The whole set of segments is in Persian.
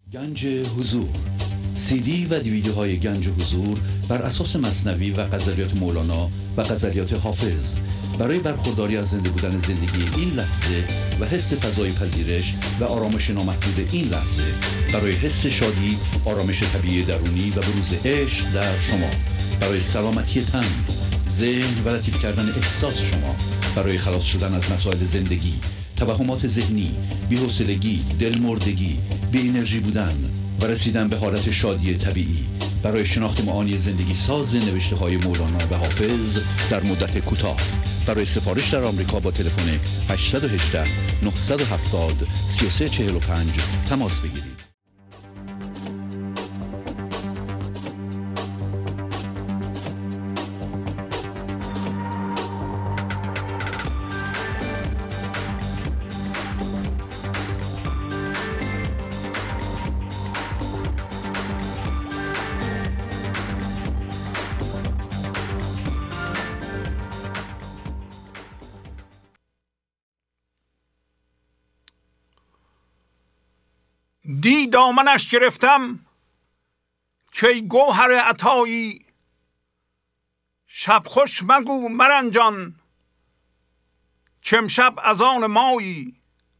گنج حضور، سی دی و دیویدیوهای گنج حضور بر اساس مثنوی و غزلیات مولانا و غزلیات حافظ برای برخورداری از زنده بودن زندگی این لحظه و حس فضای پذیرش و آرامش نامحدود این لحظه، برای حس شادی، آرامش طبیعی درونی و بروز عشق در شما، برای سلامتی تن، ذهن و لطیف کردن احساس شما، برای خلاص شدن از مسائل زندگی، توهمات ذهنی، بی‌حوصلگی، دلمردگی، بی انرژی بودن و رسیدن به حالت شادی طبیعی، برای شناخت معانی زندگی ساز نوشته‌های مولانا و حافظ در مدت کوتاه. برای سفارش در آمریکا با تلفن 818 970 3345 تماس بگیرید. دی دامنش گرفتم که گوهر عطایی، شب خوش مگو مرنجان چمشب از آن مایی.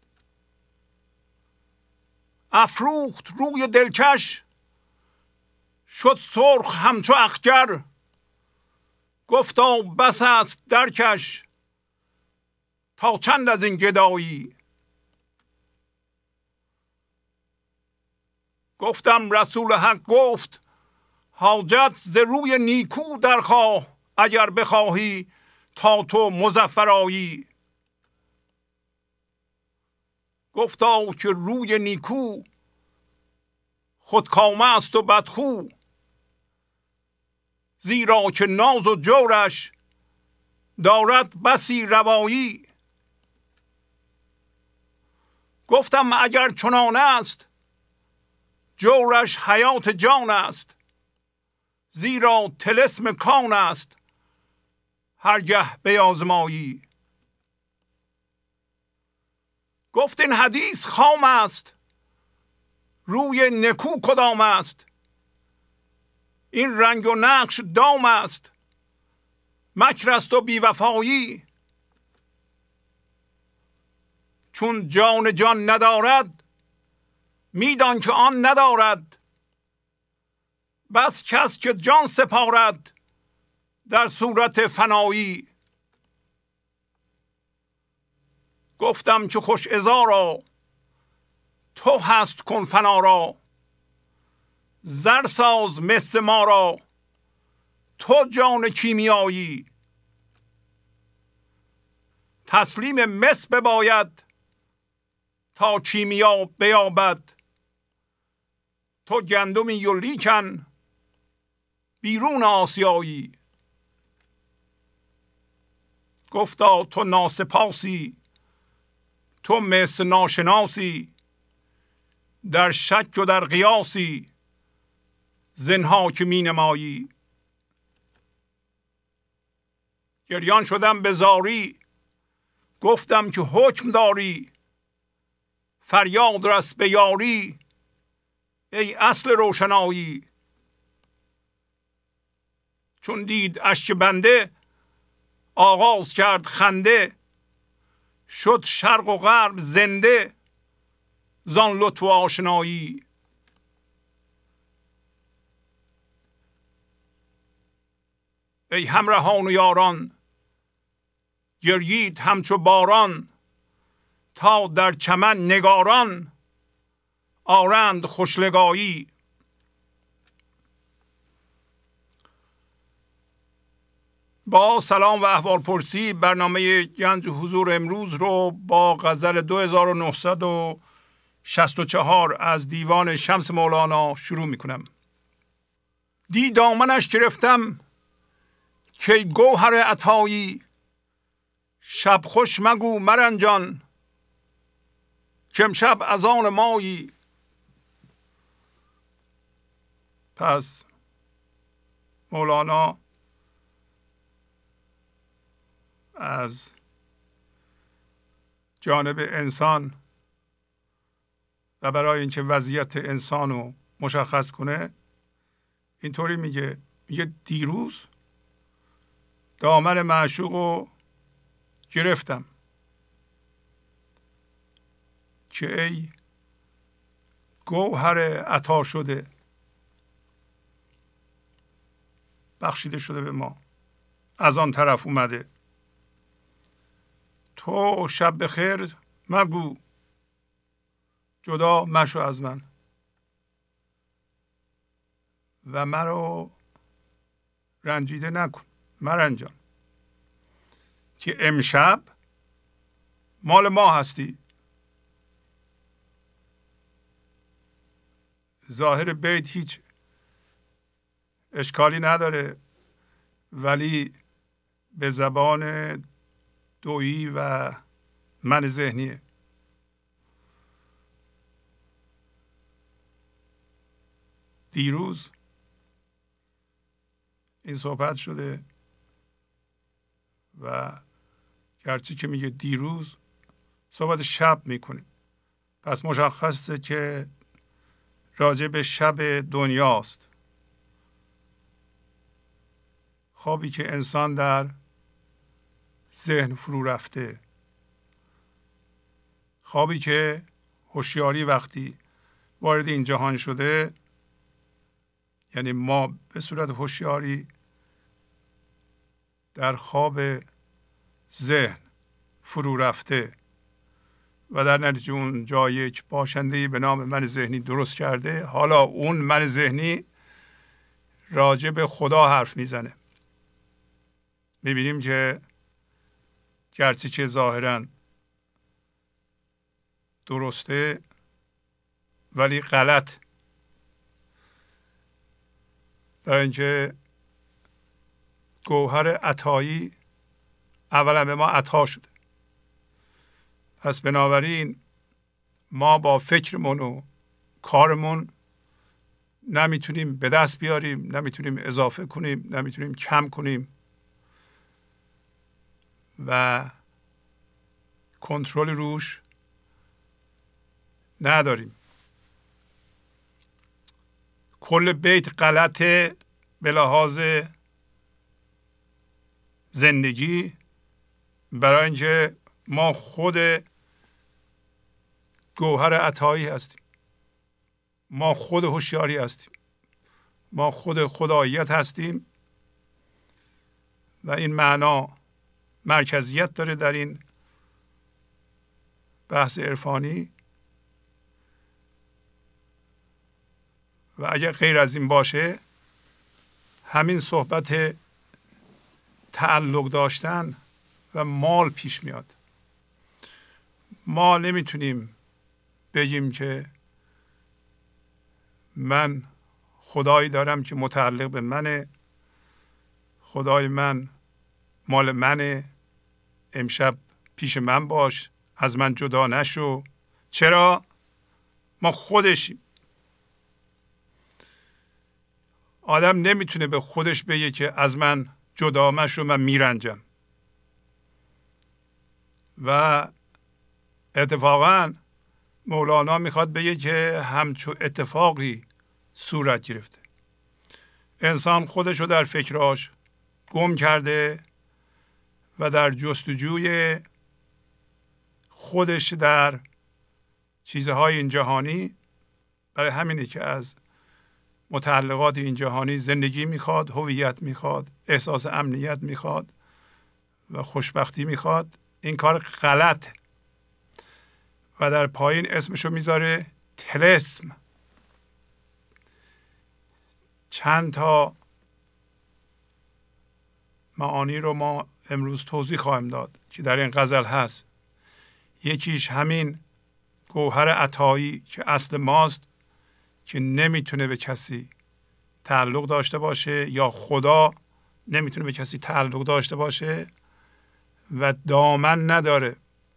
افروخت روی دلکش شد سرخ همچو اخگر، گفتا بس است درکش تا چند از این گدایی. گفتم رسول حق گفت حاجت ز روی نیکو درخواه، اگر بخواهی تا تو مظفر آیی. گفتا که روی نیکو خودکامه است و بدخو، زیرا که ناز و جورش دارد بسی روایی. گفتم اگر چنان است جورش حیات جان است، زیرا طلسم کان است هرگه بیازمایی. گفت این حدیث خام است روی نکو کدام است، این رنگ و نقش دام است مکر است و بیوفایی. چون جان جان ندارد میدان که آن ندارد، بس کس که جان سپارد در صورت فنایی. گفتم که خوش عذارا تو هست کن فنا را، زر ساز مس ما را تو جان کیمیایی. تسلیم مس بباید تا کیمیا بیابد، تو گندمی و لیکن بیرون آسیایی. گفتا تو ناسپاسی تو مس ناشناسی، در شک و در قیاسی زنها که می نمایی. گریان شدم به زاری گفتم که حکم داری، فریاد رس به یاری ای اصل روشنایی. چون دید اشک بنده آغاز کرد خنده، شد شرق و غرب زنده زان لطف و آشنایی. ای همراهان و یاران گریید همچو باران، تا در چمن نگاران آرند خوشلگایی. با سلام و احوال پرسی برنامه گنج حضور امروز رو با غزل 2964 از دیوان شمس مولانا شروع می کنم. دی دامنش گرفتم که گوهر عطایی، شب خوش مگو مرنجان چمشب از آن مایی. پس مولانا از جانب انسان و برای اینکه وضعیت انسان رو مشخص کنه اینطوری میگه دیروز دامن معشوق رو گرفتم که ای گوهر عطا شده بخشیده شده به ما، از آن طرف اومده. تو شب بخیر مگو، جدا مشو از من و مرا رنجیده نکن مرنجان، که امشب مال ما هستی. ظاهر بیت هیچ اشکالی نداره، ولی به زبان دویی و من ذهنیه. دیروز این صحبت شده و گرچه که میگه دیروز صحبت شب میکنه، پس مشخصه که راجع به شب دنیاست، خوابی که انسان در ذهن فرو رفته، خوابی که هوشیاری وقتی وارد این جهان شده، یعنی ما به صورت هوشیاری در خواب ذهن فرو رفته و در نتیجه اون جای یک باشنده‌ای به نام من ذهنی درست کرده، حالا اون من ذهنی راجع به خدا حرف میزنه. میبینیم که گرچه که ظاهراً درسته ولی غلط، برای اینکه گوهر عطایی اولا به ما عطا شده. پس بنابراین ما با فکرمون و کارمون نمیتونیم به دست بیاریم، نمیتونیم اضافه کنیم، نمیتونیم کم کنیم و کنترل روش نداریم. کل بیت غلطه به لحاظ زندگی، برای اینکه ما خود گوهر عطایی هستیم، ما خود هوشیاری هستیم، ما خود خداییت هستیم و این معنا مرکزیت داره در این بحث عرفانی. و اگر غیر از این باشه، همین صحبت تعلق داشتن و مال پیش میاد. ما نمیتونیم بگیم که من خدایی دارم که متعلق به منه، خدای من مال منه، امشب پیش من باش، از من جدا نشو. چرا؟ ما خودشیم. آدم نمیتونه به خودش بگه که از من جدا مشو، من میرنجم. و اتفاقا مولانا میخواد بگه که همچون اتفاقی صورت گرفته. انسان خودشو در فکراش گم کرده و در جستجوی خودش در چیزهای این جهانی، برای همینه که از متعلقات این جهانی زندگی میخواد، هویت میخواد، احساس امنیت میخواد و خوشبختی میخواد. این کار غلط و در پایین اسمشو میذاره طلسم. چند تا معانی رو ما امروز توضیح خواهیم داد که در این غزل هست. یکیش همین گوهر عطایی که اصل ماست، که نمیتونه به کسی تعلق داشته باشه، یا خدا نمیتونه به کسی تعلق داشته باشه و دامن نداره.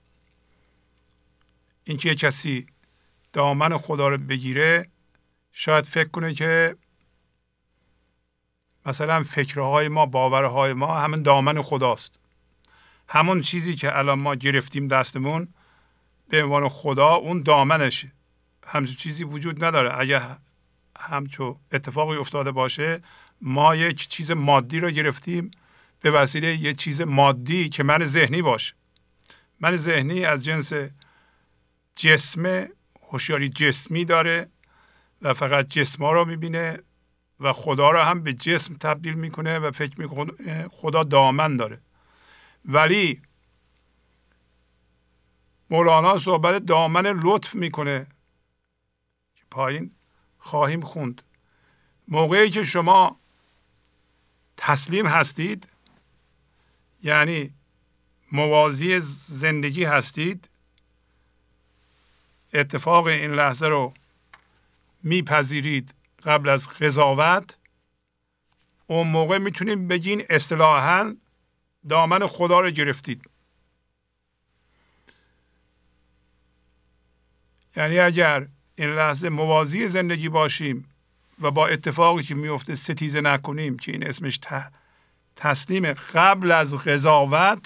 اینکه یه کسی دامن خدا رو بگیره، شاید فکر کنه که مثلا فکرهای ما، باورهای ما همون دامن خداست. همون چیزی که الان ما گرفتیم دستمون به عنوان خدا، اون دامنشه. همچون چیزی وجود نداره. اگه همچون اتفاقی افتاده باشه، ما یک چیز مادی رو گرفتیم به وسیله یک چیز مادی که من ذهنی باشه. من ذهنی از جنس جسم، هوشیاری جسمی داره و فقط جسم ها رو میبینه و خدا رو هم به جسم تبدیل میکنه و فکر میکنه خدا دامن داره. ولی مولانا صحبت دامن لطف میکنه که پایین خواهیم خوند. موقعی که شما تسلیم هستید، یعنی موازی زندگی هستید، اتفاق این لحظه رو میپذیرید قبل از قضاوت، اون موقع میتونیم بگین اصطلاحاً دامن خدا رو گرفتید. یعنی اگر این لحظه موازی زندگی باشیم و با اتفاقی که میفته ستیزه نکنیم، که این اسمش تسلیم قبل از قضاوت،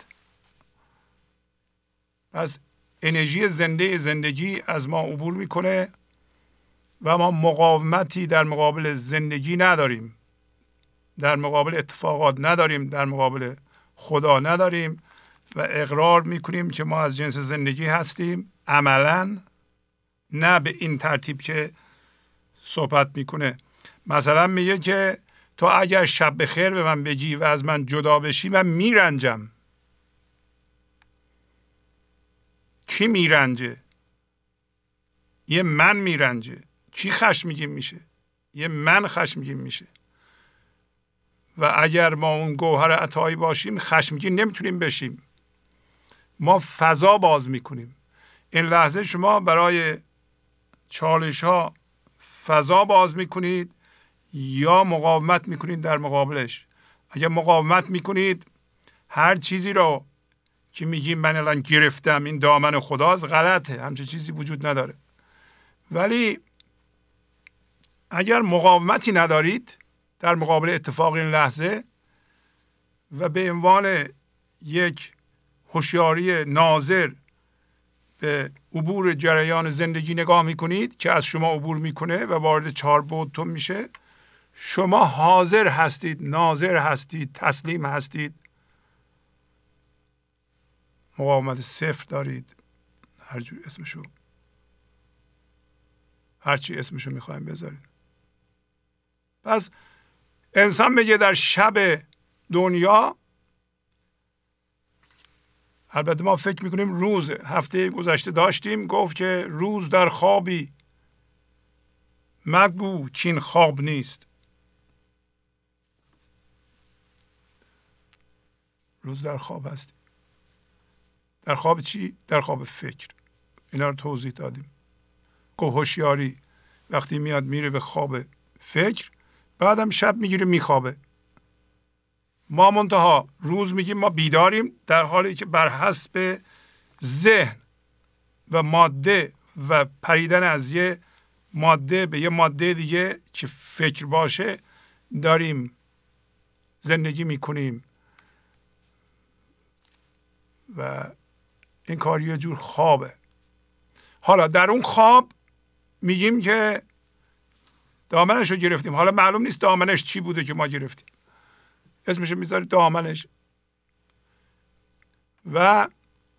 پس انرژی زندگی از ما عبور میکنه و ما مقاومتی در مقابل زندگی نداریم، در مقابل اتفاقات نداریم، در مقابل خدا نداریم و اقرار میکنیم که ما از جنس زندگی هستیم. عملاً نه به این ترتیب که صحبت میکنه. مثلا میگه که تو اگر شب بخیر به من بگی و از من جدا بشی، من میرنجم. کی میرنجه؟ یه من میرنجه. کی خشمگین میشه؟ یه من خشمگین میشه. و اگر ما اون گوهر عطایی باشیم، خشمگین نمیتونیم بشیم. ما فضا باز میکنیم. این لحظه شما برای چالش ها فضا باز میکنید یا مقاومت میکنید در مقابلش. اگر مقاومت میکنید، هر چیزی رو که میگیم من الان گرفتم این دامن خداست، غلطه. همچین چیزی وجود نداره. ولی اگر مقاومتی ندارید در مقابل اتفاق این لحظه و به عنوان یک هوشیاری ناظر به عبور جریان زندگی نگاه میکنید که از شما عبور میکنه و وارد 4 بعدتون میشه، شما حاضر هستید، ناظر هستید، تسلیم هستید، مقاومت صفر دارید. هر جور اسمشو، هر چی اسمشو میخوایم بذارید. پس انسان میگه در شب دنیا، البته ما فکر میکنیم روز، هفته گذشته داشتیم گفت که روز در خوابی مگو چین خواب نیست. روز در خواب هستی. در خواب چی؟ در خواب فکر. اینا رو توضیح دادیم. گفت هوشیاری وقتی میاد میره به خواب فکر، بعدم شب میگیره میخوابه. ما منتها روز میگیم ما بیداریم، در حالی که بر حسب ذهن و ماده و پریدن از یه ماده به یه ماده دیگه که فکر باشه داریم زندگی میکنیم و این کار یه جور خوابه. حالا در اون خواب میگیم که دامنش رو گرفتیم. حالا معلوم نیست دامنش چی بوده که ما گرفتیم، اسمش میذاری دامنش. و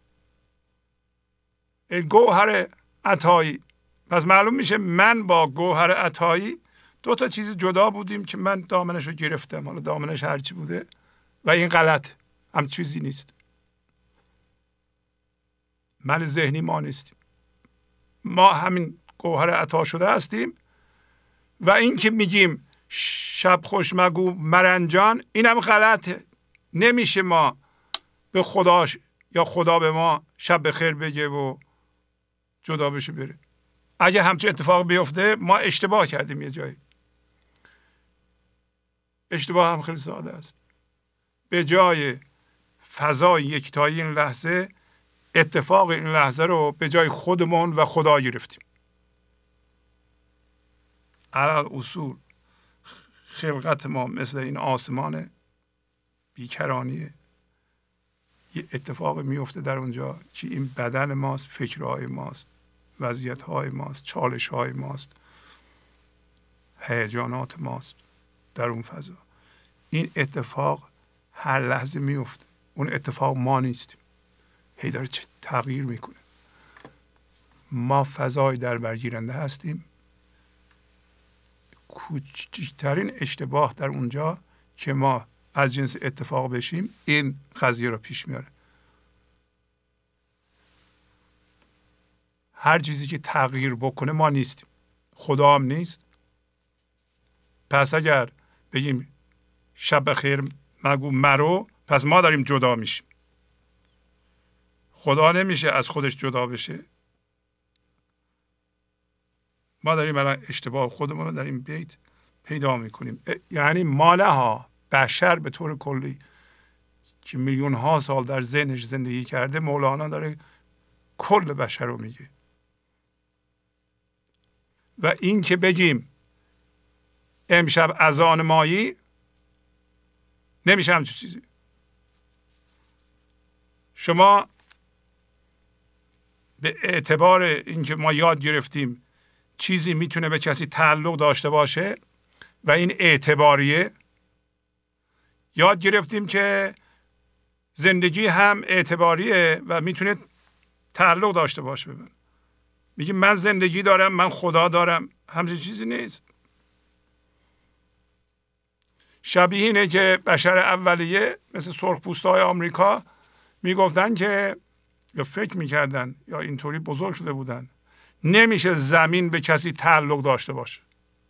گوهر عطایی، پس معلوم میشه من با گوهر عطایی 2 تا چیز جدا بودیم که من دامنش رو گرفتم. حالا دامنش هرچی بوده و این غلط، هم چیزی نیست. من ذهنی ما نیستیم، ما همین گوهر عطا شده هستیم. و این که میگیم شب خوش مگو مرنجان، اینم غلطه. نمیشه ما به خداش یا خدا به ما شب بخیر بگه و جدا بشه بره. اگه همچه اتفاق بیفته ما اشتباه کردیم یه جایی. اشتباه هم خیلی ساده است. به جای فضای یکتایی این لحظه، اتفاق این لحظه رو به جای خودمون و خدا گرفتیم. علل اصول خلقت ما مثل این آسمان بیکرانیه. یه اتفاق میفته در اونجا که این بدن ماست، فکرهای ماست، وضعیت های ماست، چالش های ماست، هیجانات ماست در اون فضا. این اتفاق هر لحظه میفته. اون اتفاق ما نیستیم، هی داره تغییر میکنه. ما فضای در برگیرنده هستیم. کوچکترین اشتباه در اونجا که ما از جنس اتفاق بشیم این قضیه رو پیش میاره. هر چیزی که تغییر بکنه ما نیستیم، خدا هم نیست. پس اگر بگیم شب بخیر مگو مرو، پس ما داریم جدا میشیم. خدا نمیشه از خودش جدا بشه. ما داریم الان اشتباه خودمون رو در این بیت پیدا میکنیم. یعنی ماله ها بشر به طور کلی که میلیون ها سال در ذهنش زندگی کرده، مولانا داره کل بشر رو میگه. و این که بگیم امشب اذان مایی، نمیشه همچون چیزی. شما به اعتبار اینکه ما یاد گرفتیم چیزی میتونه به کسی تعلق داشته باشه و این اعتباریه، یاد گرفتیم که زندگی هم اعتباریه و میتونه تعلق داشته باشه. میگیم من زندگی دارم، من خدا دارم، همچین چیزی نیست. شبیه اینه که بشر اولیه مثل سرخپوستای آمریکا میگفتن که، یا فکر میکردن یا اینطوری بزرگ شده بودن، نمیشه زمین به کسی تعلق داشته باشه.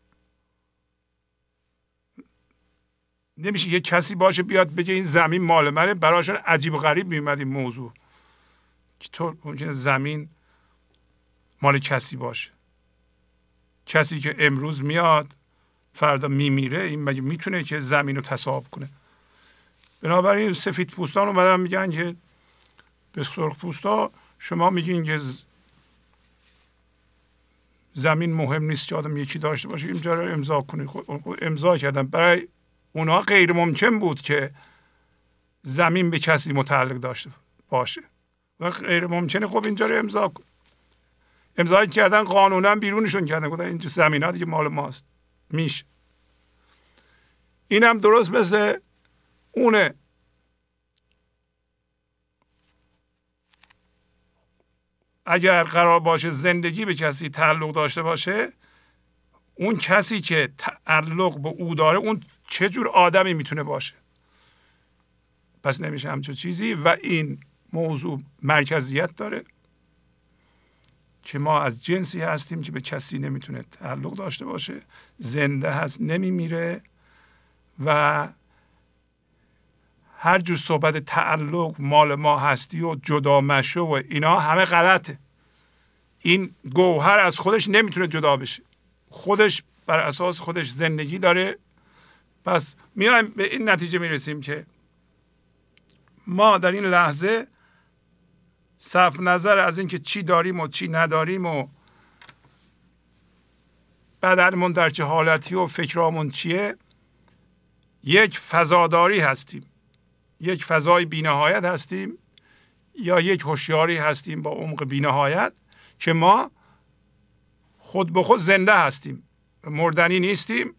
نمیشه یه کسی باشه بیاد بگه این زمین مال منه. براشون عجیب و غریب میومد این موضوع. چطور ممکنه زمین مال کسی باشه؟ کسی که امروز میاد فردا میمیره، این مگه میتونه که زمین رو تصاحب کنه؟ بنابراین سفید پوستان اومدن میگن که به سرخ پوستا شما میگین که زمین مهم نیست که آدم یکی داشته باشه، اینجا رو امضا کنید. امضا کردن. برای اونها غیر ممکن بود که زمین به کسی متعلق داشته باشه و غیر ممکنه. خب اینجا رو امضا کن. امضا کردن، قانونا بیرونشون کردن، گفتن اینجا زمین ها دیگه مال ماست. میشه. اینم درست مثل اونه. اگر قرار باشه زندگی به کسی تعلق داشته باشه، اون کسی که تعلق به او داره اون چه جور آدمی میتونه باشه؟ پس نمیشه همچون چیزی. و این موضوع مرکزیت داره که ما از جنسی هستیم که به کسی نمیتونه تعلق داشته باشه، زنده هست، نمیمیره. و هر جور صحبت تعلق، مال ما هستی و جدا مشو و اینا همه غلطه. این گوهر از خودش نمیتونه جدا بشه. خودش بر اساس خودش زندگی داره. پس میایم به این نتیجه میرسیم که ما در این لحظه صرف نظر از اینکه چی داریم و چی نداریم و بدنمون در چه حالتی و فکرامون چیه، یک فضاداری هستیم، یک فضای بی‌نهایت هستیم، یا یک هوشیاری هستیم با عمق بی‌نهایت که ما خود به خود زنده هستیم، مردنی نیستیم.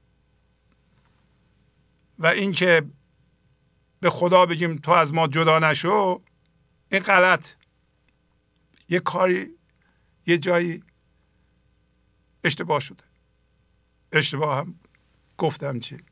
و اینکه به خدا بگیم تو از ما جدا نشو، این غلط. یه کاری یه جایی اشتباه شده. اشتباه هم گفتم چی؟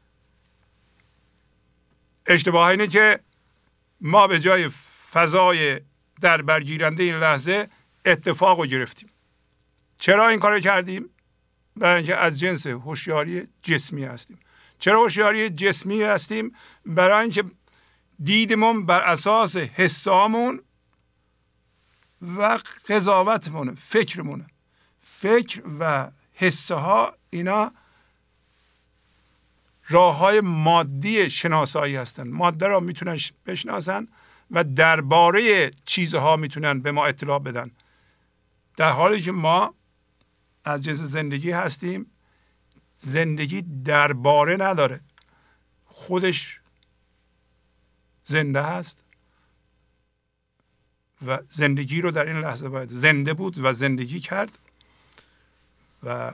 اشتباه اینه که ما به جای فضای در برگیرنده این لحظه اتفاق رو گرفتیم. چرا این کار کردیم؟ برای اینکه از جنس هوشیاری جسمی هستیم. چرا هوشیاری جسمی هستیم؟ برای اینکه دیدمون بر اساس حسامون و قضاوتمون، فکرمون. فکر و حسه ها اینا راه های مادی شناسایی هستن. ماده را میتونن بشناسن و درباره چیزها میتونن به ما اطلاع بدن. در حالی که ما از جنس زندگی هستیم، زندگی درباره نداره، خودش زنده هست و زندگی رو در این لحظه باید زنده بود و زندگی کرد. و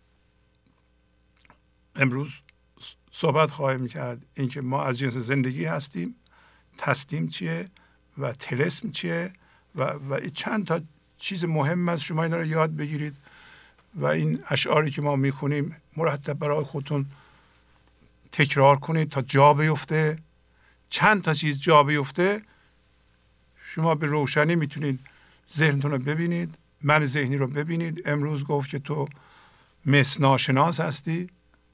امروز صحبت خواهیم کرد اینکه ما از جنس زندگی هستیم، تسلیم چیه و طلسم چیه و چند تا چیز مهم است. شما اینا رو یاد بگیرید و این اشعاری که ما میخونیم مرتب برای خودتون تکرار کنید تا جا بیفته. چند تا چیز جا بیفته شما به روشنی میتونید ذهنتون رو ببینید، من ذهنی رو ببینید. امروز گفت که تو مس ناشناس هستی،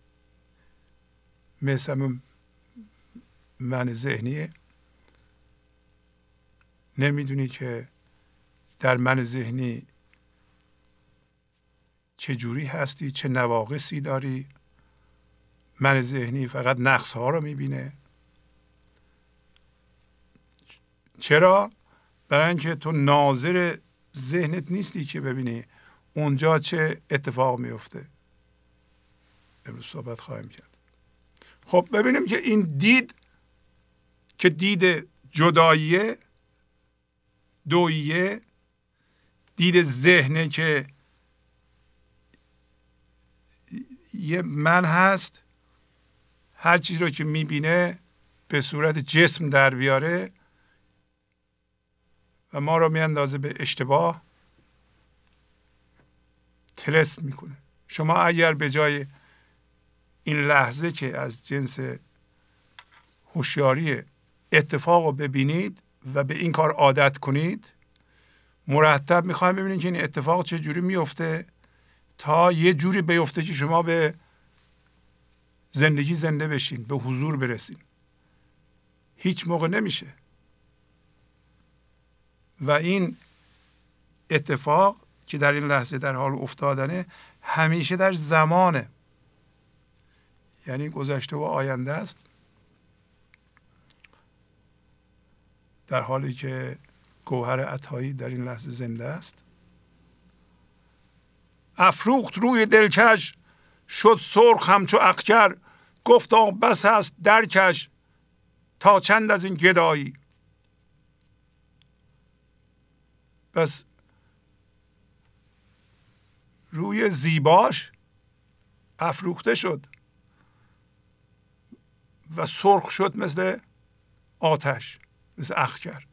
مثل من ذهنیه، نمیدونی که در من ذهنی چه جوری هستی، چه نواقصی داری. من ذهنی فقط نقص ها رو میبینه. چرا؟ برای اینکه تو ناظر ذهنت نیستی که ببینی اونجا چه اتفاق میفته. امروز صحبت خواهیم کرد. خب ببینیم که این دید که دید جداییه، دوییه، دید ذهنه که یه من هست، هر چیز رو که میبینه به صورت جسم در بیاره و ما رو میاندازه به اشتباه، طلسم میکنه. شما اگر به جای این لحظه که از جنس هوشیاری اتفاق رو ببینید و به این کار عادت کنید، مرتب میخوایم ببینید که این اتفاق چه جوری میفته تا یه جوری بیفته که شما به زندگی زنده بشین، به حضور برسین. هیچ موقع نمیشه. و این اتفاق که در این لحظه در حال افتادنه همیشه در زمانه، یعنی گذشته و آینده است، در حالی که گوهر عطایی در این لحظه زنده است. افروخت روی دلکش، شد سرخ همچو اخگر، گفتا بس است درکش، تا چند از این گدایی. بس روی زیباش افروخته شد و سرخ شد مثل آتش، مثل اخگر.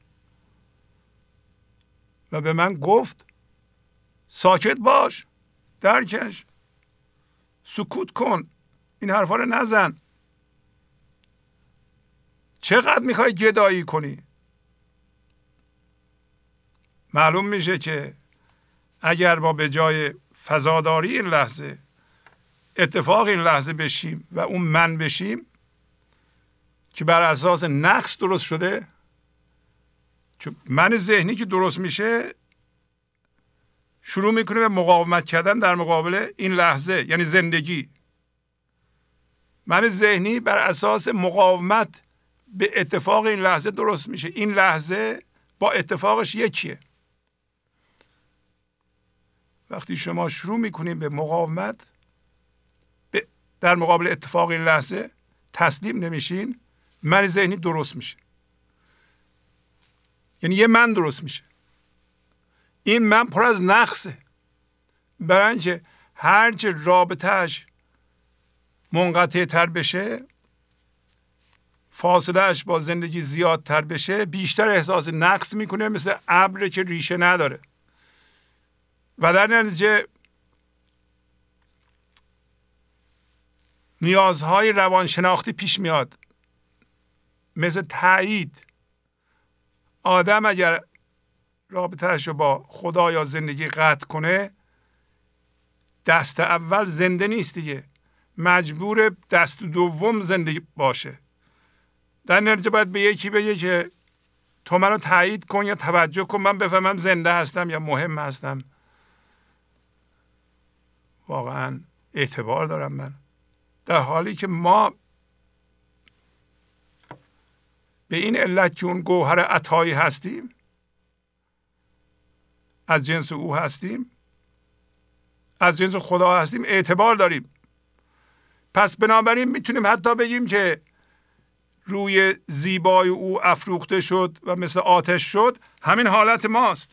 و به من گفت ساکت باش، درکش، سکوت کن، این حرفا رو نزن. چقدر میخوای گدایی کنی؟ معلوم میشه که اگر ما به جای فضاداری این لحظه اتفاق این لحظه بشیم و اون من بشیم که بر اساس نقص درست شده، چون من ذهنی که درست میشه شروع میکنه به مقاومت کردن در مقابل این لحظه، یعنی زندگی. من ذهنی بر اساس مقاومت به اتفاق این لحظه درست میشه. این لحظه با اتفاقش یکیه. وقتی شما شروع میکنید به مقاومت در مقابل اتفاق این لحظه، تسلیم نمیشین، من ذهنی درست میشه. یعنی یه من درست میشه. این من پر از نقصه، برای اینکه هرچه رابطهش منقطع تر بشه، فاصلهش با زندگی زیادتر بشه، بیشتر احساس نقص میکنه، مثل ابر که ریشه نداره. و در نتیجه نیازهای روانشناختی پیش میاد، مثل تایید. آدم اگر رابطهش رو با خدا یا زندگی قطع کنه، دست اول زنده نیست دیگه، مجبور دست دوم زنده باشه. در نتیجه باید به یکی بگه که تو منو تایید کن یا توجه کن، من بفهمم زنده هستم یا مهم هستم، واقعا اعتبار دارم من. در حالی که ما به این علت که اون گوهر عطایی هستیم، از جنس او هستیم، از جنس خدا هستیم، اعتبار داریم. پس بنابراین میتونیم حتی بگیم که روی زیبای او افروخته شد و مثل آتش شد، همین حالت ماست.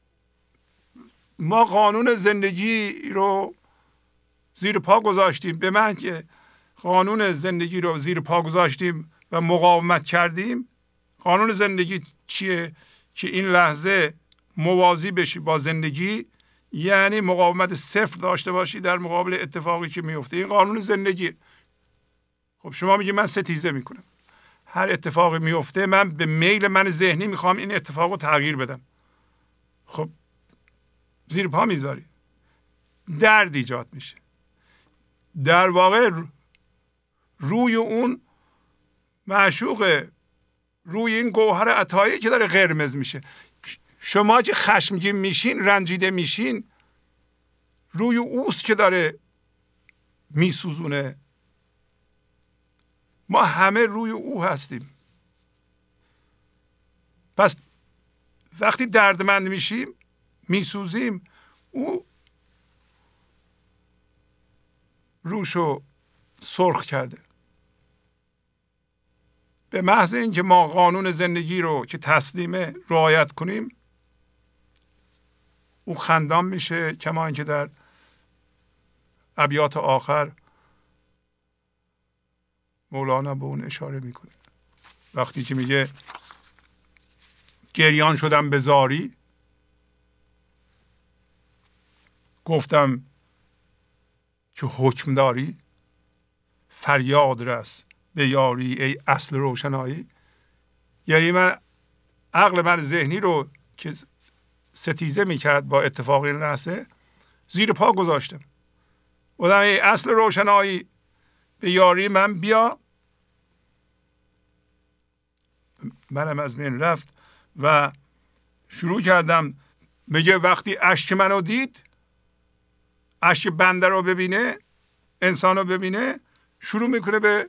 ما قانون زندگی رو زیر پا گذاشتیم. به من که قانون زندگی رو زیر پا گذاشتیم و مقاومت کردیم. قانون زندگی چیه؟ که این لحظه موازی بشی با زندگی، یعنی مقاومت صفر داشته باشی در مقابل اتفاقی که میفته. این قانون زندگی. خب شما میگی من ستیزه میکنم، هر اتفاقی میفته من به میل من ذهنی میخوام این اتفاق رو تغییر بدم. خب زیر پا میذاری، درد ایجاد میشه. در واقع روی اون معشوقه، روی این گوهر عطایی که داره قرمز میشه. شما که خشمگین میشین، رنجیده میشین، روی اوست که داره میسوزونه. ما همه روی او هستیم. پس وقتی دردمند میشیم، میسوزیم، او روشو سرخ کرده. به محض اینکه ما قانون زندگی رو که تسلیمه رعایت کنیم، او خندان میشه. کما اینکه در ابیات آخر مولانا به اون اشاره میکنه، وقتی که میگه گریان شدم به زاری، گفتم که حکم داری، فریاد رس به یاری ای اصل روشنایی. یعنی من عقل من ذهنی رو که ستیزه میکرد با اتفاق این لحظه زیر پا گذاشتم. گفتم ای اصل روشنایی، به یاری من بیا. منم از بین رفت و شروع کردم. میگه وقتی اشک منو دید، اشک بنده رو ببینه، انسان رو ببینه، شروع میکنه به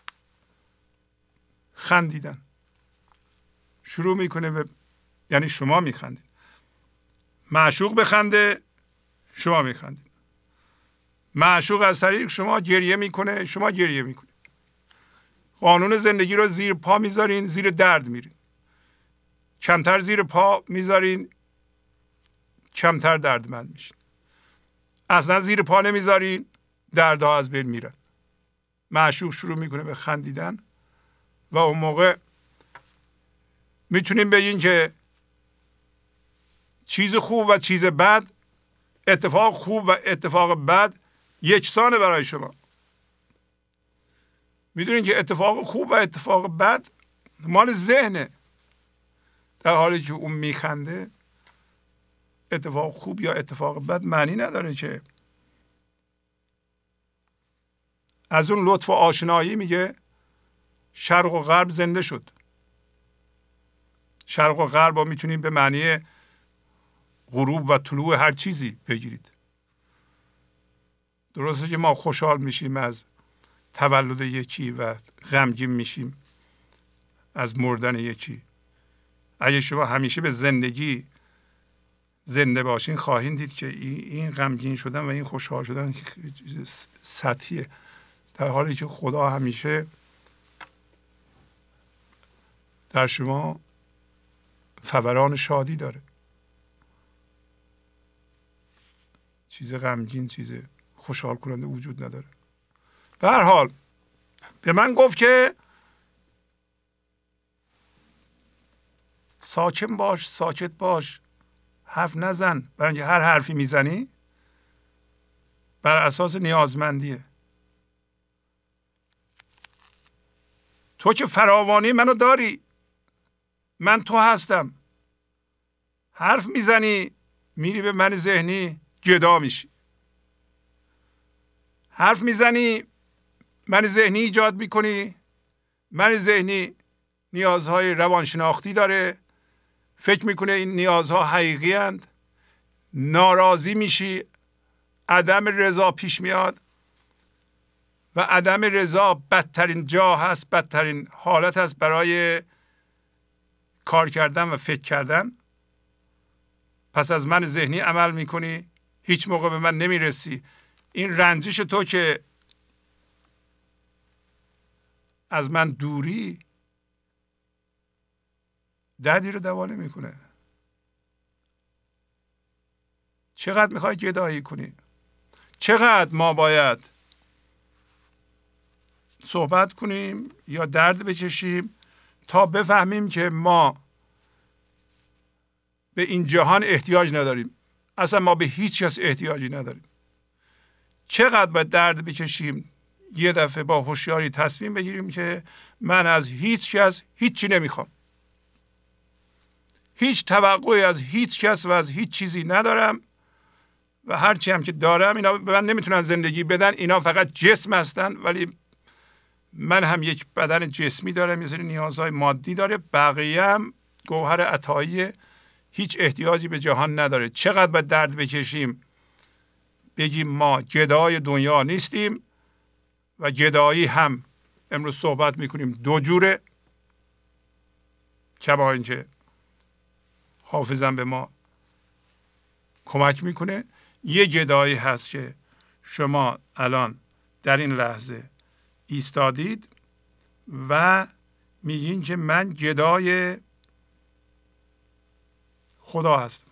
خندیدن. شروع میکنه به، یعنی شما میخندید، معشوق بخنده، شما میخندید. معشوق از طریق شما گریه میکنه، شما گریه میکنید. قانون زندگی رو زیر پا میذارین، زیر درد میرین. کمتر زیر پا میذارین، کمتر دردمند میشین. اصلا زیر پا نمیذارین، دردها از بین میرن. معشوق شروع میکنه به خندیدن و اون موقع میتونیم بگین که چیز خوب و چیز بد، اتفاق خوب و اتفاق بد یکسانه برای شما. میدونین که اتفاق خوب و اتفاق بد مال ذهنه. در حالی که اون میخنده، اتفاق خوب یا اتفاق بد معنی نداره. که از اون لطف و آشنایی میگه شرق و غرب زنده شد. شرق و غرب رو میتونیم به معنی غروب و طلوع هر چیزی بگیرید. درسته که ما خوشحال میشیم از تولد یکی و غمگین میشیم از مردن یکی. اگه شما همیشه به زندگی زنده باشین، خواهید دید که این غمگین شدن و این خوشحال شدن سطحیه، در حالی که خدا همیشه در شما فوران شادی داره. چیز غمگین، چیز خوشحال کننده وجود نداره. به هر حال به من گفت که ساکن باش، ساکت باش، حرف نزن، برای اینکه هر حرفی میزنی بر اساس نیازمندیه. تو که فراوانی منو داری، من تو هستم. حرف میزنی میری به من ذهنی جدا میشی. حرف میزنی من ذهنی ایجاد میکنی. من ذهنی نیازهای روانشناختی داره، فکر میکنه این نیازها حقیقی اند. ناراضی میشی، عدم رضا پیش میاد و عدم رضا بدترین جا هست، بدترین حالت هست برای کار کردن و فکر کردن. پس از من ذهنی عمل میکنی، هیچ موقع به من نمیرسی. این رنجش تو که از من دوری، دردی رو دوا نمیکنه. چقدر میخوای گدایی کنی؟ چقدر ما باید صحبت کنیم یا درد بکشیم تا بفهمیم که ما به این جهان احتیاج نداریم؟ اصلا ما به هیچ کس احتیاجی نداریم. چقدر باید درد بکشیم یه دفعه با هوشیاری تصمیم بگیریم که من از هیچ کس هیچی نمیخوام، هیچ توقعی از هیچ کس و از هیچ چیزی ندارم و هرچی هم که دارم اینا به من نمیتونن زندگی بدن. اینا فقط جسم هستن، ولی من هم یک بدن جسمی دارم، یه سری نیازهای مادی داره، بقیه هم گوهر عطایی، هیچ احتیاجی به جهان نداره. چقدر باید درد بکشیم بگیم ما گدای دنیا نیستیم و گدایی هم امروز صحبت میکنیم دو جوره، کما اینکه حافظم به ما کمک میکنه. یه گدایی هست که شما الان در این لحظه ایستادید و میگین که من گدای خدا هستم،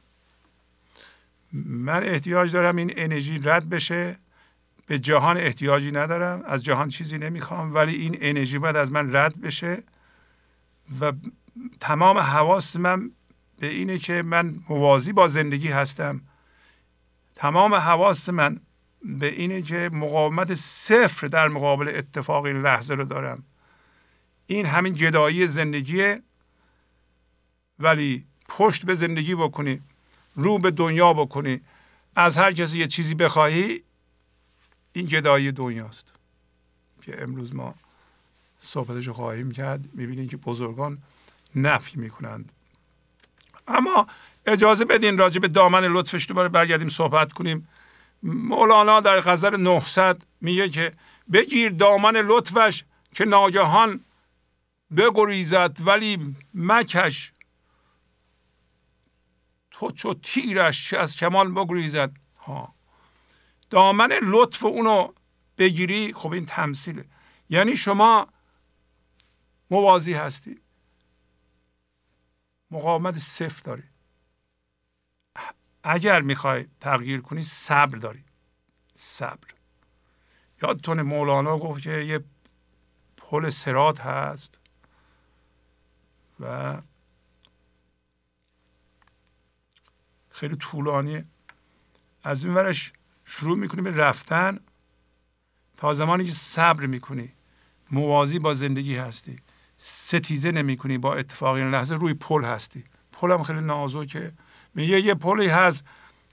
من احتیاج دارم این انرژی رد بشه، به جهان احتیاجی ندارم، از جهان چیزی نمیخوام، ولی این انرژی باید از من رد بشه و تمام حواس من به اینه که من موازی با زندگی هستم، تمام حواس من به اینه که مقاومت صفر در مقابل اتفاق این لحظه رو دارم. این همین گدایی زندگیه، ولی پشت به زندگی بکنی، رو به دنیا بکنی، از هر کسی یه چیزی بخواهی، این گدایی دنیاست که امروز ما صحبتش رو خواهیم کرد. میبینید که بزرگان نفی میکنند. اما اجازه بدین راجع به دامن لطفش دوباره برگردیم صحبت کنیم. مولانا در غزل 900 میگه که بگیر دامن لطفش که ناگهان بگریزد، ولی مکش تو چو تیرش از کمان بگریزد. دامن لطف اونو بگیری، خب این تمثیله، یعنی شما موازی هستی، مقاومت صفر داری. اگر میخوای تغییر کنی صبر داری، صبر. یادتونه مولانا گفت که یه پل صراط هست و خیلی طولانیه، از این ورش شروع میکنی به رفتن تا زمانی که صبر میکنی، موازی با زندگی هستی، ستیزه نمیکنی با اتفاق این لحظه، روی پل هستی. پل هم خیلی نازکه، میگه یه پلی هست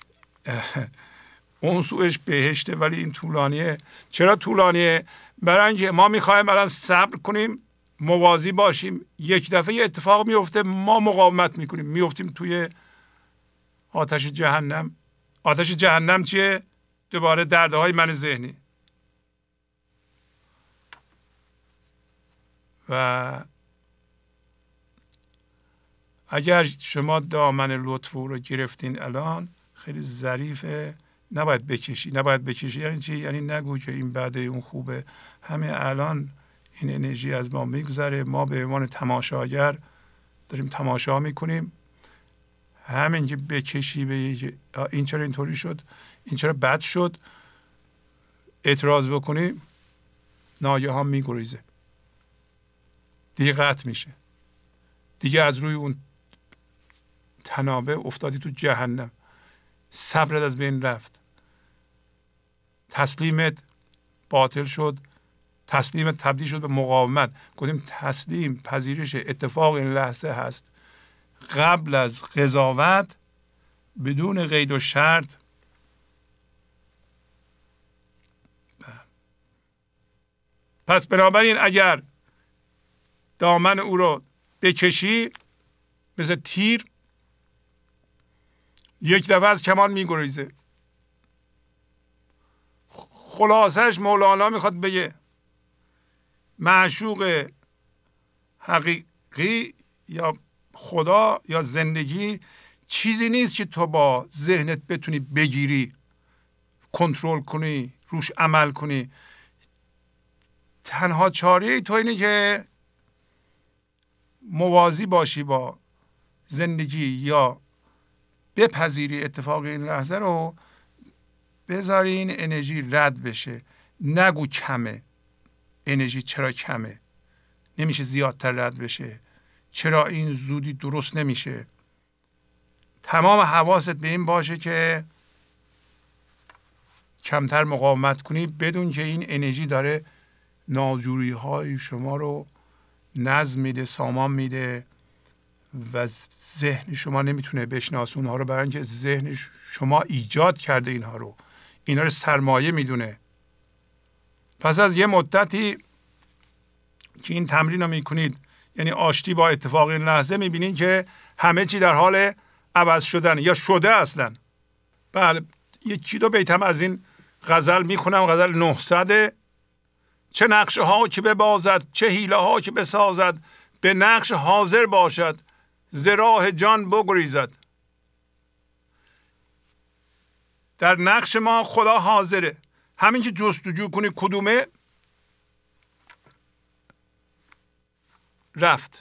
اون سوش بهشته ولی این طولانیه. چرا طولانیه؟ برای اینکه ما میخوایم الان صبر کنیم، موازی باشیم، یک دفعه یه اتفاق میفته ما مقاومت میکنیم، میفتیم توی آتش جهنم. آتش جهنم چیه؟ دوباره دردهای من ذهنی. و اگر شما دامن لطف رو گرفتین الان، خیلی ظریفه، نباید بکشی. یعنی چی؟ یعنی نگو که این بعد اون خوبه، همه الان این انرژی از ما میگذره، ما به عنوان تماشاگر داریم تماشا میکنیم. همین که بکشی به این چرا اینطوری شد، این چرا بد شد، اعتراض بکنی، ناگهان میگریزه، دیگه قطع میشه، دیگه از روی اون تنابه افتادی تو جهنم، صبرت از بین رفت، تسلیمت باطل شد، تسلیمت تبدیل شد به مقاومت. گفتیم تسلیم پذیرش اتفاق این لحظه هست، قبل از قضاوت، بدون قید و شرط. پس بنابراین اگر دامن او رو بکشی مثل تیر، یک دفعه از کمان میگریزه. خلاصش مولانا میخواد بگه معشوق حقیقی یا خدا یا زندگی چیزی نیست که تو با ذهنت بتونی بگیری، کنترل کنی، روش عمل کنی. تنها چاره تو اینه که موازی باشی با زندگی یا بپذیری اتفاق این لحظه رو، بذاری این انرژی رد بشه. نگو کمه انرژی، چرا کمه، نمیشه زیادتر رد بشه، چرا این زودی درست نمیشه. تمام حواست به این باشه که کمتر مقاومت کنی، بدون که این انرژی داره ناجوری های شما رو نظم میده، سامان میده و ذهن شما نمیتونه بشناسه اونها رو، برای اینکه ذهن شما ایجاد کرده اینها رو سرمایه میدونه. پس از یه مدتی که این تمرین رو میکنید، یعنی آشتی با اتفاق این لحظه، میبینید که همه چی در حال عوض شدن یا شده اصلا. بله، یکی دو بیت هم از این غزل میخونم. غزل 900. چه نقشه ها که ببازد، چه حیله ها که بسازد، به نقش حاضر باشد، ز راه جان بگریزد. در نقش ما خدا حاضره. همین که جستجو کنی کدومه، رفت.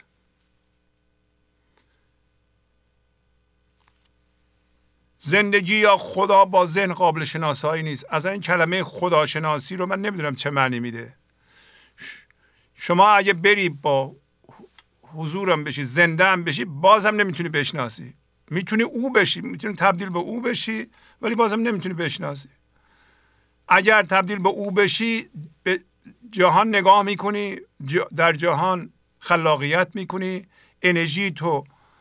زندگی یا خدا با ذهن قابل شناسایی نیست. از این کلمه خداشناسی رو من نمیدونم چه معنی میده. شما اگه بری با حضورم بشی، زنده هم بشی، بازم نمیتونی بشناسی. میتونی او بشی، میتونی تبدیل به او بشی، ولی بازم نمیتونی بشناسی. اگر تبدیل به او بشی، به جهان نگاه میکنی، در جهان خلاقیت میکنی، انرژی تو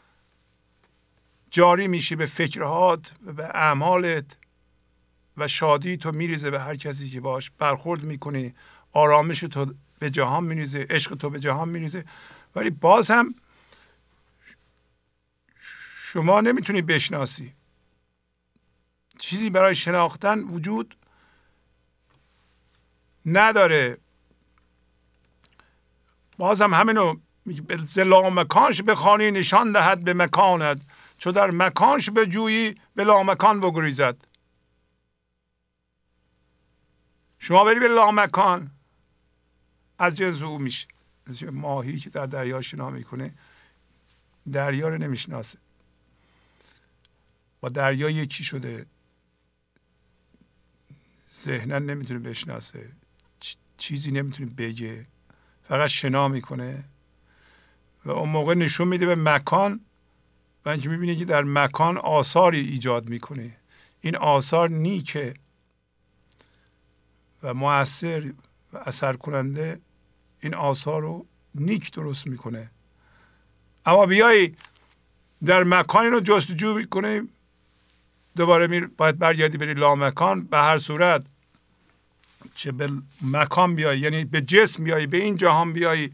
جاری میشی به فکرهات و به اعمالت و شادی تو میریزه به هر کسی که باش برخورد میکنی، آرامش تو به جهان میریزه، عشق تو به جهان میریزه. ولی باز هم شما نمیتونی بشناسی. چیزی برای شناختن وجود نداره. بازم همینو ز لامکانش بخوانی، نشان دهد به مکانت، چو در مکانش بجویی به لامکان بگریزد. شما بری به لامکان، از جنس او میشه. ماهی که در دریا شنا میکنه، دریا رو نمیشناسه، با دریا یکی شده، ذهنا نمیتونه بشناسه، چیزی نمیتونه بگه، فقط شنا میکنه و اون موقع نشون میده به مکان و اینکه میبینی که در مکان آثاری ایجاد میکنه. این آثار نیکه و مؤثر و اثر کننده، این آثار رو نیک درست میکنه. اما بیایی در مکانی رو جستجو میکنی، دوباره باید برگردی بری لامکان. به هر صورت چه به مکان بیایی، یعنی به جسم بیایی، به این جهان بیایی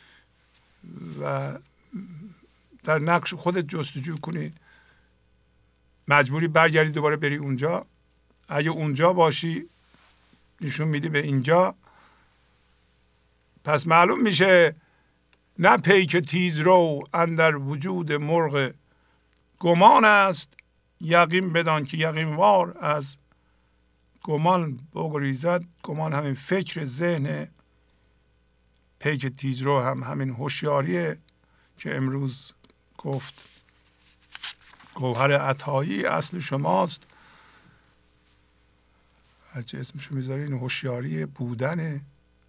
و در نقش خودت جستجو کنی، مجبوری برگردی دوباره بری اونجا. اگه اونجا باشی نشون میدی به اینجا، پس معلوم میشه نه پیک تیز رو اندر وجود مرغ گمان است، یقین بدان که یقین وار از گمان بگریزد. گمان همین فکر ذهن، پیک تیز رو هم همین هوشیاریه که امروز گفت گوهر عطایی اصل شماست. هرچی اسمشو میذاری، این هوشیاری بودنه.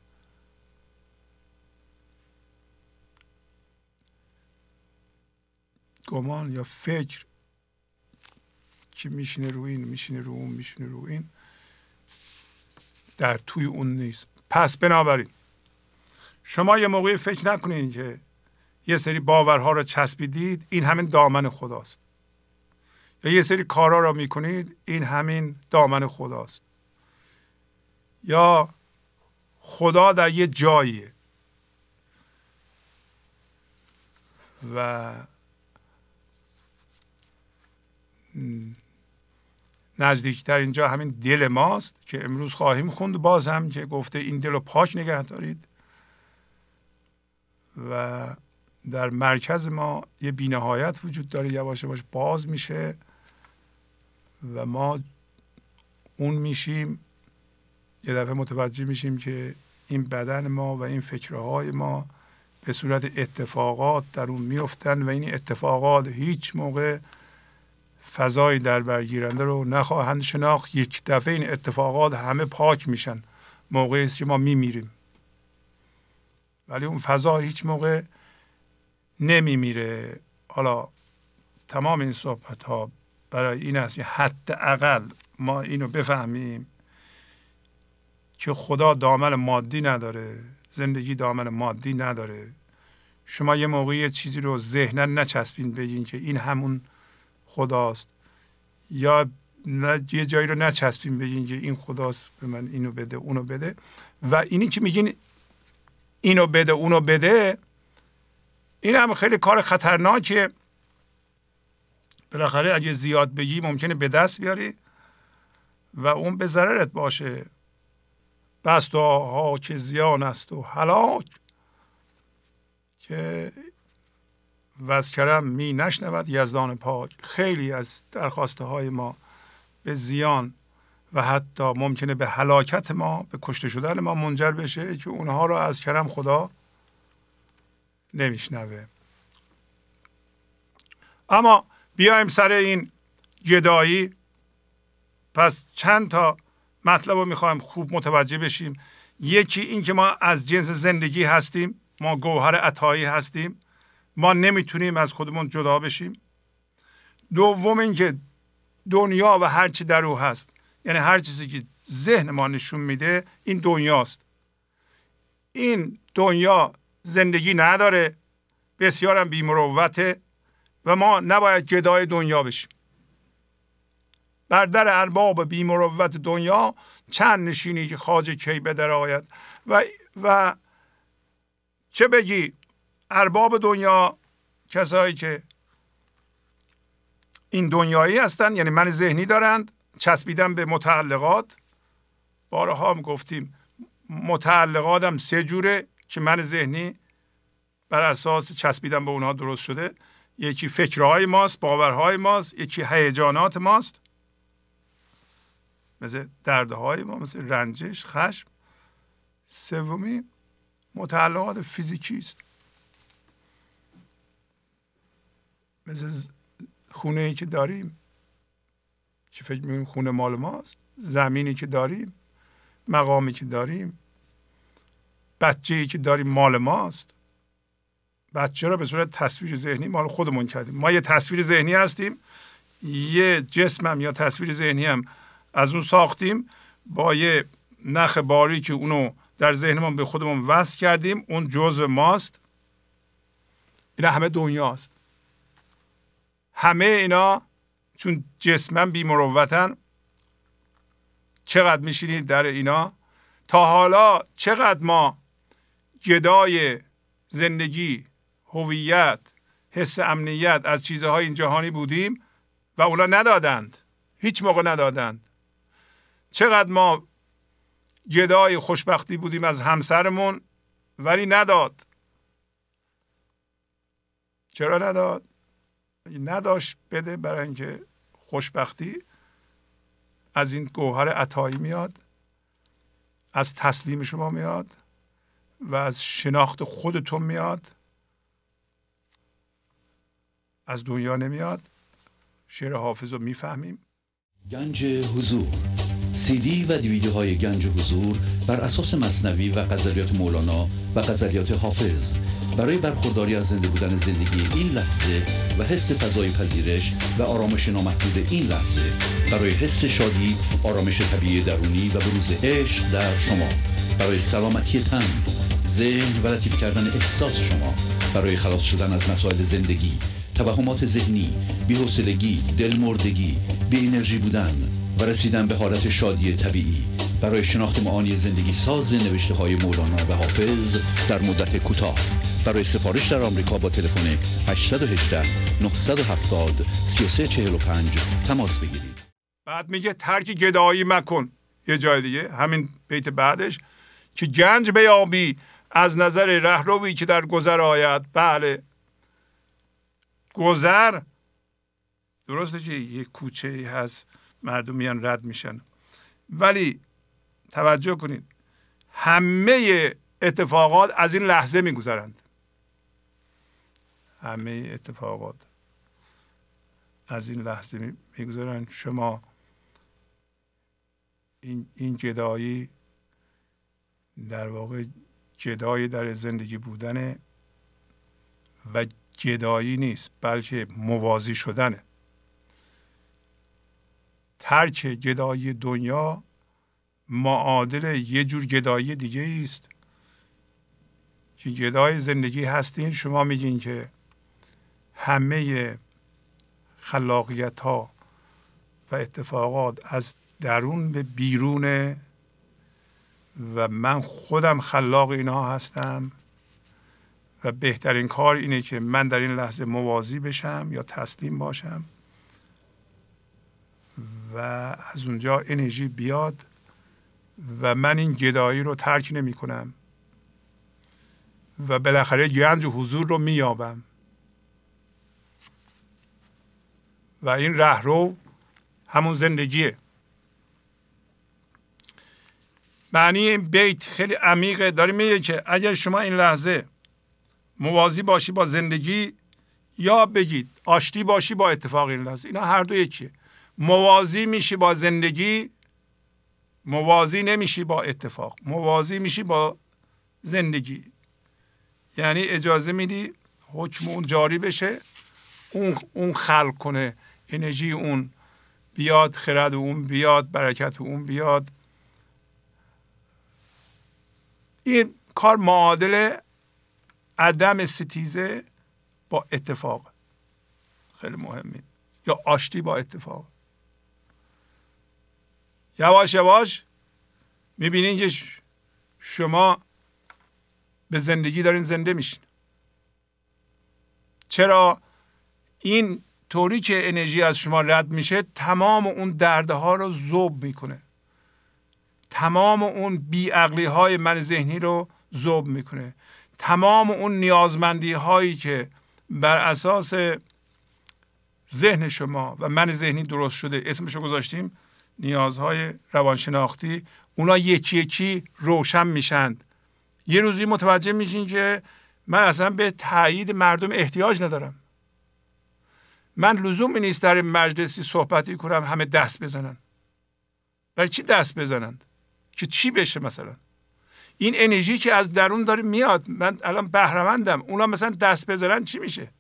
گمان یا فکر که میشینه رو این، میشینه رو اون، میشینه رو این، در توی اون نیست. پس بنابراین شما یه موقعی فکر نکنید که یه سری باورها رو چسبیدید، این همین دامن خداست. یا یه سری کارها رو میکنید، این همین دامن خداست. یا خدا در یه جاییه و نزدیکتر اینجا همین دل ماست که امروز خواهیم خوند باز هم که گفته این دل رو پاک نگه دارید و در مرکز ما یه بی‌نهایت وجود داره، یواش یواش باز میشه و ما اون میشیم. یه دفعه متوجه میشیم که این بدن ما و این فکرهای ما به صورت اتفاقات در اون میفتن و این اتفاقات هیچ موقع فضای در برگیرنده رو نخواهند شناخت. یک دفعه این اتفاقات همه پاک میشن، موقعی است که ما میمیریم، ولی اون فضا هیچ موقع نمیمیره. حالا تمام این صحبت ها برای این است که حداقل ما اینو بفهمیم که خدا دامن مادی نداره، زندگی دامن مادی نداره. شما یه موقعی یه چیزی رو ذهنا نچسبین بگین که این همون خداست، یا یه جایی رو نچسبین بگین که این خداست به من اینو بده اونو بده. و اینی که میگین اینو بده اونو بده، این هم خیلی کار خطرناکه. بالاخره اگه زیاد بگی ممکنه به دست بیاری و اون به ضررت باشه. بس دعاها که زیان است و هلاک، که وز کرم می نشنود یزدان پاک. خیلی از درخواسته های ما به زیان و حتی ممکنه به هلاکت ما، به کشته شدن ما منجر بشه که اونها رو از کرم خدا نمیشنوه. اما بیایم سر این جدایی. پس چند تا مطلب رو میخوایم خوب متوجه بشیم. یکی این که ما از جنس زندگی هستیم، ما گوهر عطایی هستیم، ما نمیتونیم از خودمون جدا بشیم. دوم این که دنیا و هر چی در او هست، یعنی هر چیزی که ذهن ما نشون میده، این دنیاست. این دنیا زندگی نداره، بسیارم بی‌مروته و ما نباید جدای دنیا بشیم. بر در ارباب بی‌مروت دنیا چند نشینی که خواجه کی بدر آید. و چه بگی ارباب دنیا کسایی که این دنیایی هستن، یعنی من ذهنی دارند، چسبیدن به متعلقات. بارها هم گفتیم متعلقات هم سه جوره که من ذهنی بر اساس چسبیدن به اونها درست شده. یکی فکرهای ماست، باورهای ماست، یکی هیجانات ماست، مثل دردهای ما، مثل رنجش، خشم. سومی متعلقات فیزیکی است، مثل خونه ای که داریم که فکر می‌کنیم خونه مال ماست، زمینی که داریم، مقامی که داریم، بچه‌ای که داریم مال ماست. بچه را به صورت تصویر ذهنی مال خودمون کردیم. ما یه تصویر ذهنی هستیم، یه جسمم یا تصویر ذهنی هم از اون ساختیم، با یه نخ باری که اونو در ذهنمون به خودمون وصل کردیم، اون جزء ماست. اینا همه دنیاست. همه اینا چون جسمم بی‌مروتن، چقدر میشینید در اینا؟ تا حالا چقدر ما جدای زندگی، هویت، حس امنیت از چیزهای این جهانی بودیم و اونا ندادند، هیچ موقع ندادند. چقدر ما جدای خوشبختی بودیم از همسرمون ولی نداد. چرا نداد؟ نداشت بده، برای اینکه خوشبختی از این گوهر عطایی میاد، از تسلیم شما میاد و از شناخت خودتون میاد، از دنیا نمیاد. شعر حافظ رو میفهمیم. گنج حضور، CD و دیویدیوهای گنج حضور بر اساس مثنوی و غزلیات مولانا و غزلیات حافظ، برای برخورداری از زنده بودن زندگی این لحظه و حس فضای پذیرش و آرامش نامحدود این لحظه، برای حس شادی، آرامش طبیعی درونی و بروز عشق در شما، برای سلامتی تن، ذهن و لطیف کردن احساس شما، برای خلاص شدن از مسائل زندگی، توهمات ذهنی، بی‌حوصلگی، دلمردگی، بی انرژی بودن و رسیدن به حالت شادی طبیعی، برای شناخت معانی زندگی ساز نوشته های مولانا و حافظ در مدت کوتاه. برای سفارش در آمریکا با تلفن 818 970 3345 تماس بگیرید. بعد میگه ترک گدایی مکن. یه جای دیگه همین بیت بعدش که گنج بیابی از نظر رهروی که در گذر آید. بله، گذر درسته که یه کوچه هست مردم میان رد میشن، ولی توجه کنید همه اتفاقات از این لحظه میگذرند. همه اتفاقات از این لحظه میگذرن. شما این جدایی در واقع جدایی در زندگی بودنه و جدایی نیست، بلکه موازی شدنه. ترک جدایی دنیا معادل یه جور جدایی دیگه است که جدای زندگی هستین. شما میگین که همه خلاقیت ها و اتفاقات از درون به بیرونه و من خودم خلاق اینها هستم و بهترین کار اینه که من در این لحظه موازی بشم یا تسلیم باشم و از اونجا انرژی بیاد و من این جدایی رو ترک نمی کنم و بالاخره گنج و حضور رو میابم. و این رهرو همون زندگیه. معنی این بیت خیلی عمیقه. داره میگه که اگر شما این لحظه موازی باشی با زندگی، یا بگید آشتی باشی با اتفاق این لحظه، اینا هر دو یکیه. موازی میشی با زندگی، موازی نمیشی با اتفاق، موازی میشی با زندگی. یعنی اجازه میدی حکم اون جاری بشه، اون خلق کنه، انرژی اون بیاد، خرد اون بیاد، برکت اون بیاد. این کار معادل عدم ستیزه با اتفاق، خیلی مهمه، یا آشتی با اتفاق. یواش یواش میبینین که شما به زندگی دارین زنده میشین. چرا؟ این طوری که انرژی از شما رد میشه تمام اون دردها رو ذوب میکنه، تمام اون بیعقلی های من ذهنی رو ذوب میکنه، تمام اون نیازمندی هایی که بر اساس ذهن شما و من ذهنی درست شده، اسمشو گذاشتیم نیازهای روانشناختی، اونا یکی یکی روشن میشند. یه روزی متوجه میشین که من اصلا به تایید مردم احتیاج ندارم. من لزومی نیست در این مجلسی صحبتی کنم همه دست بزنن. برای چی دست بزنند؟ که چی بشه؟ مثلا این انرژی که از درون داره میاد، من الان بهره‌مندم، اونا مثلا دست بزنن چی میشه؟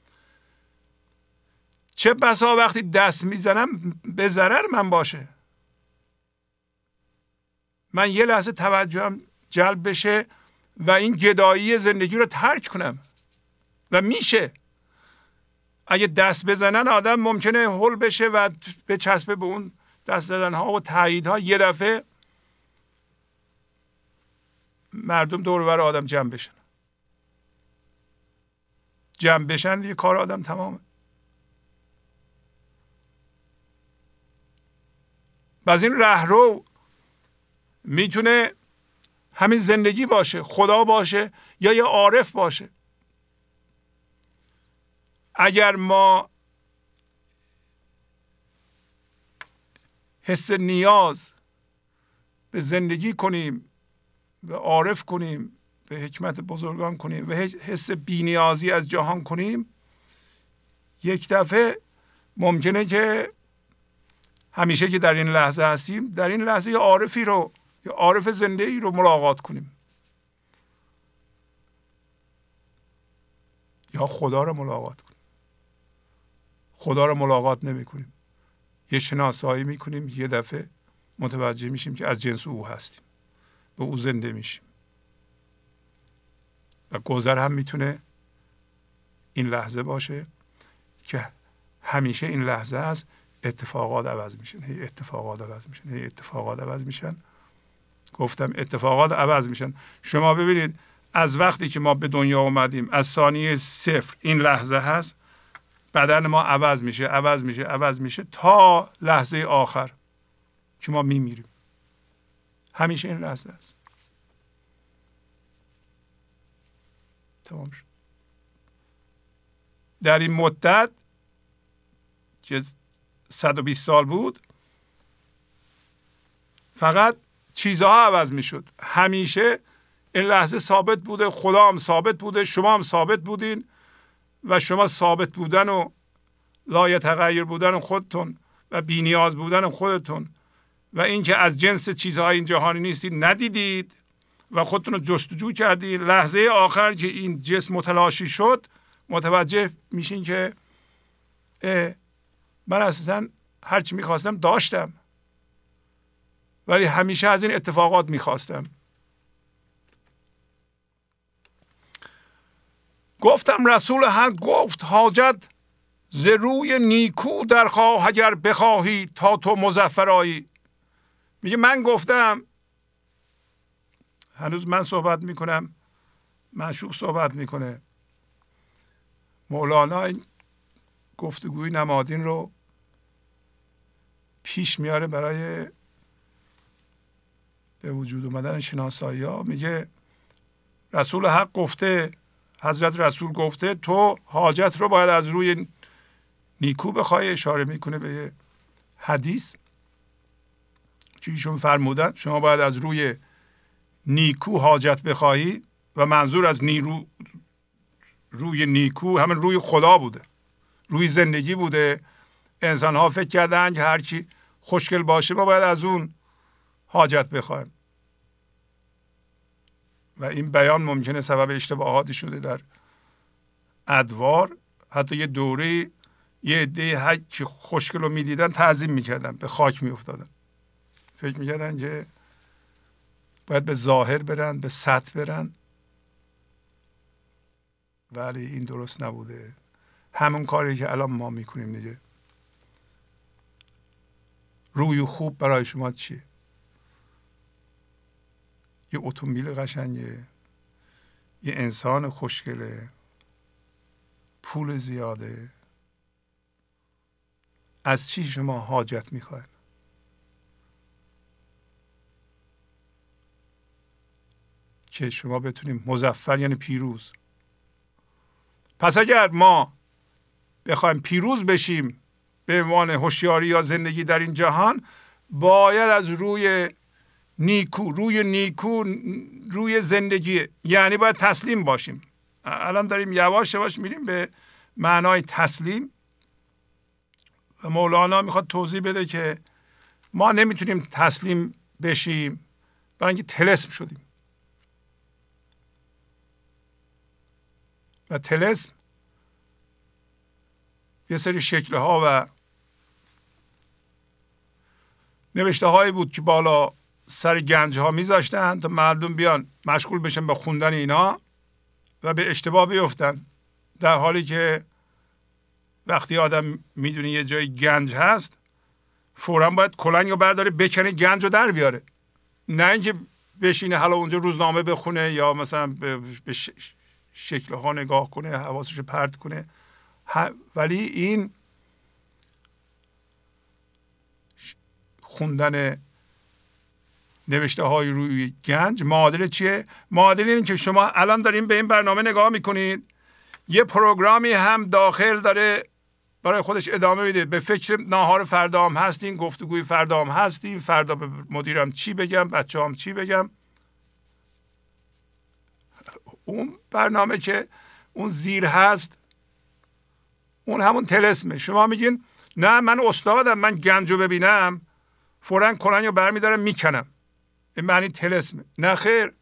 چه بسا وقتی دست میزنم به ضرر من باشه. من یه لحظه توجهم جلب بشه و این گدایی زندگی رو ترک کنم و میشه. اگه دست بزنن آدم ممکنه هول بشه و به چسبه به اون دست زدن ها و تایید ها. یه دفعه مردم دور و بر آدم جمع بشن. جمع بشن دیگه کار آدم تمامه. باز این رهرو میتونه همین زندگی باشه، خدا باشه، یا یه عارف باشه. اگر ما حس نیاز به زندگی کنیم، به عارف کنیم، به حکمت بزرگان کنیم و حس بی‌نیازی از جهان کنیم، یک دفعه ممکنه که همیشه که در این لحظه هستیم، در این لحظه یه عارفی رو، یه عارف زندگی رو ملاقات کنیم، یا خدا رو ملاقات کنیم. خدا رو ملاقات نمی کنیم، یه شناسایی می کنیم، یه دفعه متوجه میشیم که از جنس او هستیم، به او زنده میشیم. و گذر هم میتونه این لحظه باشه که همیشه این لحظه هست. اتفاقات عوض میشن، هی اتفاقات عوض میشن، هی اتفاقات عوض میشن. گفتم اتفاقات عوض میشن. شما ببینید از وقتی که ما به دنیا اومدیم، از ثانیه صفر این لحظه هست، بدن ما عوض میشه، عوض میشه، عوض میشه تا لحظه آخر که ما میمیریم. همیشه این لحظه است. تمام شد. در این مدت که 120 سال بود، فقط چیزها عوض میشد. همیشه این لحظه ثابت بوده، خدا هم ثابت بوده، شما هم ثابت بودین و شما ثابت بودن و لایتغیر بودن خودتون و بی‌نیاز بودن خودتون و اینکه از جنس چیزهای این جهانی نیستید ندیدید و خودتون رو جستجو کردید، لحظه آخر که این جسم متلاشی شد متوجه میشین که من اصلا هرچی میخواستم داشتم ولی همیشه از این اتفاقات میخواستم. گفتم رسول حق گفت حاجت ز روی نیکو در خواه اگر بخواهی تا تو مظفرایی. میگه من گفتم، هنوز من صحبت میکنم، معشوق صحبت میکنه. مولانا این گفتگوی نمادین رو پیش میاره برای به وجود اومدن شناسایی ها. میگه رسول حق گفته، حضرت رسول گفته تو حاجت رو باید از روی نیکو بخوای. اشاره میکنه به حدیث که ایشون فرمودن شما باید از روی نیکو حاجت بخواهی و منظور از روی نیکو همین روی خدا بوده، روی زندگی بوده. انسان ها فکر کردن که هرچی خوشگل باشه ما باید از اون حاجت بخوایم و این بیان ممکنه سبب اشتباهاتی شده در ادوار. حتی یه دوره یه عده هرچی خوشگل رو میدیدن تعظیم میکردن، به خاک میافتادن، فکر میکردن که باید به ظاهر برن، به سطح برن، ولی این درست نبوده. همون کاری که الان ما میکنیم دیگه. روی خوب برای شما چیه؟ یه اتومبیل قشنگه، یه انسان خوشگله، پول زیاده. از چی شما حاجت میخواید؟ که شما بتونیم مظفر یعنی پیروز. پس اگر ما بخوایم پیروز بشیم به عنوان هوشیاری یا زندگی در این جهان، باید از روی نیکو، روی زندگی، یعنی باید تسلیم باشیم. الان داریم یواش یواش میریم به معنای تسلیم و مولانا میخواد توضیح بده که ما نمیتونیم تسلیم بشیم برای اینکه طلسم شدیم و طلسم یه سری شکل‌ها و نوشته هایی بود که بالا سر گنج ها میذاشتن تا مردم بیان مشغول بشن به خوندن اینا و به اشتباه بیفتن، در حالی که وقتی آدم میدونه یه جای گنج هست فوراً باید کلنگ رو برداره بکنه گنج رو در بیاره، نه اینکه بشینه حالا اونجا روزنامه بخونه یا مثلا به شکل ها نگاه کنه، حواسش رو پرت کنه. ولی این خوندن نوشته های روی گنج معادل چیه؟ معادل اینه که شما الان دارین به این برنامه نگاه میکنید، یه پروگرامی هم داخل داره برای خودش ادامه میده. به فکر ناهار فردا هم هستین، گفتگوی فردا هم هستین، فردا به مدیرم چی بگم، بچه هم چی بگم. اون برنامه که اون زیر هست اون همون طلسمه. شما میگین نه من استادم، من گنجو ببینم فوراً کلنگو برمیدارم میکنم، این معنی طلسمه. نه خیر،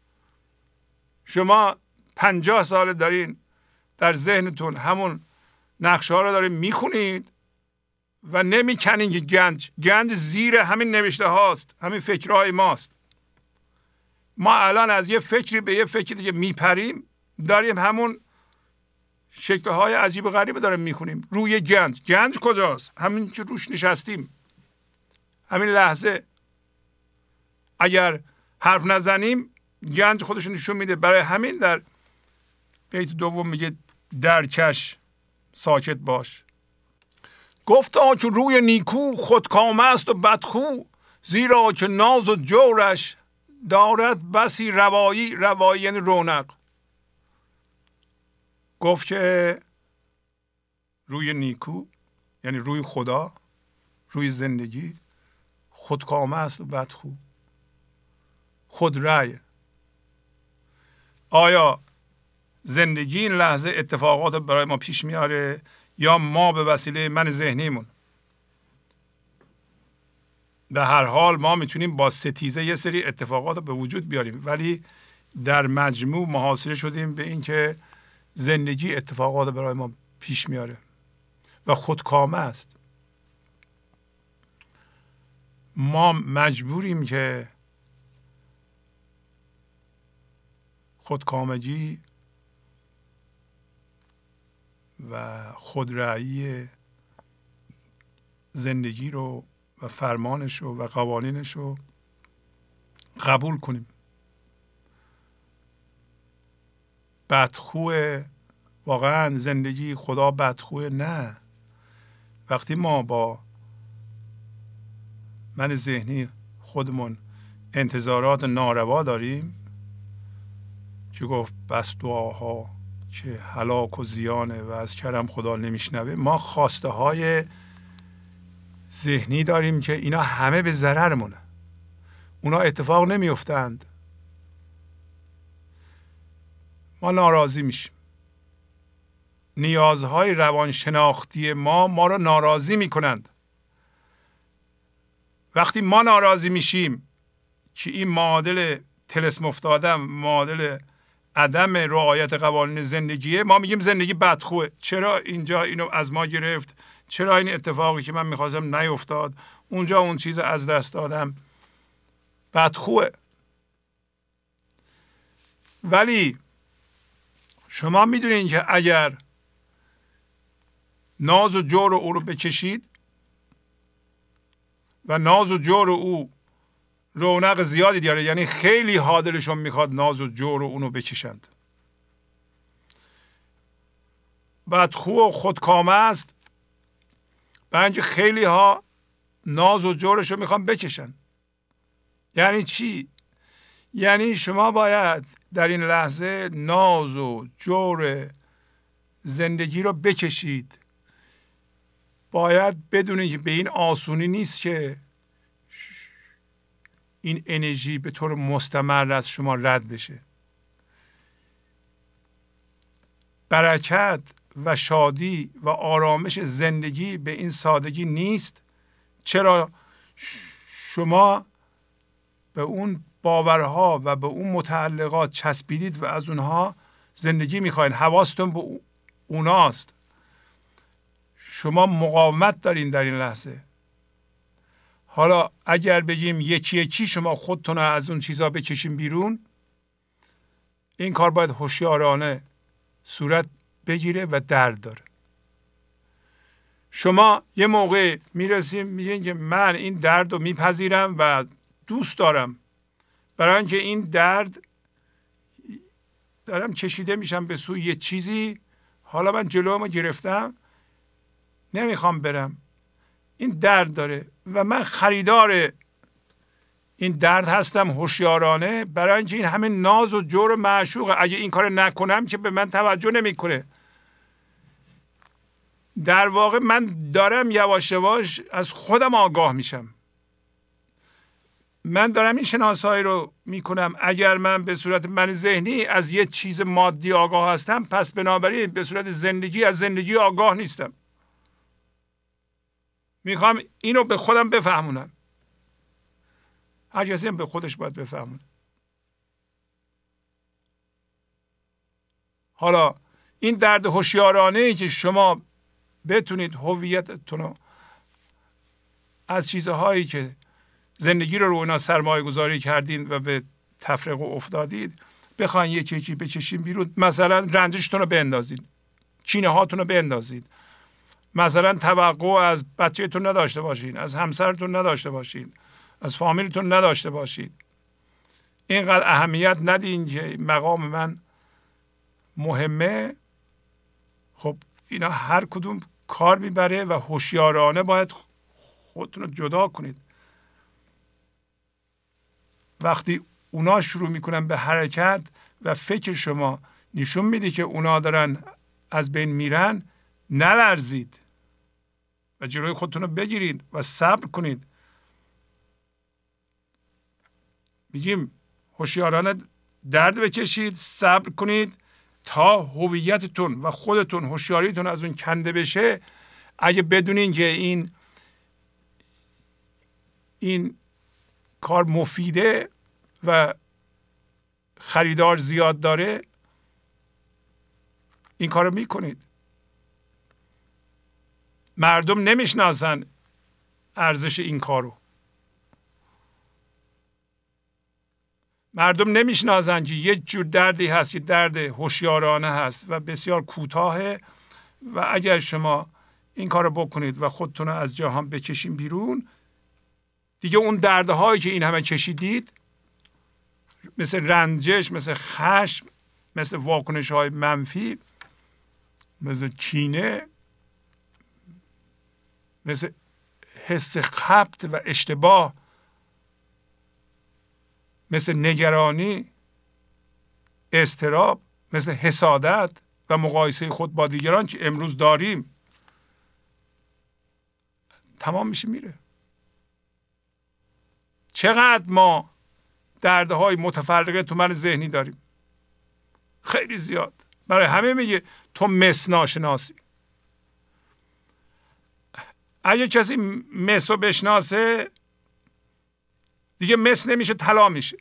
شما 50 سال دارین در ذهنتون همون نقشه ها رو دارین میخونید و نمیکنین که گنج زیر همین نوشته هاست، همین فکرهای ماست. ما الان از یه فکری به یه فکری دیگه میپریم، داریم همون شکل‌های عجیب و غریب داریم میخونیم روی گنج کجاست؟ همین که روش نشستیم، همین لحظه اگر حرف نزنیم گنج خودش نشون میده. برای همین در بیت دوم میگه درکش ساکت باش. گفتا که روی نیکو خودکام است و بدخو، زیرا که ناز و جورش دارد بسی روایی یعنی رونق. گفت که روی نیکو یعنی روی خدا، روی زندگی خودکامه است و بدخو، خود رأی. آیا زندگی این لحظه اتفاقات برای ما پیش میاره یا ما به وسیله من ذهنیمون. به هر حال ما میتونیم با ستیزه یه سری اتفاقات رو به وجود بیاریم، ولی در مجموع محاصره شدیم به این که زندگی اتفاقات برای ما پیش میاره و خودکامه است. ما مجبوریم که خودکامگی و خودرأیی زندگی رو و فرمانش رو و قوانینش رو قبول کنیم. بدخواه واقعا زندگی، خدا بدخواه نه. وقتی ما با من ذهنی خودمون انتظارات ناروا داریم که گفت بس دعاها که هلاک و زیانه و از کرم خدا نمیشنوه، ما خواسته های ذهنی داریم که اینا همه به ضررمونه، اونا اتفاق نمیافتند، ما ناراضی میشیم. نیازهای روانشناختی ما رو ناراضی میکنند. وقتی ما ناراضی میشیم که این معادل طلسم افتادن، معادل عدم رعایت قوانین زندگیه، ما میگیم زندگی بدخواه. چرا اینجا اینو از ما گرفت؟ چرا این اتفاقی که من میخواستم نیفتاد؟ اونجا اون چیز از دست دادم. بدخواه. ولی شما میدونین که اگر ناز و جور او رو بکشید و ناز و جور او رونق زیادی داره، یعنی خیلی ها دلشون میخواد ناز و جور اونو بکشند. بدخو و خودکامه است، برای اینکه خیلی ها ناز و جورش رو میخوان بکشن. یعنی چی؟ یعنی شما باید در این لحظه ناز و جور زندگی رو بکشید. باید بدونید که به این آسونی نیست که این انرژی به طور مستمر از شما رد بشه. برکت و شادی و آرامش زندگی به این سادگی نیست. چرا؟ شما به اون باورها و به اون متعلقات چسبیدید و از اونها زندگی میخواین. حواستون به اوناست. شما مقاومت دارین در این لحظه. حالا اگر بگیم یکی یکی شما خودتون از اون چیزا بکشیم بیرون، این کار باید هوشیارانه صورت بگیره و درد داره. شما یه موقع میرسیم میگین که من این درد رو میپذیرم و دوست دارم، برای اینکه این درد دارم کشیده میشم به سوی یه چیزی، حالا من جلومو گرفتم نمیخوام برم، این درد داره و من خریدار این درد هستم هوشیارانه، برای اینکه این همه ناز و جور و معشوقه. اگه این کار نکنم که به من توجه نمیکنه. در واقع من دارم یواش یواش از خودم آگاه میشم. من دارم این شناسایی رو میکنم. اگر من به صورت من ذهنی از یه چیز مادی آگاه هستم، پس بنابراین به صورت زندگی از زندگی آگاه نیستم. میخوام اینو به خودم بفهمونم. هر کسی هم به خودش باید بفهمونه. حالا این درد هوشیارانه ای که شما بتونید هویتتون رو از چیزهایی که زندگی رو اینا سرمایه گذاری کردین و به تفرقه افتادید بخواین یکی یکی بکشین بیرون. مثلا رنجشتون رو بندازید، کینه هاتون رو بندازید. مثلا توقع از بچه‌تون نداشته باشین، از همسرتون نداشته باشین، از فامیلتون نداشته باشید. اینقدر اهمیت ندین که مقام من مهمه. خب اینا هر کدوم کار میبره و هوشیارانه باید خودتون رو جدا کنید. وقتی اونا شروع میکنن به حرکت و فکر شما نشون میده که اونا دارن از بین میرن، نلرزید و جلوی خودتون رو بگیرید و صبر کنید. میگیم هوشیارانه درد بکشید، صبر کنید. تا هویتتون و خودتون هوشیاریتون از اون کنده بشه، اگه بدونین که این کار مفیده و خریدار زیاد داره، این کارو میکنید. مردم نمیشناسن ارزش این کارو. مردم نمیشناسن که یک جور دردی هست که درد هوشیارانه هست و بسیار کوتاهه و اگر شما این کارو بکنید و خودتون رو از جهان بکشین بیرون، دیگه اون دردهایی که این همه کشیدید، مثل رنجش، مثل خشم، مثل واکنش های منفی، مثل کینه، مثل حس خبط و اشتباه، مثل نگرانی، اضطراب، مثل حسادت و مقایسه خود با دیگران که امروز داریم، تمام میشه میره. چقدر ما دردهای متفرقه تو من ذهنی داریم؟ خیلی زیاد. برای همه میگه تو مس ناشناسی. اگه کسی مس رو بشناسه دیگه مس نمیشه، طلا میشه.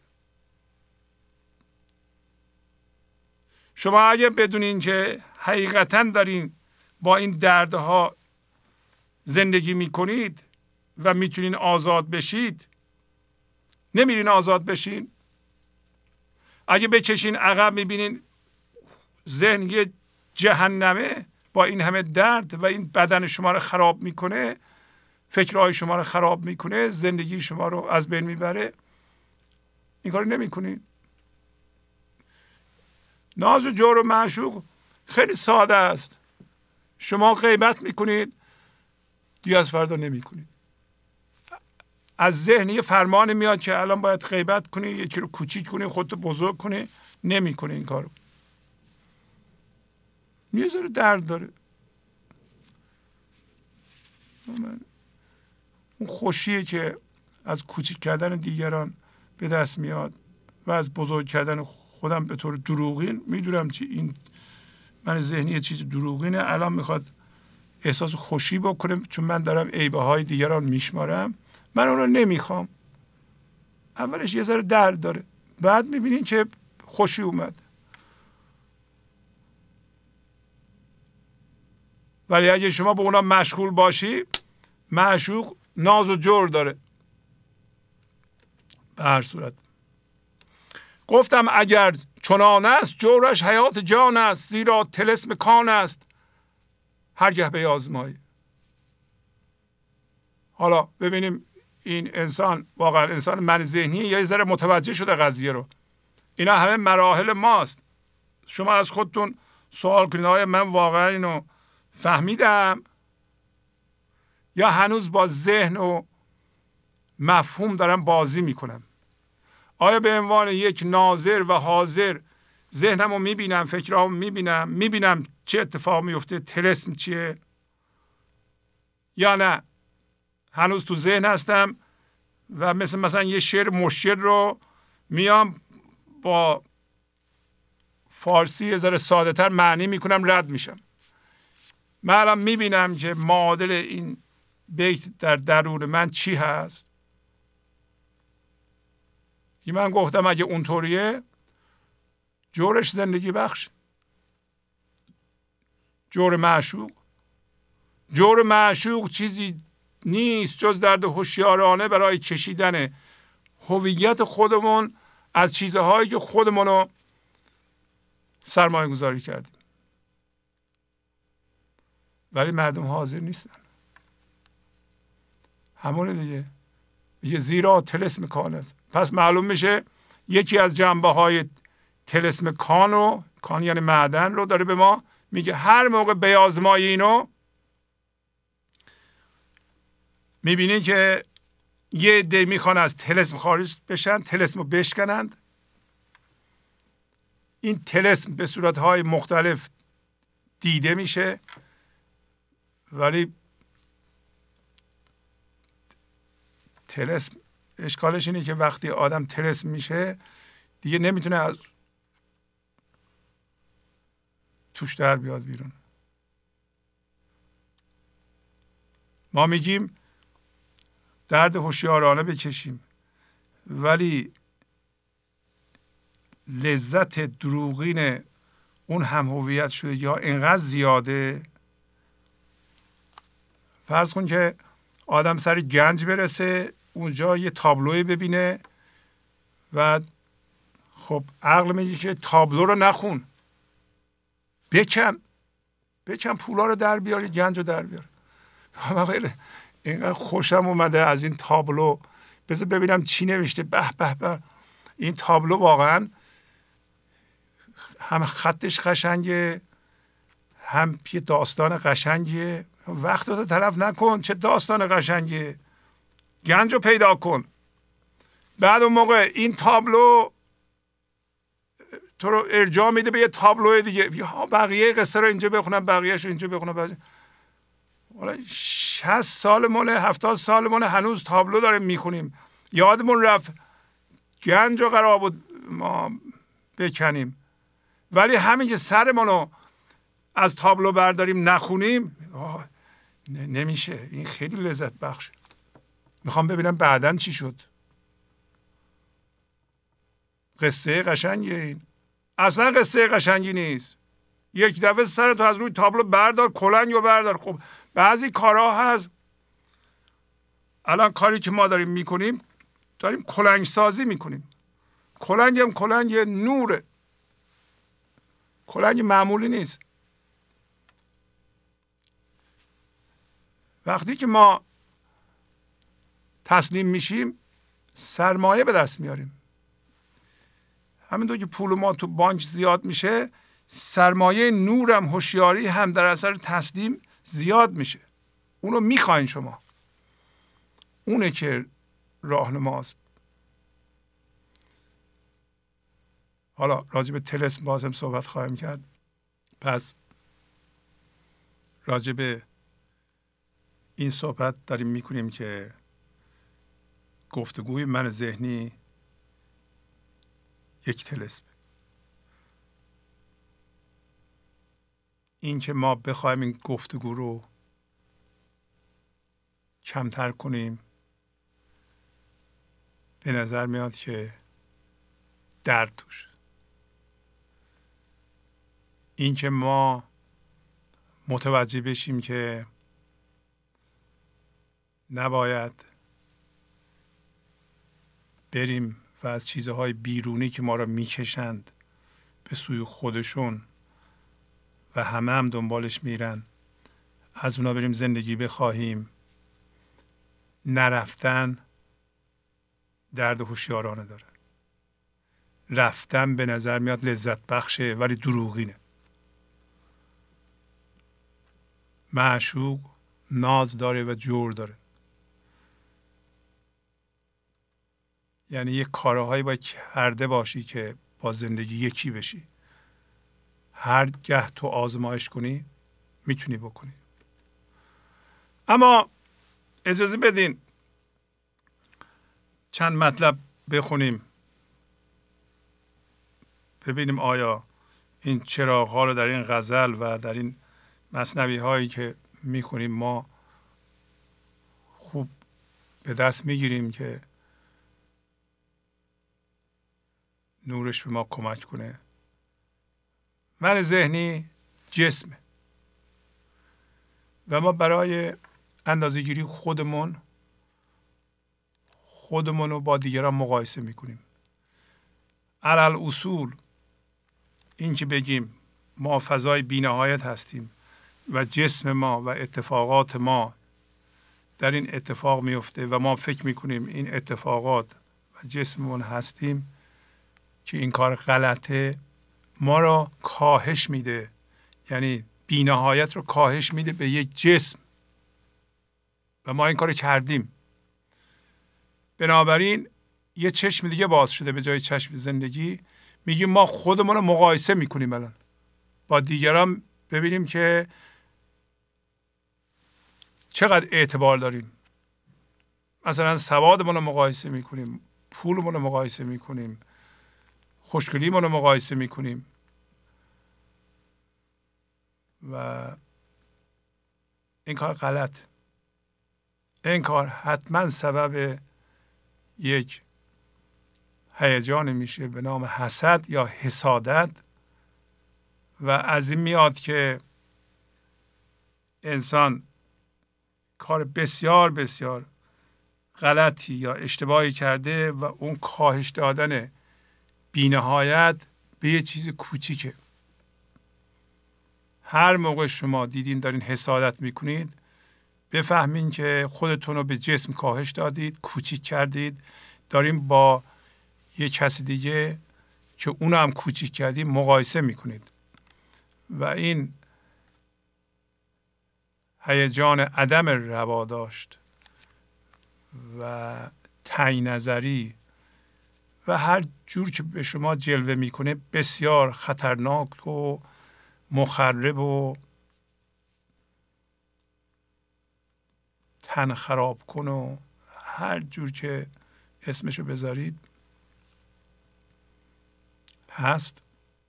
شما اگه بدونین که حقیقتا دارین با این دردها زندگی میکنید و میتونین آزاد بشید، نمیرین آزاد بشین. اگه بچشین عقب میبینین ذهن یه جهنمه با این همه درد و این بدن شما رو خراب میکنه، فکرهای شما رو خراب میکنه، زندگی شما رو از بین میبره، این کار نمیکنین. ناز و جور و معشوق خیلی ساده است. شما غیبت میکنید، دیگه از فردا نمیکنید. از ذهن یه فرمان میاد که الان باید غیبت کنی، یکی رو کوچیک کنی، خودتو بزرگ کنی، نمیکنی این کارو. یه ذره درد داره. اون خوشیه که از کوچیک کردن دیگران به دست میاد و از بزرگ کردن خودم به طور دروغین. میدونم که این من ذهنی یه چیز دروغینه، الان میخواد احساس خوشی بکنه چون من دارم عیبه های دیگران میشمارم. من اون رو نمیخوام. اولش یه ذره درد داره، بعد میبینین که خوشی اومد. ولی اگه شما به اونا مشغول باشی، معشوق ناز و جور داره. به هر صورت گفتم اگر چنان است، جورش حیات جان است، زیرا طلسم کان است هرگه به آزمایی. حالا ببینیم این انسان واقعا انسان من ذهنیه یا یه ذره متوجه شده قضیه رو. اینا همه مراحل ماست. شما از خودتون سوال کنید آیا من واقعا اینو فهمیدم یا هنوز با ذهن و مفهوم دارم بازی میکنم؟ آیا به عنوان یک ناظر و حاضر ذهنم رو میبینم، فکرام میبینم چه اتفاق میفته، طلسم چیه، یا نه هنوز تو ذهن هستم و مثلا یه شعر مشکل رو میام با فارسی یه ذره ساده تر معنی میکنم، رد میشم. من الان میبینم که معادل این بیت در درون من چی هست. من گفتم اگه اونطوریه جورش زندگی بخش. جور معشوق چیزی نیست جز درد هوشیارانه برای کشیدن هویت خودمون از چیزهایی که خودمونو سرمایه گذاری کردیم. ولی مردم حاضر نیستن. همونه دیگه. میگه زیرا طلسم کان است. پس معلوم میشه یکی از جنبه های طلسم کان یعنی معدن رو داره به ما میگه. هر موقع بیازمایی اینو میبینین که یه عده میخوان از طلسم خارج بشن، طلسم رو بشکنند. این طلسم به صورتهای مختلف دیده میشه، ولی طلسم اشکالش اینه که وقتی آدم طلسم میشه دیگه نمیتونه از توش در بیاد بیرون. ما میگیم درد هوشیارانه بکشیم، ولی لذت دروغین اون هم هویت شدگی ها اینقدر زیاده. فرض کن که آدم سر گنج برسه، اونجا یه تابلوی ببینه و خب عقل میگه که تابلو رو نخون، بکن پولا رو در بیاری، گنج رو در بیار. اینقدر خوشم اومده از این تابلو، بذار ببینم چی نوشته. به به به، این تابلو واقعا هم خطش قشنگه، هم یه داستان قشنگه. وقت رو تلف نکن، چه داستان قشنگه، گنج رو پیدا کن. بعد اون موقع این تابلو تو رو ارجاع میده به یه تابلو دیگه، بقیه قصه رو اینجا بخونم، بقیهش رو اینجا بخونم. 60 سالمونه، 70 سالمونه، هنوز تابلو داریم میخونیم. یادمون رفت گنج و قرار بود ما بکنیم، ولی همین که سرمونو از تابلو برداریم نخونیم نمیشه. این خیلی لذت بخشه. میخوام ببینم بعدن چی شد. قصه قشنگه این. اصلا قصه قشنگی نیست. یک دفعه سرتو از روی تابلو بردار، کلنگ رو بردار. خب بعضی کارها هست، الان کاری که ما داریم میکنیم، داریم کلنگ سازی میکنیم. کلنگ هم کلنگ نوره، کلنگ معمولی نیست. وقتی که ما تسلیم میشیم سرمایه به دست میاریم. همینطور که پول ما تو بانک زیاد میشه، سرمایه نورم، هوشیاری هم در اثر تسلیم زیاد میشه. اونو میخواین شما، اونه که راهنماست. حالا راجع به طلسم بازم صحبت خواهیم کرد. پس راجع به این صحبت داریم میکنیم که گفتگوی من ذهنی یک طلسم. این که ما بخوایم این گفتگو رو کمتر کنیم، به نظر میاد که درد توش. این که ما متوجه بشیم که نباید بریم و از چیزهای بیرونی که ما را میکشند به سوی خودشون و همه هم دنبالش میرن، از اونا بریم زندگی بخواهیم. نرفتن درد هوشیارانه داره. رفتن به نظر میاد لذت بخشه، ولی دروغینه. معشوق ناز داره و جور داره. یعنی یک کارهایی باید کرده باشی که با زندگی یکی بشی. هر گه تو آزمایش کنی میتونی بکنی. اما اجازه بدین چند مطلب بخونیم، ببینیم آیا این چراغ ها رو در این غزل و در این مثنوی هایی که میخونیم ما خوب به دست میگیریم که نورش به ما کمک کنه. من ذهنی جسمه و ما برای اندازه‌گیری خودمون رو با دیگران مقایسه میکنیم. علل اصول این که بگیم ما فضای بی‌نهایت هستیم و جسم ما و اتفاقات ما در این اتفاق میفته و ما فکر میکنیم این اتفاقات و جسممون هستیم، که این کار غلطه. ما را کاهش میده، یعنی بی‌نهایت رو کاهش میده به یک جسم و ما این کار کردیم. بنابراین یه چشم دیگه باز شده به جای چشم زندگی. میگیم ما خودمون رو مقایسه میکنیم الان با دیگران، ببینیم که چقدر اعتبار داریم. مثلا سوادمون رو مقایسه میکنیم، پولمون رو مقایسه میکنیم، خوشگلیمون رو مقایسه میکنیم. و این کار غلط. این کار حتما سبب یک هیجان میشه به نام حسد یا حسادت و از این میاد که انسان کار بسیار بسیار غلطی یا اشتباهی کرده و اون کاهش دادن بی‌نهایت به یه چیز کوچیکه. هر موقع شما دیدین دارین حسادت میکنید بفهمین که خودتون رو به جسم کاهش دادید، کوچیک کردید، دارین با یه کسی دیگه که اونو هم کوچیک کردید مقایسه میکنید و این هیجان عدم رواداشت و تعیین نظری و هر جور که به شما جلوه میکنه بسیار خطرناک و مخرب و تن خراب کن و هر جور که اسمشو بذارید هست.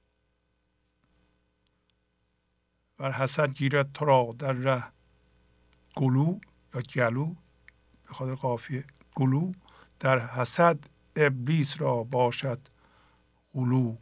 و حسد گیرد تو را در ره گلو یا گلو، به خاطر قافیه گلو، در حسد ابلیس را باشد غلو.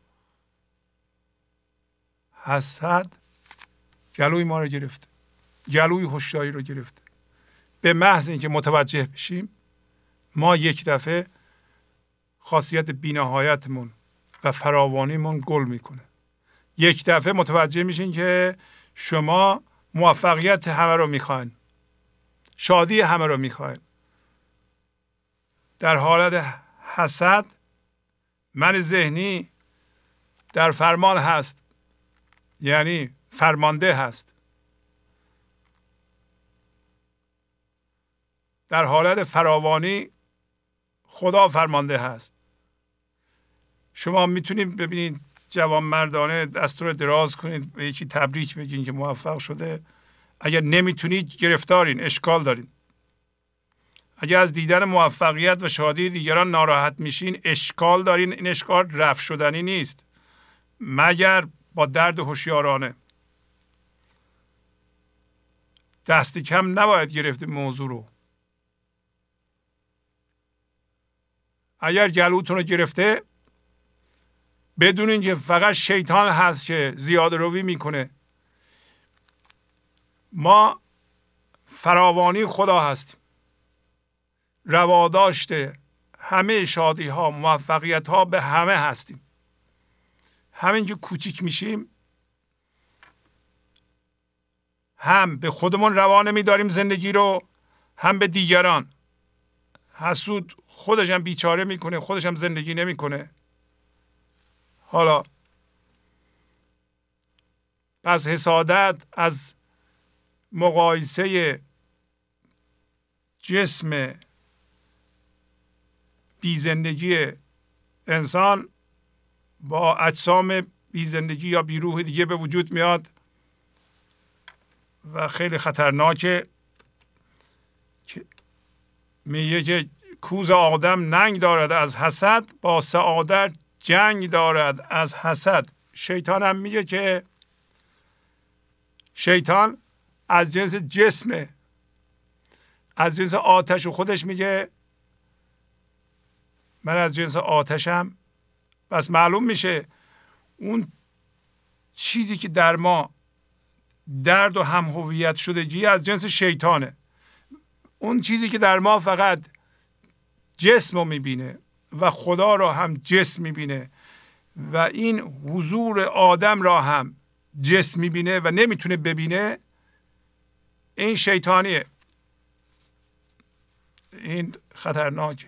حسد گلوی ما رو گرفته، گلوی هوشیاری رو گرفته. به محض اینکه متوجه بشیم ما یک دفعه خاصیت بی‌نهایتمون و فراوانیمون گل میکنه. یک دفعه متوجه میشین که شما موفقیت همه رو میخواین، شادی همه رو میخواین. در حالت حسد من ذهنی در فرمان هست، یعنی فرمانده هست. در حالت فراوانی خدا فرمانده هست. شما میتونید ببینید جوان مردانه دست رو دراز کنید به یکی تبریک بگین که موفق شده. اگر نمیتونید گرفتارین، اشکال دارین. اگر از دیدن موفقیت و شادی دیگران ناراحت میشین اشکال دارین. این اشکال رفع شدنی نیست مگر با درد هوشیارانه. دست کم نباید گرفت موضوع رو. اگر گلوتون رو گرفته بدونین که فقط شیطان هست که زیاده روی میکنه. ما فراوانی خدا هستیم. رواداشت همه شادی ها، موفقیت ها به همه هستیم. همین که کوچیک میشیم هم به خودمون روا نمیداریم زندگی رو، هم به دیگران. حسود خودش هم بیچاره میکنه، خودش هم زندگی نمیکنه. حالا پس حسادت از مقایسه جسم بی زندگی انسان با اجسام بی زندگی یا بی روح دیگه به وجود میاد و خیلی خطرناکه. که میگه که کوز آدم ننگ دارد از حسد، با سعادت جنگ دارد از حسد. شیطان هم میگه که شیطان از جنس جسمه، از جنس آتش، و خودش میگه من از جنس آتشم. پس معلوم میشه اون چیزی که در ما درد و هم هویت شدگی از جنس شیطانه. اون چیزی که در ما فقط جسم رو میبینه و خدا را هم جسم میبینه و این حضور آدم را هم جسم میبینه و نمیتونه ببینه، این شیطانیه. این خطرناکه.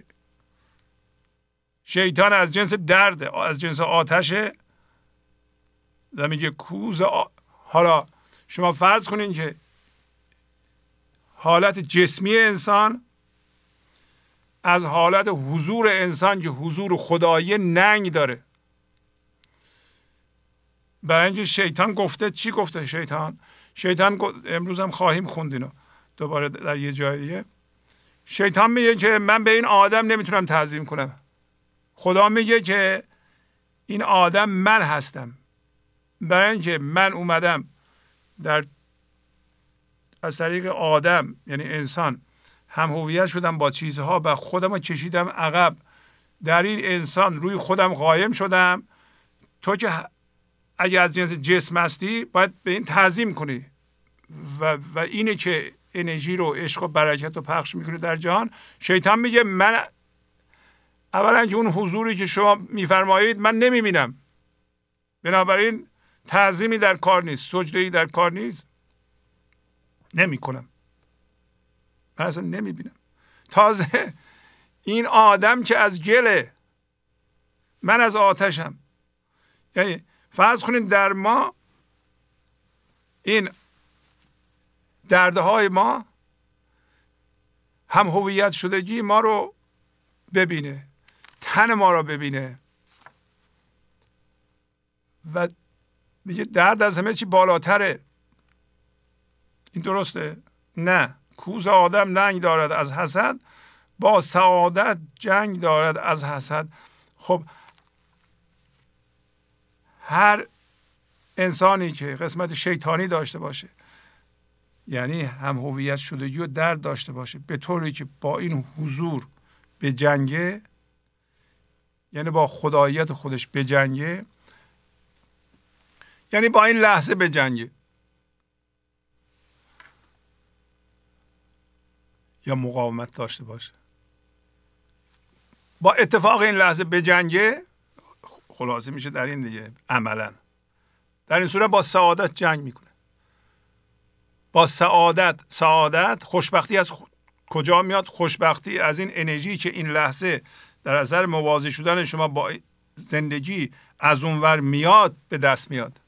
شیطان از جنس درد، از جنس آتشه و میگه کوز حالا شما فرض کنین که حالت جسمی انسان از حالت حضور انسان که حضور خدایی ننگ داره. برای اینکه شیطان گفته، چی گفته شیطان امروز هم خواهیم خوند اینو دوباره در یه جای دیگه. شیطان میگه که من به این آدم نمیتونم تعظیم کنم. خدا میگه که این آدم من هستم. برای اینکه من اومدم از طریق آدم یعنی انسان هم هویت شدم با چیزها و خودم رو کشیدم عقب. در این انسان روی خودم قایم شدم. تو که اگه از جنس جسم هستی باید به این تعظیم کنی و اینه که انرژی رو، عشق و برکت رو پخش میکنه در جهان. شیطان میگه من اولا که اون حضوری که شما میفرمایید من نمیبینم، بنابراین تعظیمی در کار نیست، سجده‌ای در کار نیست، نمیکنم، من اصلا نمیبینم. تازه این آدم که از گله، من از آتشم. یعنی فرض کنید در ما این دردهای ما هم هویت شدگی ما رو ببینه، تن ما رو ببینه و میگه درد از همه چی بالاتره. این درسته؟ نه. کوز آدم ننگ دارد از حسد، با سعادت جنگ دارد از حسد. خب هر انسانی که قسمت شیطانی داشته باشه، یعنی هم هویت شدگی و درد داشته باشه، به طوری که با این حضور به جنگه، یعنی با خداییت خودش به جنگه، یعنی با این لحظه به جنگه یا مقاومت داشته باشه، با اتفاق این لحظه به جنگه، خلاصه میشه در این دیگه عملا در این صورت با سعادت جنگ میکنه. با سعادت خوشبختی از کجا میاد؟ خوشبختی از این انرژی که این لحظه در اثر موازی شدن شما با زندگی از اونور میاد به دست میاد.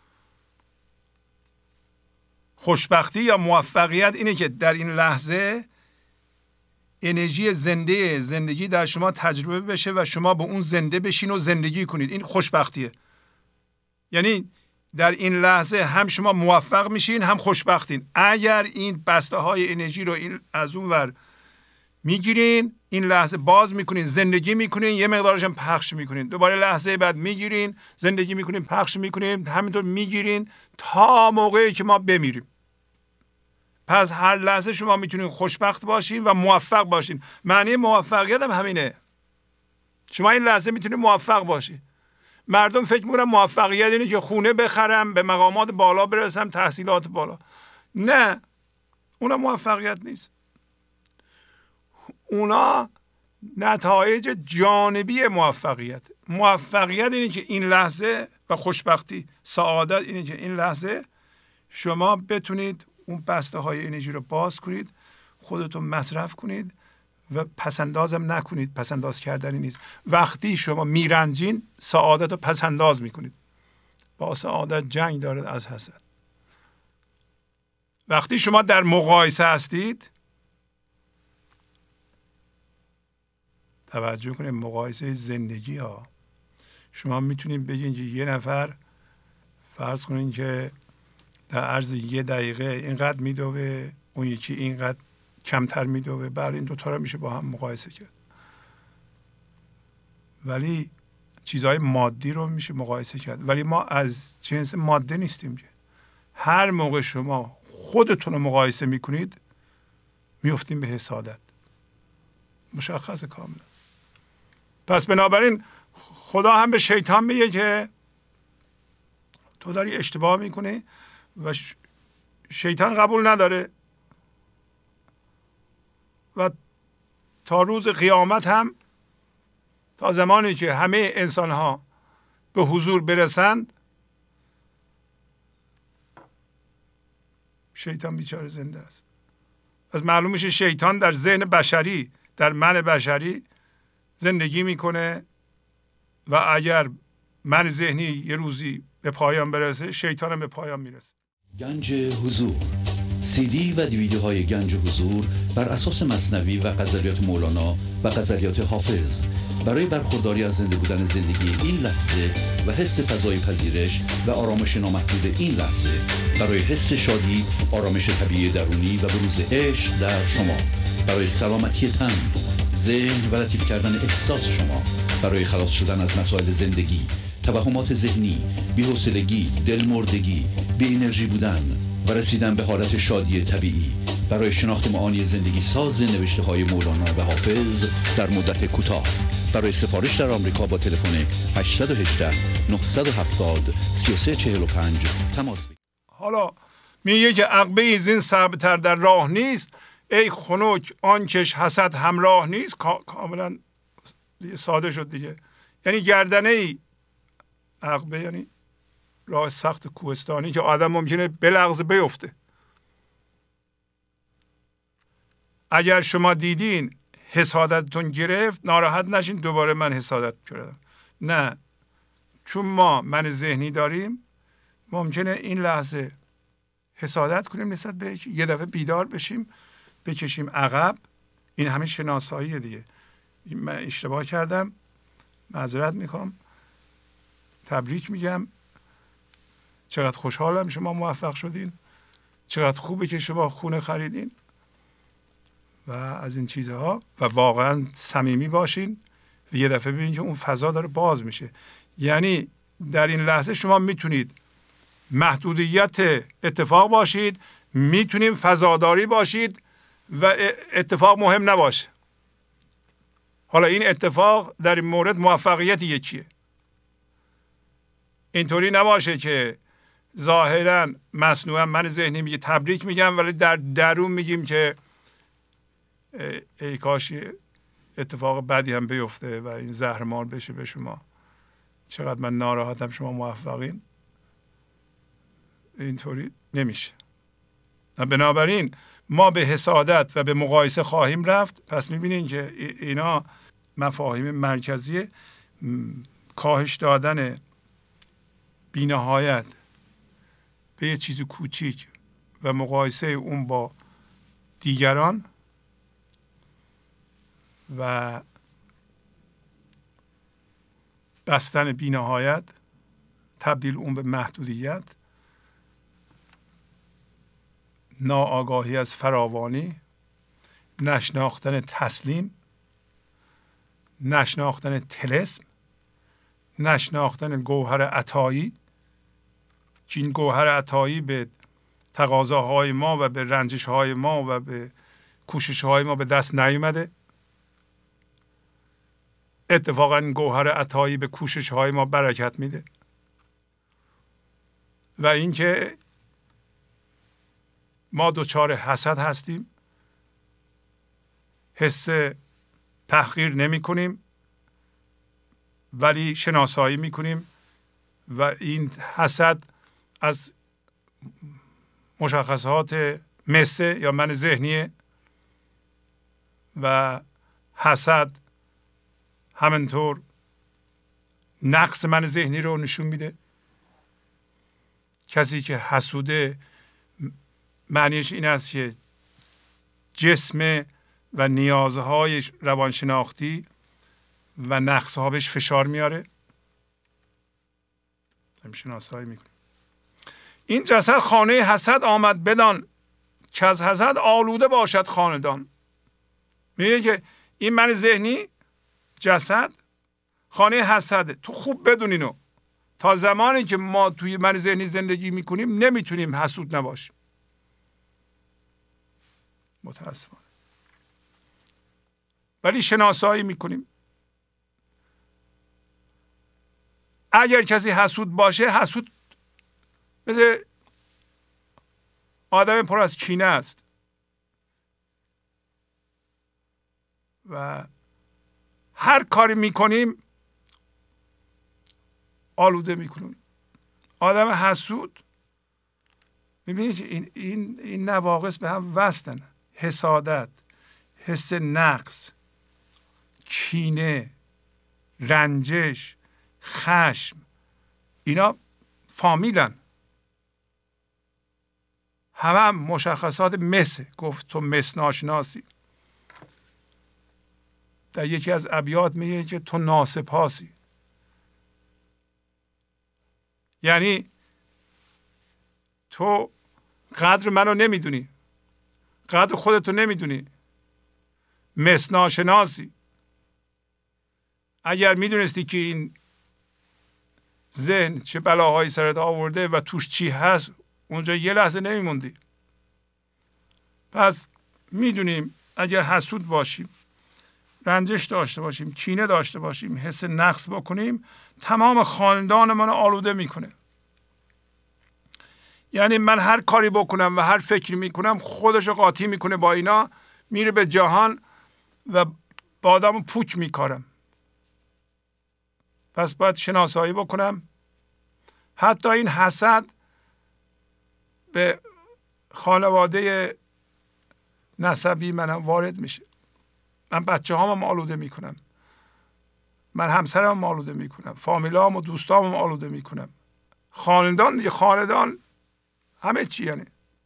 خوشبختی یا موفقیت اینه که در این لحظه انرژی زندگی در شما تجربه بشه و شما به اون زنده بشین و زندگی کنید. این خوشبختیه. یعنی در این لحظه هم شما موفق میشین هم خوشبختین. اگر این بسته های انرژی رو از اون ور میگیرین، این لحظه باز میکنین، زندگی میکنین، یه مقدارش هم پخش میکنین، دوباره لحظه بعد میگیرین، زندگی میکنین، پخش میکنین، همینطور میگیرین تا موقعی که ما بمیریم. پس هر لحظه شما میتونین خوشبخت باشین و موفق باشین. معنی موفقیت هم همینه. شما این لحظه میتونین موفق باشین. مردم فکر میکنن موفقیت اینه که خونه بخرم، به مقامات بالا برسم، تحصیلات بالا. نه، اونا موفقیت نیست. اونا نتایج جانبی موفقیت. موفقیت اینه که این لحظه و خوشبختی، سعادت اینه که این لحظه شما بتونید اون بسته های انرژی رو باز کنید، خودتون مصرف کنید و پسندازم نکنید. پسنداز کردنی نیست. وقتی شما میرنجین سعادت رو پسنداز میکنید. با سعادت جنگ دارد از حسد. وقتی شما در مقایسه هستید، توجه کنید، مقایسه زندگی ها، شما میتونید بگین که یه نفر فرض کنید که در عرض 1 دقیقه اینقدر میدوه، اون یکی اینقدر کمتر میدوه، بعد این دوتا رو میشه با هم مقایسه کرد. ولی چیزهای مادی رو میشه مقایسه کرد. ولی ما از جنس ماده نیستیم که. هر موقع شما خودتون رو مقایسه میکنید میفتیم به حسادت. مشخصه کاملا. پس بنابراین خدا هم به شیطان میگه که تو داری اشتباه میکنی و شیطان قبول نداره و تا روز قیامت هم، تا زمانی که همه انسان ها به حضور برسند، شیطان بیچاره زنده است. از معلوم میشه شیطان در ذهن بشری، در من بشری زندگی میکنه و اگر من ذهنی یه روزی به پایان برسه، شیطان هم به پایان میرسه. گنج حضور، CD و دیویدیوهای گنج حضور بر اساس مثنوی و غزلیات مولانا و غزلیات حافظ برای برخورداری از زنده بودن زندگی این لحظه و حس فضای پذیرش و آرامش نامحدود این لحظه، برای حس شادی، آرامش طبیعی درونی و بروز عشق در شما، برای سلامتی تن، ذهن و لطیف کردن احساس شما، برای خلاص شدن از مسائل زندگی، توهمات ذهنی، بی‌حوصلگی، دلمردگی، به انرژی بودن و رسیدن به حالت شادی طبیعی برای شناخت معانی زندگی ساز نوشته های مولانا و حافظ در مدت کوتاه. برای سفارش در آمریکا با تلفن 818 970 3345 تماس بگیرید. حالا میگه که عقبه زین صعب‌تر در راه نیست، ای خنک آنکش حسد همراه نیست. کاملا ساده شد دیگه. یعنی گردنه ای عقبه، یعنی راه سخت کوهستانی که آدم ممکنه بلغزه بیفته. اگر شما دیدین حسادتتون گرفت، ناراحت نشین دوباره من حسادت کردم. نه، چون ما من ذهنی داریم ممکنه این لحظه حسادت کنیم نسبت به یه دفعه بیدار بشیم بکشیم عقب. این همه شناساییه دیگه. من اشتباه کردم، معذرت میخوام، تبریک میگم، چقدر خوشحالم شما موفق شدین، چقدر خوبه که شما خونه خریدین و از این چیزها، و واقعا صمیمی باشین و یه دفعه ببینید که اون فضا داره باز میشه. یعنی در این لحظه شما میتونید محدودیت اتفاق باشید، میتونید فضاداری باشید و اتفاق مهم نباشه. حالا این اتفاق در این مورد موفقیت یکیه. اینطوری نباشه که ظاهرا مصنوعا من ذهنی میگه تبریک میگم، ولی در درون میگیم که ای کاش اتفاق بدی هم بیفته و این زهرمار بشه به شما. چقدر من ناراحتم شما موفقین. اینطوری نمیشه. بنابراین ما به حسادت و به مقایسه خواهیم رفت. پس میبینین که اینا مفاهیم مرکزی کاهش دادن بی‌نهایت به یه چیز کوچیک و مقایسه اون با دیگران و بستن بی‌نهایت، تبدیل اون به محدودیت، ناآگاهی از فراوانی، نشناختن تسلیم، نشناختن طلسم، نشناختن گوهر عطایی. که این گوهر عطایی به تقاضاهای ما و به رنجش‌های ما و به کوشش‌های ما به دست نیامده. اتفاقا این گوهر عطایی به کوشش‌های ما برکت میده. و اینکه ما دچار حسد هستیم، حس تحقیر نمی کنیم ولی شناسایی می کنیم و این حسد از مشخصات مسه یا من ذهنیه و حسد همینطور نقص من ذهنی رو نشون میده. کسی که حسوده معنیش این است که جسم و نیازهای روانشناختی و نقصها بهش فشار میاره. شناسایی میکنه. این جسد خانه حسد آمد بدان که از حسد آلوده باشد خاندان. میگه که این من ذهنی جسد خانه حسده. تو خوب بدون اینو. تا زمانی که ما توی من ذهنی زندگی میکنیم نمیتونیم حسود نباشیم. متاسفانه. ولی شناسایی میکنیم. اگر کسی حسود باشه، حسود مثل آدم پر از کینه است و هر کاری میکنیم آلوده میکنیم. آدم حسود میبینید که این نواقص به هم وصلن. حسادت، حس نقص، کینه، رنجش، خشم، اینا فامیلن. همه مشخصات مس. گفت تو مس ناشناسی. در یکی از ابیات میگه که تو ناسپاسی. یعنی تو قدر منو نمیدونی، قدر خودتو نمیدونی، مس ناشناسی. اگر میدونستی که این ذهن چه بلاهایی سرت آورده و توش چی هست، اونجا یه لحظه نمیموندی. پس میدونیم اگر حسود باشیم، رنجش داشته باشیم، کینه داشته باشیم، حس نقص بکنیم، تمام خاندان من آلوده میکنه. یعنی من هر کاری بکنم و هر فکری میکنم خودشو قاطی میکنه با اینا، میره به جهان و با آدمو پوچ میکارم. پس باید شناسایی بکنم. حتی این حسد به خانواده نسبی منم وارد میشه. من بچه هامم آلوده میکنم، من همسرم آلوده میکنم، فامیلام و دوستامم آلوده میکنم. خاندان دیگه، خاندان همه چی یعنی.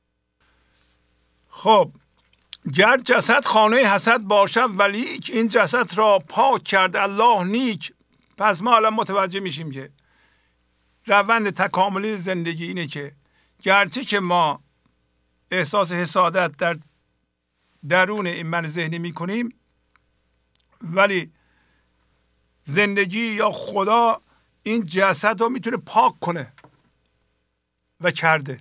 خب گر جسد خانه حسد باشد ولیک، این جسد را پاک کرده الله نیک. پس ما الان متوجه میشیم که روند تکاملی زندگی اینه که گرچه که ما احساس حسادت در درون این من ذهنی میکنیم، ولی زندگی یا خدا این جسد رو میتونه پاک کنه و کرده.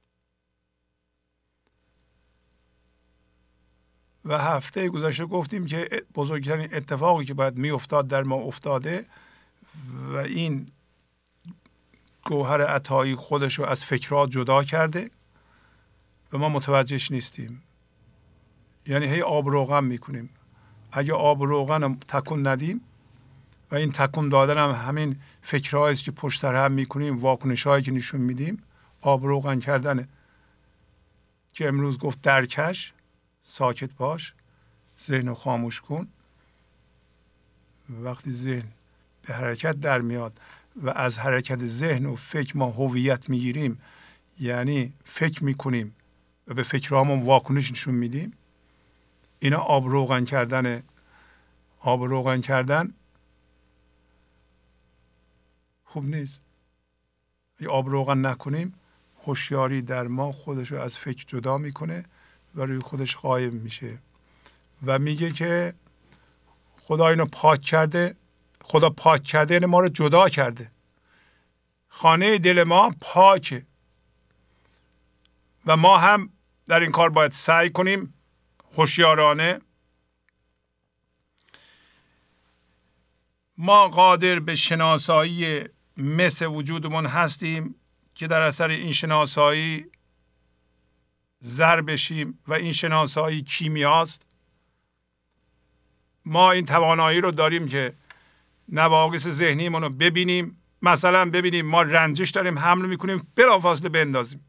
و هفته گذشته گفتیم که بزرگترین اتفاقی که باید میافتاد در ما افتاده و این گوهر عطایی خودش رو از فکرات جدا کرده و ما متوجهش نیستیم. یعنی هی آب روغن میکنیم. اگه آب روغن تکون ندیم و این تکون دادن هم همین فکرهایی است که پشت سر هم میکنیم، واکنشهایی که نشون میدیم، آب روغن کردنه. که امروز گفت درکش، ساکت باش، ذهن رو خاموش کن. وقتی ذهن به حرکت در میاد و از حرکت ذهن و فکر ما هویت میگیریم، یعنی فکر میکنیم و به فکرهامون واکنش نشون میدیم، اینا آب روغن کردنه. آب روغن کردن خوب نیست. اگه آب روغن نکنیم، هوشیاری در ما خودش رو از فکر جدا میکنه و روی خودش غایب میشه و میگه که خدا اینو پاک کرده. خدا پاک کرده یعنی ما رو جدا کرده. خانه دل ما پاکه و ما هم در این کار باید سعی کنیم هوشیارانه. ما قادر به شناسایی مس وجودمون هستیم که در اثر این شناسایی زر بشیم و این شناسایی کیمیاست. ما این توانایی رو داریم که نواقص ذهنیمون رو ببینیم. مثلا ببینیم ما رنجش داریم، حمله میکنیم، بلافاصله بندازیم.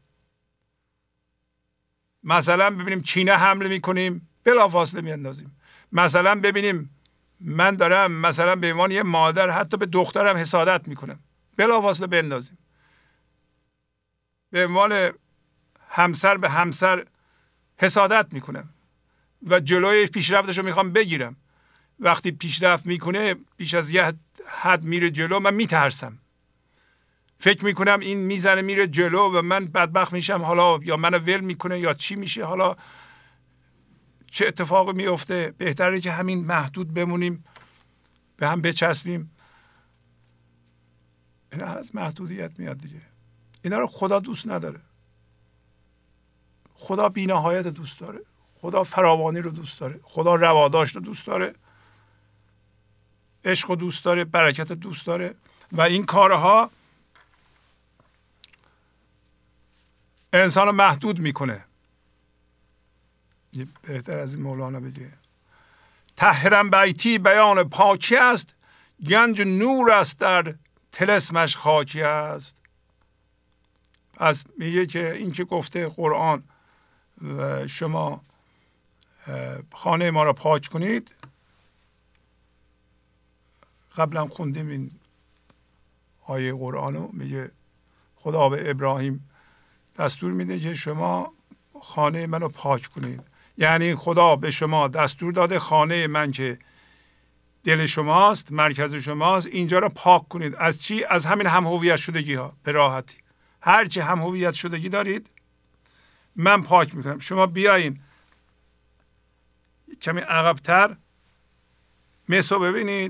مثلا ببینیم کینه حمله میکنیم، بلافاصله میاندازیم. مثلا ببینیم من دارم مثلا به عنوان یه مادر حتی به دخترم حسادت میکنم، بلافاصله بندازیم. به عنوان همسر به همسر حسادت میکنم و جلوی پیشرفتش رو میخوام بگیرم. وقتی پیشرفت میکنه بیش از یه حد میره جلو، من میترسم. فکر میکنم این میزنه میره جلو و من بدبخت میشم، حالا یا منو ول میکنه یا چی میشه، حالا چه اتفاقی میفته. بهتره که همین محدود بمونیم، به هم بچسبیم. اینا از محدودیت میاد دیگه. اینا رو خدا دوست نداره. خدا بی‌نهایت دوست داره. خدا فراوانی رو دوست داره. خدا رواداشت رو دوست داره. عشق رو دوست داره. برکت رو دوست داره. و این کارها انسان رو محدود میکنه. بهتر از این مولانا بگه طهرم بیتی بیان پاکی است، گنج نور است در طلسمش خاکی است. پس میگه که این که گفته قرآن و شما خانه ما را پاک کنید، قبلا خوندیم این آیه قرآنو. میگه خدا به ابراهیم دستور میده که شما خانه منو پاک کنید. یعنی خدا به شما دستور داده خانه من که دل شماست، مرکز شماست، اینجا رو پاک کنید. از چی؟ از همین هم هویت شدگی ها. به راحتی هرچی هم هویت شدگی دارید من پاک میکنم. شما بیاین کمی عقب‌تر مسو ببینید،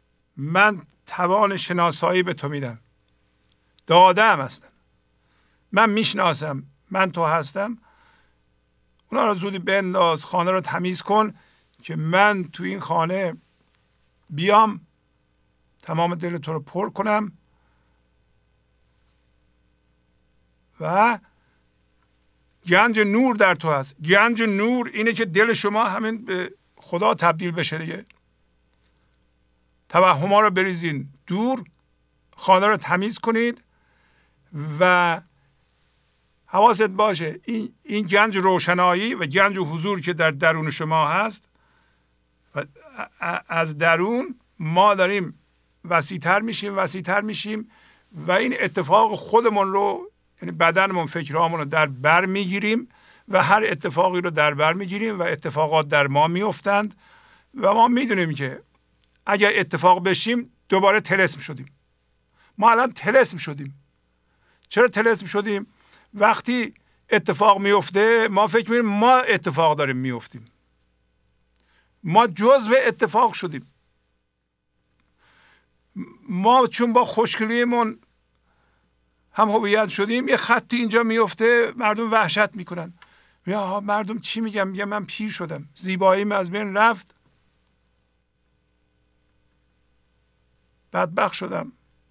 من توان شناسایی به تو میدم، دادم اصلا. من میشناسم، من تو هستم، اونا رو زودی بنداز، خانه رو تمیز کن که من تو این خانه بیام تمام دل تو رو پر کنم و گنج نور در تو هست. گنج نور اینه که دل شما همین به خدا تبدیل بشه دیگه. توهم‌ها رو بریزین دور، خانه رو تمیز کنید و حواست باشه این گنج روشنایی و گنج حضور که در درون شما هست و از درون ما داریم وسیع‌تر میشیم و این اتفاق خودمون رو، یعنی بدنمون، فکرامون رو در بر میگیریم و هر اتفاقی رو در بر میگیریم و اتفاقات در ما میافتند و ما میدونیم که اگر اتفاق بشیم دوباره طلسم شدیم. ما الان طلسم شدیم. چرا طلسم شدیم؟ وقتی اتفاق میفته ما فکر می‌کنیم ما اتفاق داریم میفتیم. ما جزو اتفاق شدیم. ما چون با خوشگلیمون هم هویت شدیم، یه خطی اینجا میفته مردم وحشت میکنن. یا مردم چی میگن؟ میگن من پیر شدم، زیباییم از بین رفت، بدبخت شدم.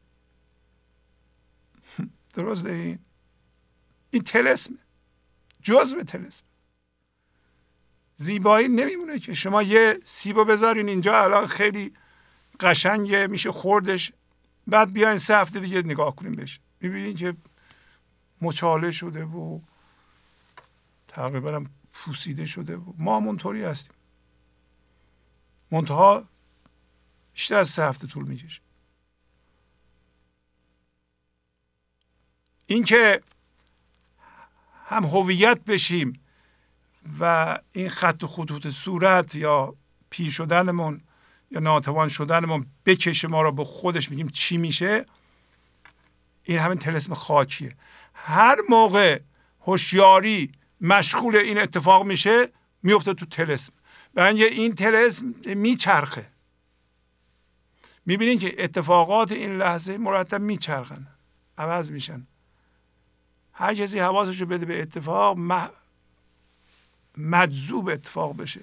درسته؟ این طلسم، جزء طلسم. زیبایی نمیمونه که شما یه سیبو بذارین اینجا الان خیلی قشنگه میشه خوردش، بعد بیاین 3 هفته دیگه نگاه کنیم بهش، میبینین که مچاله شده و تقریبا پوسیده شده و ما منطوری هستیم. منتها بیشتر از 3 هفته طول میکشه. این که هم هویت بشیم و این خط و خطوط صورت یا پیر شدنمون یا ناتوان شدنمون بکشه ما رو به خودش، میگیم چی میشه، این همین طلسم خاکیه. هر موقع هوشیاری مشغول این اتفاق میشه میفته تو طلسم و این طلسم میچرخه. میبینین که اتفاقات این لحظه مرتب میچرخن، عوض میشن. هر کسی حواسش رو بده به اتفاق مجذوب اتفاق بشه،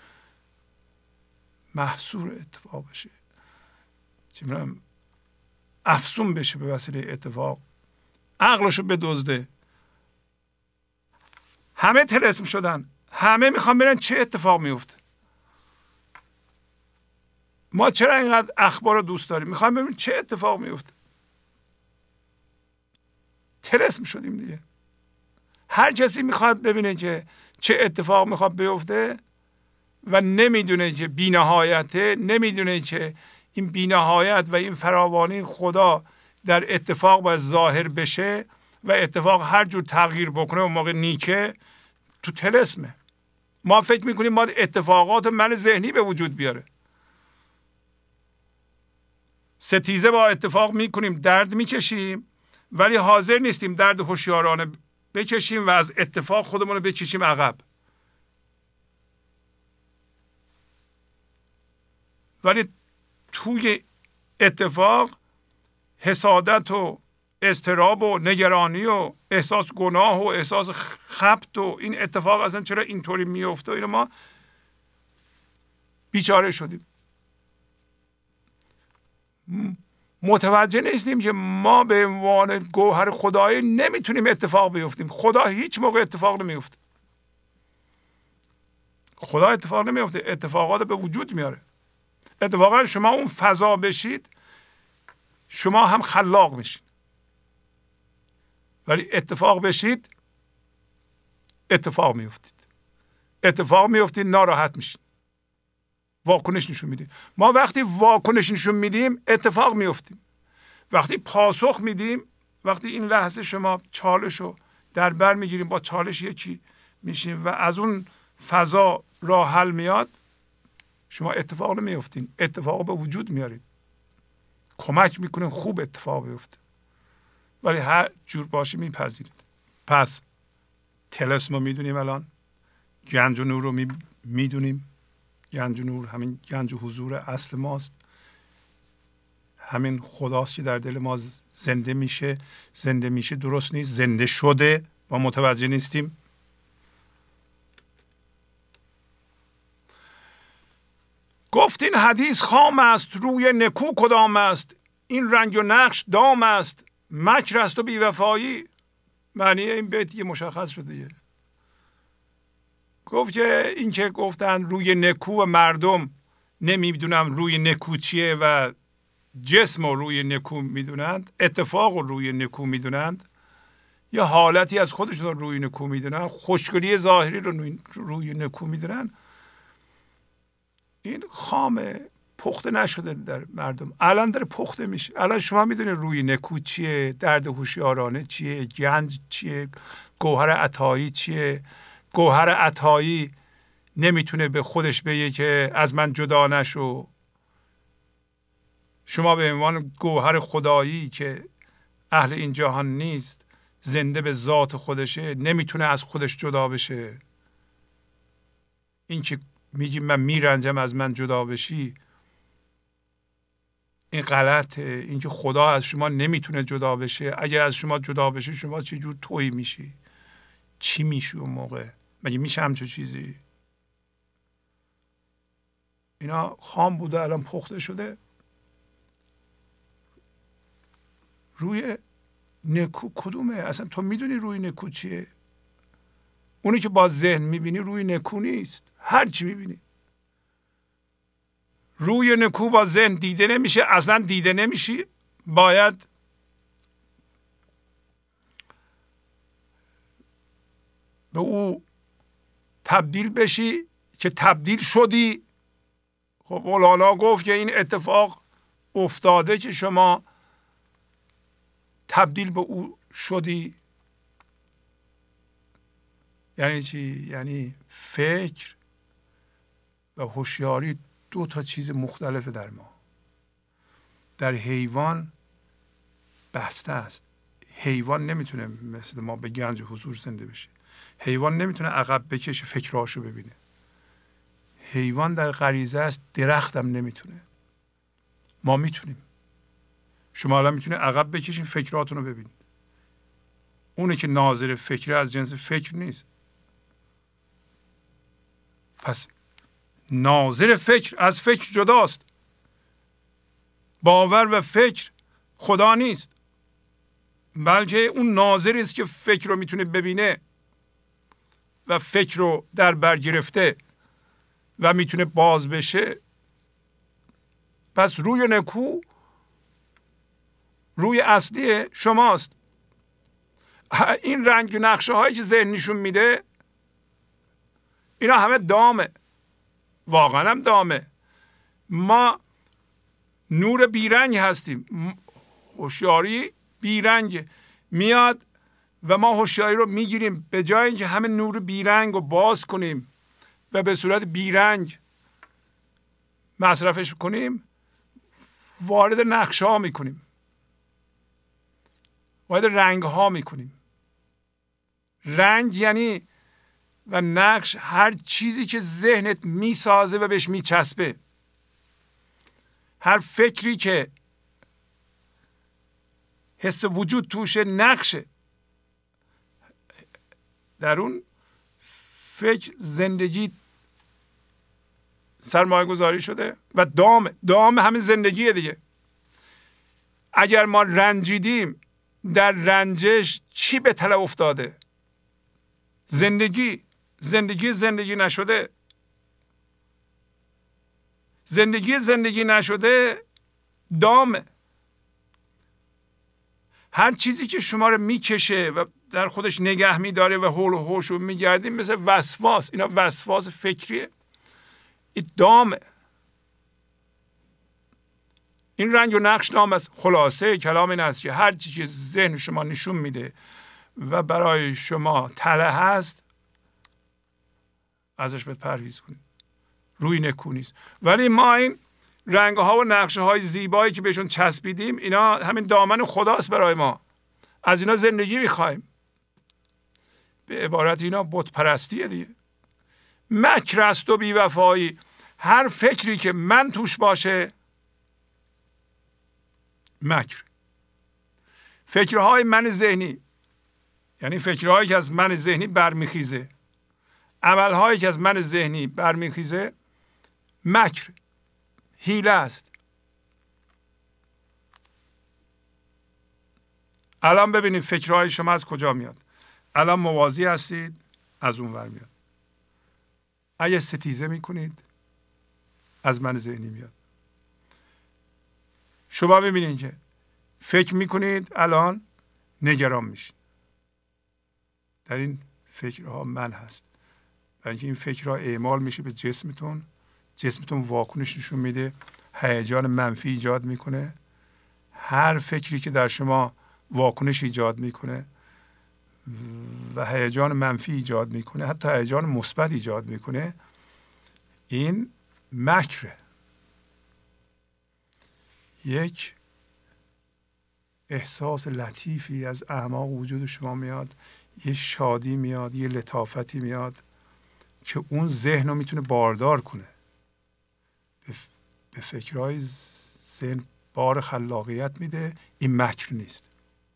محصور اتفاق بشه، چی می‌گم، افسون بشه به وسیله اتفاق، عقلشو بدزده. همه طلسم شدن، همه میخوان ببینن چه اتفاق میفته. ما چرا اینقدر اخبار رو دوست داریم؟ میخوام ببینیم چه اتفاق میفته. طلسم شدیم دیگه. هر کسی میخواد ببینه که چه اتفاق میخواد بیفته و نمیدونه که بی‌نهایته، نمیدونه که این بی‌نهایت و این فراوانی خدا در اتفاق باید ظاهر بشه و اتفاق هر جور تغییر بکنه اون موقع نیکه. تو طلسمه. ما فکر میکنیم ما اتفاقات من ذهنی به وجود بیاره. ستیزه با اتفاق میکنیم، درد میکشیم، ولی حاضر نیستیم درد هوشیارانه بکشیم و از اتفاق خودمون رو بکشیم عقب. ولی توی اتفاق حسادت و اضطراب و نگرانی و احساس گناه و احساس خبط و این اتفاق اصلا چرا اینطوری میفته، اینو ما بیچاره شدیم. متوجه نیستیم که ما به عنوان گوهر خدایی نمیتونیم اتفاق بیفتیم. خدا هیچ موقع اتفاق نمیفته. خدا اتفاق نمیفته، اتفاقات به وجود میاره. اتفاقا شما اون فضا بشید شما هم خلاق میشید، ولی اتفاق بشید اتفاق میفتید. اتفاق میفتید ناراحت میشید، واکنش نشون میدید. ما وقتی واکنش نشون میدیم اتفاق میفتیم. وقتی پاسخ میدیم، وقتی این لحظه شما چالش رو در بر میگیریم، با چالش یکی میشیم و از اون فضا راه حل میاد، شما اتفاق نمیفتین، اتفاق به وجود میارید، کمک میکنین خوب اتفاق بیفته. ولی هر جور باشه میپذیرید. پس طلسم رو میدونیم، الان گنج و نور رو میدونیم. گنج و نور همین گنج و حضور اصل ماست. همین خداست که در دل ما زنده میشه درست نیست، زنده شده، ما متوجه نیستیم. گفت این حدیث خام است، روی نکو کدام است، این رنگ و نقش دام است، مکر است و بیوفایی. معنی این بیت دیگه مشخص شده. گفت که این که گفتن روی نکو و مردم نمیدونم روی نکو چیه و جسم رو روی نکو میدونند، اتفاق رو روی نکو میدونند، یا حالتی از خودشون روی نکو میدونند، خوشگلی ظاهری رو روی نکو میدونند، این خامه، پخته نشده در مردم. الان داره پخته میشه. الان شما میدونید روی نکو چیه، درد هوشیارانه چیه، گنج چیه، گوهر عطایی چیه. گوهر عطایی نمیتونه به خودش بگه که از من جدا نشو. شما به عنوان گوهر خدایی که اهل این جهان نیست، زنده به ذات خودشه، نمیتونه از خودش جدا بشه. این که میگی من میرنجم از من جدا بشی، این غلطه. این که خدا از شما نمیتونه جدا بشه. اگر از شما جدا بشه شما چه جور تویی میشی؟ چی میشی اون موقع؟ مگه میشه همچون چیزی؟ اینا خام بوده الان پخته شده. روی نکو کدومه؟ اصلا تو میدونی روی نکو چیه؟ اونی که با ذهن میبینی روی نکو نیست. هر چی میبینی روی نکو با ذهن دیده نمیشه، اصلا دیده نمیشی. باید به او تبدیل بشی که تبدیل شدی. خب مولانا گفت که این اتفاق افتاده که شما تبدیل به او شدی. یعنی چی؟ یعنی فکر و هوشیاری دو تا چیز مختلفه در ما. در حیوان بسته است. حیوان نمیتونه مثل ما به گنج حضور زنده بشه. حیوان نمیتونه عقب بکشه فکراشو ببینه. حیوان در غریزه است، درختم نمیتونه. ما میتونیم. شما الان میتونه عقب بکشین فکراتون رو ببینید. اونی که ناظر فکره از جنس فکر نیست. پس ناظر فکر از فکر جداست. باور و فکر خدا نیست، بلکه اون ناظری است که فکر رو میتونه ببینه و فکر رو در بر گرفته و میتونه باز بشه. پس روی نکو روی اصلی شماست. این رنگ و نقشه هایی که ذهن نشون میده اینا همه دامه. واقعا هم دامه. ما نور بیرنگ هستیم. هوشیاری بیرنگ میاد و ما هوشیاری رو میگیریم. به جای اینکه همه نور بیرنگ رو باز کنیم و به صورت بیرنگ مصرفش کنیم، وارد نقشه ها میکنیم، وارد رنگ ها میکنیم. رنگ یعنی و نقش هر چیزی که ذهنت میسازه و بهش میچسبه. هر فکری که حس وجود توشه نقشه. در اون فکر زندگی سرمایه گذاری شده و دام همین زندگیه دیگه. اگر ما رنجیدیم، در رنجش چی به تله افتاده؟ زندگی نشده. زندگی نشده دامه. هر چیزی که شما رو میکشه و در خودش نگه میداره و حول و حوش رو میگردیم مثل وسواس. اینا وسواس فکریه. این دامه. این رنگ و نقش دام است. خلاصه کلام این است که هر چیزی که ذهن شما نشون میده و برای شما تله هست ازش باید پرهیز کنید. روی نکو نیست. ولی ما این رنگ ها و نقشه های زیبایی که بهشون چسبیدیم اینا همین دامن خداست برای ما. از اینا زندگی میخوایم. به عبارت اینا بت پرستیه دیگه. مکر است و بی وفایی. هر فکری که من توش باشه مکر. فکرهای من ذهنی، یعنی فکرهایی که از من ذهنی برمیخیزه، عملهایی که از من ذهنی برمیخیزه، مکر، حیله است. الان ببینید فکرهای شما از کجا میاد. الان موازی هستید، از اون ور میاد. اگه ستیزه میکنید، از من ذهنی میاد. شما ببینید که فکر میکنید، الان نگران میشید. در این فکرها من هست. برای اینکه این فکرها اعمال میشه به جسمتون واکنش نشون میده، هیجان منفی ایجاد میکنه. هر فکری که در شما واکنش ایجاد میکنه و هیجان منفی ایجاد میکنه، حتی هیجان مثبت ایجاد میکنه، این مکره. یک احساس لطیفی از اعماق وجود شما میاد، یه شادی میاد، یه لطافتی میاد که اون ذهن رو میتونه باردار کنه. به فکرهای ذهن بار خلاقیت میده. این مکر نیست،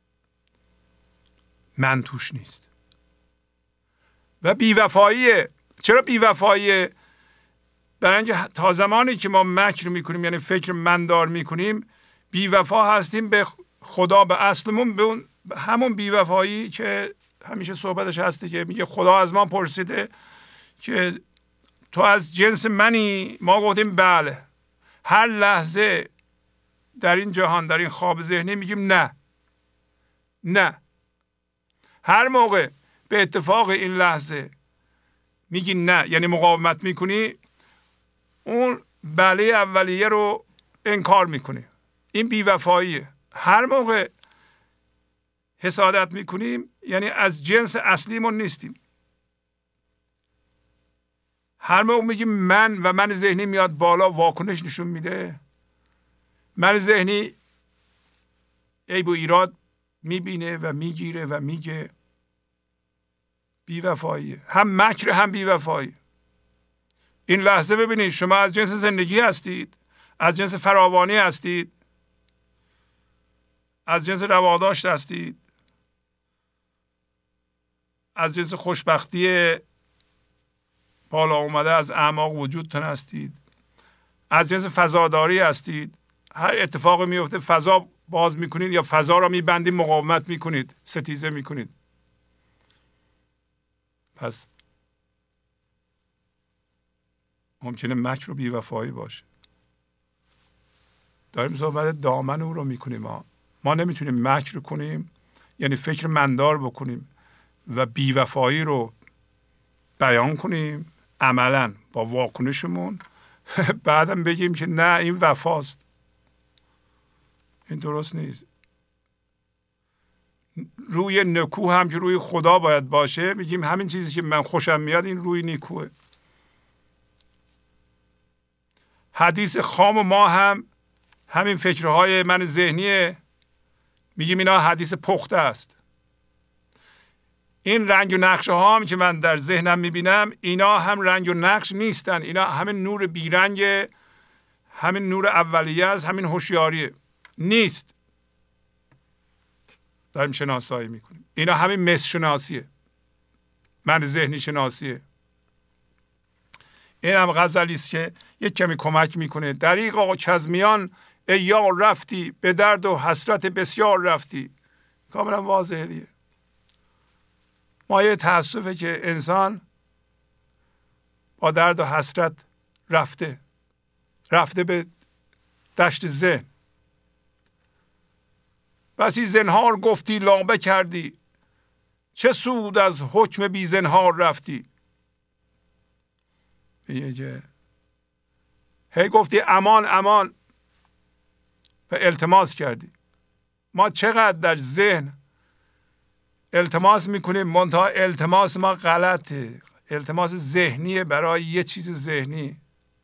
من توش نیست. و بیوفاییه. چرا بیوفاییه؟ برای اینکه تا زمانی که ما مکر میکنیم، یعنی فکر مندار میکنیم، بیوفا هستیم به خدا، به اصلمون، به اون همون بیوفایی که همیشه صحبتش هسته که میگه خدا از ما پرسیده که تو از جنس منی؟ ما گفتیم بله. هر لحظه در این جهان، در این خواب ذهنی میگیم نه. نه. هر موقع به اتفاق این لحظه میگی نه، یعنی مقاومت میکنی، اون بله اولیه رو انکار میکنی. این بیوفاییه. هر موقع حسادت میکنیم، یعنی از جنس اصلیمون نیستیم. هر موقع میگیم من و من ذهنی میاد بالا، واکنش نشون میده. من ذهنی عیب و ایراد میبینه و میگیره و میگه. بیوفاییه. هم مکر هم بیوفایی. این لحظه ببینید شما از جنس زندگی هستید، از جنس فراوانی هستید، از جنس رواداشت هستید، از جنس خوشبختی بالا اومده از اعماق وجودتون هستید، از جنس فضاداری هستید. هر اتفاقی میفته فضا باز میکنید یا فضا را میبندید، مقاومت میکنید، ستیزه میکنید. پس ممکنه مکر و بیوفایی باشه. داریم صحبت دامن او رو میکنیم. ما نمیتونیم مکر کنیم، یعنی فکر مندار بکنیم و بیوفایی رو بیان کنیم عملا با واکنشمون، بعدم بگیم که نه این وفاست. این درست نیست. روی نکو هم که روی خدا باید باشه، میگیم همین چیزی که من خوشم میاد این روی نیکوه. حدیث خام ما هم همین فکرهای من ذهنیه، میگیم اینا حدیث پخته است. این رنگ و نقشه ها هم که من در ذهنم میبینم، اینا هم رنگ و نقش نیستن. اینا همین نور بیرنگ، همین نور اولیه است، همین هوشیاری نیست. داریم شناسایی میکنیم. اینا همین مس شناسیه، من ذهنی شناسیه. این هم غزلی است که یک کمی کمک میکنه. دریغا کزمیان ای یار رفتی، به درد و حسرت بسیار رفتی. کاملا واضحه دیگه. ما یه تأسفه که انسان با درد و حسرت رفته به دشت ذهن. بسی زنهار گفتی لابه کردی، چه سود از حکم بی زنهار رفتی. هی گفتی امان امان و التماس کردی. ما چقدر در ذهن التماس میکنیم، منتها التماس ما غلطه. التماس ذهنیه برای یه چیز ذهنی.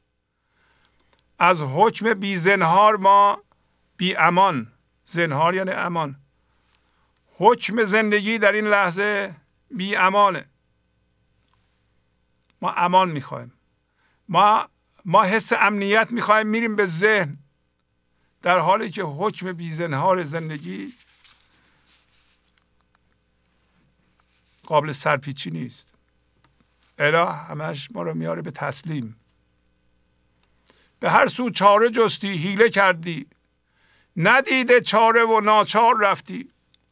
از حکم بی زنهار ما بی امان. زنهار یعنی امان. حکم زندگی در این لحظه بی امانه. ما امان میخوایم. ما حس امنیت میخوایم، میریم به ذهن. در حالی که حکم بی‌زنهار زندگی قابل سرپیچی نیست. اله همش ما رو میاره به تسلیم. به هر سو چاره جستی، حیله کردی، ندیده چاره و ناچار رفتی.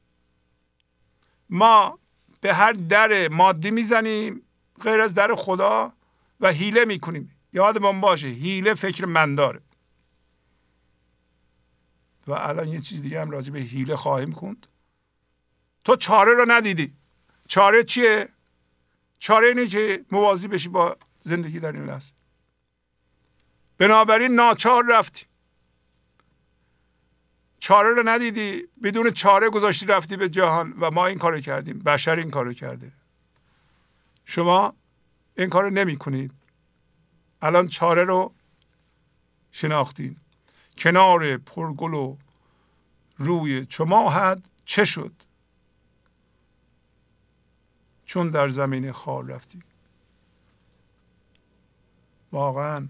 ما به هر در مادی میزنیم غیر از در خدا و حیله میکنیم. یادمون باشه حیله فکر منداره. و الان یه چیز دیگه هم راجع به حیله خواهیم خوند. تو چاره رو ندیدی. چاره چیه؟ چاره اینه که موازی بشی با زندگی در این لحظه. بنابراین ناچار رفتی. چاره رو ندیدی، بدون چاره گذاشتی رفتی به جهان و ما این کارو کردیم. بشر این کارو کرده. شما این کارو نمی کنید. الان چاره رو شناختین. کنار پرگل و روی چو ماهت چه شد؟ چون در زمین خار رفتی. واقعا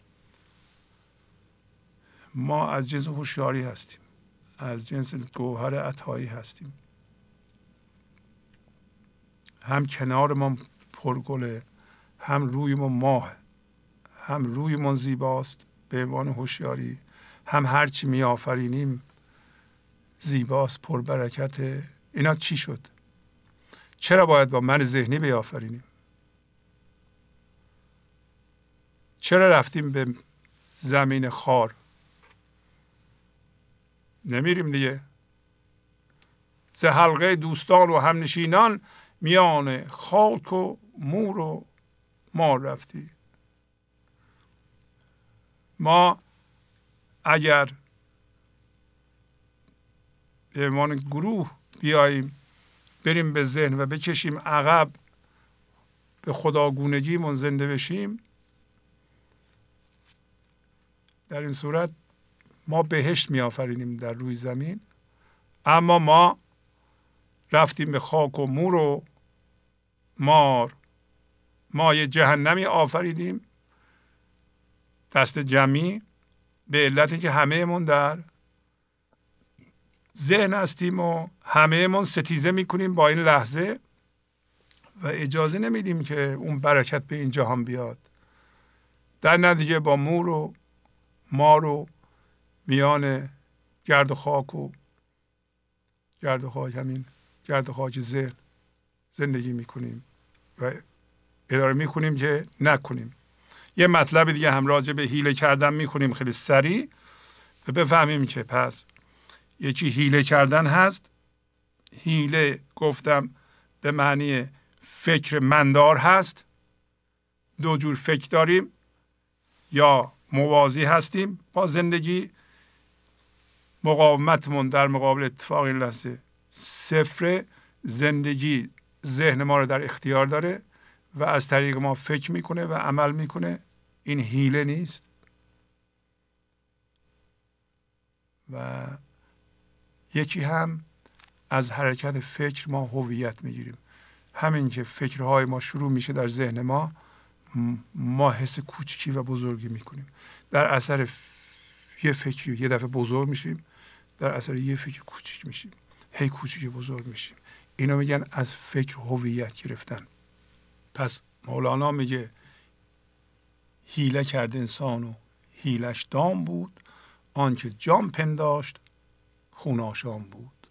ما از جنس هوشیاری هستیم، از جنس گوهر عطایی هستیم. هم کنارمون پرگله، هم رویمون ماه، هم رویمون زیباست به عنوان هوشیاری، هم هرچی می آفرینیم زیباست، پربرکته. اینا چی شد؟ چرا باید با من ذهنی بیافرینیم؟ چرا رفتیم به زمین خار؟ نمیریم دیگه. ز حلقه دوستان و همنشینان میان خاک و مور و مار رفتی. ما اگر به عنوان گروه بیاییم بریم به ذهن و بکشیم عقب، به خداگونگیمون زنده بشیم، در این صورت ما بهشت می آفرینیم در روی زمین. اما ما رفتیم به خاک و مور و مار. ما یه جهنمی آفریدیم دست جمعی، به علتی که همه من در ذهن هستیم و همه من ستیزه میکنیم با این لحظه و اجازه نمیدیم که اون برکت به این جهان بیاد. در نتیجه با مور و مار و میان گرد و خاک و گرد و خاک، همین گرد و خاک ذهن زندگی میکنیم و اداره میکنیم که نکنیم. یه مطلب دیگه هم راجع به حیله کردن میکنیم خیلی سریع و بفهمیم که پس یکی حیله کردن هست. حیله گفتم به معنی فکر مندار هست. دو جور فکر داریم، یا موازی هستیم با زندگی، مقاومتمون در مقابل اتفاق این لحظه صفر، زندگی ذهن ما رو در اختیار داره و از طریق ما فکر میکنه و عمل میکنه. این حیله نیست. و یکی هم از حرکت فکر ما هویت میگیریم. همین که فکرهای ما شروع میشه در ذهن ما حس کوچکی و بزرگی میکنیم. در اثر یه فکری یه دفعه بزرگ میشیم، در اثر یه فکر کوچیک میشیم، هی کوچیک بزرگ میشیم. اینا میگن از فکر هویت گرفتن. پس مولانا میگه حیله کرد انسان و حیلش دام بود، آنکه جام پنداشت خون آشام بود.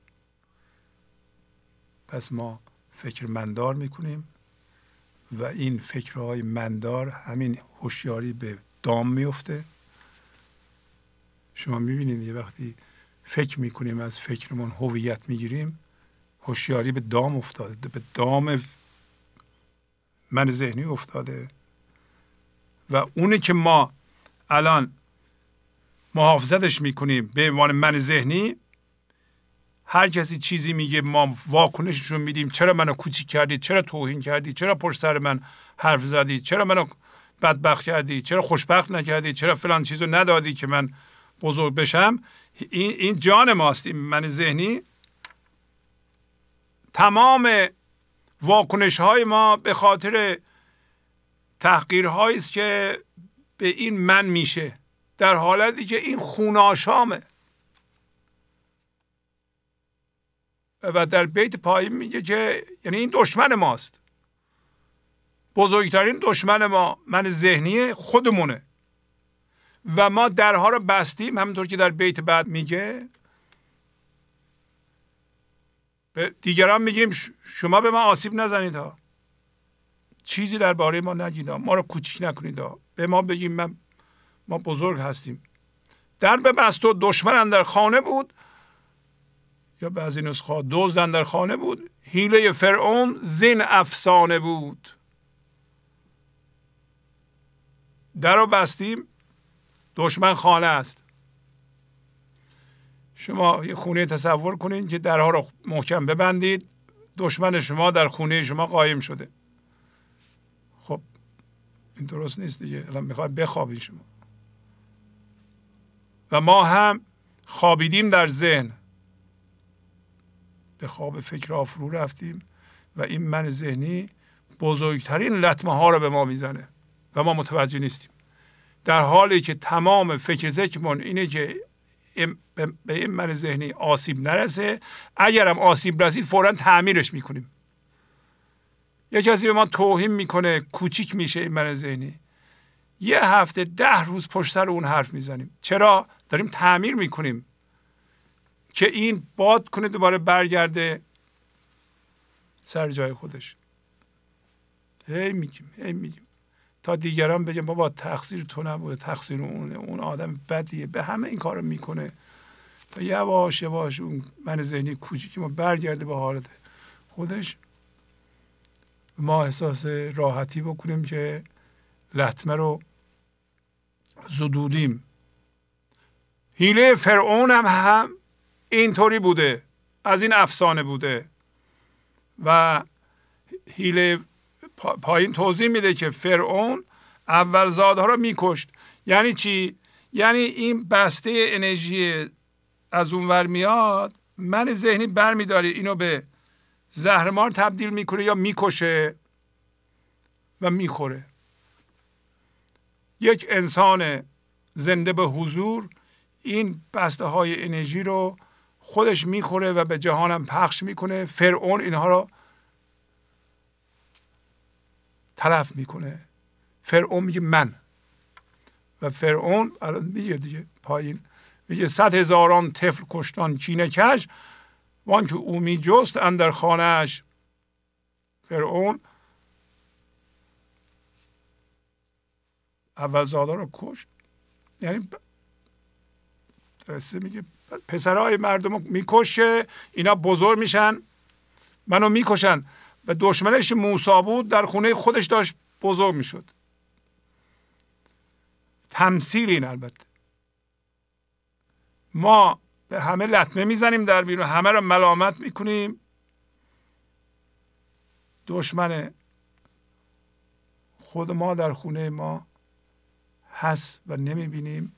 پس ما فکر مندار میکنیم و این فکرهای مندار همین هوشیاری به دام میفته. شما میبینید یه وقتی فکر میکنیم از فکرمون هویت میگیریم، هوشیاری به دام افتاده، به دام من ذهنی افتاده و اونی که ما الان محافظتش میکنیم به عنوان من ذهنی، هر کسی چیزی میگه ما واکنششون میدیم. چرا منو کوچیک کردی؟ چرا توهین کردی؟ چرا پشت سر من حرف زدی؟ چرا منو بدبخت کردی؟ چرا خوشبخت نکردی؟ چرا فلان چیزو ندادی که من بزرگ بشم؟ این جان ماست، این من ذهنی. تمام واکنش های ما به خاطر تحقیرهایی است که به این من میشه، در حالتی که این خون آشامه. و در بیت پایین میگه که یعنی این دشمن ماست. بزرگترین دشمن ما من ذهنی خودمونه و ما درها رو بستیم، همونطور که در بیت بعد میگه. به دیگران میگیم شما به ما آسیب نزنید ها، چیزی درباره ما نگید، ما رو کوچیک نکنید ها. به ما بگیم ما بزرگ هستیم. در ببست و دشمن اندر خانه بود، یا بعضی نسخه دزد اندر خانه بود، حیله فرعون زین افسانه بود. در رو بستیم، دشمن خانه است. شما یه خونه تصور کنید که درها رو محکم ببندید، دشمن شما در خونه شما قایم شده. خب این درست نیست دیگه، الان میخواد بخوابید شما. و ما هم خوابیدیم در ذهن، به خواب فکر فرو رفتیم و این من ذهنی بزرگترین لطمه ها رو به ما میزنه و ما متوجه نیستیم، در حالی که تمام فکر ذکرمون اینه که به این من ذهنی آسیب نرسه. اگرم آسیب رسید فوراً تعمیرش میکنیم. یه کسی به ما توهین میکنه، کوچیک میشه این من ذهنی، یه هفته 10 روز پشت سر اون حرف میزنیم. چرا؟ داریم تعمیر میکنیم که این باد کنه دوباره برگرده سر جای خودش. هی میگیم تا دیگران بگن بابا تقصیر تو نبوده، تقصیر اون آدم بدیه، به همه این کارو میکنه، تا یواش یواش اون من ذهنی کوچیکی ما برگرده به حالت خودش، ما احساس راحتی بکنیم که لطمه رو زدودیم. حیله فرعون هم اینطوری بوده، از این افسانه بوده. و حیله پایین توضیح میده که فرعون اول زادها رو میکشت. یعنی چی؟ یعنی این بسته انرژی از اونور میاد، من ذهنی برمیداره اینو به زهرمار تبدیل میکنه یا میکشه و میخوره. یک انسان زنده به حضور این بسته های انرژی رو خودش میخوره و به جهانم پخش میکنه. فرعون اینها رو تلف میکنه. فرعون میگه من، و فرعون الان میگه دیگه پایین میگه 100,000 طفل کشتان کینه کش، وان که او می جست اندر خانه‌اش. فرعون اول زادا رو کشت، یعنی درسته میگه پسرهای مردم رو میکشه، اینا بزرگ میشن منو میکشن. و دشمنش موسی بود، در خونه خودش داشت بزرگ میشد. تمثیل این. البته ما به همه لطمه میزنیم در بیرون، همه رو ملامت میکنیم، دشمن خود ما در خونه ما هست و نمیبینیم.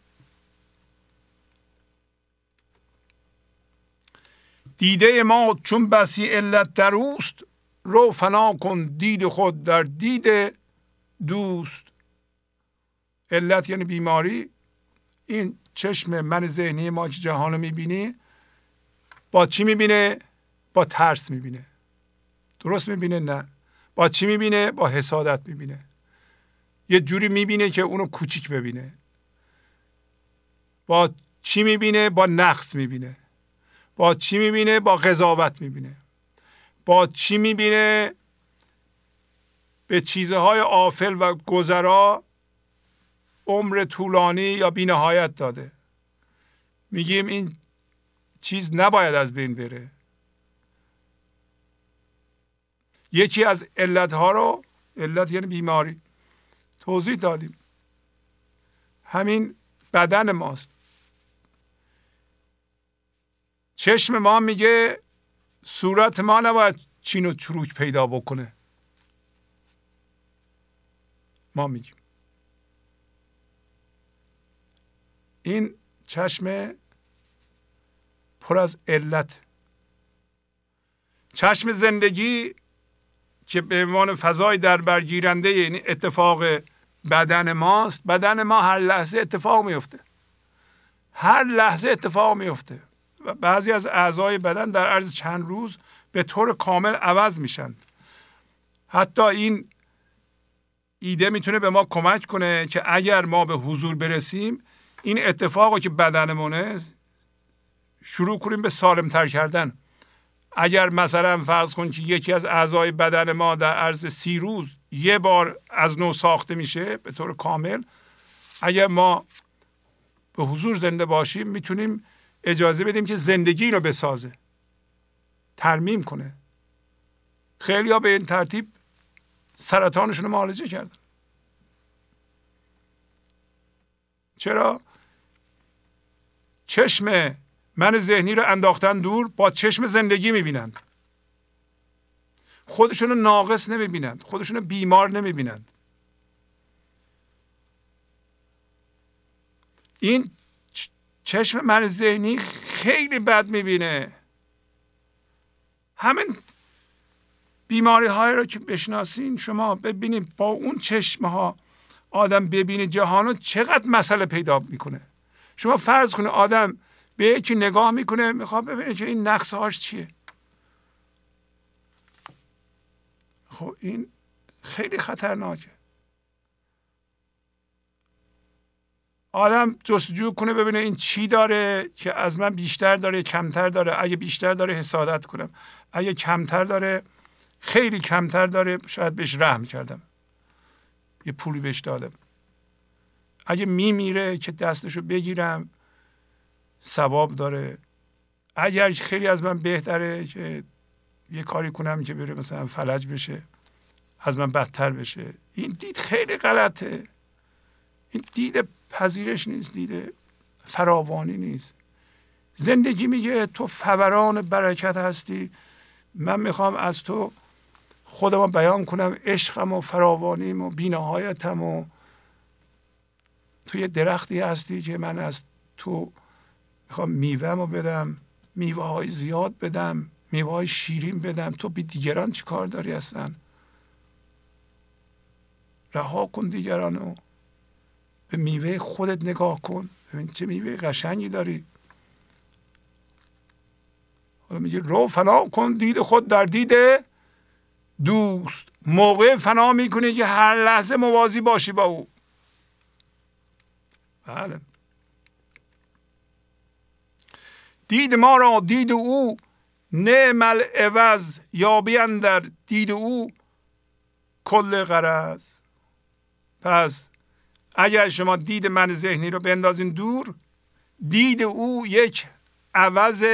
دیده ما چون بسی علت در اوست، رو فنا کن دید خود در دید دوست. علت یعنی بیماری. این چشم من ذهنی ما که جهان رو میبینی با چی میبینه؟ با ترس میبینه. درست میبینه؟ نه. با چی میبینه؟ با حسادت میبینه. یه جوری میبینه که اونو کوچیک ببینه. با چی میبینه؟ با نقص میبینه. با چی میبینه؟ با قضاوت میبینه. با چی میبینه؟ به چیزهای آفل و گذرا عمر طولانی یا بی‌نهایت داده. میگیم این چیز نباید از بین بره. یکی از علتها رو، علت یعنی بیماری، توضیح دادیم. همین بدن ماست. چشم ما میگه صورت ما نباید چین و چروک پیدا بکنه. ما میگیم این چشم پر از علت. چشم زندگی که به عنوان فضای در برگیرنده یعنی اتفاق بدن ماست. بدن ما هر لحظه اتفاق میفته. هر لحظه اتفاق میفته و بعضی از اعضای بدن در عرض چند روز به طور کامل عوض میشن. حتی این ایده میتونه به ما کمک کنه که اگر ما به حضور برسیم، این اتفاقی که بدنمونه شروع کنیم به سالمتر کردن. اگر مثلا فرض کن که یکی از اعضای بدن ما در عرض 30 روز یه بار از نو ساخته میشه به طور کامل، اگر ما به حضور زنده باشیم میتونیم اجازه بدیم که زندگی رو بسازه، ترمیم کنه. خیلی ها به این ترتیب سرطانشون رو معالجه کردن. چرا؟ چشم من ذهنی رو انداختن دور، با چشم زندگی میبینند. خودشون رو ناقص نمیبینند، خودشون رو بیمار نمیبینند. این چشم من ذهنی خیلی بد میبینه. همین بیماری های رو که بشناسین شما ببینید، با اون چشم ها آدم ببینه جهانو چقدر مسئله پیدا میکنه. شما فرض کنید آدم به یکی نگاه میکنه، میخواد ببینه که این نقص هاش چیه. خب این خیلی خطرناکه. آدم جستجو کنه ببینه این چی داره که از من بیشتر داره کمتر داره. اگه بیشتر داره حسادت کنم، اگه کمتر داره، خیلی کمتر داره، شاید بهش رحم کردم، یه پولی بهش دادم. اگه میمیره که دستشو بگیرم، ثواب داره. اگر خیلی از من بهتره که یه کاری کنم که بره مثلا فلج بشه، از من بدتر بشه. این دید خیلی غلطه. این دید پذیرش نیست، دید فراوانی نیست. زندگی میگه تو فوران برکت هستی، من میخوام از تو خودم بیان کنم، عشقم و فراوانیم و بی‌نهایتم و تو یه درختی هستی که من از تو میخوام میوه‌مو بدم، میوه های زیاد بدم، میوه های شیرین بدم. تو بی دیگران چی کار داری اصلا؟ رها کن دیگرانو، به میوه خودت نگاه کن، ببین چه میوه قشنگی داری. حالا میگه رو فنا کن دید خود در دید دوست. موقع فنا میکنی که هر لحظه موازی باشی با او. بله. دید ما را دید او، نعم العوض یابی اندر دید او کل غرض. پس اگر شما دید من ذهنی رو بندازین دور، دید او یک عوض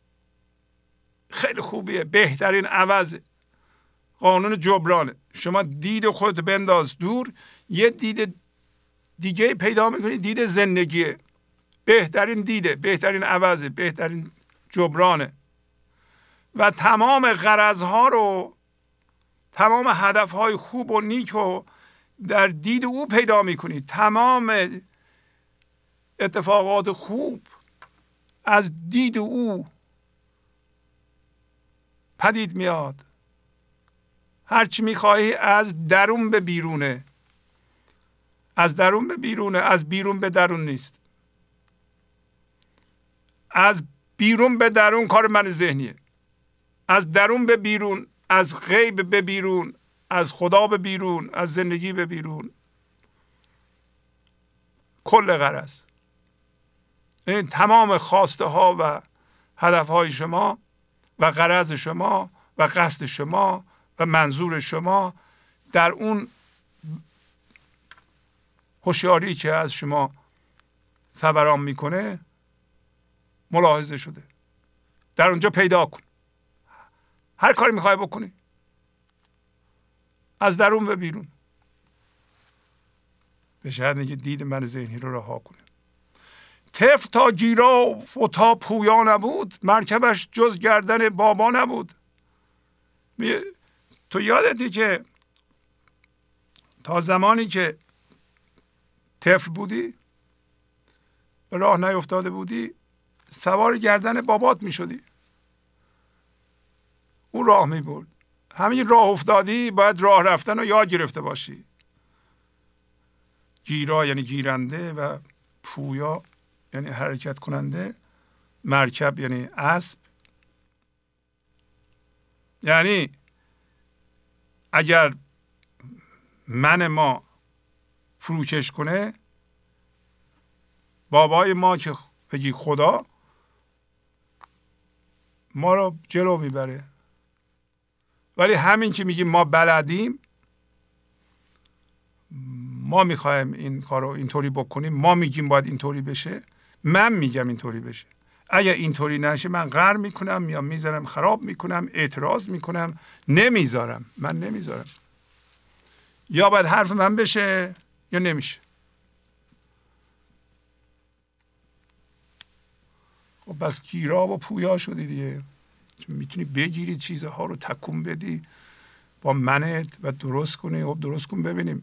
خیلی خوبیه، بهترین عوض، قانون جبرانه. شما دید خودت بنداز دور، یه دید دیگه پیدا میکنی، دید زندگیه، بهترین دیده، بهترین عوضه، بهترین جبرانه. و تمام غرضها رو، تمام هدفهای خوب و نیک رو در دید او پیدا میکنی. تمام اتفاقات خوب از دید او پدید میاد. هرچی میخواهی از درون به بیرونه، از درون به بیرونه، از بیرون به درون نیست. از بیرون به درون کار من ذهنیه، از درون به بیرون، از غیب به بیرون، از خدا به بیرون، از زندگی به بیرون. کل غرض این تمام خواسته ها و هدف های شما و غرض شما و قصد شما و منظور شما در اون هوشیاری که از شما فوران میکنه ملاحظه شده. در اونجا پیدا کن. هر کاری میخوای بکنی از درون به بیرون. به شاید میگه دید من ذهنی رو رها کنه. طفل تا جیراف و تا پویا نبود، مرکبش جز گردن بابا نبود. تو یادتی که تا زمانی که طفل بودی، راه نیفتاده بودی، سوار گردن بابات می شدی، اون راه می برد. همین راه افتادی، باید راه رفتن رو یاد گرفته باشی. جیرا یعنی گیرنده و پویا یعنی حرکت کننده. مرکب یعنی اسب. یعنی اگر من ما فروکش کنه، بابای ما که بگی خدا، ما رو جلو میبره. ولی همین که میگیم ما بلدیم، ما میخوایم این کار رو اینطوری بکنیم، ما میگیم باید اینطوری بشه، من میگم اینطوری بشه، اگر اینطوری نشه من قهر میکنم یا میذارم خراب میکنم، اعتراض میکنم، نمیذارم. من نمیذارم. یا باید حرف من بشه یا نمیشه. خب بس گیرا و پویا شدی دیگه، چون میتونی بگیری چیزها رو تکون بدی با منت و درست کنی. خب درست کن ببینیم.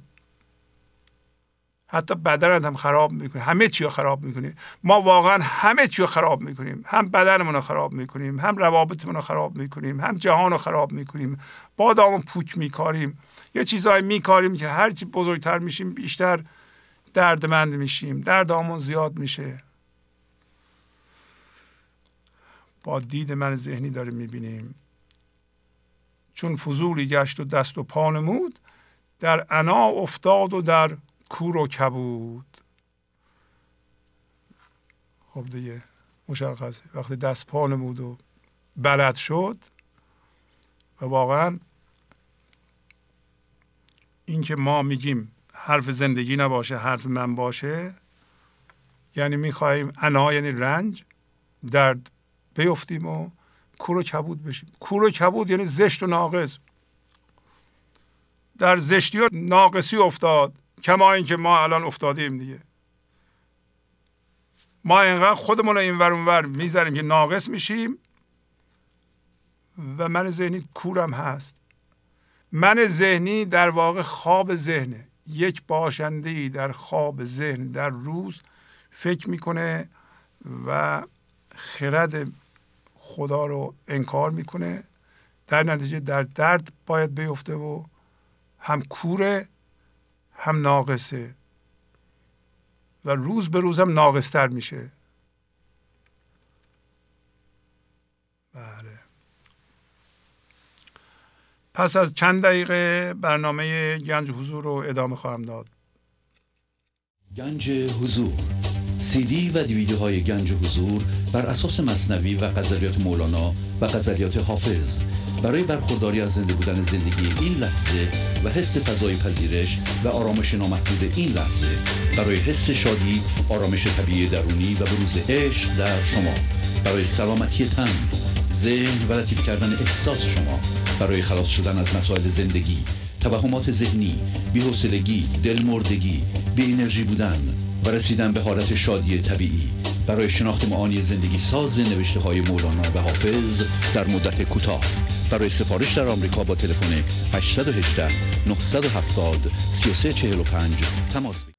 حتی بدنت هم خراب میکنی، همه چی رو خراب میکنی. ما واقعا همه چی رو خراب میکنیم، هم بدنمون رو خراب میکنیم، هم روابطمون رو خراب میکنیم، هم جهان رو خراب میکنیم، بادامون پوک میکاریم، یه چیزایی میکاریم که هرچی بزرگتر میشیم بیشتر دردمند میشیم، دردامون زیاد میشه. با دید من ذهنی داریم میبینیم. چون فضولی گشت و دست و پا نمود، در عنا افتاد و در کور و کبود. خب دیگه مشخصه وقتی دست پا نمود و بلد شد، و واقعا این که ما میگیم حرف زندگی نباشه، حرف من باشه، یعنی میخواهیم عنا یعنی رنج، درد بیفتیم و کور و کبود بشیم. کور و کبود یعنی زشت و ناقص. در زشتی و ناقصی افتاد، کما این که ما الان افتادیم دیگه. ما اینقدر خودمون رو این ور اون ور میذاریم که ناقص میشیم و من ذهنی کورم هست. من ذهنی در واقع خواب ذهنه. یک باشنده‌ای در خواب ذهن در روز فکر میکنه و خرد خدا رو انکار میکنه، در نتیجه در درد باید بیفته و هم کوره هم ناقصه و روز به روز هم ناقصتر میشه. بله. پس از چند دقیقه برنامه گنج حضور رو ادامه خواهم داد. گنج حضور، سی دی و دیویدیوهای گنج حضور بر اساس مثنوی و غزلیات مولانا و غزلیات حافظ، برای برخورداری از زنده بودن زندگی این لحظه و حس فضای پذیرش و آرامش نامحدود این لحظه، برای حس شادی، آرامش طبیعی درونی و بروز عشق در شما، برای سلامتی تن، ذهن و لطیف کردن احساس شما، برای خلاص شدن از مسائل زندگی، توهمات ذهنی، بی‌حوصلگی، دلمردگی، بی انرژی بودن و رسیدن به حالت شادی طبیعی، برای شناخت معانی زندگی ساز نوشته های مولانا و حافظ در مدت کوتاه. برای سفارش در آمریکا با تلفن 818 970 3345 تماس بگیرید.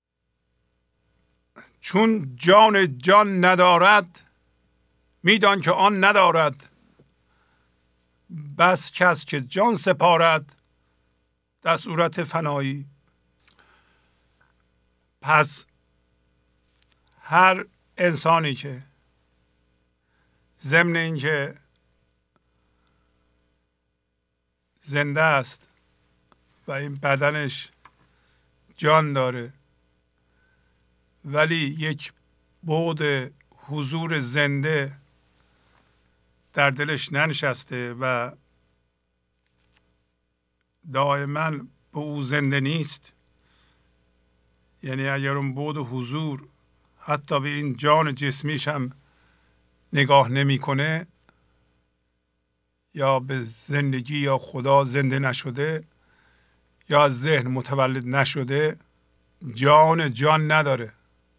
چون جان جان ندارد، میدان که آن ندارد. بس کس که جان سپارد در صورت فنایی. پس هر انسانی که ضمن این که زنده است و این بدنش جان داره، ولی یک بعد حضور زنده در دلش ننشسته و دائما به او زنده نیست، یعنی اگر اون بعد حضور حتی به این جان جسمیش هم نگاه نمیکنه، یا به زندگی یا خدا زنده نشده، یا از ذهن متولد نشده، جان نداره.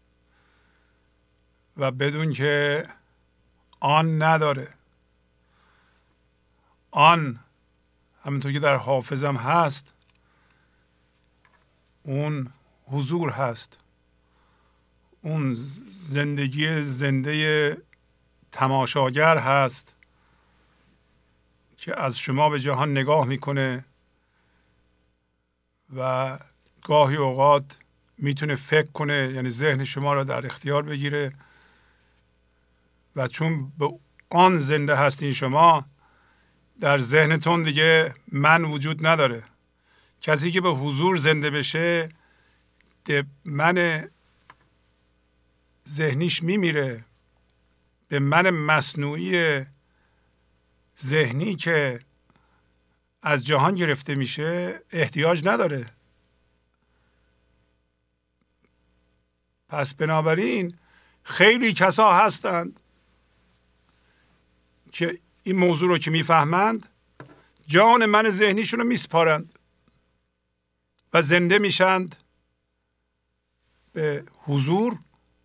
و بدون که آن نداره، آن همونطور که در حافظم هست، اون حضور هست، اون زندگی زنده تماشاگر هست که از شما به جهان نگاه میکنه و گاهی اوقات میتونه فکر کنه، یعنی ذهن شما را در اختیار بگیره و چون به آن زنده هستین شما، در ذهنتون دیگه من وجود نداره. کسی که به حضور زنده بشه، من ذهنیش میمیره. به من مصنوعی ذهنی که از جهان گرفته میشه احتیاج نداره. پس بنابراین خیلی کسا هستند که این موضوع رو که میفهمند، جان من ذهنیشون رو میسپارند و زنده میشند به حضور.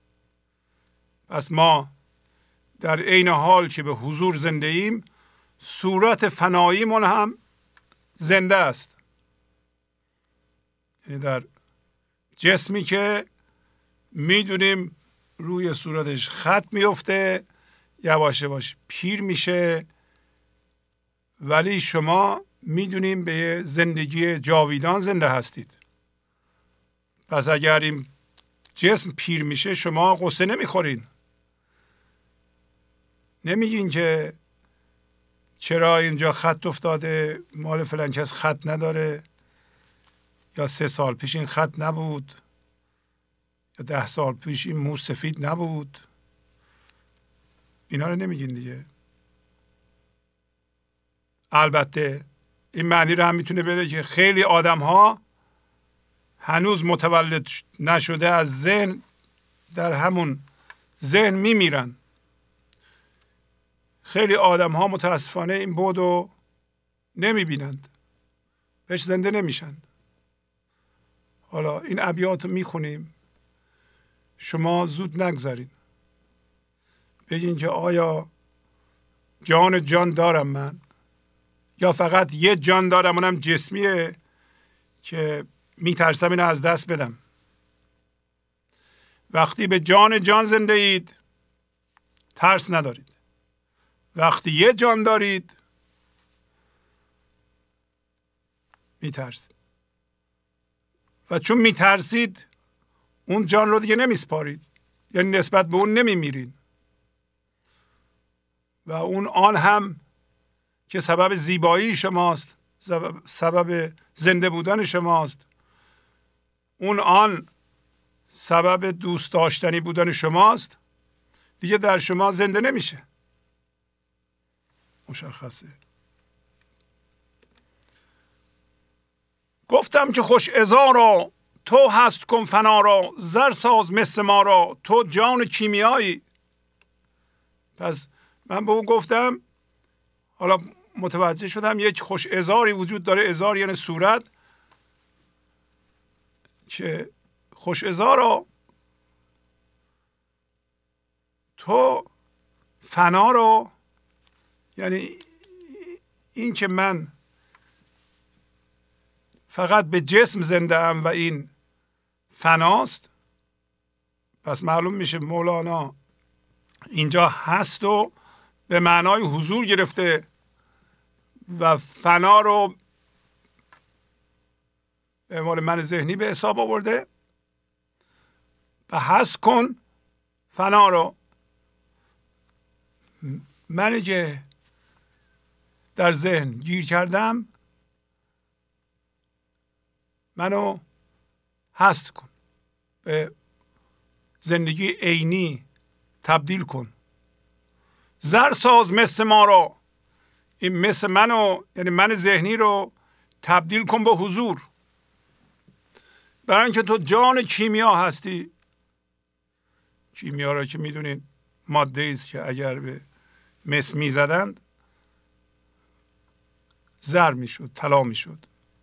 پس ما در عین حال که به حضور زنده ایم، صورت فناییمون هم زنده است. یعنی در جسمی که میدونیم روی صورتش خط میفته، یواش یواش پیر میشه، ولی شما میدونیم به زندگی جاویدان زنده هستید. پس اگر این جسم پیر میشه، شما قصه نمیخورین. نمیگین که چرا اینجا خط افتاده، مال فلان کس خط نداره، یا 3 سال پیش این خط نبود، یا 10 سال پیش این مو سفید نبود. اینا رو نمیگین دیگه. البته این معنی رو هم میتونه بده که خیلی آدم ها هنوز متولد نشده از ذهن، در همون ذهن میمیرن. خیلی آدم ها متاسفانه این بودو نمیبینند، بهش زنده نمیشن. حالا این ابیات رو میخونیم، شما زود نگذارین بگین که آیا جان دارم من، یا فقط یه جان دارم اونم جسمیه که میترسم اینو از دست بدم. وقتی به جان زنده اید، ترس ندارید. وقتی یه جان دارید، میترسید. و چون میترسید، اون جان رو دیگه نمیسپارید، یعنی نسبت به اون نمیمیرید. و اون آن هم که سبب زیبایی شماست، سبب زنده بودن شماست، اون آن سبب دوست داشتنی بودن شماست، دیگه در شما زنده نمیشه. مشخصه. گفتم که خوش ازارا، تو هست کن فنا را، زر ساز مثل ما را، تو جان کیمیایی. پس من به او گفتم، حالا متوجه شدم یک خوش ازاری وجود داره. ازار یعنی صورت، که خوش ازارا تو فنا رو، یعنی این که من فقط به جسم زنده ام و این فناست. پس معلوم میشه مولانا اینجا هست و به معنای حضور گرفته و فنا رو به عنوان من ذهنی به حساب آورده. و هست کن فنا رو، منی که در ذهن گیر کردم، منو هست کن، به زندگی عینی تبدیل کن. زر ساز مثل ما رو، این مثل منو، یعنی من ذهنی رو تبدیل کن به حضور. برای اینکه تو جان کیمیا هستی. کیمیا رو که میدونین ماده است که اگر به مس میزدند زر میشد، طلا میشد.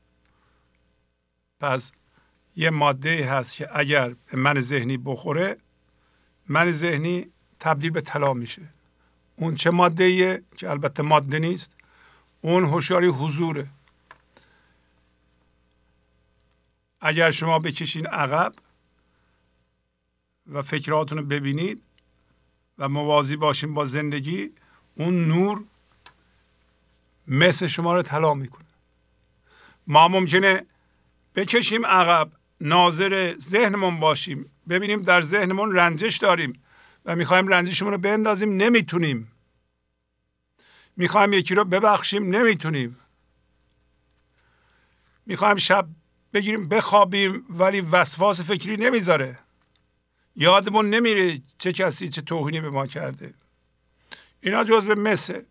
پس یه ماده هست که اگر به من ذهنی بخوره، من ذهنی تبدیل به طلا میشه. اون چه ماده ایه که البته ماده نیست؟ اون هوشیاری حضوره. اگر شما بکشین عقب و فکراتون رو ببینید و موازی باشین با زندگی، اون نور مثل شما رو طلا میکنه. ما ممکنه بکشیم عقب، ناظر ذهنمون باشیم، ببینیم در ذهنمون رنجش داریم، و میخوایم رنجشمون رو بندازیم، نمیتونیم. میخوایم یکی رو ببخشیم، نمیتونیم. میخوایم شب بگیریم بخوابیم، ولی وسواس فکری نمیذاره. یادمون نمیره چه کسی چه توهینی به ما کرده. اینا جزء مسه.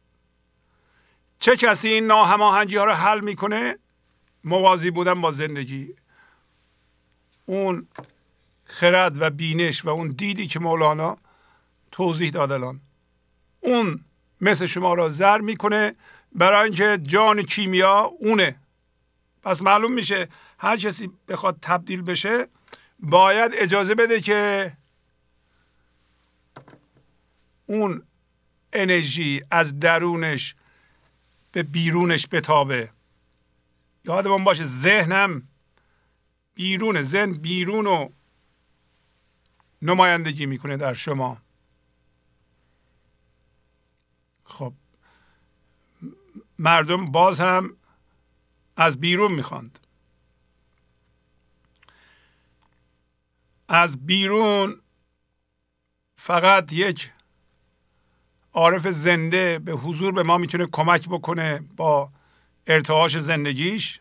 چه کسی این ناهماهنگی ها رو حل میکنه؟ موازی بودن با زندگی. اون خرد و بینش و اون دیدی که مولانا توضیح داد الان، اون مثل شما را زر میکنه، برای اینکه جان کیمیا اونه. پس معلوم میشه هر کسی بخواد تبدیل بشه باید اجازه بده که اون انرژی از درونش به بیرونش بتابه. یادمون باشه ذهنم بیرونه، ذهن بیرون رو نمایندگی میکنه در شما. خب مردم باز هم از بیرون میخواند. از بیرون فقط یک عارف زنده به حضور به ما میتونه کمک بکنه با ارتعاش زندگیش،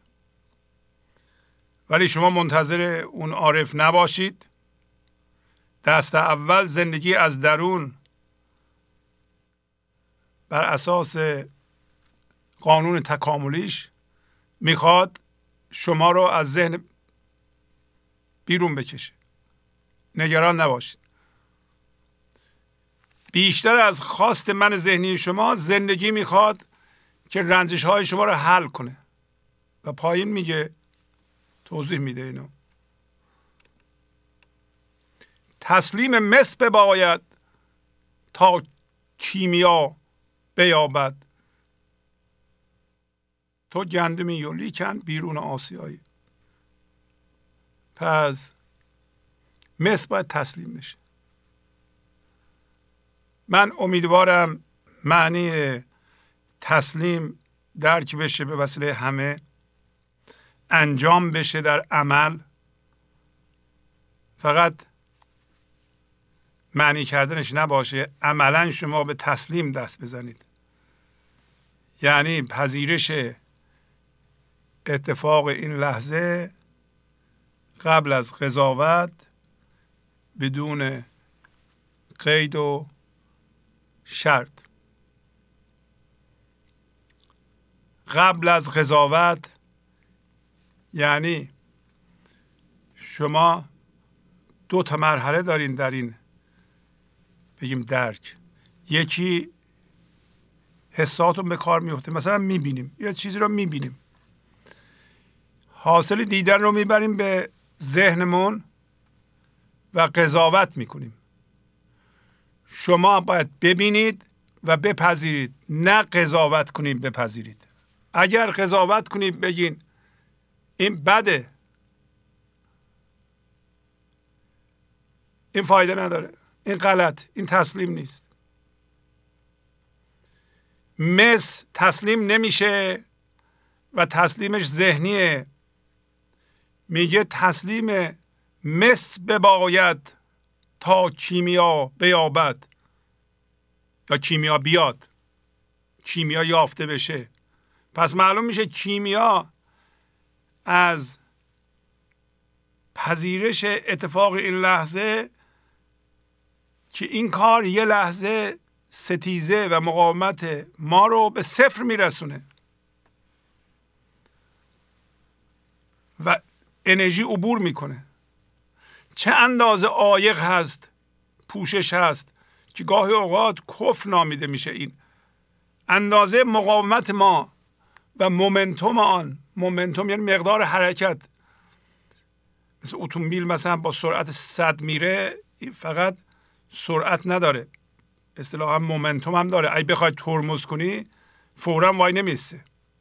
ولی شما منتظر اون عارف نباشید. دست اول زندگی از درون بر اساس قانون تکاملیش میخواد شما رو از ذهن بیرون بکشه. نگران نباشید. بیشتر از خواست من ذهنی شما زندگی میخواد که رنجش های شما رو حل کنه و پایین میگه، توضیح میده اینو. تسلیم مس بباید تا کیمیا بیابد. تو گندمی و لیکن بیرون آسیایی. پس مس باید تسلیم بشه. من امیدوارم معنی تسلیم درک بشه به وسیله همه، انجام بشه در عمل. فقط معنی کردنش نباشه، عملا شما به تسلیم دست بزنید. یعنی پذیرش اتفاق این لحظه قبل از قضاوت، بدون قید و شرط. قبل از قضاوت یعنی شما دو تا مرحله دارین در این بگیم درک. یکی حساتون به کار میفته، مثلا میبینیم یه چیزی رو میبینیم، حاصل دیدن رو میبریم به ذهنمون و قضاوت میکنیم. شما باید ببینید و بپذیرید، نه قضاوت کنید بپذیرید. اگر قضاوت کنید بگین این بده، این فایده نداره، این غلط، این تسلیم نیست. مس تسلیم نمیشه و تسلیمش ذهنیه. میگه تسلیم مس بباید تا کیمیا بیابد، یا کیمیا بیاد، کیمیا یافته بشه. پس معلوم میشه کیمیا از پذیرش اتفاق این لحظه که این کار یه لحظه ستیزه و مقاومت ما رو به صفر میرسونه و انرژی عبور میکنه. چه اندازه عایق هست، پوشش هست که گاهی اوقات کفر نامیده میشه. این اندازه مقاومت ما و مومنتوم آن، مومنتوم یعنی مقدار حرکت. مثل اتومبیل مثلا با سرعت 100 میره، فقط سرعت نداره، اصطلاحا مومنتوم هم داره. اگه بخوای ترمز کنی فوراً وای نمیسته.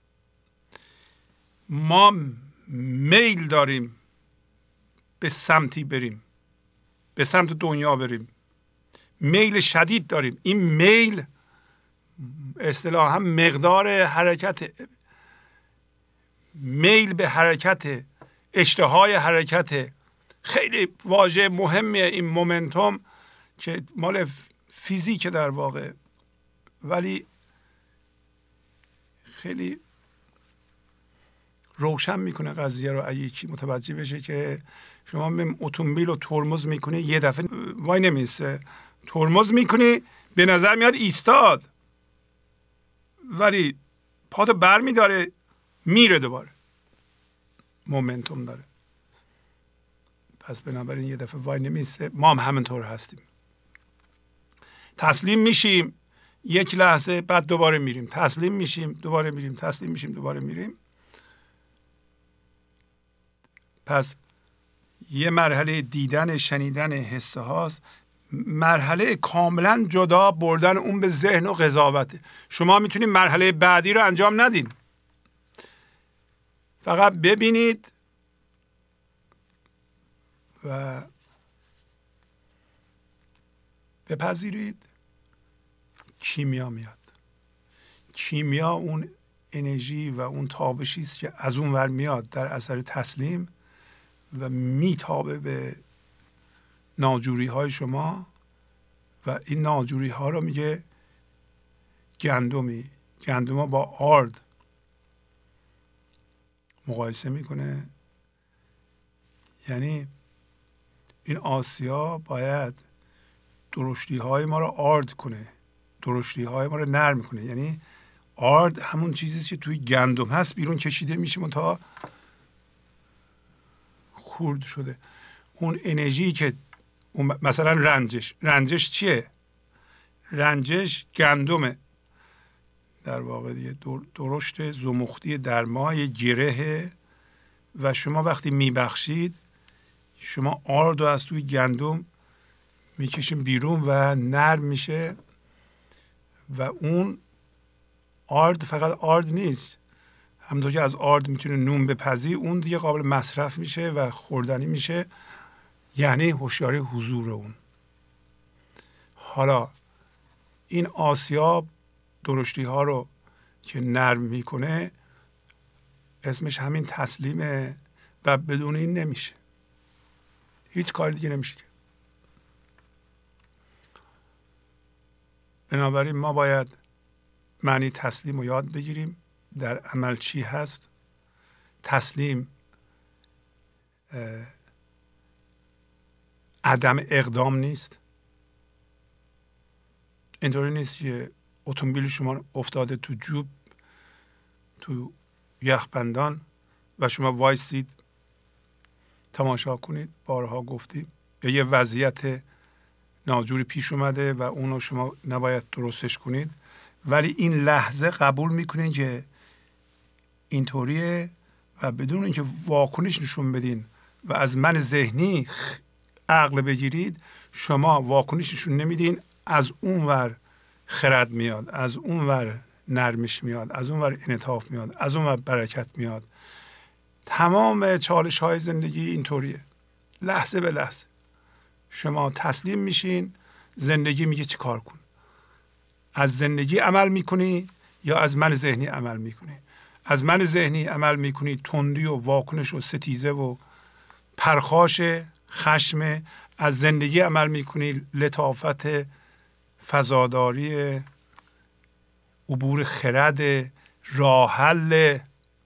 ما میل داریم به سمتی بریم، به سمت دنیا بریم، میل شدید داریم. این میل اصطلاحا مقدار حرکت، میل به حرکت، اشتهای حرکت. خیلی واژه مهمیه این مومنتوم. که مال فیزیک در واقع، ولی خیلی روشن میکنه قضیه رو. اگه چی متوجه بشه که شما اتومبیل رو ترمز میکنی، یه دفعه وای نمیسته، ترمز میکنی به نظر میاد ایستاد، ولی پاتو بر میداره میره دوباره، مومنتوم داره. پس بنابراین یه دفعه وای نمیسته. ما هم همینطور هستیم، تسلیم میشیم یک لحظه، بعد دوباره میریم، تسلیم میشیم دوباره میریم، تسلیم میشیم دوباره میریم. پس یه مرحله دیدن شنیدن حس هاست، مرحله کاملا جدا بردن اون به ذهن و قضاوته. شما میتونید مرحله بعدی رو انجام ندین، فقط ببینید و بپذیرید. کیمیا میاد. کیمیا اون انرژی و اون تابشی است که از اون ور میاد در اثر تسلیم و میتابه به ناجوری های شما و این ناجوری ها رو میگه گندمی. گندم با آرد مقایسه میکنه. یعنی این آسیا باید درشتی های ما رو آرد کنه، درشتی های ما رو نرم کنه. یعنی آرد همون چیزی که توی گندم هست بیرون کشیده میشه تا خورد شده. اون انرژی که مثلا رنجش چیه؟ رنجش گندمه در واقع دیگه، درشت زمختی در ما یه گره و شما وقتی میبخشید شما آرد رو از توی گندم میکشیم بیرون و نرم میشه. و اون آرد فقط آرد نیست، همونطور که از آرد میتونه نون بپزی، اون دیگه قابل مصرف میشه و خوردنی میشه. یعنی هوشیاری حضور اون. حالا این آسیاب درشتی ها رو که نرم میکنه اسمش همین تسلیمه و بدون این نمیشه، هیچ کار دیگه نمیشه. بنابراین ما باید معنی تسلیم رو یاد بگیریم. در عمل چی هست؟ تسلیم عدم اقدام نیست. اینطوری نیست که اتومبیل شما افتاده تو جوب، تو یخبندان و شما وایسید تماشا کنید. بارها گفتیم یا یه وضعیت ناجوری پیش اومده و اونو شما نباید درستش کنید، ولی این لحظه قبول میکنید که اینطوریه و بدون اینکه واکنش نشون بدین و از من ذهنی عقل بگیرید، شما واکنش نشون نمیدین، از اون ور خرد میاد، از اون ور نرمش میاد، از اون ور انعطاف میاد، از اون ور برکت میاد. تمام چالش های زندگی اینطوریه، لحظه به لحظه شما تسلیم میشین، زندگی میگه چی کار کن. از زندگی عمل میکنی یا از من ذهنی عمل میکنی؟ از من ذهنی عمل میکنی، تندی و واکنش و ستیزه و پرخاش خشم. از زندگی عمل میکنی، لطافت، فضاداری، عبور خرد، راه حل.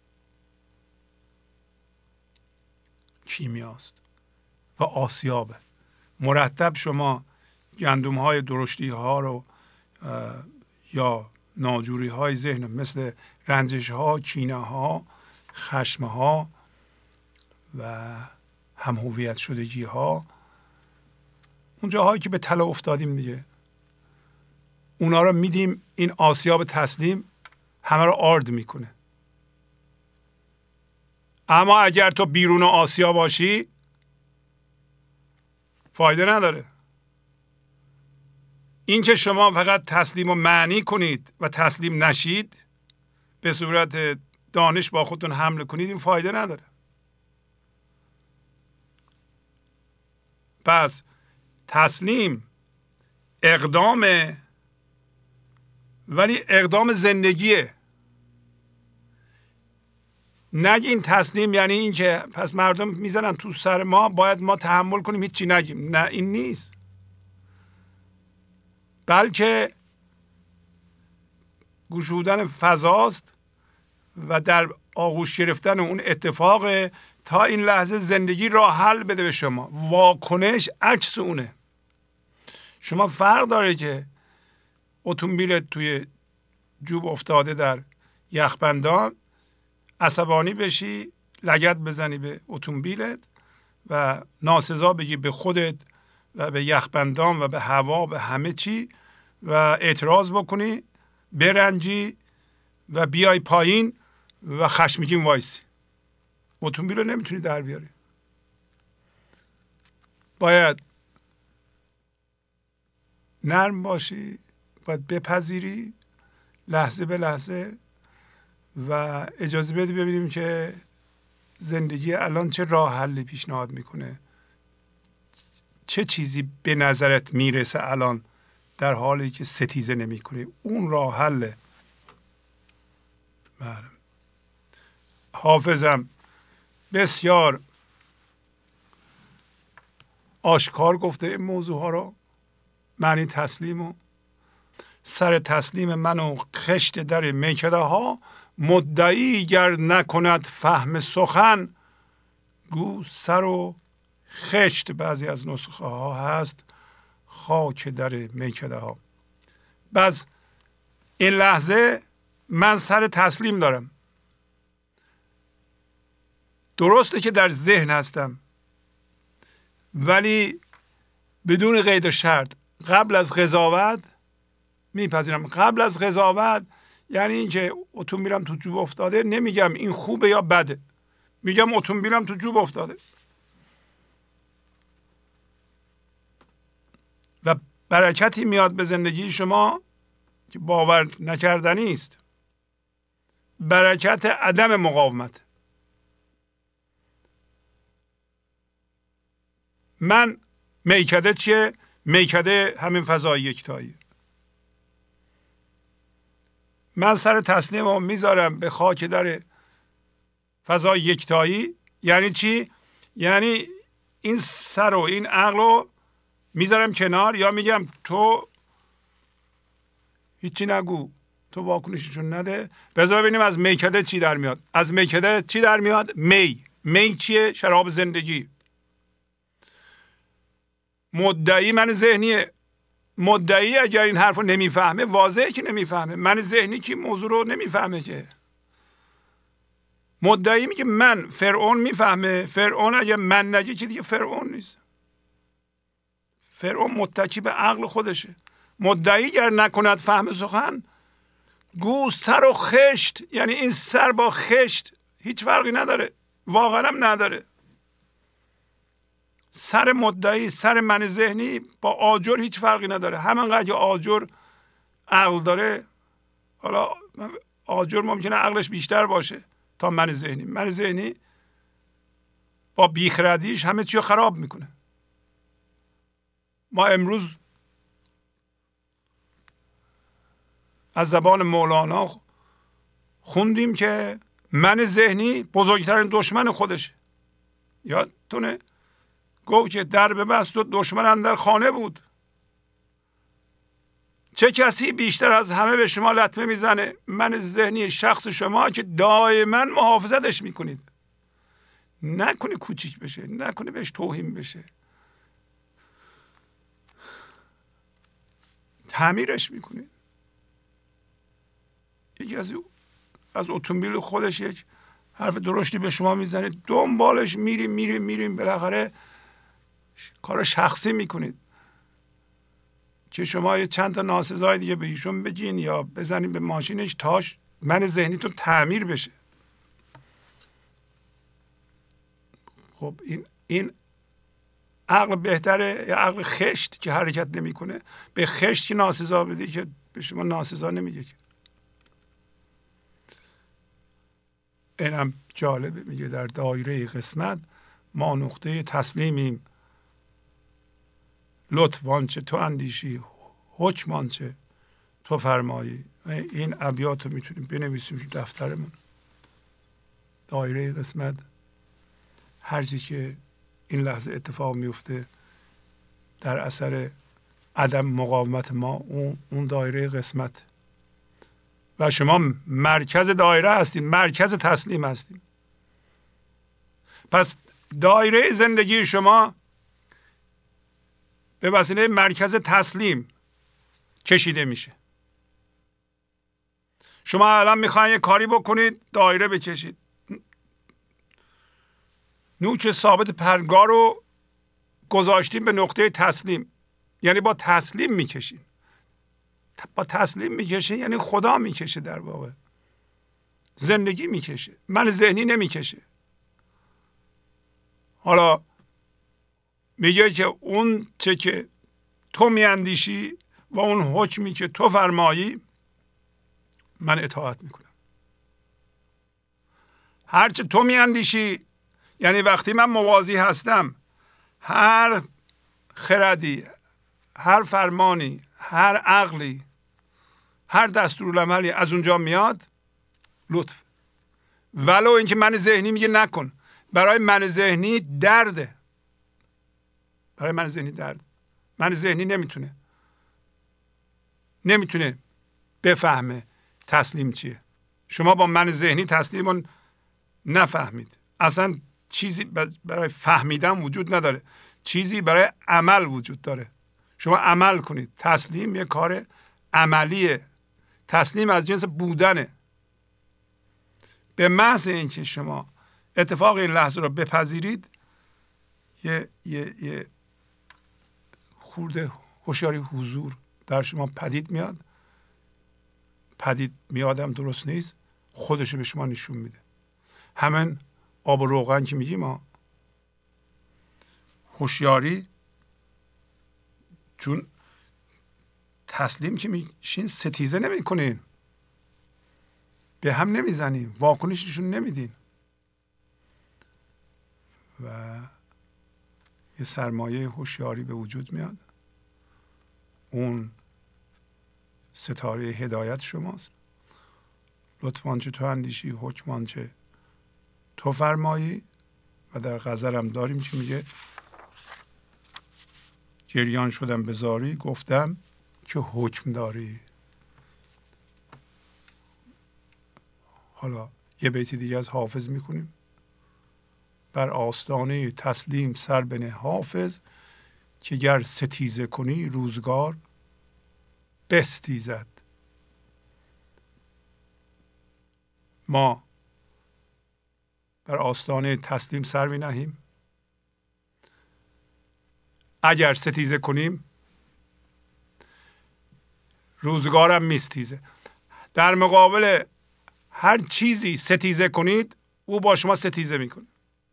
کیمیاست و آسیابه. مرتب شما گندم های درشتی ها رو یا ناجوری های ذهن مثل رنجش ها، کینه ها، خشم ها و هم هویت شدگی ها، اون جاهایی که به تله افتادیم دیگه، اونا رو میدیم این آسیاب تسلیم همه رو آرد میکنه. اما اگر تو بیرون آسیا باشی فایده نداره. این که شما فقط تسلیم و معنی کنید و تسلیم نشید، به صورت دانش با خودتون حمله کنید، این فایده نداره. پس تسلیم اقدامه، ولی اقدام زندگیه. نگین تسلیم یعنی این که پس مردم میزنن تو سر ما باید ما تحمل کنیم هیچی نگیم. نه، این نیست. بلکه گشودن فضاست و در آغوش گرفتن اون اتفاق تا این لحظه زندگی راه حل بده به شما. واکنش عکس اونه. شما فرق داره که اتومبیلت توی جوب افتاده در یخبندان، عصبانی بشی، لگد بزنی به اتومبیلت و ناسزا بگی به خودت و به یخبندان و به هوا، به همه چی، و اعتراض بکنی، برنجی و بیای پایین و خشمگین وایسی. اتومبیل رو نمیتونی در بیاری. باید نرم باشی، باید بپذیری لحظه به لحظه و اجازه بدی ببینیم که زندگی الان چه راه حلی پیشنهاد میکنه. چه چیزی به نظرت میرسه الان در حالی که ستیزه نمیکنی؟ اون راه حله. بله. حافظم بسیار آشکار گفته این موضوع ها رو. معنی تسلیم و سر تسلیم من و خشت در میکده ها، مدعی گر نکند فهم سخن، گو سر و خشت. بعضی از نسخه ها هست خاک در میکده ها. بس این لحظه من سر تسلیم دارم. درسته که در ذهن هستم، ولی بدون قید و شرط. قبل از قضاوت میپذیرم. قبل از قضاوت یعنی اینکه اتومبیلم تو جوب افتاده، نمیگم این خوبه یا بده، میگم اتومبیلم تو جوب افتاده و برکتی میاد به زندگی شما که باور نکردنی است. برکت عدم مقاومت. من میکده چیه؟ میکده همین فضای یکتایی. من سر تسلیمم میذارم به خاک در فضای یکتایی. یعنی چی؟ یعنی این سر و این عقل رو میذارم کنار، یا میگم تو هیچی نگو، تو واکنششون نده، بذار ببینیم از میکده چی در میاد. از میکده چی در میاد؟ می چیه؟ شراب زندگی. مدعی من ذهنیه. مدعی اگر این حرف رو نمیفهمه، واضحه که نمیفهمه. من ذهنی که موضوع رو نمیفهمه که. مدعی میگه من، فرعون میفهمه. فرعون اگر من نگه که دیگه فرعون نیست. فرعون متکی به عقل خودشه. مدعی گر نکند فهم سخن، گو سر و خشت. یعنی این سر با خشت هیچ فرقی نداره، واقعا هم نداره. سر مدعی، سر من ذهنی با آجر هیچ فرقی نداره. همانقدر که آجر عقل داره، حالا آجر ممکنه عقلش بیشتر باشه تا من ذهنی. من ذهنی با بیخردیش همه چی رو خراب میکنه. ما امروز از زبان مولانا خوندیم که من ذهنی بزرگترین دشمن خودشه. یادتونه گفت که در ببست و دشمن اندر خانه بود. چه کسی بیشتر از همه به شما لطمه میزنه؟ من ذهنی شخص شما که دائما محافظتش میکنید. نکنه کوچیک بشه، نکنه بهش توهین بشه، تعمیرش میکنید. یکی از اتومبیل خودش یک حرف درشتی به شما میزنه، دنبالش میریم بالاخره کار شخصی میکنید که شما یه چند تا ناسزای دیگه به ایشون بگین یا بزنید به ماشینش تاش من ذهنیتون تعمیر بشه. خب این عقل بهتره یا عقل خشت که حرکت نمیکنه؟ به خشت که ناسزا بدی که به شما ناسزا نمیگه. اینم جالبه، میگه در دایره قسمت ما نقطه تسلیمیم، لطف آنچه تو اندیشی، حکم آنچه تو فرمایی. این ابیات رو میتونیم بنویسیم تو دفترمون. دایره قسمت، هر چی که این لحظه اتفاق میفته در اثر عدم مقاومت ما اون دایره قسمت و شما مرکز دایره هستید، مرکز تسلیم هستید. پس دایره زندگی شما به وسیله مرکز تسلیم کشیده میشه. شما الان میخواین یه کاری بکنید، دایره بکشید، نوک ثابت پرگار رو گذاشتیم به نقطه تسلیم، یعنی با تسلیم میکشین. با تسلیم میکشه یعنی خدا میکشه، در واقع زندگی میکشه، من ذهنی نمیکشه. حالا میگه که اون چه که تو میاندیشی و اون حکمی که تو فرمایی من اطاعت میکنم. هرچه تو میاندیشی یعنی وقتی من موازی هستم، هر خردی، هر فرمانی، هر عقلی، هر دستورالعملی از اونجا میاد لطف. ولو اینکه من ذهنی میگه نکن، برای من ذهنی درده، برای من ذهنی درد. من ذهنی نمیتونه بفهمه تسلیم چیه. شما با من ذهنی تسلیم نفهمید. اصلا چیزی برای فهمیدن وجود نداره، چیزی برای عمل وجود داره. شما عمل کنید. تسلیم یه کار عملیه. تسلیم از جنس بودنه. به محض اینکه شما اتفاق این لحظه رو بپذیرید، یه خورده هوشیاری حضور در شما پدید میاد. پدید میادم درست نیست، خودشو به شما نشون میده. همین آب و روغن که میگیم ما، هوشیاری، چون تسلیم که میشین ستیزه نمیکنین، به هم نمیزنین، واکنششون نمیدین و یه سرمایه هوشیاری به وجود میاد. اون ستاره هدایت شماست. لطفاً چه تو اندیشی، حکمان چه تو فرمایی. و در غزل هم داریم که میگه گریان شدم به زاری، گفتم که حکم داری. حالا یه بیت دیگه از حافظ میکنیم. بر آستانه تسلیم سر بنه حافظ، که گر ستیزه کنی روزگار بستیزد. ما بر آستانه تسلیم سر می نهیم. اگر ستیزه کنیم روزگارم میستیزه. در مقابل هر چیزی ستیزه کنید، او با شما ستیزه میکنه.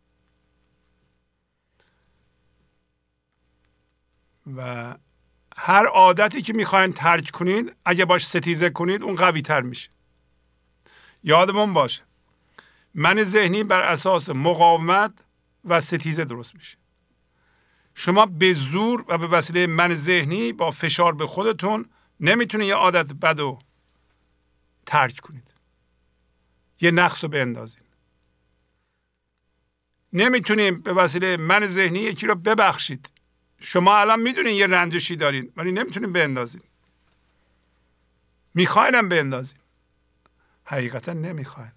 و هر عادتی که میخواین ترک کنید، اگه باش ستیزه کنید، اون قوی تر میشه. یادمون باشه من ذهنی بر اساس مقاومت و ستیزه درست میشه. شما به زور و به وسیله من ذهنی با فشار به خودتون نمیتونید یه عادت بد رو ترک کنید، یه نقص رو بیندازید. نمیتونیم به وسیله من ذهنی یکی رو ببخشید. شما الان میدونین یه رنجشی دارین ولی نمیتونین بیندازین. میخواینم بیندازین، حقیقتا نمیخواین.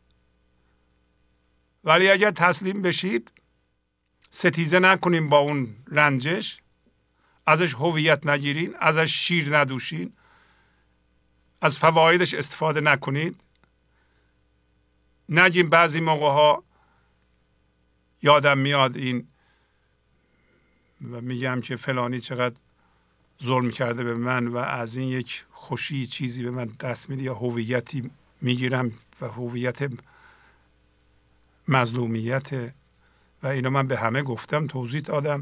ولی اگر تسلیم بشید، ستیزه نکنین با اون رنجش، ازش هویت نگیرین، ازش شیر ندوشین، از فوایدش استفاده نکنید. نگیم بعضی موقع ها یادم میاد این و میگم که فلانی چقدر ظلم کرده به من و از این یک خوشی چیزی به من دست میده یا هویتی میگیرم و هویت مظلومیت و اینو من به همه گفتم، توضیح دادم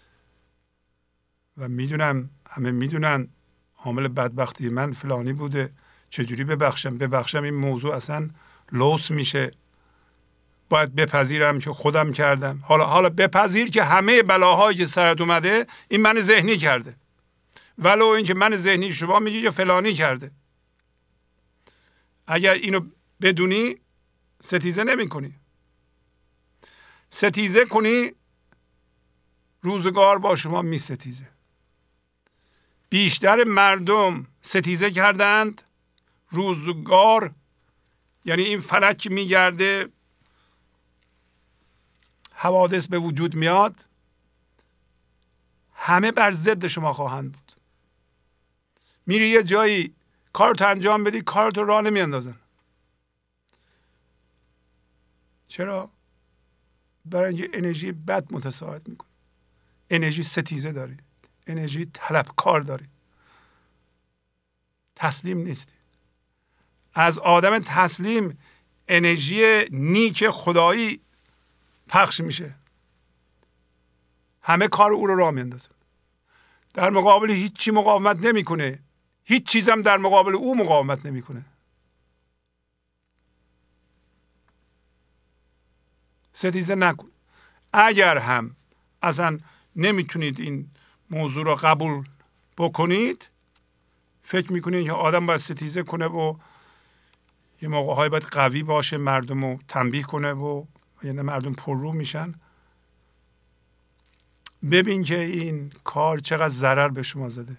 و میدونم، همه میدونن عامل بدبختی من فلانی بوده. چجوری ببخشم این موضوع اصلا لوس میشه. باید بپذیرم که خودم کردم. حالا بپذیر که همه بلاهایی که سرت اومده این من ذهنی کرده، ولو اینکه من ذهنی شما میگه که فلانی کرده. اگر اینو بدونی ستیزه نمی کنی. ستیزه کنی روزگار با شما می ستیزه. بیشتر مردم ستیزه کردند، روزگار یعنی این فلک که میگرده حوادث به وجود میاد، همه بر ضد شما خواهند بود. میری یه جایی کارتو انجام بدی، کارتو راه نمیاندازن. چرا؟ برای اینکه انرژی بد متساعد میکنه، انرژی ستیزه داری، انرژی طلبکار داری، تسلیم نیستی. از آدم تسلیم انرژی نیک خدایی پخش میشه، همه کار او رو راه میاندازن. در مقابل هیچ چی مقاومت نمیکنه، هیچ چیزم در مقابل او مقاومت نمیکنه. ستیزه نکن. اگر هم اصلا نمیتونید این موضوع رو قبول بکنید، فکر میکنید که آدم باید ستیزه کنه و یه موقع‌های باید قوی باشه، مردم رو تنبیه کنه و یعنی مردم پررو میشن. ببین که این کار چقدر ضرر به شما زده.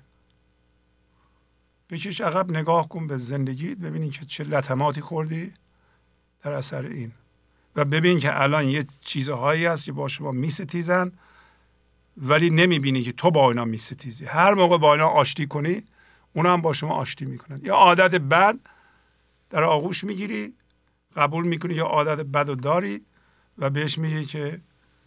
بکش عقب، نگاه کن به زندگیت، ببینین که چه لطماتی خوردی در اثر این، و ببین که الان یه چیزهایی هست که با شما میستیزن ولی نمیبینی که تو با اینا میستیزی. هر موقع با اینا آشتی کنی، اونا هم با شما آشتی میکنن. یا عادت بد در آغوش میگیری، قبول میکنی یا عادت بد رو داری و بهش میگی که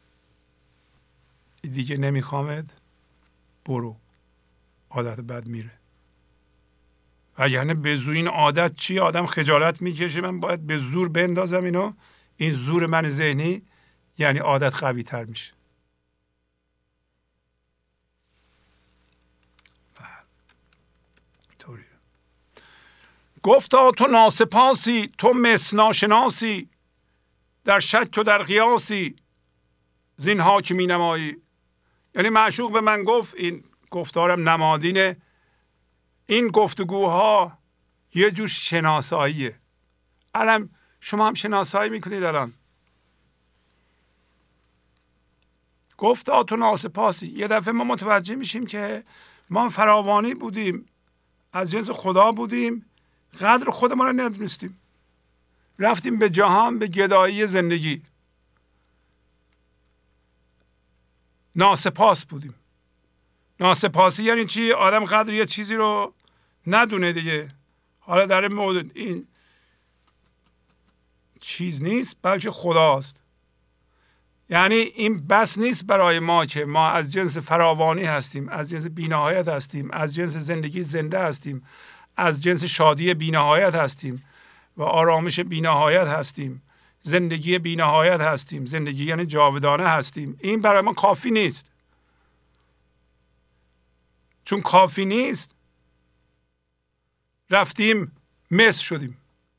دیگه نمیخوامت، برو. عادت بد میره. و یعنی به زور این عادت چی؟ آدم خجالت میکشه، من باید به زور بندازم اینو. این زور من ذهنی یعنی عادت قوی تر میشه. طوریه. گفتا تو ناسپاسی، تو مس ناشناسی، در شک و در قیاسی، زینها که می نمایی. یعنی معشوق به من گفت، این گفتارم نمادینه، این گفتگوها یه جور شناساییه. الان شما هم شناسایی میکنید. الان گفتا تو ناسپاسی، یه دفعه ما متوجه میشیم که ما فراوانی بودیم، از جنس خدا بودیم، قدر خودمان رو ندونستیم، رفتیم به جهان، به گدایی زندگی، ناسپاس بودیم. ناسپاسی یعنی چی؟ آدم قدر یه چیزی رو ندونه دیگه. حالا در این مورد این چیز نیست بلکه خداست. یعنی این بس نیست برای ما که ما از جنس فراوانی هستیم، از جنس بی‌نهایت هستیم، از جنس زندگی زنده هستیم، از جنس شادی بی‌نهایت هستیم و آرامش بی‌نهایت هستیم، زندگی بی‌نهایت هستیم، زندگی یعنی جاودانه هستیم. این برای ما کافی نیست. چون کافی نیست رفتیم مس شدیم.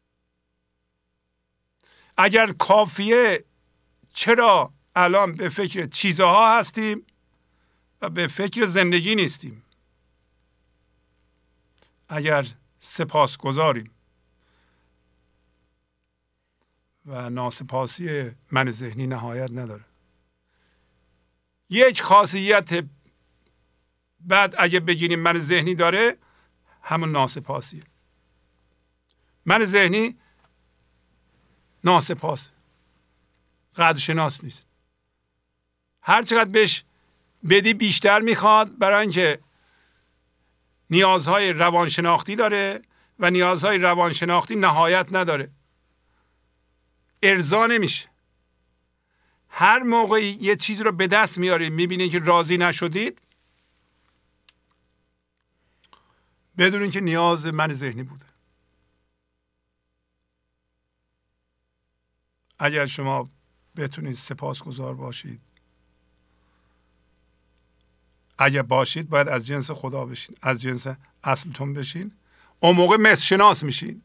اگر کافیه چرا الان به فکر چیزها هستیم و به فکر زندگی نیستیم؟ اگر سپاسگزاریم و ناسپاسی من ذهنی نهایت نداره. یک خاصیت بعد اگه بگیریم من ذهنی داره، همون ناسپاسیه. من ذهنی ناسپاس، قدرشناس نیست. هر چقدر بهش بدی بیشتر میخواد، برای اینکه نیازهای روانشناختی داره و نیازهای روانشناختی نهایت نداره، ارضا نمیشه. هر موقع یه چیز رو به دست میارید میبینید که راضی نشدید، بدونید که نیاز من ذهنی بوده. اگر شما بتونید سپاسگزار باشید، اگر باشید باید از جنس خدا بشین، از جنس اصلتون بشین. اون موقع مسشناس میشین،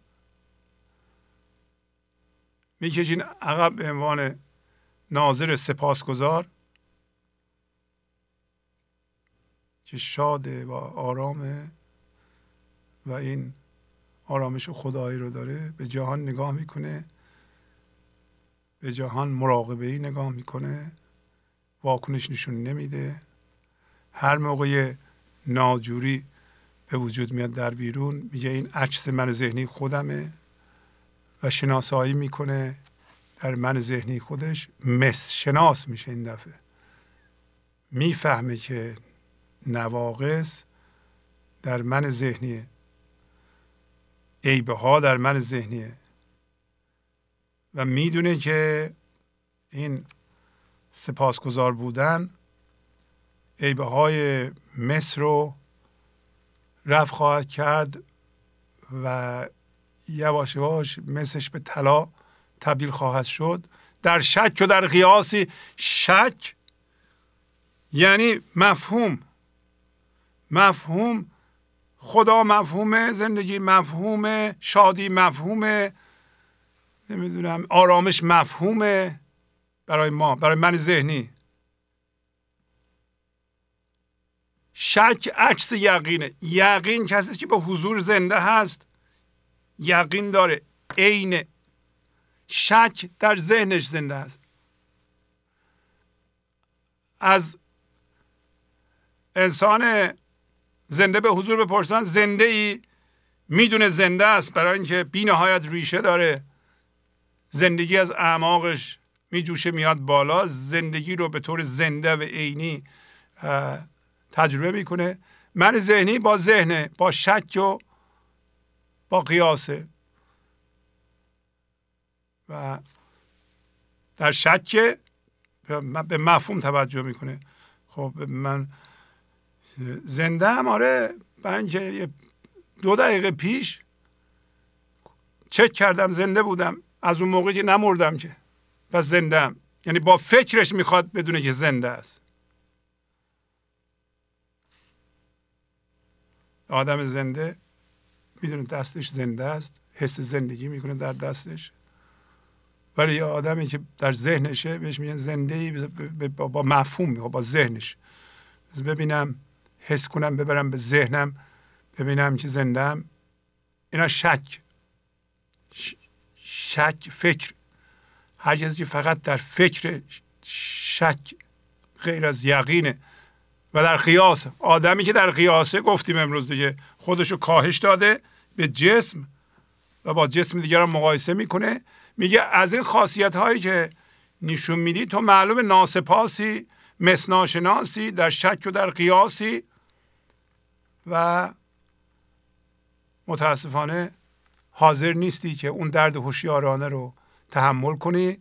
میکشین عقب به عنوان ناظر سپاسگزار که شاده و آرامه و این آرامش خدایی رو داره. به جهان نگاه میکنه، به جهان مراقبه‌ای نگاه میکنه، واکنش نشون نمیده. هر موقع ناجوری به وجود میاد در بیرون، میگه این عکس من ذهنی خودمه و شناسایی میکنه در من ذهنی خودش، شناس میشه. این دفعه میفهمه که نواقص در من ذهنیه، عیبه ها در من ذهنیه و میدونه که این سپاسگزار بودن عیبه های مس رو رفع خواهد کرد و یواش یواش مسش به طلا تبدیل خواهد شد. در شک و در قیاسی، شک یعنی مفهوم خدا، مفهوم زندگی، مفهوم شادی، مفهوم نمیدونم آرامش، مفهوم برای ما، برای من ذهنی. شک عکس یقینه. یقین کسی که به حضور زنده هست، یقین داره، عین. شک در ذهنش زنده است. از انسان زنده به حضور بپرسن زنده ای؟ میدونه زنده است، برای اینکه بی نهایت ریشه داره، زندگی از اعماقش میجوشه میاد بالا، زندگی رو به طور زنده و عینی تجربه میکنه. من ذهنی با ذهنه، با شک و با قیاسه و در شک به مفهوم توجه میکنه. خب من زنده هم، آره، برای اینکه 2 دقیقه پیش چک کردم زنده بودم، از اون موقع که نمردم که، پس زنده هم. یعنی با فکرش میخواد بدونه که زنده است. آدم زنده میدونه دستش زنده است، حس زندگی میکنه در دستش. ولی یه آدمی که در ذهنشه بهش میگن زنده ای، با مفهوم، با ذهنش. ببینم، حس کنم، ببرم به ذهنم، ببینم که زنده ام. اینا شک، فکر. هر چیزی که فقط در فکر، شک غیر از یقینه. و در قیاس، آدمی که در قیاسه، گفتیم امروز دیگه، خودشو کاهش داده به جسم و با جسم دیگر رو مقایسه میکنه، میگه از این خاصیت هایی که نشون میدی تو معلوم ناسپاسی، مسناشناسی، در شک و در قیاسی و متاسفانه حاضر نیستی که اون درد هوشیارانه رو تحمل کنی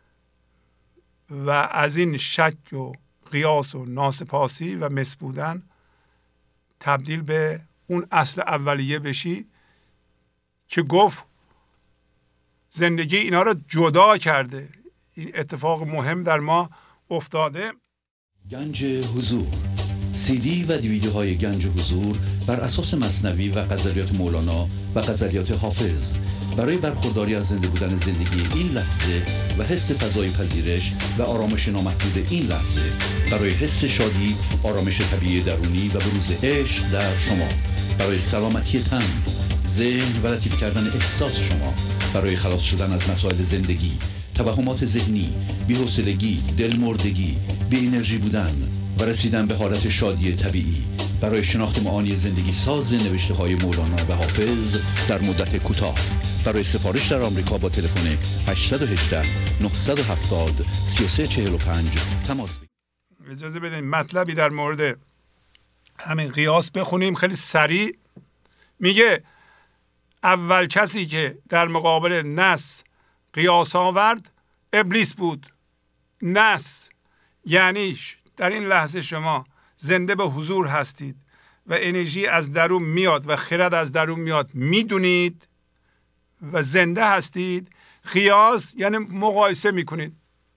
و از این شک و قیاس و ناسپاسی و مس بودن تبدیل به اون اصل اولیه بشی که گفت زندگی اینا رو جدا کرده. این اتفاق مهم در ما افتاده. گنج حضور، CD و دیویدیوهای گنج حضور بر اساس مثنوی و غزلیات مولانا و غزلیات حافظ برای برخورداری از زنده بودن زندگی این لحظه و حس فضای پذیرش و آرامش نامحدود این لحظه، برای حس شادی، آرامش طبیعی درونی و بروز عشق در شما، برای سلامتی تن، ذهن و لطیف کردن احساس شما، برای خلاص شدن از مسائل زندگی، توهمات ذهنی، بی‌حوصلگی، دلمردگی، بی انرژی بودن و رسیدن به حالت شادی طبیعی، برای شناخت معانی زندگی ساز نوشته های مولانا و حافظ در مدت کوتاه. برای سفارش در آمریکا با تلفن 818 970 3345 تماس بگیرید. اجازه بدین مطلبی در مورد همین قیاس بخونیم خیلی سریع. میگه اول کسی که در مقابل نس قیاس آورد ابلیس بود. نس یعنی در این لحظه شما زنده به حضور هستید و انرژی از درون میاد و خرد از درون میاد، میدونید و زنده هستید. قیاس یعنی مقایسه میکنید.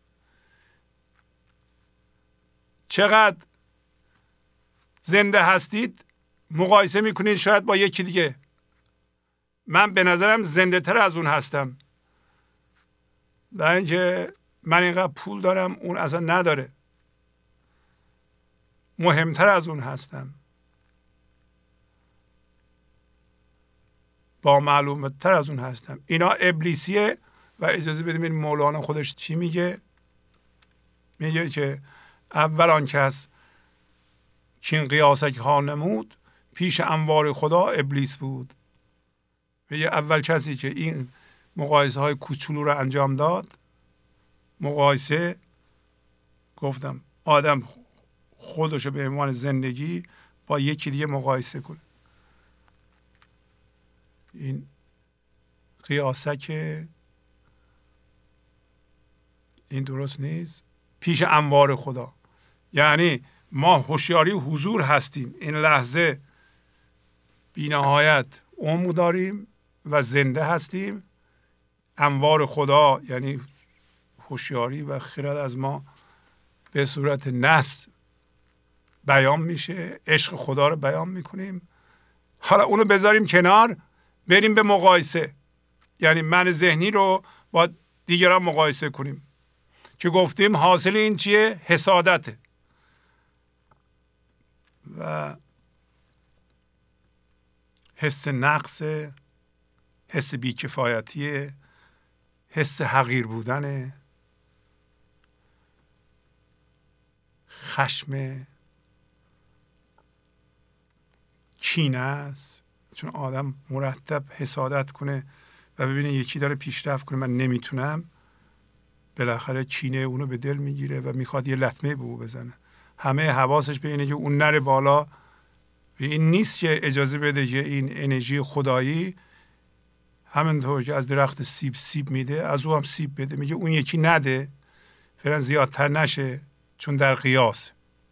چقدر زنده هستید مقایسه میکنید شاید با یکی دیگه. من به نظرم زنده تر از اون هستم، برای اینکه من اینقدر پول دارم اون اصلا نداره، مهمتر از اون هستم، با معلومات تر از اون هستم. اینا ابلیسیه. و اجازه بدیم این مولانا خودش چی میگه. میگه که اول آن کس که این قیاسک ها نمود، پیش انوار خدا ابلیس بود. و یه اول کسی که این مقایسه های کوچولو رو انجام داد، مقایسه، گفتم آدم خودشو به عنوان زندگی با یکی دیگه مقایسه کنه. این قیاسه که این درست نیست. پیش انوار خدا یعنی ما هوشیاری حضور هستیم، این لحظه بی‌نهایت عمق داریم و زنده هستیم. انوار خدا یعنی هوشیاری و خرد از ما به صورت نص بیان میشه، عشق خدا رو بیان میکنیم. حالا اونو بذاریم کنار، بریم به مقایسه، یعنی من ذهنی رو با دیگران مقایسه کنیم که گفتیم حاصل این چیه؟ حسادته و حس نقص، حس بیکفایتی، حس حقیر بودن، خشم، کینه است. چون آدم مرتب حسادت کنه و ببینه یکی داره پیشرفت کنه من نمیتونم، بالاخره کینه اونو به دل میگیره و میخواد یه لطمه به او بزنه. همه حواسش به اینه که اون نره بالا. این نیست که اجازه بده که این انرژی خدایی همینطور که از درخت سیب میده از او هم سیب بده. میگه اون یکی نده فعلا زیادتر نشه چون در قیاس.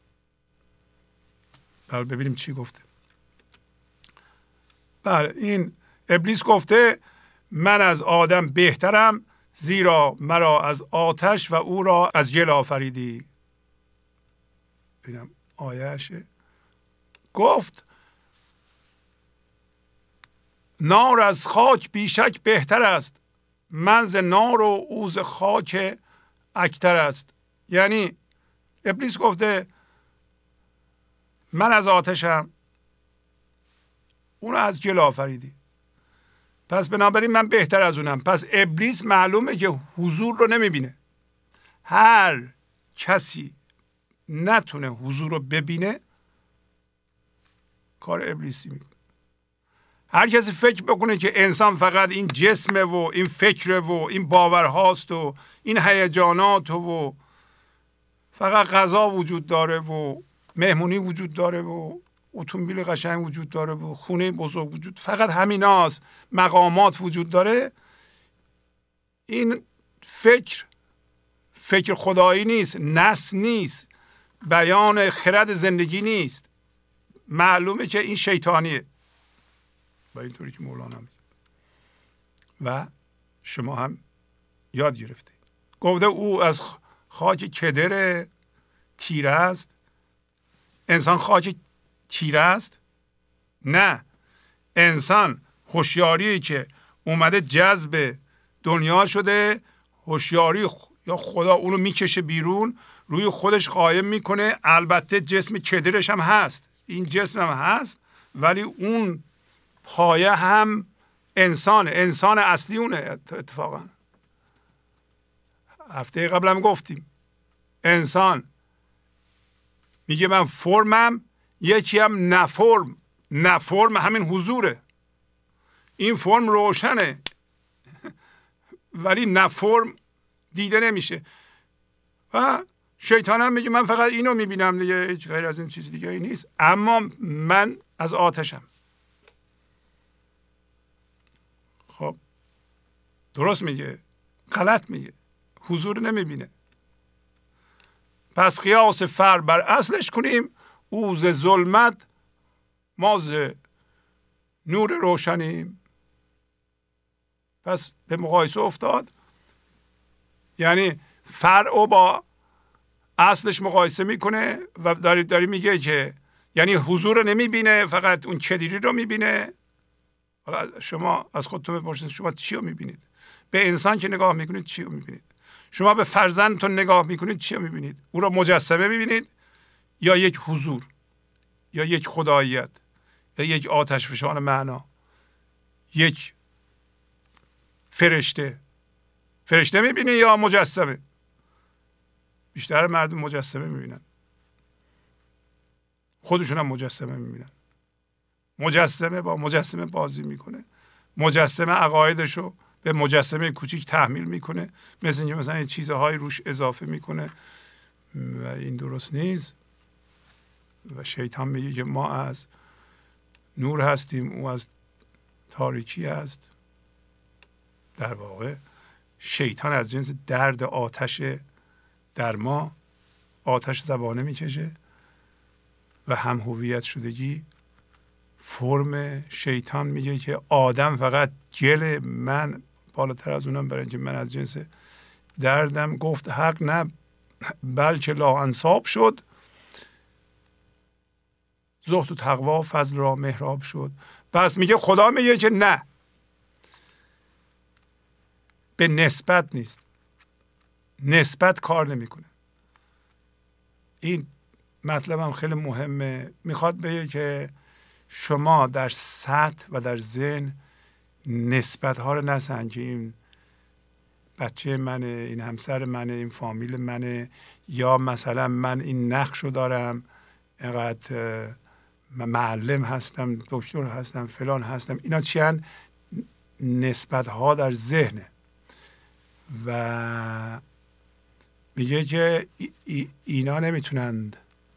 بله ببینیم چی گفته. بله این ابلیس گفته من از آدم بهترم زیرا مرا از آتش و او را از گل آفریدی. ببینم آیهشه. گفت نار از خاک بیشک بهتر است، من ز نار و او ز خاک اکتر است. یعنی ابلیس گفته من از آتشم، اون از گل آفریدی، پس بنابراین من بهتر از اونم. پس ابلیس معلومه که حضور رو نمیبینه. هر کسی نتونه حضور رو ببینه کار ابلیسی میکنه. هر کسی فکر بکنه که انسان فقط این جسمه و این فکره و این باورهاست و این هیجانات و فقط غذا وجود داره و مهمونی وجود داره و اتومبیل قشنگ وجود داره و خونه بزرگ وجود، فقط همیناست، مقامات وجود داره، این فکر خدایی نیست، نص نیست، بیان خرد زندگی نیست. معلومه که این شیطانیه و اینطوری که مولانا میگه و شما هم یاد گرفتید. گفته او از خاک کدر تیره است. انسان خاک تیره است؟ نه، انسان هوشیاری که اومده جذب دنیا شده، هوشیاری یا خدا اونو میکشه بیرون، روی خودش قایم میکنه. البته جسم کدرش هم هست، این جسم هم هست، ولی اون پایه هم انسان اصلی اونه. اتفاقا هفته قبل هم گفتیم انسان میگه من فرمم، یکی هم نفرم همین حضوره. این فرم روشنه ولی نفرم دیده نمیشه. و شیطان هم میگه من فقط اینو میبینم دیگه، هیچ غیر از این چیز دیگه ای نیست، اما من از آتشم. خب درست میگه؟ غلط میگه، حضور نمیبینه. پس قیاس فر بر اصلش کنیم، او ز ظلمت ما ز نور روشنیم. پس به مقایسه افتاد، یعنی فرع با اصلش مقایسه میکنه و داری میگه که یعنی حضور رو نمیبینه، فقط اون کدری رو میبینه. حالا شما از خودتون بپرسید شما چی رو میبینید؟ به انسان که نگاه میکنید چی رو میبینید؟ شما به فرزندتون نگاه میکنید چی رو میبینید؟ او رو مجسمه میبینید یا یک حضور یا یک خداییت یا یک آتش فشان معنا، یک فرشته میبینید یا مجسمه؟ بیشتر مردم مجسمه میبینن، خودشون هم مجسمه میبینن. مجسمه با مجسمه بازی میکنه، مجسمه عقایدشو به مجسمه کوچیک تحمیل میکنه، مثل اینکه مثلا چیزهای روش اضافه میکنه و این درست نیست. و شیطان میگه که ما از نور هستیم، او از تاریکی است. در واقع شیطان از جنس درد آتش در ما آتش زبانه میکشه و هم هویت شدگی فرم شیطان میگه که آدم فقط گل من بالاتر از اونم، برای اینکه من از جنس دردم. گفت حق نه بلکه لا انصاب شد، زهد و تقوا فضل را محراب شد. پس میگه خدا میگه که نه، به نسبت نیست، نسبت کار نمیکنه. این مطلبم خیلی مهمه. میخواد بگه که شما در سطح و در ذهن نسبت ها رو نسنجید. این بچه منه، این همسر منه، این فامیل منه، یا مثلا من این نقش رو دارم، اینقدر معلم هستم، دکتر هستم، فلان هستم. اینا چیان؟ نسبت ها در ذهنه. و میگه که اینا نمیتونند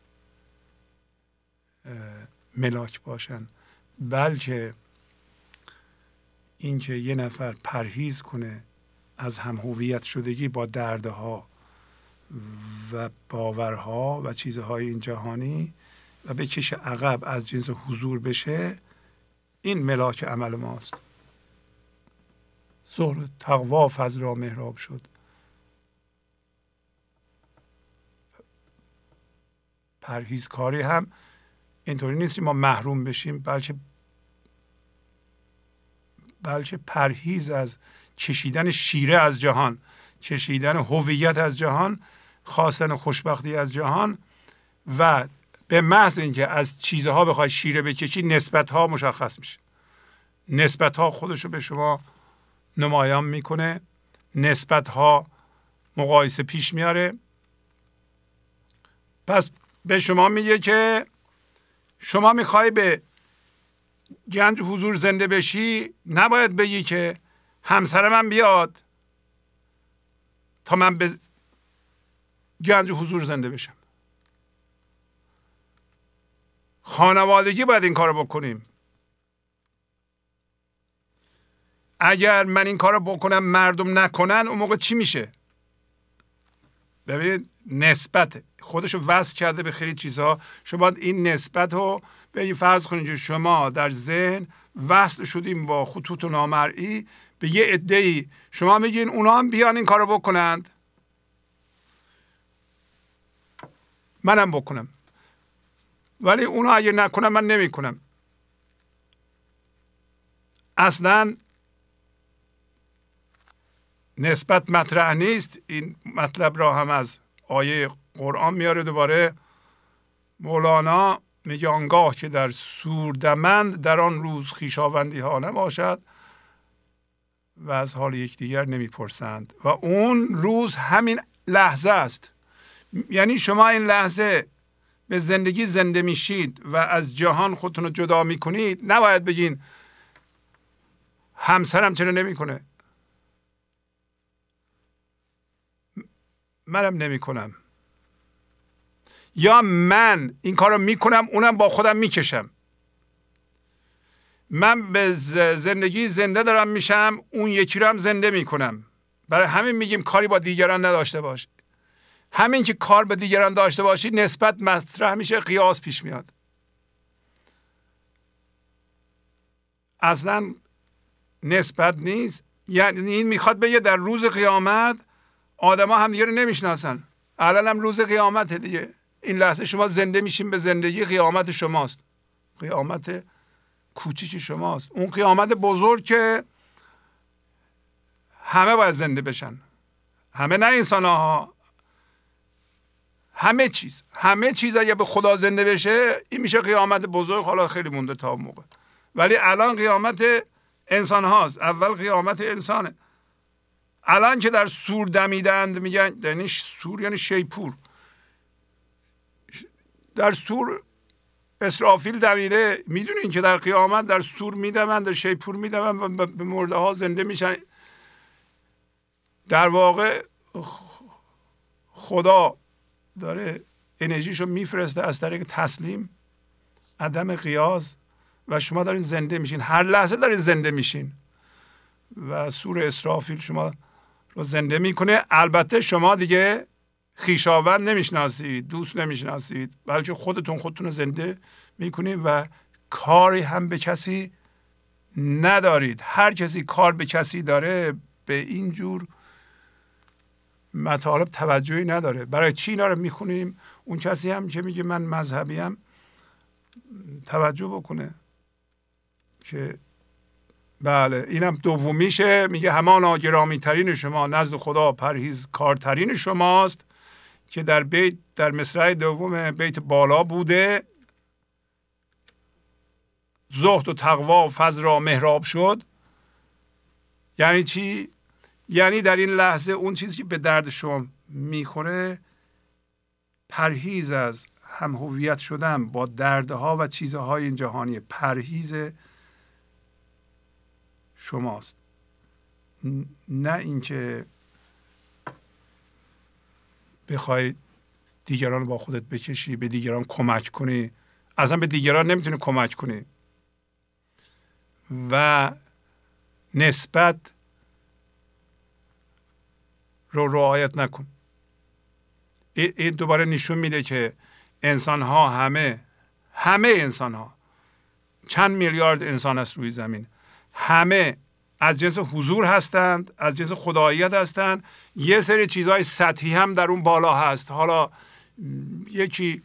ملاک باشن، بلکه اینکه یه نفر پرهیز کنه از هم هویت شدگی با دردها و باورها و چیزهای این جهانی و به کش عقب از جنس حضور بشه، این ملاک عمل ماست. زهد تقوا فضل را محراب شد. پرهیزکاری هم اینطوری نیست ما محروم بشیم، بلکه پرهیز از چشیدن شیره از جهان، چشیدن هویت از جهان، خواستن خوشبختی از جهان. و به محض اینکه از چیزها بخوای شیره بکشی، نسبت ها مشخص میشه. نسبت ها خودشو به شما نمایان میکنه، نسبت ها مقایسه پیش میاره. پس به شما میگه که شما میخوای به گنج حضور زنده بشی، نباید بگی که همسر من بیاد تا من به گنج حضور زنده بشم. خانوادگی باید این کارو بکنیم. اگر من این کارو بکنم مردم نکنن، اون موقع چی میشه؟ ببینید نسبت خودشو وصل کرده به خیلی چیزها. شما باید این نسبت رو به فرض کنید که شما در ذهن وصل شدیم با خطوط نامرئی به یه عده‌ای، شما میگین اونا هم بیان این کارو بکنند، منم بکنم، ولی اونا اگه نکنن من نمیکنم. اصلا نسبت مطرح نیست. این مطلب را هم از آیه قرآن میاره. دوباره مولانا میگه آنگاه که در سوردمند در آن روز خویشاوندی ها نباشد و از حال یکدیگر نمیپرسند. و اون روز همین لحظه است. یعنی شما این لحظه به زندگی زنده میشید و از جهان خودتون رو جدا میکنید، نباید بگین همسرم چرا نمیکنه، منم نمیکنم، یا من این کارو میکنم اونم با خودم میکشم. من به زندگی زنده دارم میشم، اون یکی رو هم زنده میکنم. برای همین میگیم کاری با دیگران نداشته باش. همین که کار به دیگران داشته باشی، نسبت مطرح میشه، قیاس پیش میاد. اصلا نسبت نیست. یعنی این میخواد بگه در روز قیامت آدما هم دیگه رو نمیشناسن. الان هم روز قیامت دیگه. این لحظه شما زنده میشین به زندگی، قیامت شماست. قیامت کوچیک شماست. اون قیامت بزرگ که همه باید زنده بشن. همه، نه انسان ها، همه چیز اگه به خدا زنده بشه، این میشه قیامت بزرگ. حالا خیلی مونده تا موقع، ولی الان قیامت انسان هاست. اول قیامت انسانه. الان که در سور دمیدند، میگن یعنی سور یعنی شیپور، در سور اسرافیل دمیده، میدونین که در قیامت در سور میدمن، در شیپور میدمن و به مرده ها زنده میشن. در واقع خدا داره انرژیشو میفرسته از طریق تسلیم، عدم قیاس، و شما دارین زنده میشین، هر لحظه دارین زنده میشین و سور اسرافیل شما رو زنده میکنه. البته شما دیگه خویشاوند نمیشناسید، دوست نمیشناسید، بلکه خودتون رو زنده میکنید و کاری هم به کسی ندارید. هر کسی کار به کسی داره به این جور مطالب توجهی نداره. برای چی اینا رو میخونیم؟ اون کسی هم که میگه من مذهبیم توجه بکنه که بله اینم دومیشه، میگه همانا گرامی ترین شما نزد خدا پرهیزکارترین شماست، که در مصرع دوم بیت بالا بوده. زهد و تقوا و فضل را محراب شد. یعنی چی؟ یعنی در این لحظه اون چیزی که به درد شما میخوره پرهیز از هم هویت شدن با دردها و چیزهای این جهانی، پرهیز شماست. نه اینکه بخوای دیگران با خودت بکشی، به دیگران کمک کنی. اصلا به دیگران نمیتونی کمک کنی و نسبت رو رعایت نکن. این دوباره نشون میده که انسان ها همه انسان ها، چند میلیارد انسان است روی زمین، همه از جنس حضور هستند، از جنس خداییت هستند. یه سری چیزهای سطحی هم در اون بالا هست. حالا یکی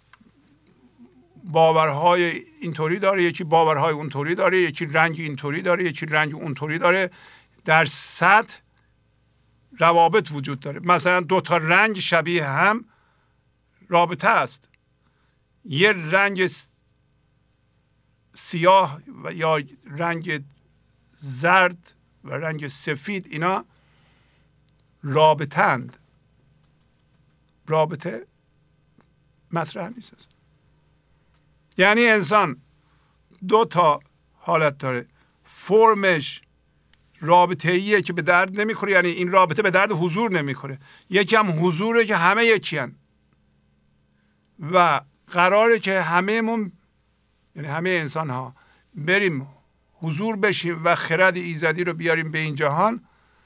باورهای اینطوری داره، یکی باورهای اونطوری داره، یکی رنگ اینطوری داره، یکی رنگ اونطوری داره. در سطح روابط وجود داره. مثلا دو تا رنگ شبیه هم رابطه است. یه رنگ سیاه و یا رنگ زرد و رنگ سفید، اینا رابطند. رابطه مطرح نیست است. یعنی انسان دو تا حالت داره. فرمش رابطه ایه که به درد نمیخوره، یعنی این رابطه به درد حضور نمیخوره. یکی هم حضوره که همه یکی هن و قراره که همه‌مون، یعنی همه انسان ها بریم حضور بشیم و خرد ایزدی رو بیاریم به این جهان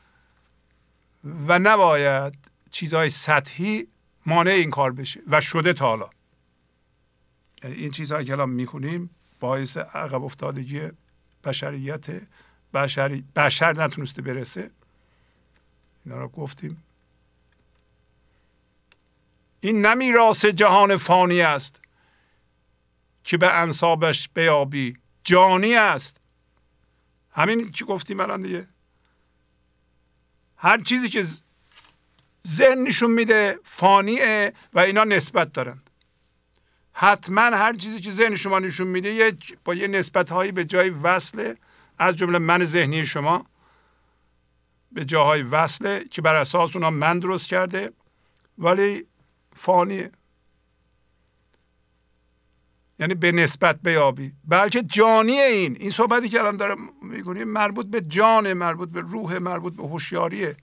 و نباید چیزهای سطحی مانع این کار بشه و شده تا حالا. یعنی این چیزهایی که الان میخونیم باعث عقب افتادگی بشریت، بشر نتونسته برسه. اینا رو گفتیم. این نه میراث جهان فانی است که به انسابش بیابی، جانی است. همین چی گفتیم الان دیگه. هر چیزی که ذهن نشون میده فانیه و اینا نسبت دارند. حتما هر چیزی که ذهن شما نشون میده با یه نسبت هایی به جای وصله، از جمله من ذهنی شما به جاهای وصله که بر اساس اونا من درست کرده، ولی فانیه. یعنی به نسبت بیابی، بلکه جانی. این صحبتی که الان داره میکنیم مربوط به جان، مربوط به روح، مربوط به هوشیاریه.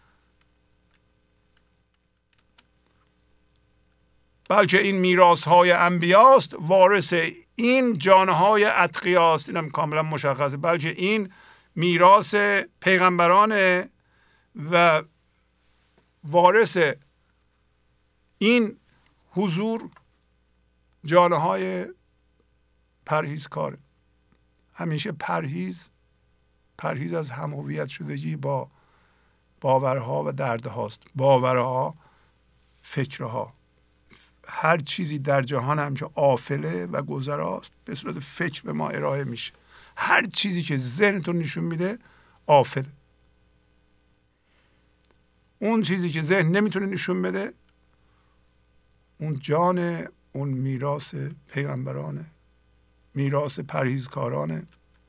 بلکه این میراث های انبیاست، وارث این جانهای اتقیاست. اینم کاملا مشخصه. بلکه این میراث پیغمبرانه و وارث این حضور جانهای پرهیزکاره. همیشه پرهیز از هم هویت شدگی با باورها و دردهاست. باورها، فکرها، هر چیزی در جهان هم که آفله و گذراست به صورت فکر به ما ارائه میشه. هر چیزی که ذهنتون نشون میده آفله. اون چیزی که ذهن نمیتونه نشون بده اون جان، اون میراث پیغمبرانه، میراث پرهیزکارانه.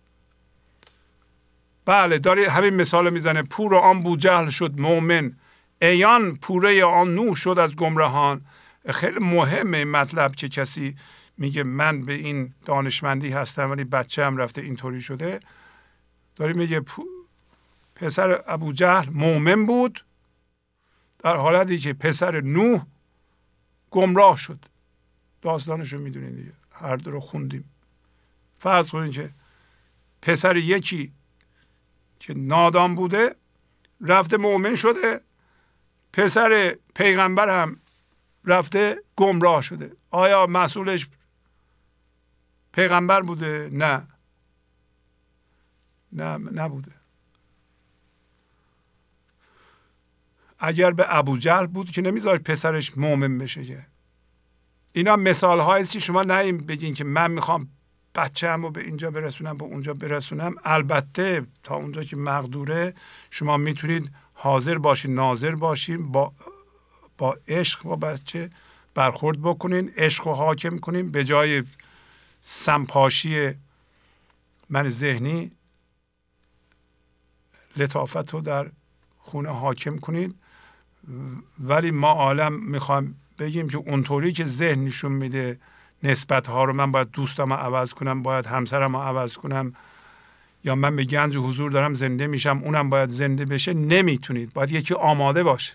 بله داره همین مثال میزنه. پور آن بوجهل شد مؤمن، ایان پوره آن نوح شد از گمراهان. خیلی مهمه این مطلب که کسی میگه من به این دانشمندی هستم ولی بچه هم رفته اینطوری شده، داره میگه پسر ابوجهل مؤمن بود در حالتی که پسر نوح گمراه شد. داستانشو میدونید دیگه، هر دو رو خوندیم. فرض کنید که پسر یکی که نادان بوده رفته مؤمن شده، پسر پیغمبر هم رفته گمراه شده. آیا مسئولش پیغمبر بوده؟ نه نبوده. اگر به ابوجهل بود که نمیذاره پسرش مؤمن بشه. که اینا مثال هاییست که شما نیم بگین که من میخوام بچه‌مو به اینجا برسونم به اونجا برسونم. البته تا اونجا که مقدوره شما میتونید حاضر باشین، ناظر باشین، با عشق با بچه برخورد بکنین، عشق رو حاکم کنین، به جای سمپاشی من ذهنی لطافت رو در خونه حاکم کنید. ولی ما عالم میخوایم بگیم که اونطوری که ذهن نشون میده نسبت ها رو، من باید دوستم رو عوض کنم، باید همسرم رو عوض کنم، یا من به گنج حضور دارم زنده میشم اونم باید زنده بشه، نمیتونید. باید یکی آماده باشه.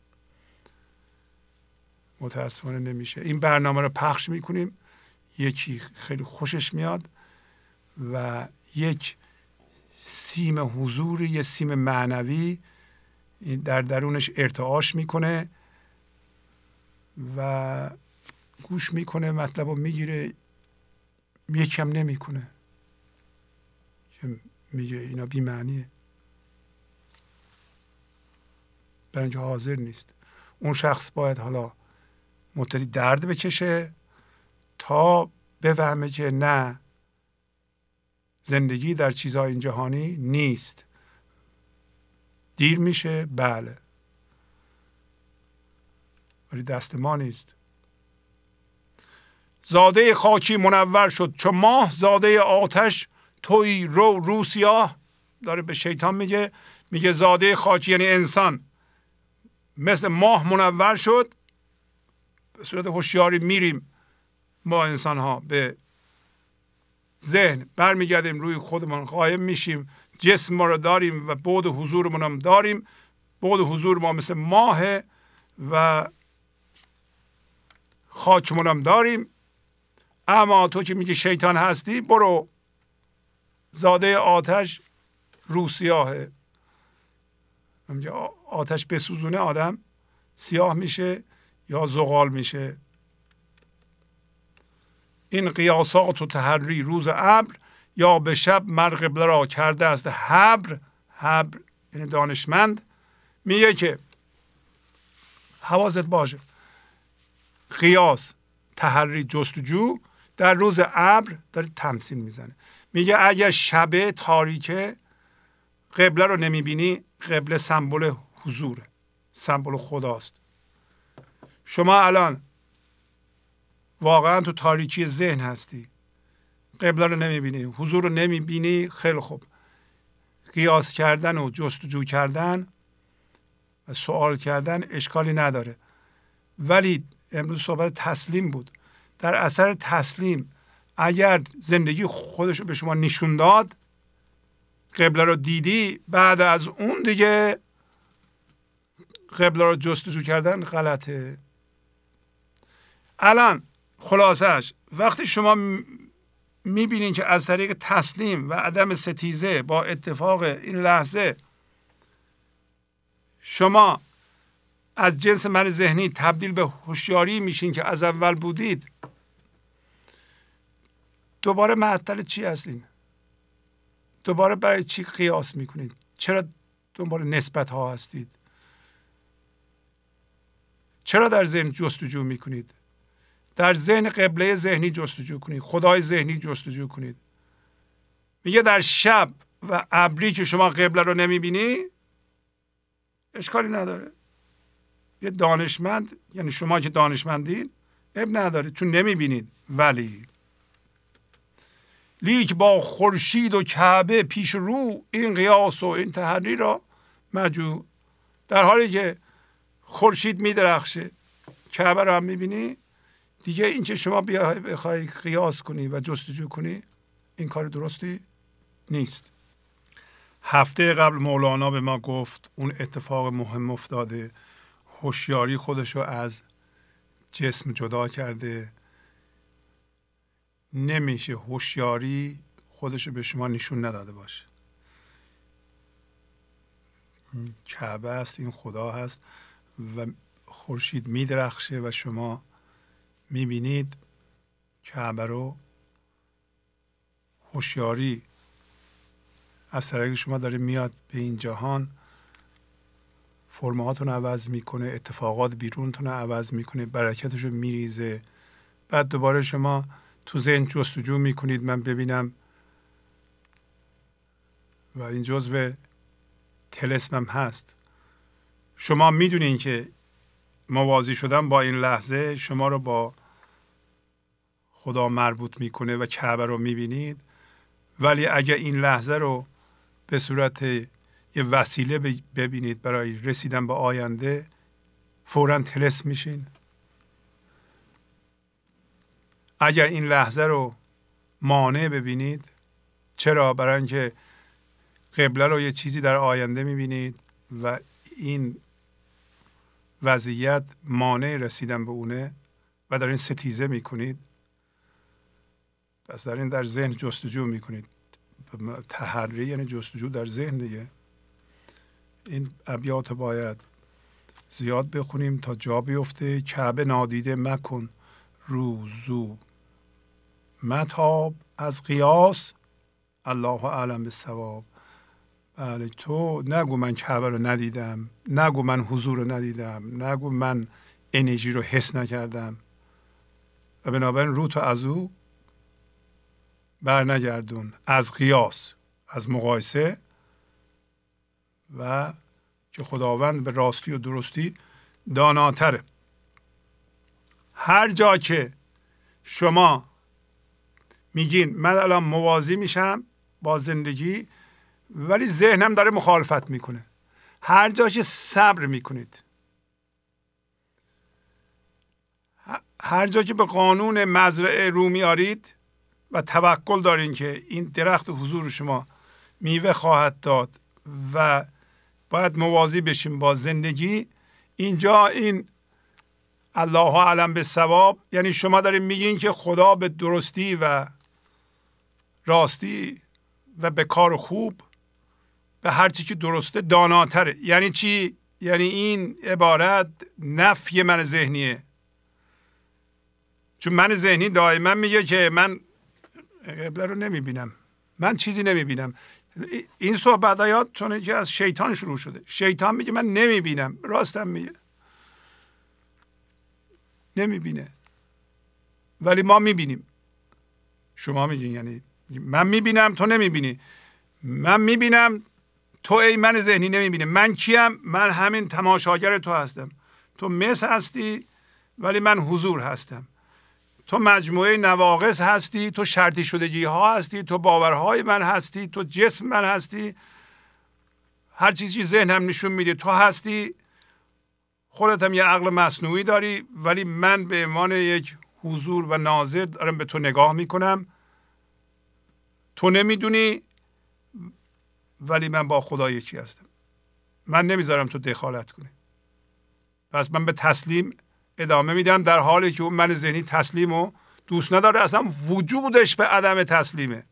متاسفانه نمیشه. این برنامه رو پخش میکنیم، یکی خیلی خوشش میاد و یک سیم حضور، یک سیم معنوی در درونش ارتعاش میکنه و گوش میکنه، مطلب رو میگیره، یکم نمیکنه، میگه اینا بی معنیه، برای اینجا حاضر نیست. اون شخص باید حالا مبتدی درد بکشه تا بفهمه که نه، زندگی در چیزهای این جهانی نیست. دیر میشه بله، ولی دست ما نیست. زاده خاکی منور شد چو ماه، زاده آتش توی رو سیاه. داره به شیطان میگه زاده خاکی یعنی انسان مثل ماه منور شد. به صورت هوشیاری میریم ما انسان ها به ذهن برمیگردیم، روی خودمان قایم میشیم، جسم ما رو داریم و بعد حضورمون هم داریم. بعد حضور ما مثل ماه و خاکمون هم داریم. اما تو که میگی شیطان هستی، برو زاده آتش رو سیاهه. آتش بسوزونه آدم سیاه میشه یا زغال میشه. این قیاسات و تحری روز ابر، یا به شب مر قبله را کرده است حبر. حبر یعنی دانشمند. میگه که حواست باشه، قیاس، تحری، جستجو در روز ابر داره تمثیل میزنه. میگه اگر شب تاریکه قبله رو نمیبینی، قبله سمبل حضوره، سمبل خداست. شما الان واقعا تو تاریکی ذهن هستی، قبله رو نمیبینی، حضور رو نمیبینی، خیلی خوب. قیاس کردن و جستجو کردن و سوال کردن اشکالی نداره. ولی امروز صحبت تسلیم بود. در اثر تسلیم اگر زندگی خودش رو به شما نشون داد، قبله رو دیدی، بعد از اون دیگه قبله رو جستجو کردن غلطه. الان خلاصش وقتی شما میبینین که از طریق تسلیم و عدم ستیزه با اتفاق این لحظه شما از جنس من ذهنی تبدیل به هوشیاری میشین که از اول بودید، دوباره معطل چی هستین؟ دوباره برای چی قیاس میکنید؟ چرا دنبال نسبت ها هستید؟ چرا در ذهن جستجو میکنید؟ در ذهن قبله ذهنی جستجو کنید، خدای ذهنی جستجو کنید. میگه در شب و ابری که شما قبله رو نمیبینی اشکالی نداره. یه دانشمند، یعنی شما که دانشمندین، اب نداره چون نمیبینید. ولی لیک با خورشید و کعبه پیش رو، این قیاس و این تحری را مجو. در حالی که خورشید میدرخشه، کعبه رو هم میبینی، دیگه این که شما بخوای قیاس کنی و جستجو کنی، این کار درستی نیست. هفته قبل مولانا به ما گفت اون اتفاق مهم افتاده، هوشیاری خودشو از جسم جدا کرده. نمیشه هوشیاری خودشو به شما نشون نداده باشه. این کعبه است، این خدا هست و خورشید میدرخشه و شما میبینید کعبه رو. هوشیاری از طریق شما داره میاد به این جهان، فرماتون عوض میکنه، اتفاقات بیرونتون عوض میکنه، برکتش رو میریزه. بعد دوباره شما تو ذهن جستجو میکنید من ببینم، و این جزو طلسمم هست. شما میدونین که موازی شدن با این لحظه شما رو با خدا مربوط میکنه و کعبه رو میبینید، ولی اگر این لحظه رو به صورت یه وسیله ببینید برای رسیدن به آینده، فوراً طلسم میشین. اگر این لحظه رو مانع ببینید، چرا؟ برای اینکه قبله رو یه چیزی در آینده میبینید و این وضعیت مانع رسیدن به اونه و در این ستیزه میکنید. پس در ذهن جستجو میکنید. تحری یعنی جستجو در ذهن دیگه. این ابیات باید زیاد بخونیم تا جا بیفته. کعبه نادیده مکن روزو متاب، از قیاس الله اعلم بالصواب. بله، تو نگو من کعبه رو ندیدم، نگو من حضور رو ندیدم، نگو من انرژی رو حس نکردم، و بنابراین رو تو از او بر نگردون. از قیاس، از مقایسه، و که خداوند به راستی و درستی داناتره. هر جا که شما میگین من الان موازی میشم با زندگی ولی ذهنم داره مخالفت میکنه، هر جا که صبر میکنید، هر جا که به قانون مزرعه رو میارید و توکل دارین که این درخت حضور شما میوه خواهد داد و باید موازی بشیم با زندگی، اینجا این الله اعلم بالصواب یعنی شما دارین میگین که خدا به درستی و راستی و به کار خوب، به هر چی که درسته داناتره. یعنی چی؟ یعنی این عبارت نفی من ذهنیه، چون من ذهنی دائما میگه که من قبله رو نمیبینم، من چیزی نمیبینم. این صحبت یادتونه که از شیطان شروع شده. شیطان میگه من نمیبینم، راستم میگه نمیبینه، ولی ما میبینیم. شما میگین یعنی من میبینم تو نمیبینی، من میبینم تو ای من ذهنی نمیبینه. من کیم؟ من همین تماشاگر تو هستم. تو مس هستی ولی من حضور هستم. تو مجموعه نواقص هستی، تو شرطی شدگی ها هستی، تو باورهای من هستی، تو جسم من هستی، هر چیزی ذهن هم نشون میده تو هستی. خودت هم یه عقل مصنوعی داری، ولی من به عنوان یک حضور و ناظر دارم به تو نگاه میکنم. تو نمیدونی ولی من با خدا یکی هستم. من نمیذارم تو دخالت کنی. پس من به تسلیم ادامه میدم، در حالی که اون من ذهنی تسلیم رو دوست نداره، اصلا وجودش به عدم تسلیمه.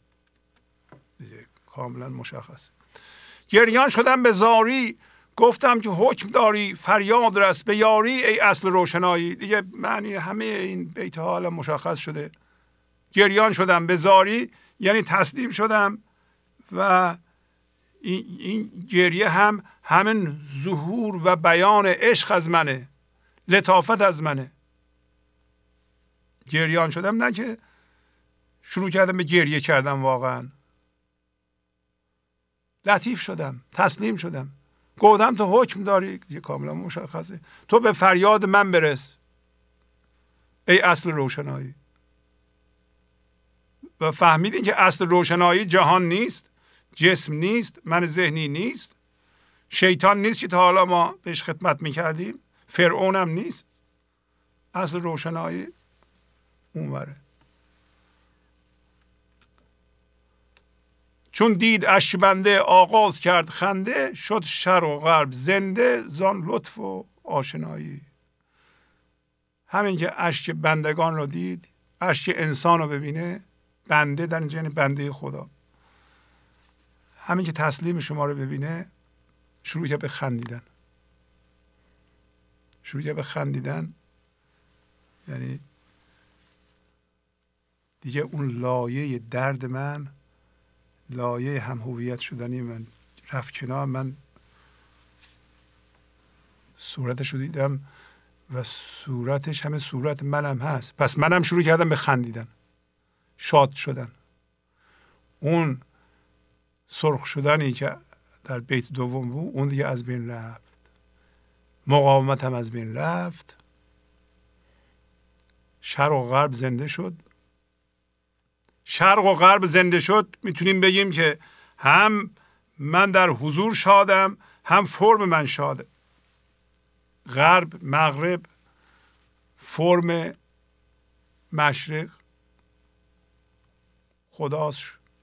کاملا مشخص. گریان شدم به زاری، گفتم که حکم داری، فریاد رس به یاری ای اصل روشنایی. دیگه معنی همه این بیت ها الان مشخص شده. گریان شدم به زاری یعنی تسلیم شدم، و این گریه هم همین ظهور و بیان عشق از منه، لطافت از منه. گریان شدم نه که شروع کردم به گریه کردم، واقعا لطیف شدم، تسلیم شدم، گفتم تو حکم داری. کاملا مشخصه. تو به فریاد من برس ای اصل روشنایی. و فهمیدین که اصل روشنایی جهان نیست، جسم نیست، من ذهنی نیست، شیطان نیست که تا حالا ما بهش خدمت میکردیم، فرعون هم نیست. اصل روشنایی اونوره. چون دید اشک بنده آغاز کرد خنده، شد شرق و غرب زنده زان لطف و آشنایی. همین که اشک بندگان رو دید، اشک انسان رو ببینه، بنده در اینجا یعنی بنده خدا، همین که تسلیم شما رو ببینه شروع کرد به خندیدن. شروع کرد به خندیدن یعنی دیگه اون لایه درد من، لایه هم هویت شدنی من رفت کنار. من صورتش رو دیدم و صورتش همه صورت منم هست، پس منم شروع کردم به خندیدن، شاد شدن. اون سرخ شدنی که در بیت دوم بود اون دیگه از بین رفت، مقاومت هم از بین رفت، شرق و غرب زنده شد. شرق و غرب زنده شد میتونیم بگیم که هم من در حضور شادم، هم فرم من شاده. غرب مغرب، فرم مشرق خداست،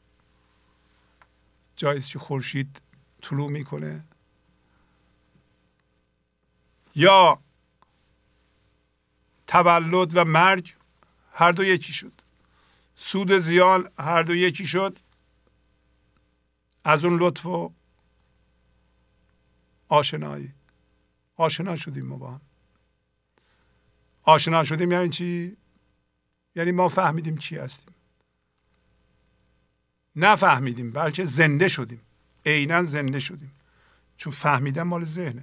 جاییست که خورشید طلوع میکنه. یا تولد و مرگ هر دو یکی شد، سود زیان هر دو یکی شد. از اون لطف و آشنایی آشنا شدیم. ما با هم آشنا شدیم یعنی چی؟ یعنی ما فهمیدیم چی هستیم. نفهمیدیم بلکه زنده شدیم، عیناً زنده شدیم، چون فهمیدن مال ذهنه.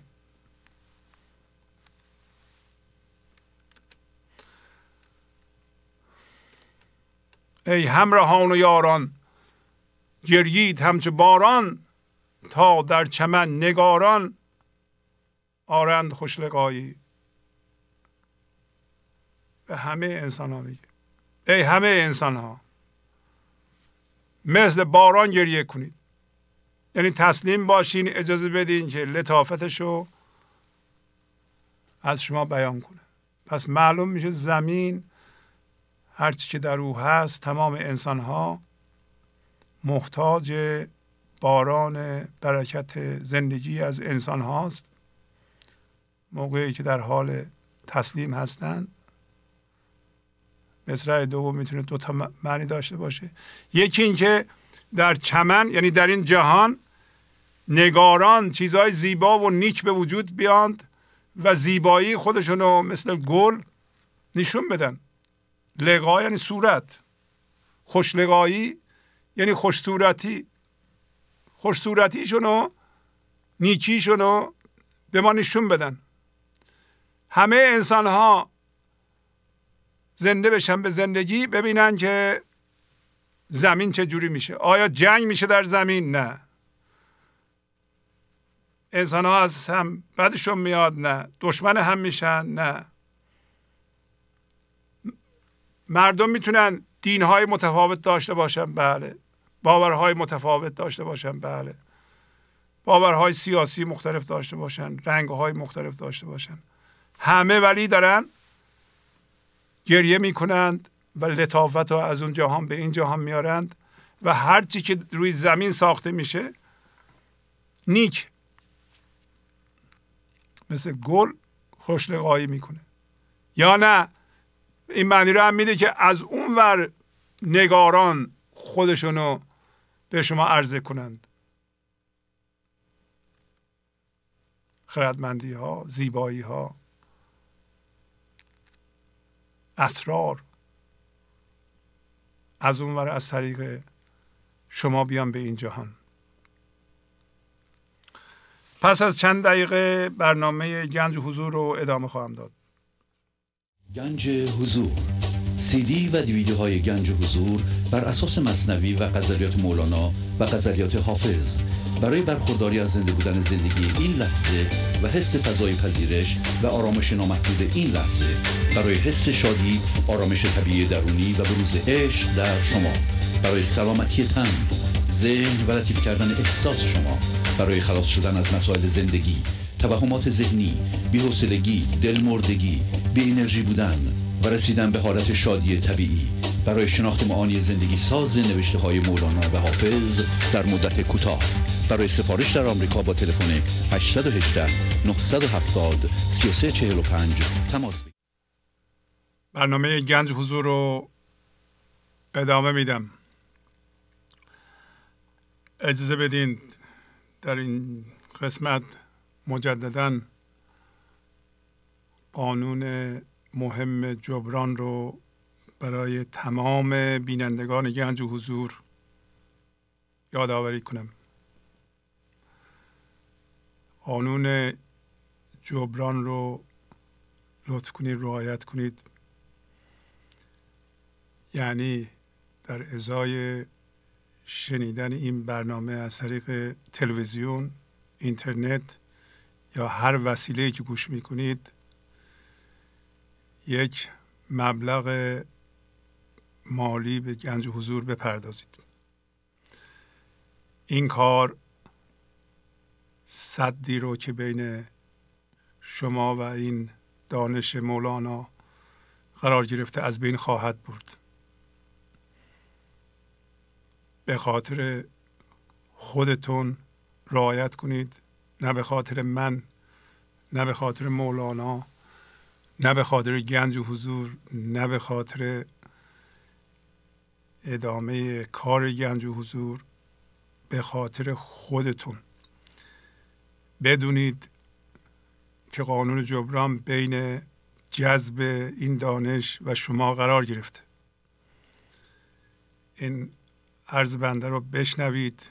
ای همراهان و یاران گریید همچو باران، تا در چمن نگاران آرند خوش لقایی. به همه انسان ها میگه ای همه انسان ها مثل باران گریه کنید، یعنی تسلیم باشین، اجازه بدین که لطافتشو از شما بیان کنه. پس معلوم میشه زمین هرچی که در او هست، تمام انسان ها محتاج باران برکت زندگی از انسان هاست. موقعی که در حال تسلیم هستند. مصرع دوم میتونه دو تا معنی داشته باشه. یکی این که در چمن یعنی در این جهان نگاران چیزهای زیبا و نیک به وجود بیاند و زیبایی خودشونو مثل گل نشون بدن. لقا یعنی صورت، خوش لقایی یعنی خوش صورتی، خوش صورتیشونو نیکیشونو به ما نشون بدن. همه انسان ها زنده بشن به زندگی، ببینن که زمین چجوری میشه. آیا جنگ میشه در زمین؟ نه. انسان ها از هم بدشون میاد؟ نه. دشمن هم میشن؟ نه. مردم میتونن دینهای متفاوت داشته باشن؟ بله. باورهای متفاوت داشته باشن؟ بله. باورهای سیاسی مختلف داشته باشن، رنگهای مختلف داشته باشن، همه ولی دارن گریه میکنند و لطافت رو از اون جهان به این جهان میارند و هر چی که روی زمین ساخته میشه نیک مثل گل خوشلقایی میکنه. یا نه این معنی رو هم میده که از اون ور نگاران خودشونو به شما عرضه کنند. خردمندی ها، زیبایی ها، اسرار از اون ور از طریق شما بیان به این جهان. پس از چند دقیقه برنامه گنج حضور رو ادامه خواهم داد. گنج حضور، CD و دیویدیوهای گنج حضور بر اساس مثنوی و غزلیات مولانا و غزلیات حافظ برای برخورداری از زنده بودن زندگی این لحظه و حس فضای پذیرش و آرامش نامحدود این لحظه، برای حس شادی، آرامش طبیعی درونی و بروز عشق در شما، برای سلامتی تن، ذهن و لطیف کردن احساس شما، برای خلاص شدن از مسائل زندگی، توهمات ذهنی، بی‌حوصلگی، دلمردگی، بی انرژی بودن و رسیدن به حالت شادی طبیعی برای شناخت معانی زندگی ساز نوشته های مولانا و حافظ در مدت کوتاه. برای سفارش در آمریکا با تلفن 818 970 3345 تماس بگیرید. برنامه گنج حضور رو ادامه میدم. اجازه بدین در این قسمت مجدداً قانون مهم جبران رو برای تمام بینندگان گنج و حضور یادآوری کنم. قانون جبران رو لطف کنید رعایت کنید. یعنی در ازای شنیدن این برنامه از طریق تلویزیون، اینترنت یا هر وسیله‌ای که گوش میکنید یک مبلغ مالی به گنج حضور بپردازید. این کار سدی رو که بین شما و این دانش مولانا قرار گرفته از بین خواهد برد. به خاطر خودتون رعایت کنید، نه به خاطر من، نه به خاطر مولانا، نه به خاطر گنج و حضور، نه به خاطر ادامه کار گنج و حضور، به خاطر خودتون. بدونید که قانون جبران بین جذب این دانش و شما قرار گرفته. این عرض بنده رو بشنوید.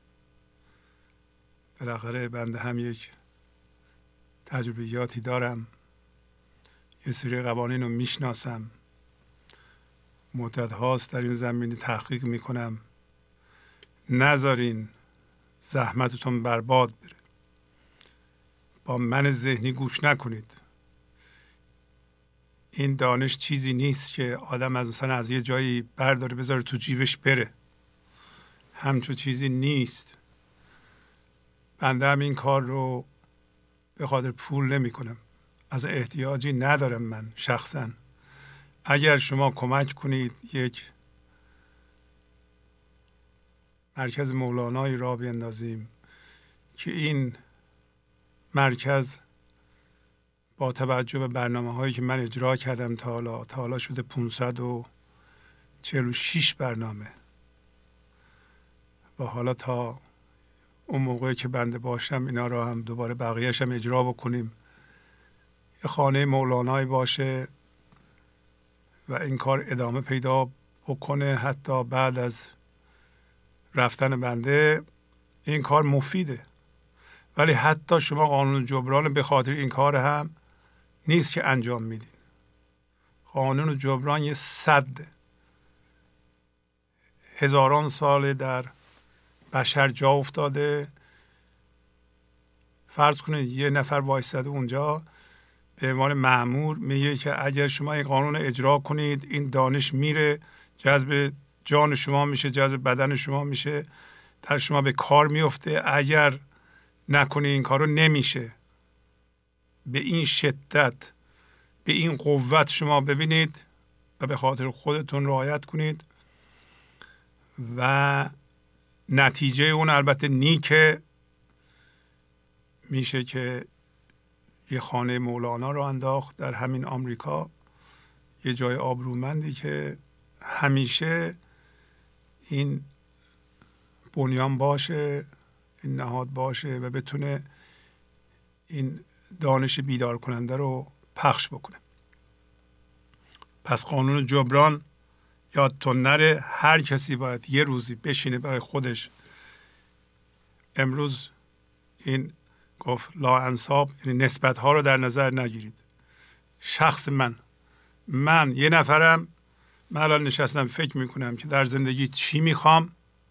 بالاخره بنده هم یک تجربیاتی دارم، یه سری قوانین رو میشناسم، مدت هاست در این زمینه تحقیق میکنم. نذارین زحمتتون برباد بره. با من ذهنی گوش نکنید. این دانش چیزی نیست که آدم از یه جایی برداره بذاره تو جیبش بره. همچون چیزی نیست. بنده هم این کار رو به خاطر پول نمی کنم. از احتیاجی ندارم من شخصا. اگر شما کمک کنید یک مرکز مولانایی را بیندازیم که این مرکز با توجه به برنامه هایی که من اجرا کردم تا حالا شده 546 برنامه و حالا تا اون موقعی که بنده باشم اینا را هم دوباره بقیهش هم اجرا بکنیم، یه خانه مولانایی باشه و این کار ادامه پیدا بکنه حتی بعد از رفتن بنده. این کار مفیده. ولی حتی شما قانون جبران به خاطر این کار هم نیست که انجام میدین. قانون جبران یه سد هزاران ساله در بشر جا افتاده. فرض کنید یه نفر وایستاده اونجا به عنوان مأمور میگه که اگر شما این قانون اجرا کنید این دانش میره، جذب جان شما میشه، جذب بدن شما میشه، در شما به کار میفته. اگر نکنی این کارو نمیشه. به این شدت، به این قوت شما ببینید و به خاطر خودتون رعایت کنید و نتیجه اون البته نیکه میشه که یه خانه مولانا رو انداخت در همین آمریکا، یه جای آبرومندی که همیشه این بنیان باشه، این نهاد باشه و بتونه این دانش بیدار کننده رو پخش بکنه. پس قانون جبران یادتون نره. هر کسی باید یه روزی بشینه برای خودش. امروز این گفت لا انصاب، یعنی نسبت ها رو در نظر نگیرید. شخص من یه نفرم، من الان نشستم فکر میکنم که در زندگی چی میخوام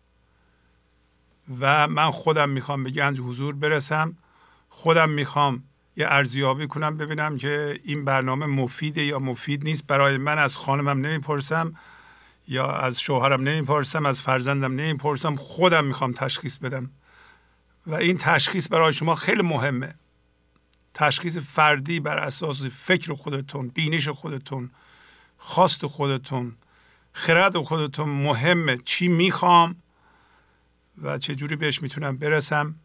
و من خودم میخوام به گنج حضور برسم. خودم میخوام یه ارزیابی کنم ببینم که این برنامه مفیده یا مفید نیست برای من. از خانمم نمیپرسم یا از شوهرم نمیپرسم، از فرزندم نمیپرسم، خودم میخوام تشخیص بدم. و این تشخیص برای شما خیلی مهمه. تشخیص فردی بر اساس فکر خودتون، بینش خودتون، خواست خودتون، خرد خودتون مهمه. چی میخوام و چه جوری بهش میتونم برسم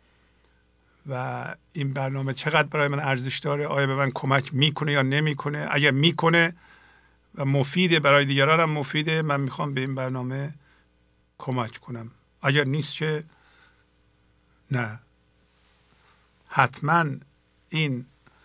و این برنامه چقدر برای من ارزش داره، آیا به من کمک میکنه یا نمیکنه. اگر میکنه و مفیده، برای دیگران هم مفیده، من میخوام به این برنامه کمک کنم. اگر نیست چه؟ نه. حتما این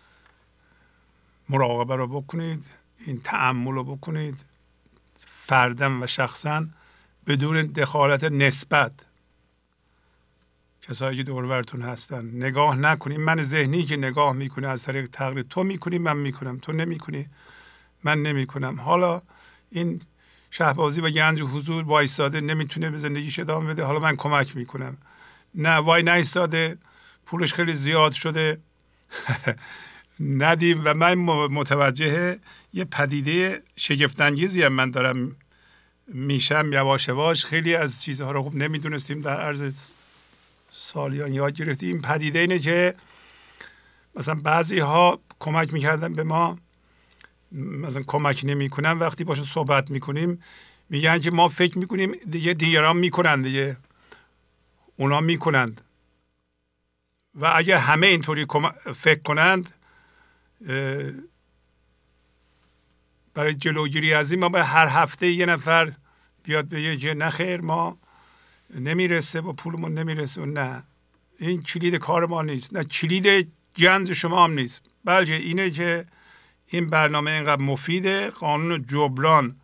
مراقبه رو بکنید، این تأمل رو بکنید، فرداً و شخصاً، بدون دخالت نسبت. کسایی که دور براتون هستن نگاه نکنید. من ذهنی که نگاه میکنه از طریق تقلید، تو میکنی من میکنم، تو نمیکنی من نمیکنم. حالا این شهبازی و گنج و حضور وایستاده نمیتونه به زندگیش ادامه بده، حالا من کمک میکنم. نه، وای نایستاده، پولش خیلی زیاد شده ندیم. و من متوجه یه پدیده شگفت‌انگیزی هم من دارم میشم یواش یواش. خیلی از چیزها رو خوب نمیدونستیم، در عرض سالیان یاد گرفتیم. این پدیده اینه که مثلا بعضی ها کمک میکردن به ما، مثلا کمک نمیکنن. وقتی باشون صحبت میکنیم میگن که ما فکر میکنیم دیگران میکنن، دیگه اونا میکنند. و اگه همه اینطوری فکر کنند، برای جلوگیری از این ما به هر هفته یه نفر بیاد بگه که نه خیر ما نمیرسه و پولمون نمیرسه. و نه، این کلید کار ما نیست، نه کلید گنج شما هم نیست، بلکه اینه که این برنامه اینقدر مفیده. قانون جبران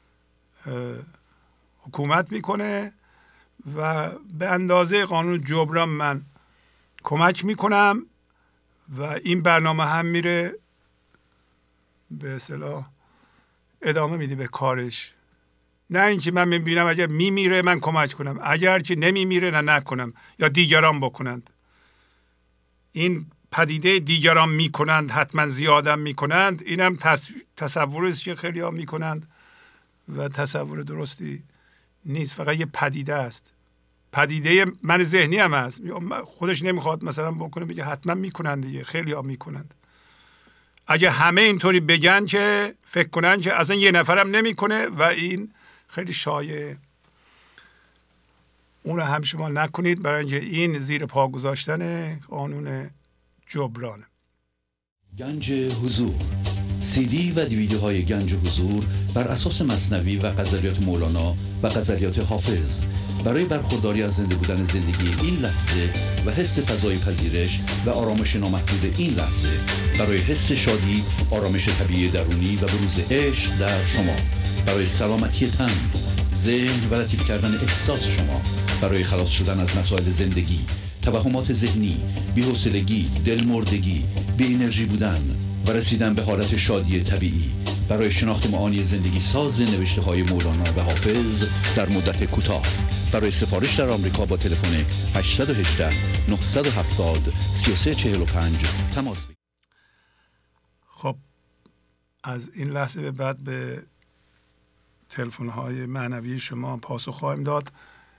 حکومت میکنه و به اندازه قانون جبران من کمک میکنم و این برنامه هم میره به اصطلاح ادامه میده به کارش. نه اینکه من میبینم اگر میمیره من کمک کنم، اگر که نمیمیره نه نکنم یا دیگران بکنند. این پدیده دیگران میکنند حتما زیادم میکنند، اینم تصوری است که خیلی ها میکنند و تصور درستی نیست، فقط یه پدیده است. پدیده من ذهنی هم هست، خودش نمیخواد مثلا بکنه، بگه حتما میکنند دیگه، خیلی ها میکنند. اگه همه اینطوری بگن که فکر کنن که اصلا یه نفرم نمیکنه و این خیلی شایعه، اون هم شما نکنید، برای اینکه این زیر پا گذاشتن قانون جبرانه. گنج حضور، CD و دیویدیوهای گنج حضور بر اساس مثنوی و غزلیات مولانا و غزلیات حافظ برای برخورداری از زنده بودن زندگی این لحظه و حس فضای پذیرش و آرامش نامحدود این لحظه، برای حس شادی، آرامش طبیعی درونی و بروز عشق در شما، برای سلامتی تن، ذهن و لطیف کردن احساس شما، برای خلاص شدن از مسائل زندگی، توهمات ذهنی، بی‌حوصلگی، دلمردگی، بی انرژی بودن و رسیدن به حالت شادی طبیعی، برای شناخت معانی زندگی ساز نوشته های مولانا و حافظ در مدت کوتاه. برای سفارش در آمریکا با تلفن 818 970 3345 تماس بگیرید. خب از این لحظه به بعد به تلفن های معنوی شما پاسخ خواهیم داد.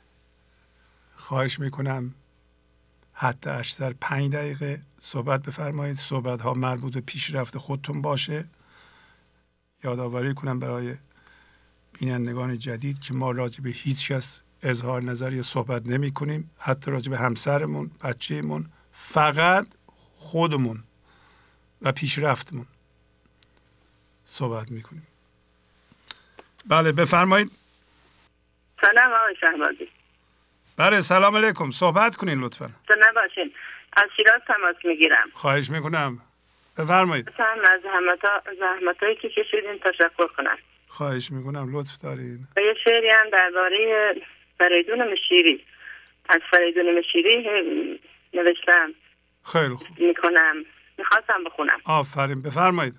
خواهش میکنم حتی اکثر 5 دقیقه صحبت بفرمایید. صحبت ها مربوط به پیشرفت خودتون باشه. یادآوری کنم برای بینندگان جدید که ما راجع به هیچ کس اظهار نظر یا صحبت نمی کنیم، حتی راجع به همسرمون، بچه‌مون، فقط خودمون و پیشرفتمون صحبت می کنیم. بله بفرمایید. سلام آقای شهبازی. بله سلام علیکم، صحبت کنین لطفا. نباشین، از شیراز تماس میگیرم. خواهش میکنم بفرمایید. از زحمتایی که کشیدین تشکر کنم. خواهش میکنم، لطف دارین. یه شعری هم درباره فریدون مشیری، از فریدون مشیری نوشتم. خیلی خوب میکنم، میخواستم بخونم. آفرین، بفرمایید.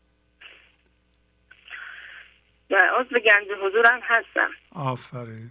و عضو گنج حضورم هستم. آفرین.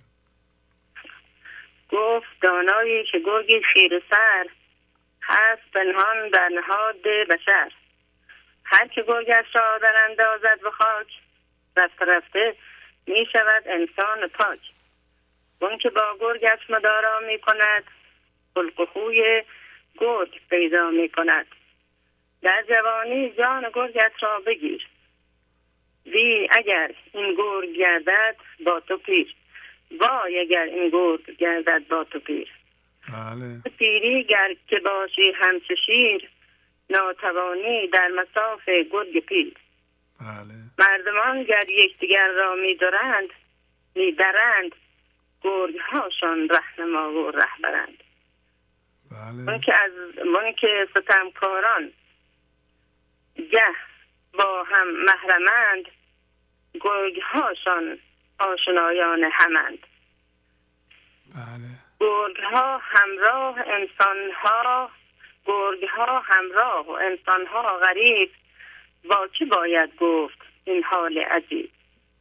گفت دانایی که گرگی خیره سر، هست پنهان در نهاد بشر. هر که گرگش را در اندازد به خاک، رفته رفته می شود انسان پاک. اون که با گرگش مدارا می کند، خلق و خوی گرگ پیدا می کند. در جوانی جان گرگت را بگیر، وی اگر این گرگ گردد با تو پیر، وای اگر این گرگ گردد با تو پیر. بله. پیری گر که باشی همچو شیر، ناتوانی در مصاف گرگ پیر. بله. مردمان گر یکدیگر را می‌درند، می‌درند گرگ هاشان رهنما و رهبرند. بله. اون که ستمکاران گه با هم محرمند، گرگ هاشان آشنایان همند. بله. گرگ ها همراه انسان ها، گرگ ها همراه و انسان ها غریب، با چی باید گفت این حال عجیب.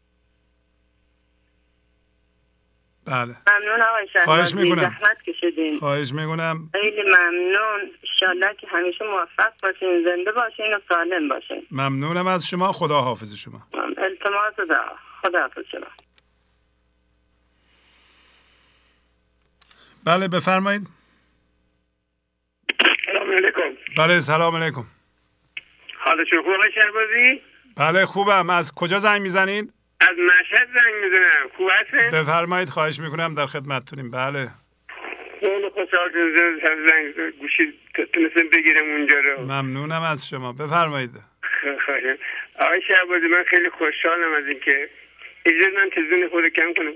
بله. ممنون آقای خواهش میکنم. زحمت کشیدین. خواهش میکنم. خیلی ممنون. انشالله که همیشه موفق باشین، زنده باشین و سالم باشین. ممنونم از شما. خدا حافظ شما. التماس دعا. خدا حافظ شما. بله بفرمایید. سلام علیکم. بله سلام علیکم. حالتون خوبه آقای شهبازی؟ بله خوبم. از کجا زنگ میزنید؟ از مشهد زنگ میزنم. خوب هستین؟ بفرمایید. خواهش میکنم، در خدمتتونیم. بله خیلی خوشحال شدم زنگ گوشی تونستم بگیرم اونجا رو. ممنونم از شما. بفرمایید. خواهش. آقای شهبازی من خیلی خوشحالم از اینکه اجازه من تلویزیون خود کم کنم.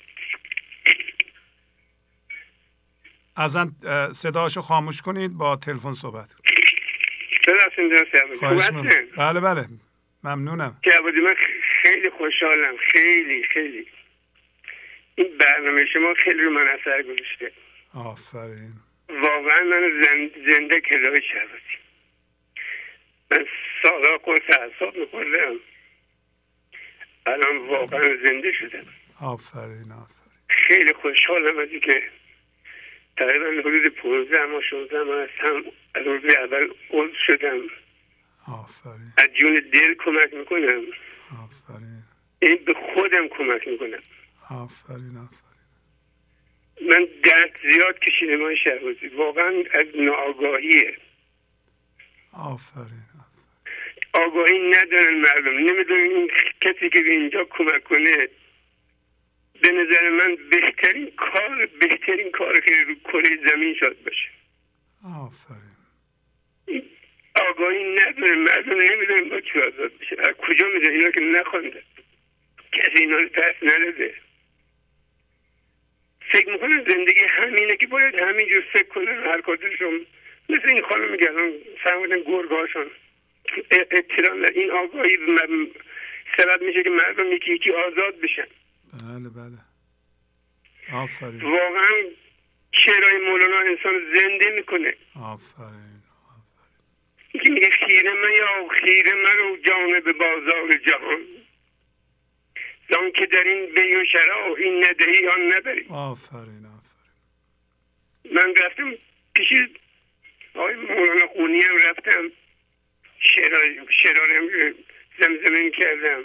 ازن صداشو خاموش کنید، با تلفن صحبت کنید. ببخشید جناب شهبازی. خوب هستین؟ بله بله ممنونم. شهبازی من خیلی خوشحالم. خیلی خیلی این برنامه شما خیلی رو من اثر گذاشته. آفرین. واقعا من زنده کردم شهبازی. من سالا خود اعصاب میخوردم، الان واقعا زنده شدم. آفرین آفرین. خیلی خوشحالم از اینکه تقریبا حدود 15 ماه 16 ماه از روز اول عضو شدم. آفرین. از جون دل کمک میکنم. آفرین. این به خودم کمک میکنم. آفرین آفرین. من درد زیاد کشیدم های شهبازی، واقعا از ناآگاهیه. آفرین. آگاهی ندارن مردم، نمیدونن این کسی که به اینجا کمک کنه به نظر من بهترین کار که رو کره زمین شد باشه. آفرین. آگاهی نداره مردم، نمیدونن با چی آزاد بشه. از کجا میدونن؟ اینا که نخونده، کسی اینا رو دست نداده. فکر میکنن زندگی همینه که باید همینجور فکر کنن هر کدومشون، مثل این خانم میگن فرمودن گرگاشون اطلاع. این آگاهی سبب میشه که مردم یکی یکی آزاد بشن. بله بله. آفرین. واقعا شعرهای مولانا انسان زنده میکنه. آفرین. یکی میگه خیره من یا خیره من رو جانب بازار جهان، زان که در این بی و شرا این ندهی آن نبری. آفرین آفرین. من رفتم پیش آقای مولانا خونی هم رفتم، شعرها زمزمه کردم.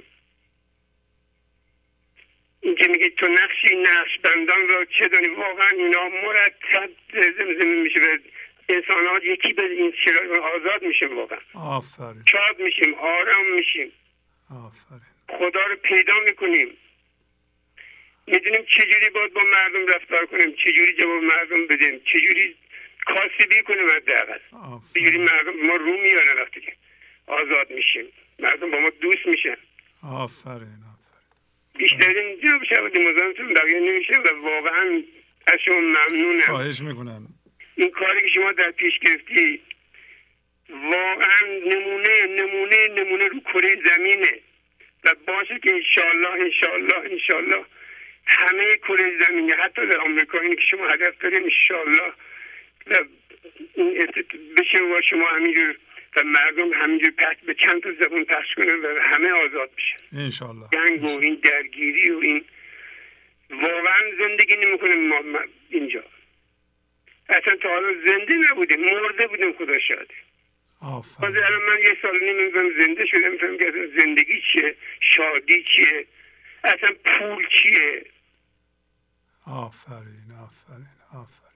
این که میگه تو نقشی نقش بندان را چه دانی، واقعا اینا مرتب زمزمه میشه و انسان ها یکی به این شعرها آزاد میشه. واقعا آفرین. شاد میشیم، آرام میشیم، آفرین. خدا رو پیدا میکنیم، میدونیم چجوری باید با مردم رفتار کنیم، چجوری جواب مردم بدیم، چجوری کاسبی کنیم. حداقل چجوری مردم ما رو میارن وقتی که آزاد میشیم، مردم با ما دوست میشن. آفرین. بیشتر اینجا بشه مزاحمتون بقیه نمیشه و واقعا از شما ممنونم. خواهش میکنم. این کاری که شما در پیش گرفتی واقعا نمونه رو کره زمینه و باشه که انشالله همه کره زمینه، حتی در آمریکا، اینی که شما هدف دارین انشالله و این بشه و شما همینجور و مردم همینجور به چند تا زبون پخش کنن و همه آزاد بشن. انشالله. جنگ و این درگیری و این واقعا زندگی نمیکنه. ما اینجا اصلا تا حالا زنده نبودیم، مرده بودیم. خدا شاده. آفرین. الان من 1 سال نمیدونم زنده شدم، میفهمم که اصلا زندگی چیه، شادی چیه، اصلا پول چیه. آفرین.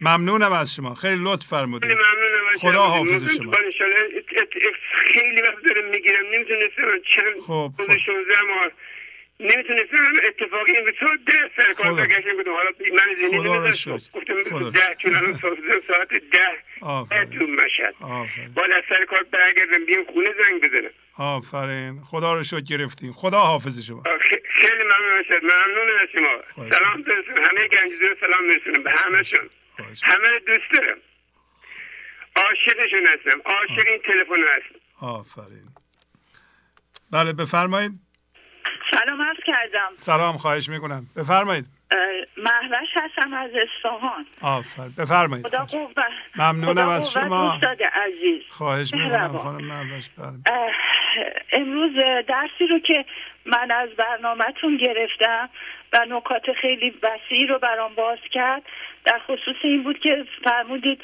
ممنونم از شما، خیلی لطف فرمودید. ممنونم. خدا حافظ شما. خیلی وقت دارم میگیرم، نمیتونستم چند روز 16 ماه نمیتونستم اتفاقی این تو ده سرکار برگشتم گفتم حالا من زنی نمیداشتم گفتم 10 چون الان ساعت 10 تو مشهد باید از سرکار برگردم بیام خونه زنگ بزنم. آفرین، خدا رو شکر گرفتیم. خدا حافظ شما. خیلی ممنون از شما. سلام برسون همه گنجزی رو سلام برسونم به همه‌شون. همه رو دوست دارم، عاشقشون هستم، عاشق این تلفن هستم. آفرین. بله بفرمایید. سلام عرض کردم. سلام، خواهش میکنم بفرمایید. مهوش هستم از اصفهان. آفرین بفرمایید. خدا قوت. ممنونم از شما. استاد عزیز. خواهش میکنم خانم مهوش. امروز درسی رو که من از برنامه‌تون گرفتم و نکات خیلی وسیعی رو برام باز کرد، در خصوص این بود که فرمودید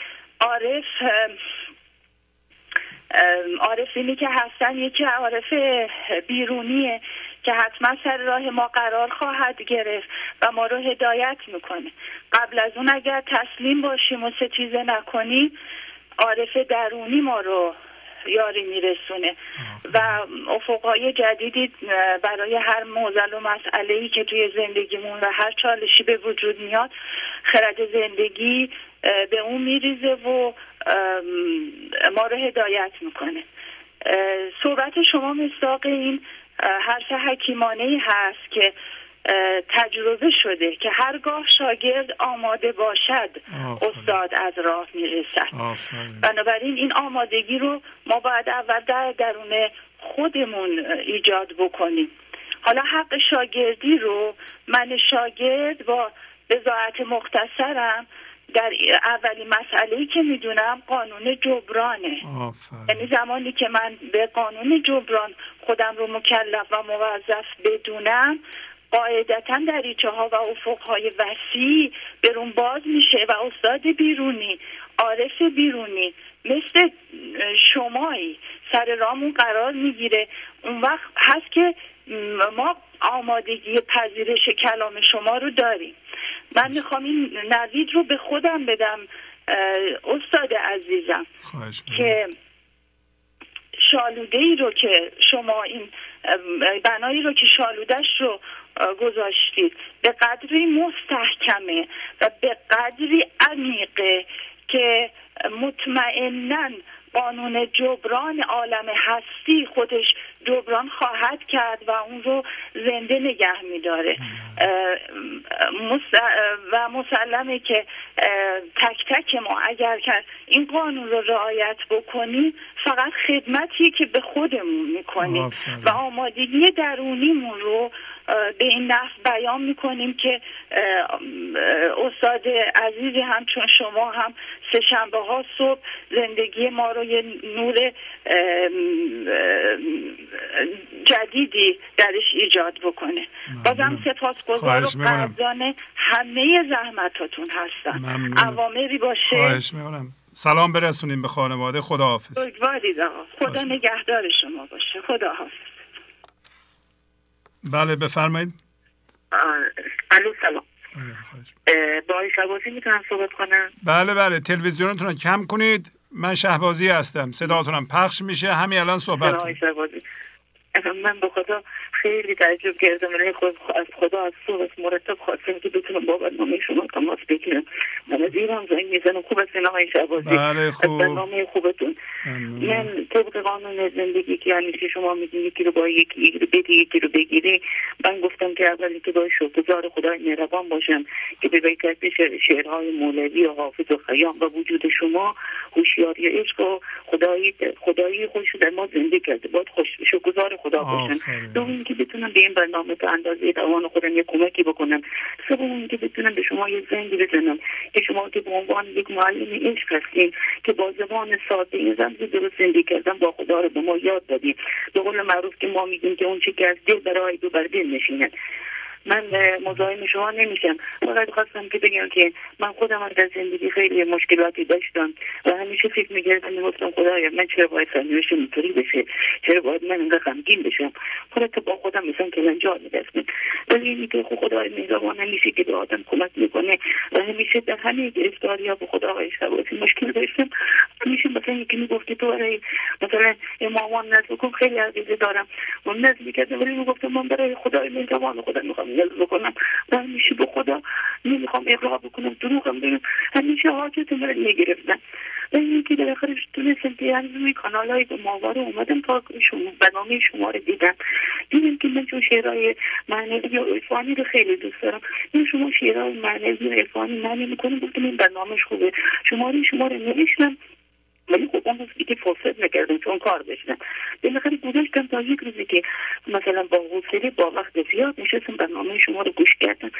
عارف اینی که هستن یکی عارف بیرونیه که حتما سر راه ما قرار خواهد گرفت و ما رو هدایت میکنه. قبل از اون اگر تسلیم باشیم و ستیزه نکنیم، عارف درونی ما رو یاری میرسونه و افقهای جدیدی برای هر معضل و مسئله‌ای که توی زندگیمون و هر چالشی به وجود میاد، خرد زندگی به اون میریزه و ما رو هدایت میکنه. صحبت شما مصداق این حرف حکیمانه‌ای هست که تجربه شده که هرگاه شاگرد آماده باشد استاد از راه میرسد. بنابراین این آمادگی رو ما باید اول در درون خودمون ایجاد بکنیم. حالا حق شاگردی رو من شاگرد با وضاحت مختصرم در اولین مسئله‌ای که میدونم قانون جبرانه. یعنی زمانی که من به قانون جبران خودم رو مکلف و موظف بدونم، قاعدتاً دریچه ها و افقهای وسیع برون باز میشه و استاد بیرونی، عارف بیرونی مثل شمایی سر رامون قرار میگیره. اون وقت هست که ما آمادگی پذیرش کلام شما رو داریم. من میخوام این نوید رو به خودم بدم استاد عزیزم که شالوده ای رو که شما این بنایی رو که شالودش رو گذاشتید به قدری مستحکمه و به قدری عمیقه که مطمئناً قانون جبران عالم هستی خودش جبران خواهد کرد و اون رو زنده نگه می‌داره و مسلمه که تک تک ما اگر که این قانون رو رعایت بکنیم فقط خدمتیه که به خودمون میکنیم و آمادگی درونیمون رو به این نحو بیان میکنیم که استاد عزیزی همچون شما هم سه شنبه ها صبح زندگی ما رو یه نور جدیدی درش ایجاد بکنه. بازم سپاسگزار و قدردان همه زحمتاتون هستم. اوامری باشه. خواهش می‌کنم. سلام برسونیم به خانواده. خداحافظ. خدا نگهدار شما باشه. خداحافظ. بله بفرمایید. الو سلام. با شهبازی میتونم صحبت کنم؟ بله تلویزیونتون رو کم کنید. من شهبازی هستم، صداتونم پخش میشه همین الان صحبت کنید. من به خدا خیلی تعجب کردم، از خدا از صبح مرتب خواستم که بتونم با برنامه شما تماس بگیرم. من از ایران زنگ میزنم. خوب است آقای شهبازی؟ بله خوب. برنامه خوبتون. من طبق قانون زندگی که همیشه شما میگین یکی رو با یکی رو بدی یکی رو بگیری، من گفتم که اول که باید شکرگزار خدای مهربان باشم که به برکت شعرهای مولوی و حافظ و خیام و وجود شما هوشیاری و عشق و خدایی خودش در ما زنده کرده. باید شکرگزار خدا باشم. دوم که بتونم به این برنامه به اندازه توان خودم یک کمکی بکنم. سوم که بتونم به شما یک زنگ بزنم که شما که به عنوان یک معلم عشق هستین که با زبان ساده این رمز درست زندگی کردن با خدا رو به ما یاد دادین. به قول معروف که ما میگیم که اون چی که از دل برای دو بر دل نشینه. من مزاحم شما نمیشم. فقط خواستم که بگم که من خودم در زندگی خیلی مشکلاتی داشتم و همیشه فکر می‌کردم میگفتم خدایا من چرا باید سرنوشتم اینطوری بشه، چرا باید من اینقدر غمگین بشم. خودت با خودم مثلا کلنجار می‌دستم. ولی اینی که خدای مهربان همیشه که به آدم کمک میکنه و همیشه در همه گرفتاری‌ها به خدای شواسی مشکل داشتم. همیشه مثلا یکی میگفت تو برای مثلا امامان نذر کن، خیلی عزیزه دارم و نذر میکردم، ولی میگفتم من برای خدای مهربان خدا میخوام نذر بکنم و همیشه به خدا نمیخوام اقرار بکنم، دروغم بگم، همیشه حاجت من میگرفتم. و اینی که در آخرش تونستم که از روی کانال‌های به ماواره اومدم تا برنامه شما رو دیدم که من چون شعرهای معنوی و عرفانی رو خیلی دوست دارم. این شما شعرهای معنوی و عرفانی معنی میکنم، گفتم این برنامهش خوبه، شما رو نوشتم، ولی خب اون روزی که فرصت نکردم چون کار داشتم. بالاخره گذاشتم تا یک روزی که مثلا با حوصله با وقت زیاد نشستم برنامه شما رو گوش کردم.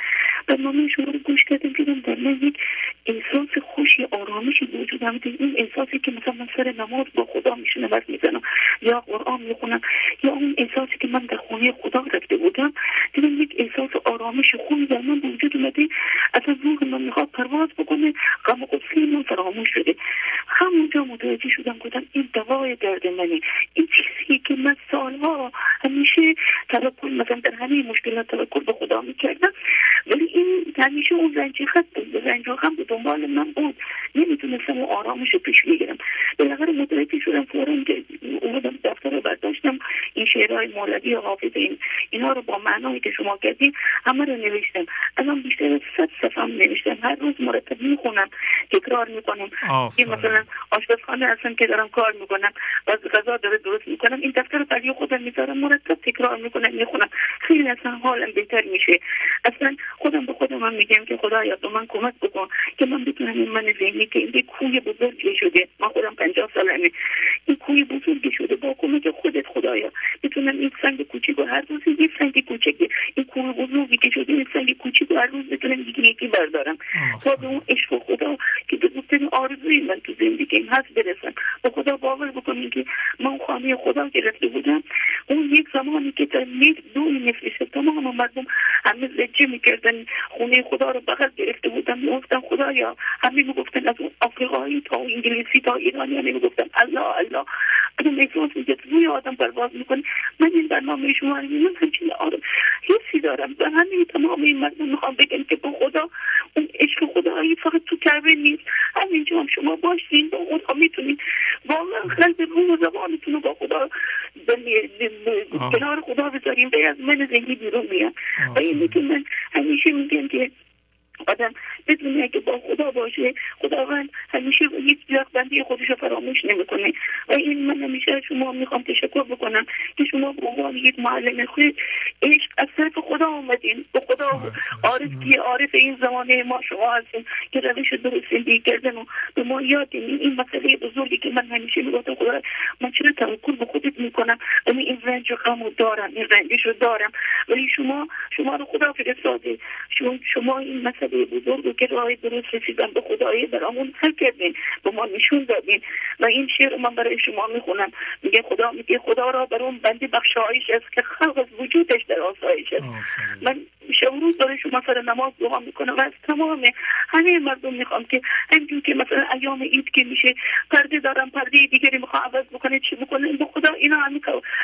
دیدم در من یک احساس خوشی آرامشی وجود هم. این احساسی که مثلا من سر نماز با خدا میشونم وقت میزنم یا قرآن میخونم، یا اون احساسی که من در خونه خدا رفته بودم، دیدم یک احساس آرامش خوبی در من وجود اومده. اصلا روح من میخواد پرواز بکنه، غم و غصه من فراموش شده. همونجا متوجه شدم گفتم این دوای درد منه، این چیزی که من سالها همیشه توکل مثلا در همه مشکلات توکل به خدا میکردم، ولی این همیشه اون زنجیر خط بود، زنجیر خم به دنبال من بود، نمیتونستم اون آرامش رو پیش بگیرم. بالاخره متوجه شدم فوراً که اومدم دفتر رو برداشتم، این شعرهای مولوی و حافظ اینا رو با معنایی که شما کردین همه رو نوشتم. الان بیشتر از 100 صفحه نوشتم، هر روز مرتب میخونم، تکرار میکنم. این مثلا آشپزخانه هستم که دارم کار میکنم و غذا درست میکنم، این دفتر رو برای خودم میذارم، مرتب تکرار میکنم، میخونم، خیلی اصلا حالم بهتر میشه. اصلا خودم به خودم هم میگم که خدایا به من کمک بکن که من بتونم این من ذهنی که این کوی بزرگی شده، من خودم 50 سالمه، این کوی بزرگی شده، با کمک خودت خدایا بتونم این سنگ کوچیکو هر روز یک سنگ کوچیک، این کوی بزرگی که شده این سنگ کوچیکو هر روز بتونم یکی بردارم تا به اون عشق خدا که بزرگترین آرزوی من تو زندگیم هست برسم. به خدا باور بکنید که من خانه خدا گرفته بودم، اون یک زمانی که در دو نفرشه تمام مردم همه زجه میکردن، خونه خدا رو بغل گرفته بودم، میگفتن خدایا، همه میگفتن از اون آفریقایی تا انگلیسی تا ایرانی، همه میگفتن الله الله. آدم احساس میگه روی آدم پرواز میکنه. من این برنامه شما رو میبینم همچین حسی دارم و همین تمام این مردم میخوام بگم که با خدا اون عشق خدایی فقط تو کعبه نیست، همینجا هم شما باشین با خدا میتونین واقعا خلق روح و زبانتون رو با خدا کنار خدا بذارین و از من ذهنی بیرون میاد. و این که من همیشه میگم که آدم بدونه که با خدا باشه، خداوند همیشه هیچ بندی خودش رو فراموش نمیکنه. و این من همیشه شما میخوام تشکر بکنم که شما به عنوان یک معلم خود عشق از طرف خدا آمدین، به خدا عارف این زمانه ما شما هستین که روش درست زندگی کردن و به ما یاد دادین. این مسئله بزرگی که من همیشه میگفتم خدا من چرا توکل به خودت میکنم، ولی این رنج و غم رو دارم، این رنجش رو دارم، ولی شما رو خدا فرستاده، شما این مسئله بزرگ که راه درست رسیدن به خدایی برامون حل کردین، به ما نشون دادین. و این شعر من برای شما میخونم، میگه خدا را بر اون بنده بخشایش است که خلق از وجودش در آسایش است. من شب روز برای شما سر نماز دعا میکنم و از تمام همه مردم میخوام که همینجور که مثلا ایام عید که میشه پرده دارم، پرده دیگری میخوام عوض بکنه، چی بکنه، به خدا اینا همین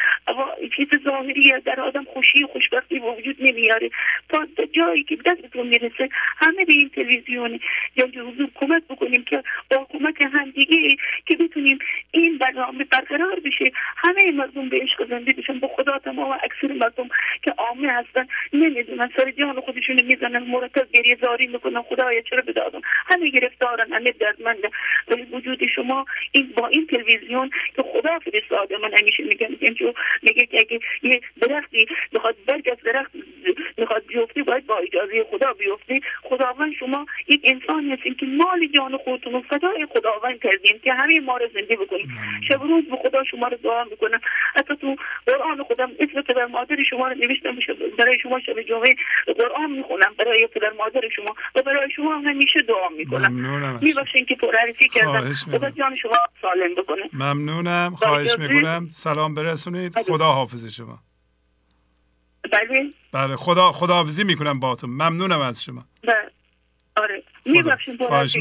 چیز ظاهریه در آدم خوشی و خوشبختی به وجود نمیاره. تا جایی که دستتون میرسه همه به این تلویزیون یا حضور کمک بکنیم که با کمک همدیگه که بتونیم این برنامه برقرار بشه، همه مردم به عشق زنده بشن. به خدا تمام اکثر مردم که عامه هستن نمیدونن، سر جان خودشون میزنن، مرتب گریه زاری میکنن، خدایا چرا به دادم، همه گرفتارن، همه دردمندن. ولی وجود شما این با این تلویزیون که خدا فرستاده، من همیشه میگه که اگه یه درختی بخواد برگ از درخت میخواد بیفته باید با اجازه خدا بیفته. خداوند شما یک انسان هستین که مال جان خودتون رو فدای خداوند کردین که همه ما رو زنده بکنیم. شب روز به خدا شما رو دعا میکنم، حتی تو قرآن خودم اسم پدر مادر شما رو نوشتم، برای شما شب جمعه قرآن میخونم برای پدر مادر شما و برای شما همیشه دعا میکنم. میبخشین که پرحرفی کردم، خدا جان شما سالم بکنه. ممنونم، خواهش میکنم. سلام برسونید. خدا حافظ شما. بله خداحافظی میکنم باهاتون. ممنونم از شما. بله. آره میبخشید. خواهش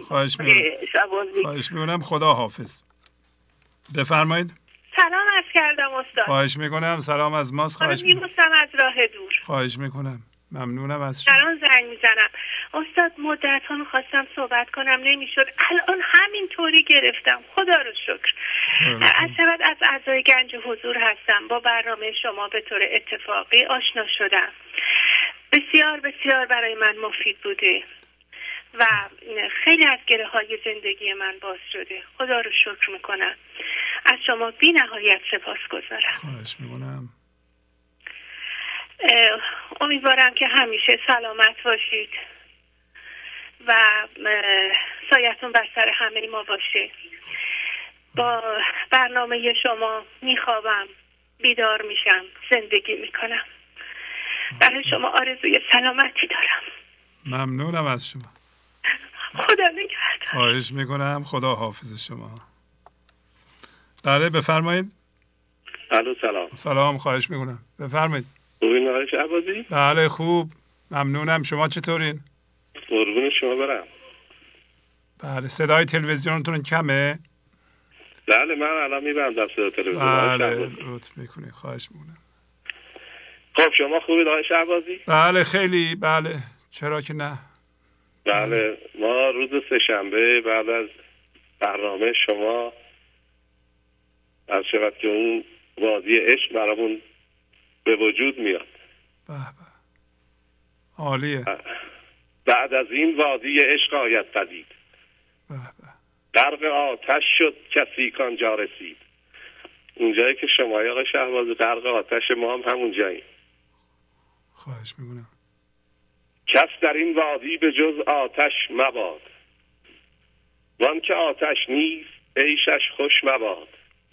میکنم. خدا حافظ. بفرمایید. سلام عرض کردم استاد. خواهش میکنم. سلام از ماست. خواهش می‌کنم از راه دور. خواهش میکنم. ممنونم از شما. الان زنگ میزنم استاد. مدت ها میخواستم صحبت کنم نمیشد. الان همینطوری گرفتم. خدا رو شکر. از اعضای گنج حضور هستم. با برنامه شما به طور اتفاقی آشنا شدم. بسیار بسیار برای من مفید بوده و خیلی از گره های زندگی من باز شده. خدا رو شکر میکنم. از شما بی نهایت سپاس گذارم. خواهش میکنم. امیدوارم که همیشه سلامت باشید و سایتون بر سر همه ما باشه. با برنامه شما میخوابم، بیدار میشم، زندگی میکنم. برای شما آرزوی سلامتی دارم. ممنونم از شما. خدا نگهدار. خواهش میکنم. خدا حافظ شما. بله بفرمایید. الو سلام. خواهش میکنم. بفرمایید. خوبین آقای شهبازی؟ بله خوب. ممنونم. شما چطورین؟ قربون شما برم. بله صدای تلویزیونتون کمه؟ بله من الان میبندم صدای تلویزیون. بله لطف میکنید. خواهش میکنم. خب شما خوبید آقای شهبازی؟ بله خیلی. بله چرا که نه. بله ما روز سه‌شنبه بعد از برنامه شما از شود که اون وادی عشق برامون به وجود میاد. به عالیه. بعد از این وادی عشق آید پدید. غرق آتش شد کسی کانجا رسید. اونجایی که شما آقای شهبازی غرق آتش، ما هم همون جاییم. خواهش میکنم. کس در این وادی به جز آتش مباد، وان که آتش نیست عیشش خوش مباد.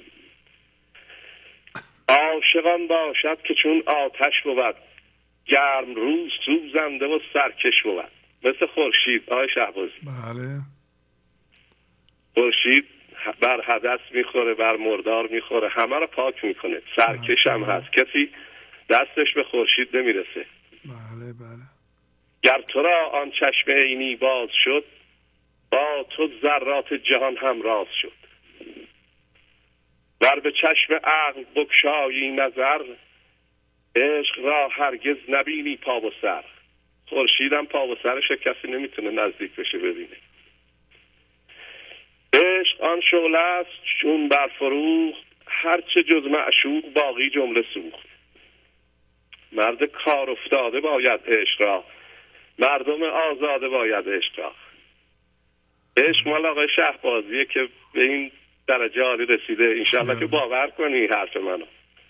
عاشقان باشد که چون آتش بود، گرم روز سوزنده و سرکش بود. مثل خورشید آقای شهبازی. بله. خورشید بر حدث میخوره، بر مردار میخوره، همه رو پاک میکنه. سرکش هم هست، کسی دستش به خورشید نمیرسه. بله. گر تو را آن چشم عینی باز شد، با تو ذرات جهان هم راز شد. ور به چشم عقل بگشایی نظر، عشق را هرگز نبینی پا و سر. خورشیدم پا و سرش کسی نمیتونه نزدیک بشه ببینه. عشق آن شعله است چون برفروخت، هرچه جز معشوق باقی جمله سوخت. مرد کار افتاده باید عشق را، مردم آزاده باید عشق را. عشق مال آقای شهبازیه که به این درجه عالی رسیده. انشالله که باور کنی حرف منو.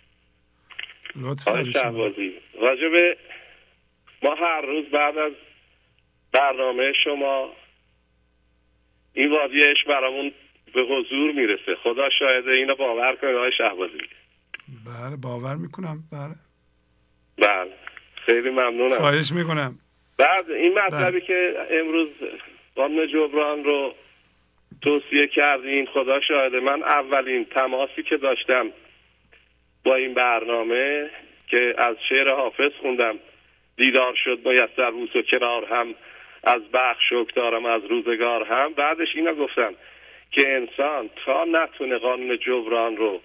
آقای شهبازی واجبه ما هر روز بعد از برنامه شما این وادی عشق برامون به حضور میرسه. خدا شاهده، اینو باور کنید آقای شهبازی. بله باور میکنم. بله خیلی ممنونم. خواهش میکنم. بعد این مطلبی که امروز قانون جبران رو توصیه کردین، خدا شاهده من اولین تماسی که داشتم با این برنامه که از شعر حافظ خوندم، دیدار شد میسر بوس و کنار هم، از بخش دارم از روزگار هم. بعدش اینا گفتم که انسان تا نتونه قانون جبران رو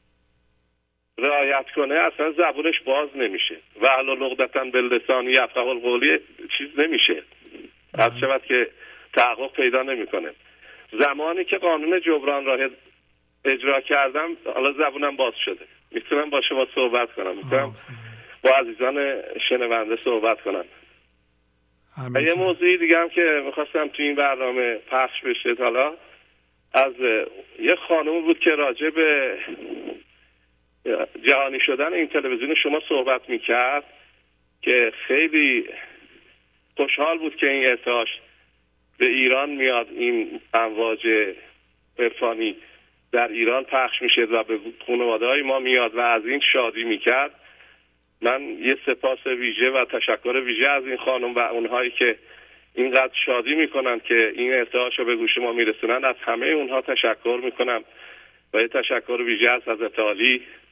رعایت کنه اصلا زبونش باز نمیشه. و حالا لغدتن باللسان یفقهوا القولی چیز نمیشه، از شود که تحقق پیدا نمیکنه. زمانی که قانون جبران را اجرا کردم حالا زبونم باز شده، میتونم با شما صحبت کنم، میتونم با عزیزان شنونده صحبت کنم. یه موضوعی دیگه هم که میخواستم تو این برنامه پخش بشه، حالا از یه خانم بود که راجع به جهانی شدن این تلویزیون شما صحبت میکرد که خیلی خوشحال بود که این ارتعاش به ایران میاد، این امواج عرفانی در ایران پخش میشه و به خانواده‌های ما میاد و از این شادی میکرد. من یه سپاس ویژه و تشکر ویژه از این خانم و اونهایی که اینقدر شادی میکنن که این ارتعاش رو به گوش ما میرسونن، از همه اونها تشکر میکنم و یه تشکر ویژه از حضرت عالی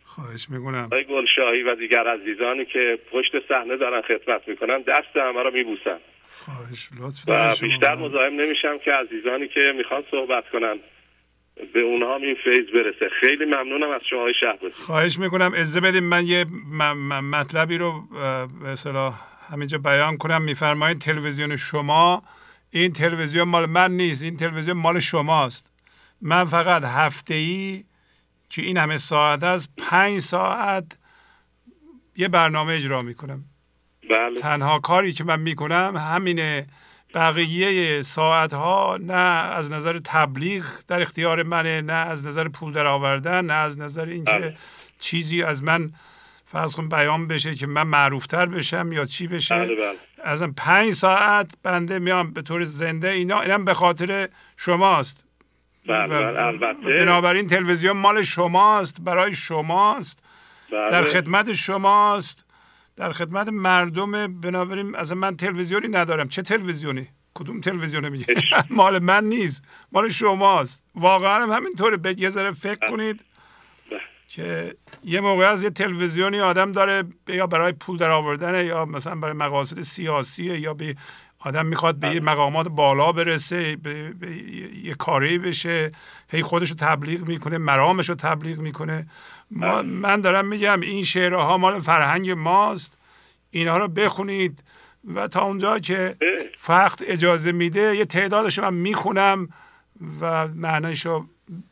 خواهش میکنم. آقای گلشاهی و دیگر عزیزانی که پشت صحنه دارن خدمت میکنن دست همه رو میبوسم. خواهش، لطف و دارید شما. بیشتر مزاحم نمیشم که عزیزانی که میخوان صحبت کنن به اونها این فیض برسه. خیلی ممنونم از شما های شهبازی. خواهش میکنم اجازه بدیم من یه مطلبی رو به اصطلاح همینجا بیان کنم. میفرمایید تلویزیون شما، این تلویزیون مال من نیست، این تلویزیون مال شماست. من فقط هفته‌ای که این همه ساعت از 5 ساعت یه برنامه اجرا میکنم. بله. تنها کاری که من میکنم همینه. بقیه ساعت ها نه از نظر تبلیغ در اختیار منه، نه از نظر پول در آوردن، نه از نظر اینکه چیزی از من فرض کن بیان بشه که من معروفتر بشم یا چی بشه. بله. از 5 ساعت بنده میام به طور زنده. اینم به خاطر شماست. بله البته. بنابراین تلویزیون مال شماست، برای شماست. بله. در خدمت شماست، در خدمت مردم. بنابراین اصلا من تلویزیونی ندارم. چه تلویزیونی؟ کدوم تلویزیونه میگه؟ مال من نیست، مال شماست. واقعا هم همینطوره. یه ذره فکر کنید که یه موقع از یه تلویزیونی آدم داره یا برای پول در آوردن یا مثلا برای مقاصد سیاسیه یا به آدم میخواد به یه مقامات بالا برسه، به یه کاری بشه، هی خودشو تبلیغ میکنه، مرامشو تبلیغ میکنه. من دارم میگم این شعرها مال فرهنگ ماست، اینها رو بخونید و تا اونجا که وقت اجازه میده یه تعدادش من میخونم و معنیشو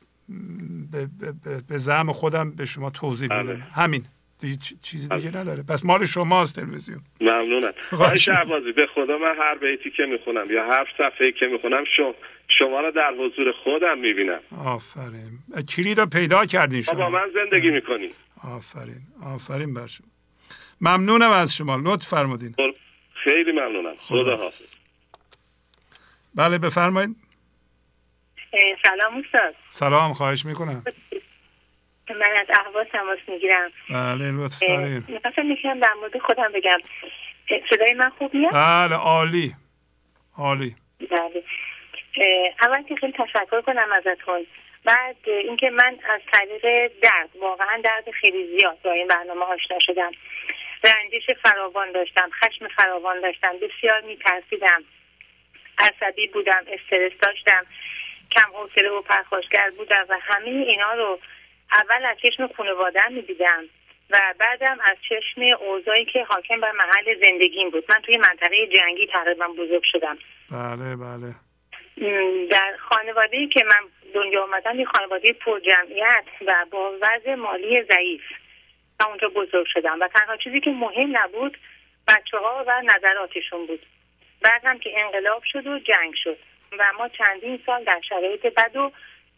به زعم خودم به شما توضیح میدم. همین، چیزی دیگه نداره. پس مال شماست تلویزیون. ممنونم. آقای شهبازی به خدا من هر بیتی که میخونم یا هر صفحه‌ای که میخونم شما رو در حضور خودم میبینم. آفرین. کلیدو پیدا کردین شما. با من زندگی میکنین. آفرین بر شما. ممنونم از شما. لطف فرمودین. خیلی ممنونم. خدا حافظ. بله بفرمایید. سلام استاد. سلام، خواهش میکنم. من از اهواز تماس میگیرم. بله لطف دارید. مثلا میشم در مورد خودم بگم. صدای من خوب میاد؟ بله عالی. بله. اول که خیلی تشکر کنم ازتون. بعد اینکه من از طریق درد، واقعا درد خیلی زیاد با این برنامه آشنا شدم. رنجش فراوان داشتم، خشم فراوان داشتم، بسیار میترسیدم، عصبی بودم، استرس داشتم، کم حوصله و پرخاشگر بودم و همه اینا رو اول از چشم خانواده‌ام می‌دیدم و بعدم از چشم اوضاعی که حاکم بر محل زندگیم بود. من توی منطقه جنگی تقریبا بزرگ شدم. بله. در خانواده‌ای که من دنیا آمدم، یه خانواده پر جمعیت و با وضع مالی ضعیف، من اونجا بزرگ شدم و تنها چیزی که مهم نبود بچه‌ها و نظراتشون بود. بعد هم که انقلاب شد و جنگ شد و ما چندین سال در شرایط بد و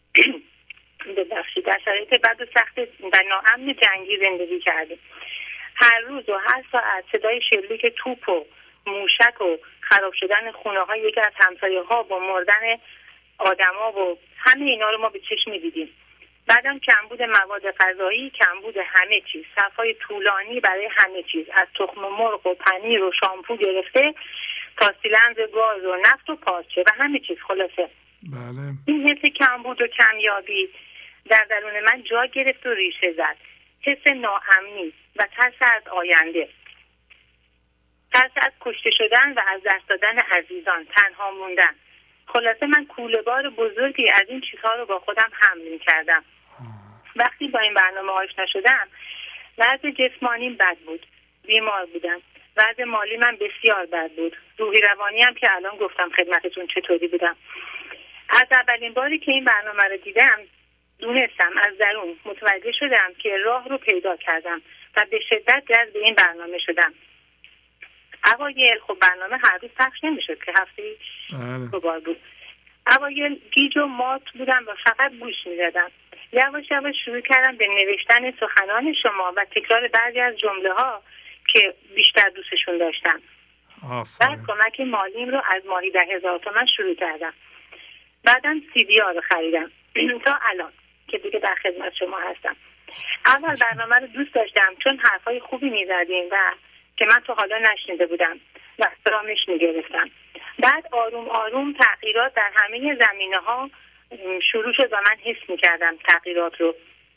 سخت و ناامن جنگی زندگی کردیم. هر روز و هر ساعت صدای شلیک توپ و موشک و خراب شدن خونه‌های یکی از همسایه‌ها با مردن آدم‌ها و همه اینا رو ما به چشم می‌دیدیم. بعدم کمبود مواد غذایی، کمبود همه چیز، صف‌های طولانی برای همه چیز، از تخم مرغ و پنیر و شامپو گرفته تا سیلندر گاز و نفت و پارچه و همه چیز. خلاصه بله. این حس کمبود و کمیابی در درون من جا گرفت و ریشه زد. حس ناامنی و ترس از آینده، ترس از کشته شدن و از دست دادن عزیزان، تنها موندن. خلاصه من کوله‌بار بزرگی از این چیزها رو با خودم حمل می‌کردم. وقتی با این برنامه آشنا شدم، وضع جسمانیم بد بود، بیمار بودم، وضع مالی من بسیار بد بود، روحی روانی هم که الان گفتم خدمتتون چطوری بودم. از اولین باری که این برنامه رو دیدم دونستم، از درون متوجه شدم که راه رو پیدا کردم و به شدت جذب این برنامه شدم. اوایل خب برنامه هر روز پخش نمیشد که هفته‌ای دو بار بود. اوایل گیج و مات بودم و فقط گوش میدادم. یواش یواش شروع کردم به نوشتن سخنان شما و تکرار بعضی از جمله ها که بیشتر دوستشون داشتم. بعد کمک مالیم رو از ماهی 10,000 تومان شروع کردم. بعدم CD ها رو خریدم تا الان که دیگه در خدمت شما هستم. اول برنامه رو دوست داشتم چون حرفای خوبی میزدیم و که من تا حالا نشنیده بودم و احترامش میگرفتم. بعد آروم آروم تغییرات در همه زمینه ها شروع شد و من حس میکردم تغییرات رو.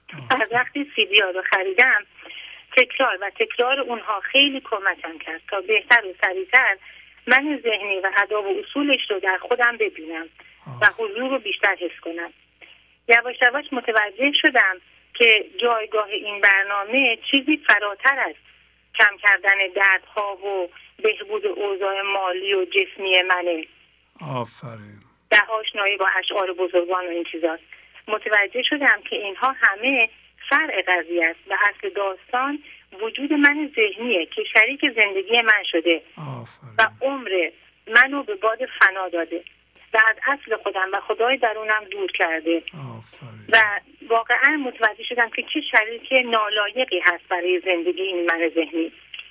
از وقتی CD ها رو خریدم تکرار و تکرار اونها خیلی کمکم کرد تا بهتر و سریعتر من ذهنی و آداب و اصولش رو در خودم ببینم و حضور رو بیشتر حس کنم. یواش یواش متوجه شدم که جایگاه این برنامه چیزی فراتر از کم کردن دردها و بهبود اوضاع مالی و جسمی منه. آفرین. در آشنایی با اشعار بزرگان و این چیزاست. متوجه شدم که اینها همه فرع قضیه است و اصل داستان وجود من ذهنیه که شریک زندگی من شده. آفرین. و عمر منو به باد فنا داده و از اصل خودم و خدای درونم دور کرده. آفرین. و واقعا متوجه شدم که چه شریک نالایقی هست برای زندگی این من ذهنی.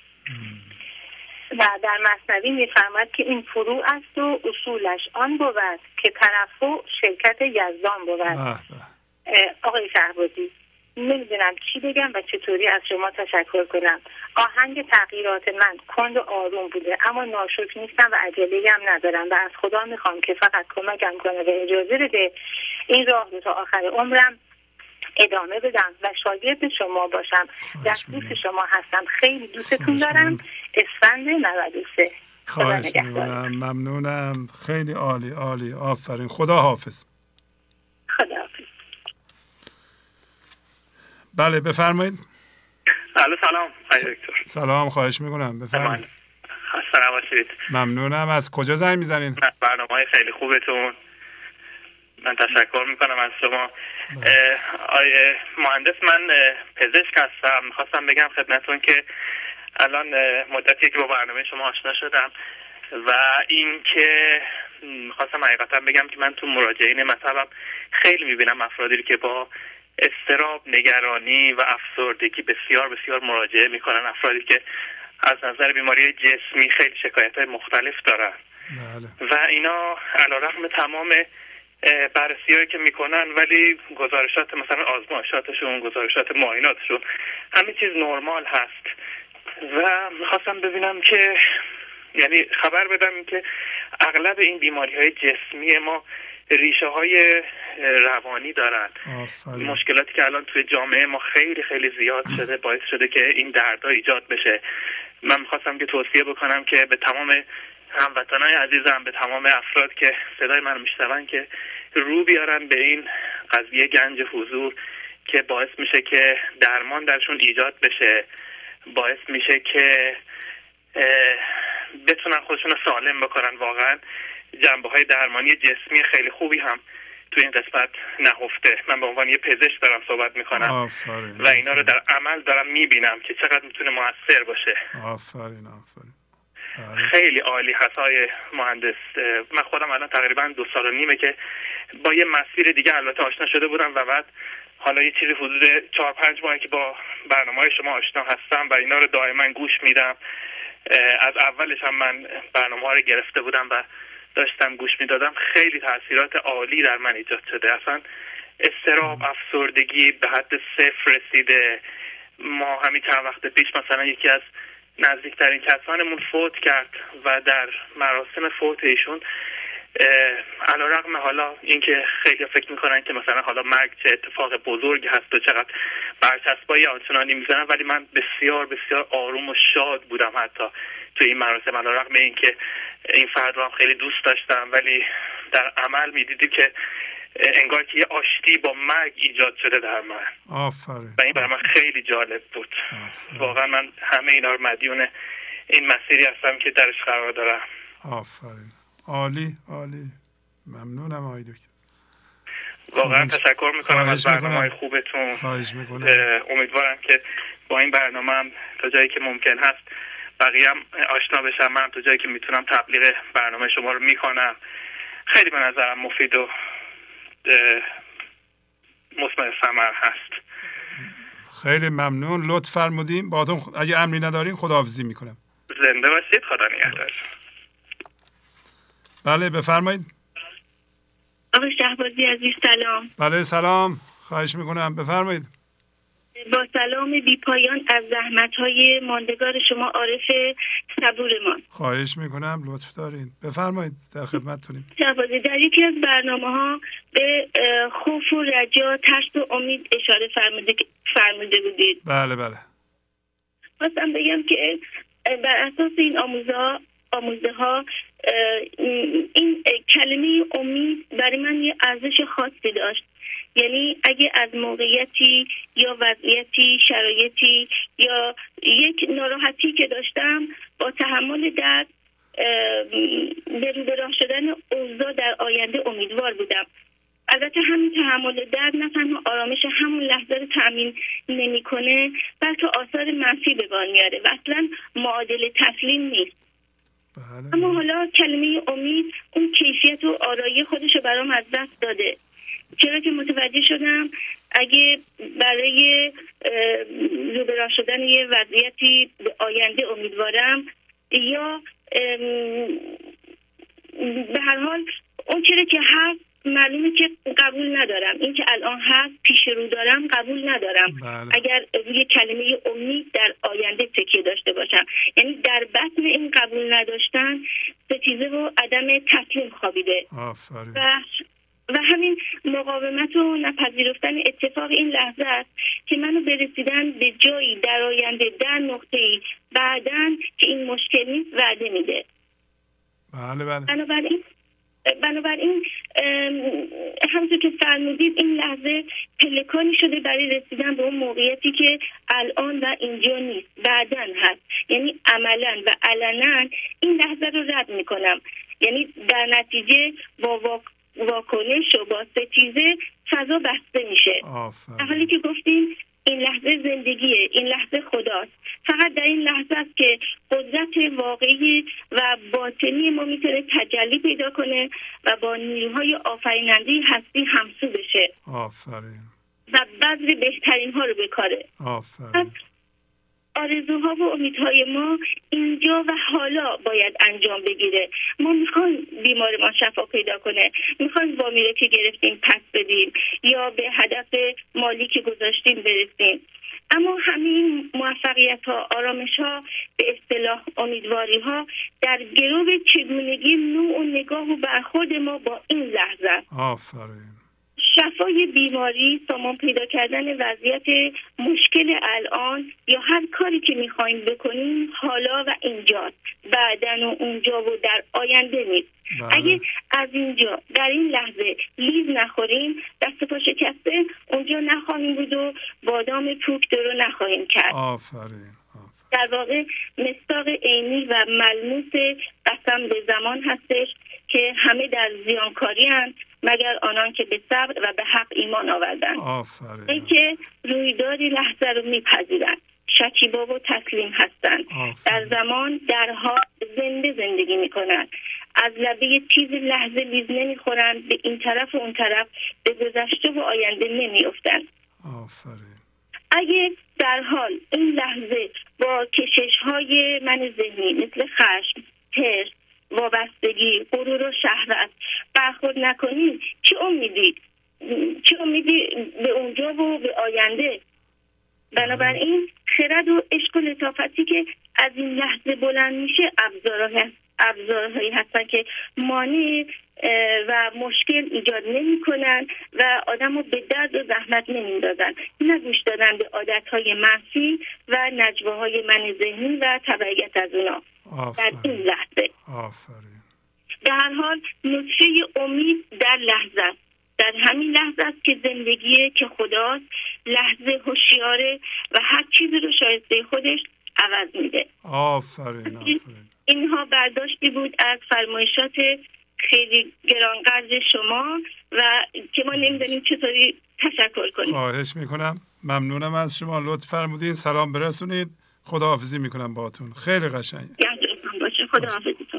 و در مثنوی میفرماد که این فروع است و اصولش آن بود که ترفع شرکت یزدان بود. آقای شهبازی، نمیدونم چی بگم و چطوری از شما تشکر کنم. آهنگ تغییرات من کند و آروم بوده، اما ناشکر نیستم و عجله‌ای هم ندارم و از خدا میخوام که فقط کمکم کنه و اجازه بده این راه رو تا آخر عمرم ادامه بدم و شاگرد شما باشم. دستبوس شما هستم. خیلی دوستتون دارم. اسفند 93. خواهش می‌کنم. ممنونم. خیلی عالی عالی. آفرین. خدا حافظ. خدا حافظ. بله بفرمایید. سلام دکتر. سلام، خواهش می‌کنم بفرمایید. خسته نباشید. ممنونم. از کجا زنگ می‌زنید؟ برنامه‌های خیلی خوبتون. من تشکر میکنم از شما. آقای مهندس، من پزشک هستم. میخواستم بگم خدمتتون که الان مدتی که با برنامه شما آشنا شدم و این که میخواستم حقیقتا بگم که من تو مراجعین مطلبم خیلی میبینم افرادی که با اضطراب، نگرانی و افسردگی بسیار بسیار مراجعه میکنن، افرادی که از نظر بیماری جسمی خیلی شکایت‌های مختلف دارن. بله. و اینا علیرغم تمام بررسی‌هایی که میکنن ولی گزارشات مثلا آزمایشاتشون، گزارشات معایناتشون همه چیز نرمال هست و میخواستم ببینم که یعنی خبر بدم که اغلب این بیماری‌های جسمی ما ریشه های روانی دارن. مشکلاتی که الان توی جامعه ما خیلی خیلی زیاد شده باعث شده که این دردها ایجاد بشه. من میخواستم که توصیه بکنم که به تمام هموطنای عزیزم، به تمام افراد که صدای من میشنون که رو بیارن به این قضیه گنج حضور که باعث میشه که درمان درشون ایجاد بشه، باعث میشه که بتونن خودشون رو سالم بکنن. واقعا جنبه‌های درمانی جسمی خیلی خوبی هم تو این قسمت نهفته. من به عنوان یه پزشک دارم صحبت میکنم و اینا رو در عمل دارم میبینم که چقدر میتونه موثر باشه. آفرین. خیلی عالی هست های مهندس. من خودم الان تقریبا 2.5 سال که با یه مسیر دیگه البته آشنا شده بودم و بعد حالا یه چیزی حدود 4-5 ماهه که با برنامه‌های شما آشنا هستم و اینا رو دائما گوش میدم. از اولش هم من برنامه‌ها رو گرفته بودم و داشتم گوش میدادم. خیلی تاثیرات عالی در من ایجاد شده. اصلا اضطراب، افسردگی به حد 0 رسیده. ما همین چند وقت پیش مثلا یکی از نزدیکترین کسانمون فوت کرد و در مراسم فوت ایشون علیرغم حالا اینکه خیلی فکر میکنن که مثلا حالا مرگ چه اتفاق بزرگی هست و چقدر برچسبای آنچنانی میزنن، ولی من بسیار بسیار آروم و شاد بودم حتی توی این مراسم، علیرغم اینکه این فرد رو هم خیلی دوست داشتم، ولی در عمل میدیدی که انگار که یه آشتی با مرگ ایجاد شده در من. آفرین. و این برای من خیلی جالب بود. واقعا من همه اینا رو مدیون این مسیری هستم که درش قرار دارم. آفرین. عالی عالی. ممنونم آقای دکتر. واقعا تشکر میکنم از برنامه‌های خوبتون. خواهش میکنم. امیدوارم که با این برنامه هم تا جایی که ممکن هست بقیه هم آشنا بشم. من تا جایی که میتونم تبلیغ برنامه شما رو میکنم. خیلی به نظرم مفید و مثمر ثمر هست. خیلی ممنون. لطف فرمودین. باهاتون اگه امری ندارین خداحافظی میکنم. زنده باشید. خدا نگهدار. بله بفرمایید. آقای شهبازی عزیز سلام. بله سلام. خواهش میکنم بفرمایید. با سلام بی پایان از زحمت‌های ماندگار شما عارف صبورمان. خواهش میکنم، لطف دارین. بفرمایید، در خدمتتونیم. در یکی از برنامه‌ها به خوف و رجا، ترس و امید اشاره فرموده بودید. بله بله. خواستم بگم که بر اساس این آموزه ها این کلمه امید برای من یه ارزش خاصی داشت. یعنی اگه از موقعیتی یا وضعیتی، شرایطی یا یک ناراحتی که داشتم با تحمل درد به رو به راه شدن اوضاع در آینده امیدوار بودم. البته همین تحمل درد نه تنها آرامش همون لحظه رو تأمین نمی‌کنه، بلکه آثار منفی به بار میاره و اصلا معادل تسلیم نیست. بله. اما حالا کلمه امید اون کیفیت و آرایی خودش رو برام از دست داده، چرا که متوجه شدم اگه برای روبرو شدن یه وضعیتی به آینده امیدوارم یا به هر حال اون چرا که هست معلومه که قبول ندارم، این که الان هست پیش رو دارم قبول ندارم. بله. اگر روی کلمه امید در آینده تکیه داشته باشم، یعنی در بطن این قبول نداشتن ستیزه و عدم تسلیم خوابیده. آفرین. و همین مقاومت و نپذیرفتن اتفاق این لحظه است که منو به رسیدن به جایی در آینده، در نقطه‌ای بعداً که این مشکل نیست وعده میده. بله بله. بنابراین همونطور که فرمودید این لحظه پلکانی شده برای رسیدن به اون موقعیتی که الان و اینجا نیست، بعداً هست. یعنی عملاً و علناً این لحظه رو رد میکنم، یعنی در نتیجه با واکنش و با ستیزه فضا بسته میشه. در حالی که گفتیم این لحظه زندگیه، این لحظه خداست. فقط در این لحظه است که قدرت واقعی و باطنی ما میتونه تجلی پیدا کنه و با نیروهای آفریننده هستی همسو بشه. آفرین. و بذر بهترین ها رو بکاره. آفرین. آرزوها و امیدهای ما اینجا و حالا باید انجام بگیره. ما میخوایم بیمارمان شفا پیدا کنه، میخوایم وامیره که گرفتیم پس بدیم یا به هدف مالی که گذاشتیم برسیم. اما همین موفقیت ها، آرامش ها، به اصطلاح امیدواری ها در گرو چگونگی نوع و نگاه و برخورد ما با این لحظه. آفرین. شفای بیماری، سامان پیدا کردن وضعیت مشکل الان یا هر کاری که میخوایم بکنیم حالا و اینجاست، بعدن و اونجا و در آینده نیست. اگه از اینجا در این لحظه لیز نخوریم، دست پا شکسته اونجا نخواهیم بود و بادام پوک درو نخواهیم کرد. آفرین. در واقع مصداق عینی و ملموس قسم به زمان هستش که همه در زیانکاری هستند مگر آنان که به صبر و به حق ایمان آوردند. آفرین. این که رویدادی لحظه رو میپذیرند، شکیبا و تسلیم هستند. در زمان در حال زنده زندگی میکنند، از لبه چیز لحظه لیز نمیخورند، به این طرف و اون طرف به گذشته و آینده نمیافتند. آفرین. اگه در حال این لحظه با کشش‌های من ذهنی مثل خشم، حرص، وابستگی، غرور و شهوت برخورد نکنیم، چه امیدی به اونجا و به آینده؟ بنابراین خرد و عشق و لطافتی که از این لحظه بلند میشه ابزارهایی هستن که مانع و مشکل ایجاد نمی کنن و آدم رو به درد و زحمت نمیندازن، نه گوش دادن به عادتهای منفی و نجواهای من ذهنی و تبعیت از اونا. در این لحظه در هر حال نطفه امید در لحظه است، در همین لحظه است که زندگی که خداست، لحظه هوشیاره و هر چیزی رو شایسته خودش عوض میده. آفرین. اینها برداشتی بود از فرمایشات خیلی گرانقدر شما و که ما نمیدونیم چطوری تشکر کنیم. خواهش میکنم، ممنونم از شما، لطف فرمودید. سلام برسونید. خداحافظی میکنم باهاتون. خیلی قشنگ. خداحافظتون.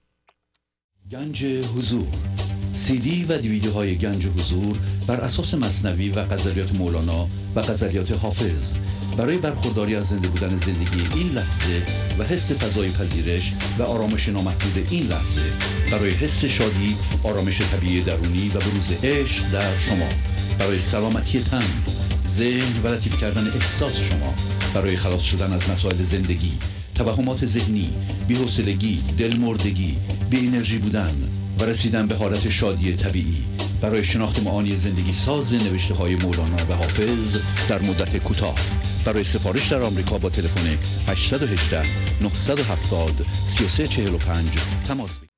گنج حضور، CD و دیویدیوهای گنج حضور بر اساس مثنوی و غزلیات مولانا و غزلیات حافظ برای برخورداری از زنده بودن زندگی این لحظه و حس فضای پذیرش و آرامش نامحدود این لحظه، برای حس شادی، آرامش طبیعی درونی و بروز عشق در شما، برای سلامتی تن، ذهن و لطیف کردن احساس شما برای خلاص شدن از مسائل زندگی، توهمات ذهنی، بی‌حوصلگی، دلمردگی، بی انرژی بودن و رسیدن به حالت شادی طبیعی، برای شناخت معانی زندگی ساز نوشته‌های مولانا و حافظ در مدت کوتاه. برای سفارش در آمریکا با تلفن 818 970 3345 تماس بگیرید.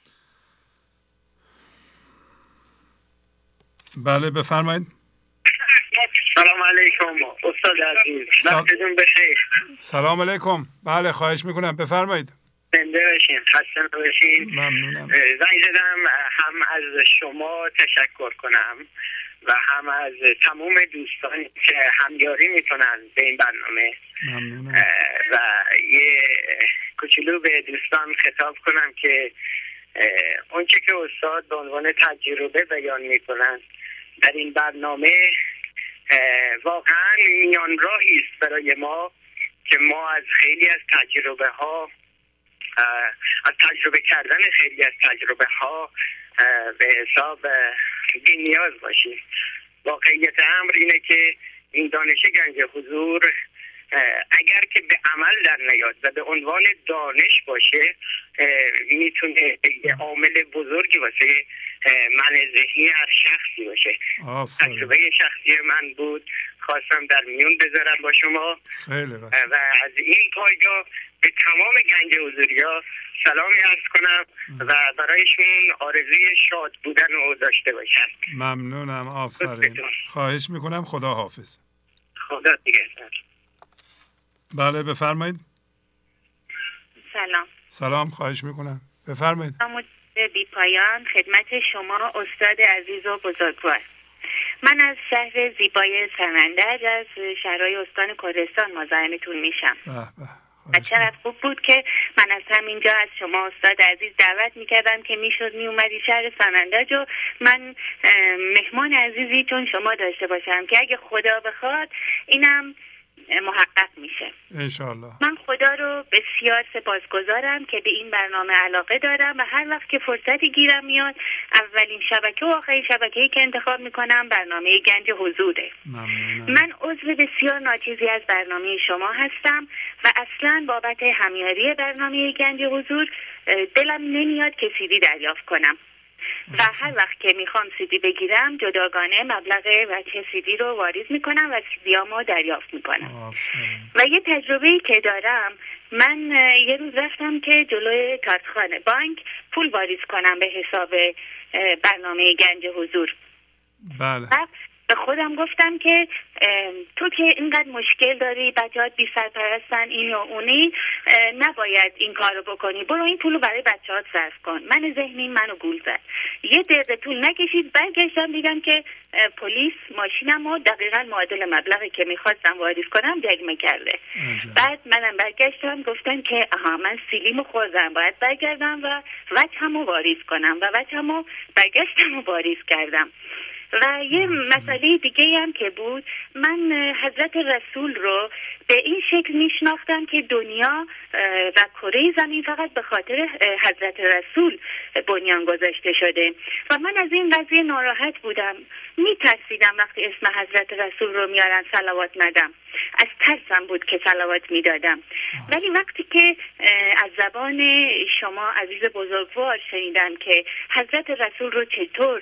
بله بفرمایید. سلام علیکم استاد عزیز، وقتتون بخیر. سلام علیکم. بله خواهش میکنم بفرمایید. زنده باشین، خسته نباشین. ممنونم. زنگ زدم هم از شما تشکر کنم و هم از تمام دوستانی که همیاری میکنن به این برنامه. ممنونم. و یه کوچولو به دوستان خطاب کنم که اونچه که استاد به عنوان تجربه بیان میکنن در این برنامه واقعا میان راهی است برای ما که ما از خیلی از تجربه ها، از تجربه کردن خیلی از تجربه ها به حساب بی نیاز باشیم. واقعیت امر اینه که این دانش گنج حضور اگر که به عمل در نیاد و به عنوان دانش باشه میتونه یه عامل بزرگی واسه من ذهنی هر شخصی باشه. تجربه شخصی من بود، خواستم در میون بذارم با شما. خیلی و از این پایگاه به تمام گنج حضوریا سلامی عرض کنم و برایشون آرزوی شاد بودن رو داشته باشم. ممنونم. آفرین. خواهش میکنم. خدا حافظ. خدا نگهدار. بله بفرمایید. سلام. خواهش میکنم بفرمایید. بی پایان خدمت شما استاد عزیز و بزرگوار. من از شهر زیبای سمندرج از شهرهای استان کردستان مزاحمتون میشم. و چقدر خوب بود که من از همینجا از شما استاد عزیز دعوت میکردم که میشد میومدی شهر سمندرج و من مهمان عزیزی چون شما داشته باشم که اگه خدا بخواد اینم محقق میشه انشالله. من خدا رو بسیار سپاسگزارم که به این برنامه علاقه دارم و هر وقت که فرصتی گیرم میاد اولین شبکه و آخرین شبکه‌ای که انتخاب میکنم برنامه گنج حضوره. من عضو بسیار ناچیزی از برنامه شما هستم و اصلا بابت همیاری برنامه گنج حضور دلم نمیاد که CD دریافت کنم و هر وقت که میخوام CD بگیرم جداگانه مبلغ وجه CD رو واریز میکنم و CDامو دریافت میکنم. و یه تجربه‌ای که دارم، من یه روز رفتم که جلوی کارتخانه بانک پول واریز کنم به حساب برنامه گنج حضور. بله. به خودم گفتم که تو که اینقدر مشکل داری، بچه‌هات بی سرپرستن، این و اونی، نباید این کارو بکنی، برو این پولو برای بچه‌هات صرف کن. من ذهنی منو گول زد. یه دقیقه طول نکشید برگشتم دیدم که پلیس ماشینمو دقیقاً معادل مبلغی که می‌خواستم واریز کنم جریمه کرده. بعد منم برگشتم گفتم که من سیلیمو خوردم، باید برگردم و وجهمو واریز کنم و وجهمو برگشتم و واریز کردم. و یه مسئله دیگه هم که بود، من حضرت رسول رو به این شکل میشناختم که دنیا و کره زمین فقط به خاطر حضرت رسول بنیان گذاشته شده و من از این قضیه ناراحت بودم. میترسیدم وقتی اسم حضرت رسول رو میارن صلوات ندم، از ترسم بود که صلوات میدادم. ولی وقتی که از زبان شما عزیز بزرگوار شنیدم که حضرت رسول رو چطور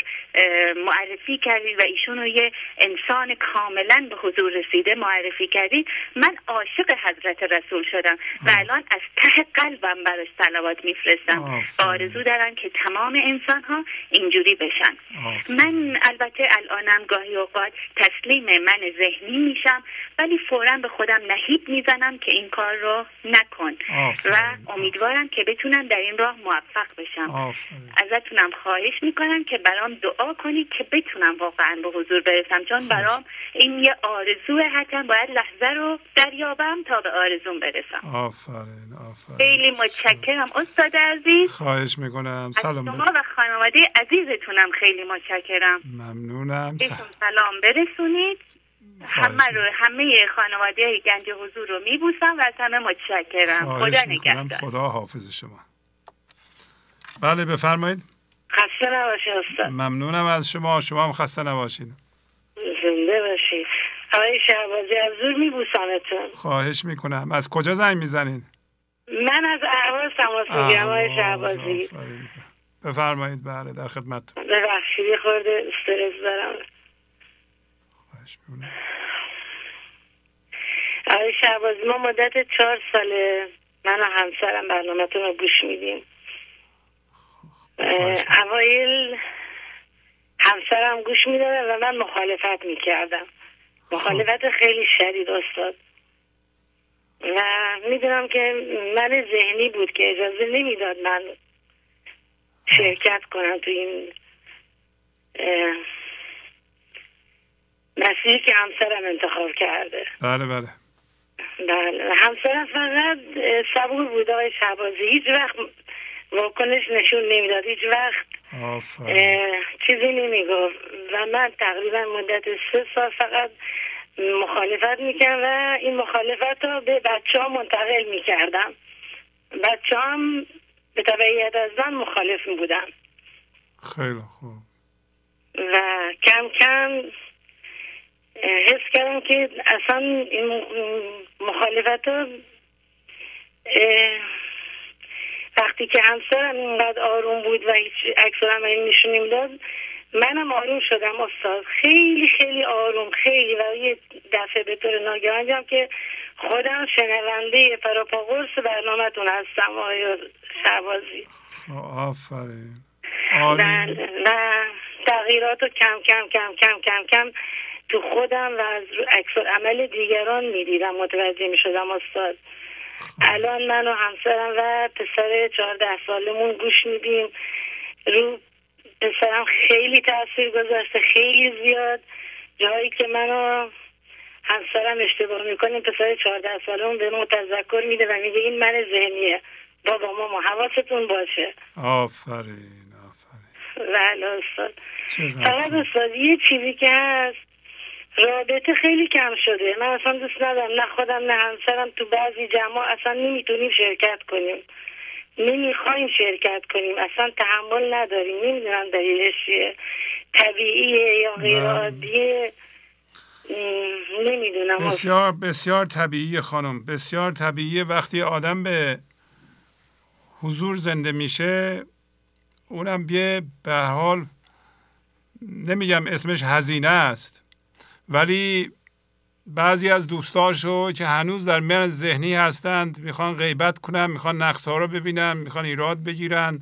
معرفی کردید و ایشون رو یه انسان کاملا به حضور رسیده معرفی کردید، من عاشق حضرت رسول شدم و الان از ته قلبم براش صلوات میفرستم و آرزو دارم که تمام انسان ها اینجوری بشن. من البته الانم گاهی اوقات تسلیم من ذهنی میشم ولی فوراً به خودم نهیب میزنم که این کار رو نکن و امیدوارم که بتونم در این راه موفق بشم. ازتونم خواهش میکنم که برام دعا کنید که بتونم واقعا به حضور برسم، چون برام این یه آرزوه، حتما باید لحظه رو دریابم تا به آرزوم برسم. آفرین. خیلی متشکرم استاد عزیز. خواهش میکنم. سلام شما و خانواده عزیزتونم خیلی متشکرم. ممنونم. سلام برسونید. همه خانواده گنج حضور رو میبوسم و از همه متشکرم. خدا نگهدار. خدا حافظ شما. بله بفرمایید. خسته نباشید استاد. ممنونم از شما. شما هم خسته نباشید. زنده باشید. آقای شهبازی از زور میبوسمتون. خواهش میکنم. از کجا زنگ میزنین؟ من از اهواز تماس میگیرم آقای شهبازی. بفرمایید. بله در خدمتتون. ببخشید خورده استرس دارم. خواهش میکنم. آقای شهبازی ما مدت 4 ساله من و همسرم برنامه‌تون رو گوش میدیم. اوایل همسرم گوش میدادن و من مخالفت میکردم. مخالفت خیلی شدید استاد. و میدونم که من ذهنی بود که اجازه نمیداد من شرکت کنم تو این مسیری که همسرم انتخاب کرده. بله بله. بله همسرم فقط صبور بود آقای شهبازی. هیچ وقت واکنش نشون نمیداد. هیچ وقت چیزی نمیگفت و من تقریبا مدت 3 سال فقط مخالفت میکردم و این مخالفت رو به بچه ها منتقل میکردم. بچه هم به تبعیت از من مخالف بودن. خیلی خوب. و کم کم حس کردم که اصلا این مخالفت ها وقتی که همسرم اینقدر آروم بود و هیچ عکس العملی نشون نمیداد منم آروم شدم استاد. خیلی خیلی آروم. خیلی. و یه دفعه به طور ناگهانی دیدم که خودم شنونده پراپاگورس برنامه‌تون هستم آقای شهبازی. آفرین. و تغییرات رو کم کم کم کم کم کم تو خودم و از عکس العمل دیگران میدیدم متوجه میشدم استاد. الان من و همسرم و پسر 14 سالمون گوش میدیم. رو پسرم خیلی تاثیر گذاشته. خیلی زیاد. جایی که من و همسرم اشتباه میکنیم پسر 14 سالمون به ما تذکر میده و میگه این من ذهنیه. بابا ماما حواستون باشه. آفرین. بله استاد. فقط استاد یه چیزی که هست رابطه خیلی کم شده. من اصلا دوست ندارم نه خودم نه همسرم تو بعضی جمع اصلا نمیتونیم شرکت کنیم. نمیخوایم شرکت کنیم. اصلا تحمل نداریم. نمیدونم دلیلش چیه. طبیعیه یا غیر عادیه. نمیدونم. بسیار بسیار طبیعیه خانم. بسیار طبیعیه. وقتی آدم به حضور زنده میشه اونم به هر حال نمیگم اسمش هزینه است ولی بعضی از دوستاشو که هنوز در میان ذهنی هستند میخوان غیبت کنن، میخوان نقصها رو ببینن، میخوان ایراد بگیرن،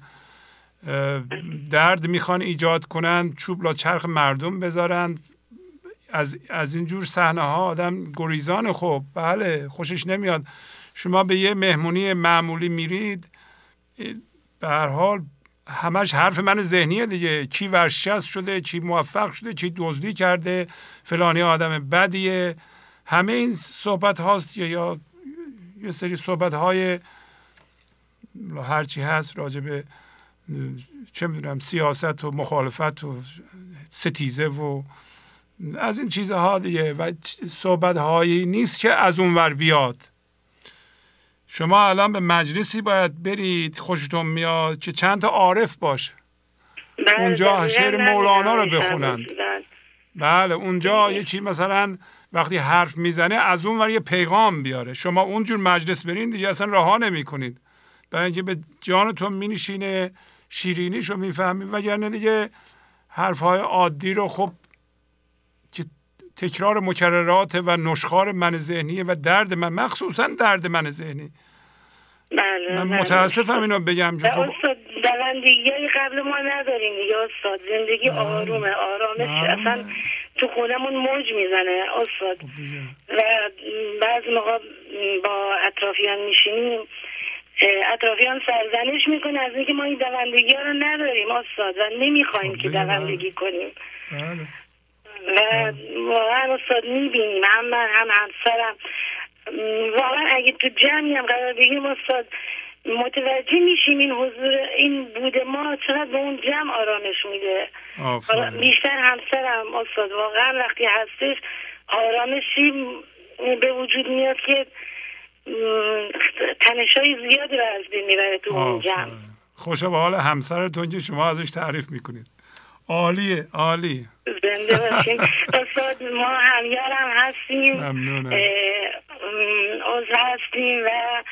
درد میخوان ایجاد کنن، چوب لا چرخ مردم بذارن. از اینجور صحنه ها آدم گریزان. خب بله خوشش نمیاد. شما به یه مهمونی معمولی میرید به هر حال همش حرف من ذهنیه دیگه. چی ورشکست شده، چی موفق شده، چی دزدی کرده، فلانی آدم بدیه. همه این صحبت هاست یا یه سری صحبت های هرچی هست راجع به چه میدونم سیاست و مخالفت و ستیزه و از این چیزها دیگه و صحبت هایی نیست که از اونور بیاد. شما الان به مجلسی باید برید خوشتون میاد که چند تا عارف باشه اونجا شعر مولانا رو بخونند. بله اونجا یه چی مثلا وقتی حرف میزنه از اون ور یه پیغام بیاره. شما اونجور مجلس برین دیگه اصلا رها نمی کنید برای اینکه به جانتون مینشینه، شیرینیش رو میفهمید. وگرنه دیگه حرفهای عادی رو خب که تکرار مکررات و نشخوار من ذهنیه و درد من، مخصوصا درد من ذهنی. بله من متاسفم اینو بگم که خب استاد دوندگی قبل ما نداریم دیگه استاد. زندگی آرومه، آرامش اصلا تو خونمون موج میزنه استاد. و بعض موقع با اطرافیان میشینیم اطرافیان سرزنش میکنه از اینکه ما این دوندگی ها رو نداریم استاد و نمیخوایم که دوندگی کنیم. و واقعا استاد میبینیم هم من هم همسرم واقعا اگه تو جمعی هم قرار بگیریم استاد متوجه میشیم این حضور این بود ما چقدر به اون جمع آرامش میده. بیشتر همسرم استاد واقعا وقتی هستش آرامشی به وجود میاد که تنشای زیادی رو از بین میبره تو اون جمع. خوشا به حال همسرتون که شما ازش تعریف میکنید. عالیه، عالی. زنده باشین. استاد ما همیارم هستیم. ممنونم. عضو هستیم و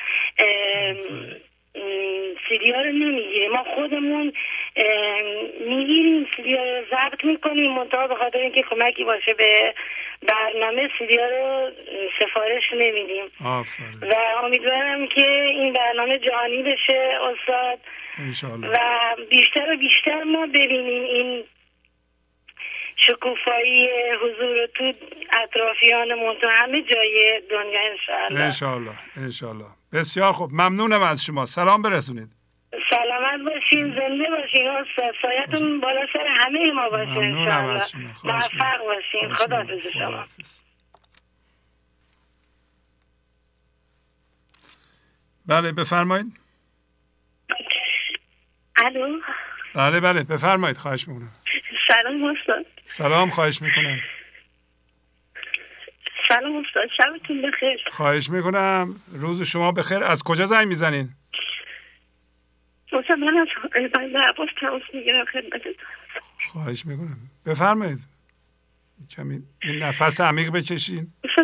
سیدی ها رو نمیگیریم، ما خودمون میگیریم سیدی ها رو ضبط میکنیم، منطقه به خاطر اینکه کمکی باشه به برنامه سیدی ها رو سفارش نمیدیم. و امیدوارم که این برنامه جهانی بشه استاد انشالله. و بیشتر و بیشتر ما ببینیم این شکوفایی حضور تو اطرافیانمون تو همه جای دنیا انشالله. انشالله انشالله. بسیار خوب، ممنونم از شما. سلام برسونید. سلامت باشین، زنده باشین استاد، سایتون بالا سر همه ما باشه انشالله. موفق باشین. خداحافظ شما. بله بفرمایید. الو. بله بله بفرمایید، خواهش میکنم. سلام استاد. سلام، خواهش میکنم. سلام استاد، شبتون بخیر. خواهش میکنم، روز شما بخیر. از کجا زنگ میزنین؟ استاد من از بنده عباس تماس میگیرم خدمتتون. خواهش میکنم بفرمایید. کمی این نفس عمیق بکشین. استاد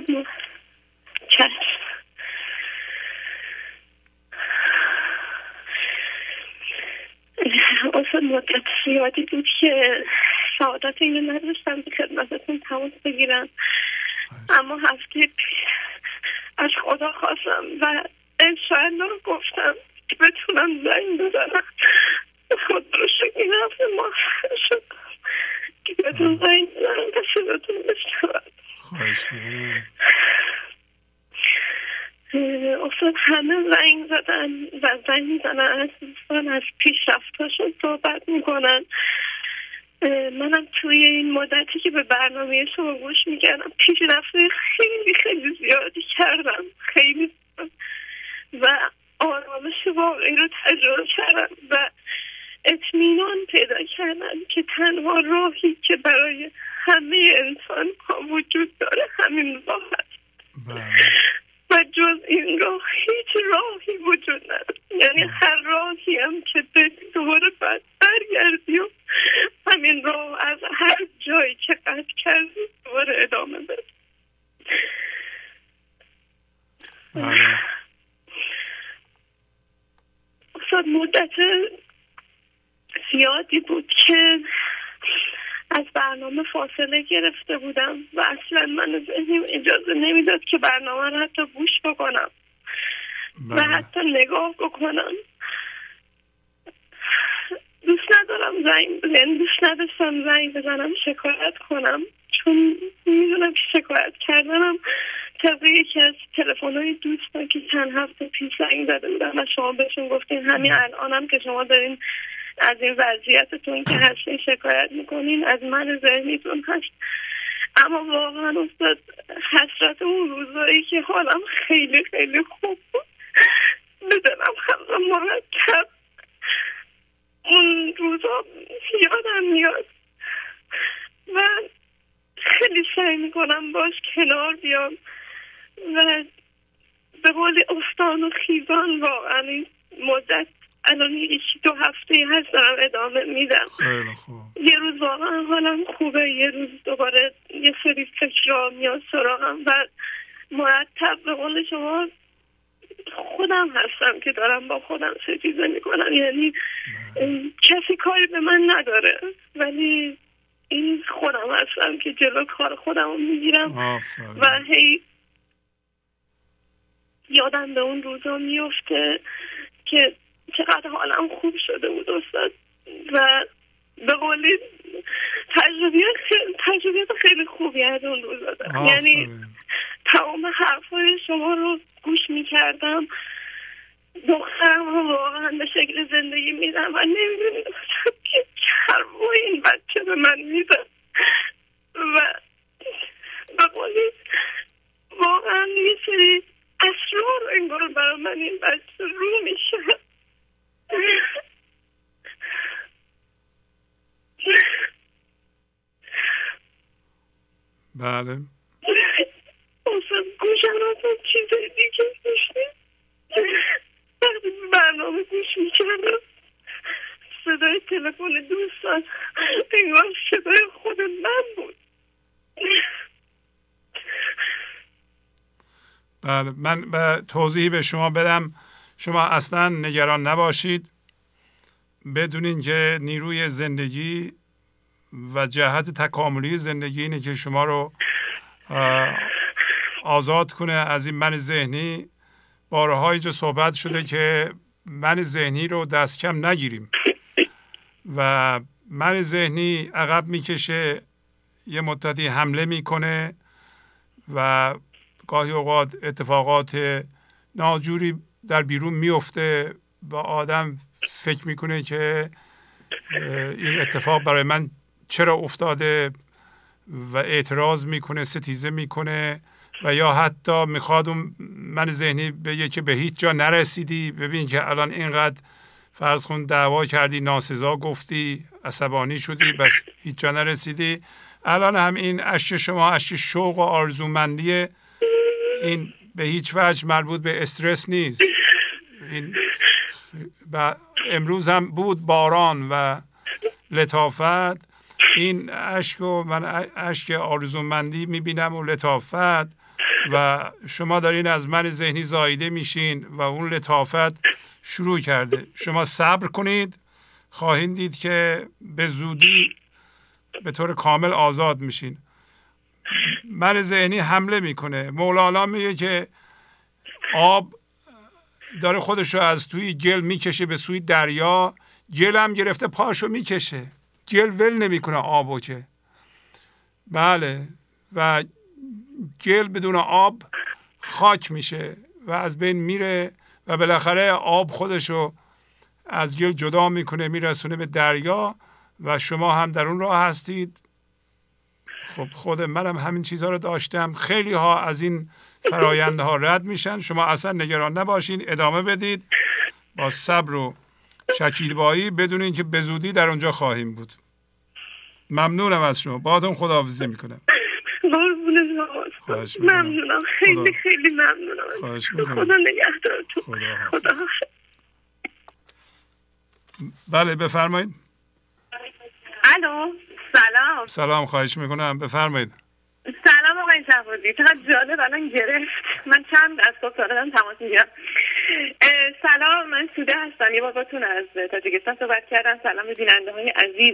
استاد مدت زیادی بود که سعادت اینو نداشتم که خدمتتون تماس بگیرم، اما هفته از خدا خواستم و انشاءالله گفتم که بتونم زنگ بزنم. خدا رو شکر این هفته موفق شدم که بتونم زنگ بزنم و صداتون بشنوم. خواهش میکنم. استاد همه زنگ زدن و زنگ میزنن، از دوستان از پیشرفتاشون صحبت میکنن. منم توی این مدتی که به برنامه شما گوش میکردم پیشرفت خیلی خیلی زیادی کردم، خیلی، و آرامش واقعی رو تجربه کردم و اطمینان پیدا کردم که تنها راهی که برای همه انسان ها وجود داره همین راه هست و جز این راه هیچ راهی وجود نداره. یعنی هر راهی هم که دوباره باید برگردی و همین راه از هر جایی که قطع کردی دوباره ادامه بده. استاد مدت زیادی بود که از برنامه فاصله گرفته بودم و اصلا من ذهنم اجازه نمیداد که برنامه رو حتی گوش بکنم و حتی نگاه بکنم. دوست ندارم دوست نداشتم زنگ بزنم شکایت کنم، چون میدونم که شکایت کردنم طبق یکی از تلفن‌های دوستان که چند هفته پیش زنگ زده بودم و شما بهشون گفتین همین الانم که شما دارین از این وضعیتتون که هستین شکایت میکنین از من ذهنیتون هست. اما واقعا استاد حسرت اون روزایی که حالم خیلی خیلی خوب بود به دلم خلق مرکب اون روزا یادم میاد و خیلی سعی میکنم باش کنار بیام و به قول استان و خیزان واقعا این مدت الان 1-2 هفته هست دارم ادامه میدم. خیلی خوب. یه روز واقعا حالم خوبه، یه روز دوباره یه سری فکرها میاد سراغم و مرتب به قول شما خودم هستم که دارم با خودم ستیزه میکنم. یعنی کسی کاری به من نداره ولی این خودم هستم که جلو کار خودم رو میگیرم و هی یادم به اون روزا میفته که چقدر حالم خوب شده بود استاد و به قولی تجربیات خیلی خوبی از اون روزا دارم. یعنی تمام حرفای شما رو گوش میکردم، دخترم رو واقعا به شکل زندگی میدم و نمیدونستم که کرمای این بچه به من میدن و به قولی واقعا یه سری اسرار انگار برای من این بچه رو میشه. بله اصلا گوشم چیزای دیگه میشنیم. وقتی برنامه گوش میکردم صدای تلفن دوستان انگار صدای خود من بود. بله، من به توضیحی به شما بدم. شما اصلا نگران نباشید، بدونین که نیروی زندگی و جهت تکاملی زندگی اینه که شما رو آزاد کنه از این من ذهنی. بارها اینجا صحبت شده که من ذهنی رو دست کم نگیریم و من ذهنی عقب میکشه، یه مدتی حمله میکنه و گاهی اوقات اتفاقات ناجوری در بیرون میفته و آدم فکر میکنه که این اتفاق برای من چرا افتاده و اعتراض میکنه، ستیزه میکنه و یا حتی میخواد اون من ذهنی بگه که به هیچ جا نرسیدی، ببین که الان اینقدر فرض کن دعوا کردی، ناسزا گفتی، عصبانی شدی، بس هیچ جا نرسیدی. الان هم این اشک شما اشک شوق و آرزومندیه، این به هیچ وجه مربوط به استرس نیست. این امروز هم بود باران و لطافت، این اشک و من اشک آرزومندی میبینم و لطافت و شما دارین از من ذهنی زایده میشین و اون لطافت شروع کرده. شما صبر کنید، خواهید دید که به زودی به طور کامل آزاد میشین. من ذهنی حمله میکنه. مولانا میگه که آب داره خودش رو از توی گل میکشه به سوی دریا، گل هم گرفته پاشو میکشه، گل ول نمیکنه آبو که. بله، و گل بدون آب خاک میشه و از بین میره و بالاخره آب خودشو از گل جدا میکنه، میرسونه به دریا و شما هم در اون راه هستید. خب خود منم همین چیزها رو داشتم. خیلی ها از این فرایندها رد میشن. شما اصلا نگران نباشین، ادامه بدید با صبر و شکیبایی، بدونین که به زودی در اونجا خواهیم بود. ممنونم از شما، باهاتون خداحافظی میکنم. ممنونم، خیلی خیلی ممنونم. خدا نگهدارتون. خدا. بله بفرمایید. الو، سلام. سلام، خواهش میکنم، بفرمایید. سلام آقای شهبازی، چقدر جالب الان گرفت. من چند از صبح دارم تماس میگیرم. سلام، من سوده هستم، یه باباتون از تاجیکستان صحبت کردم. سلام به بیننده های عزیز.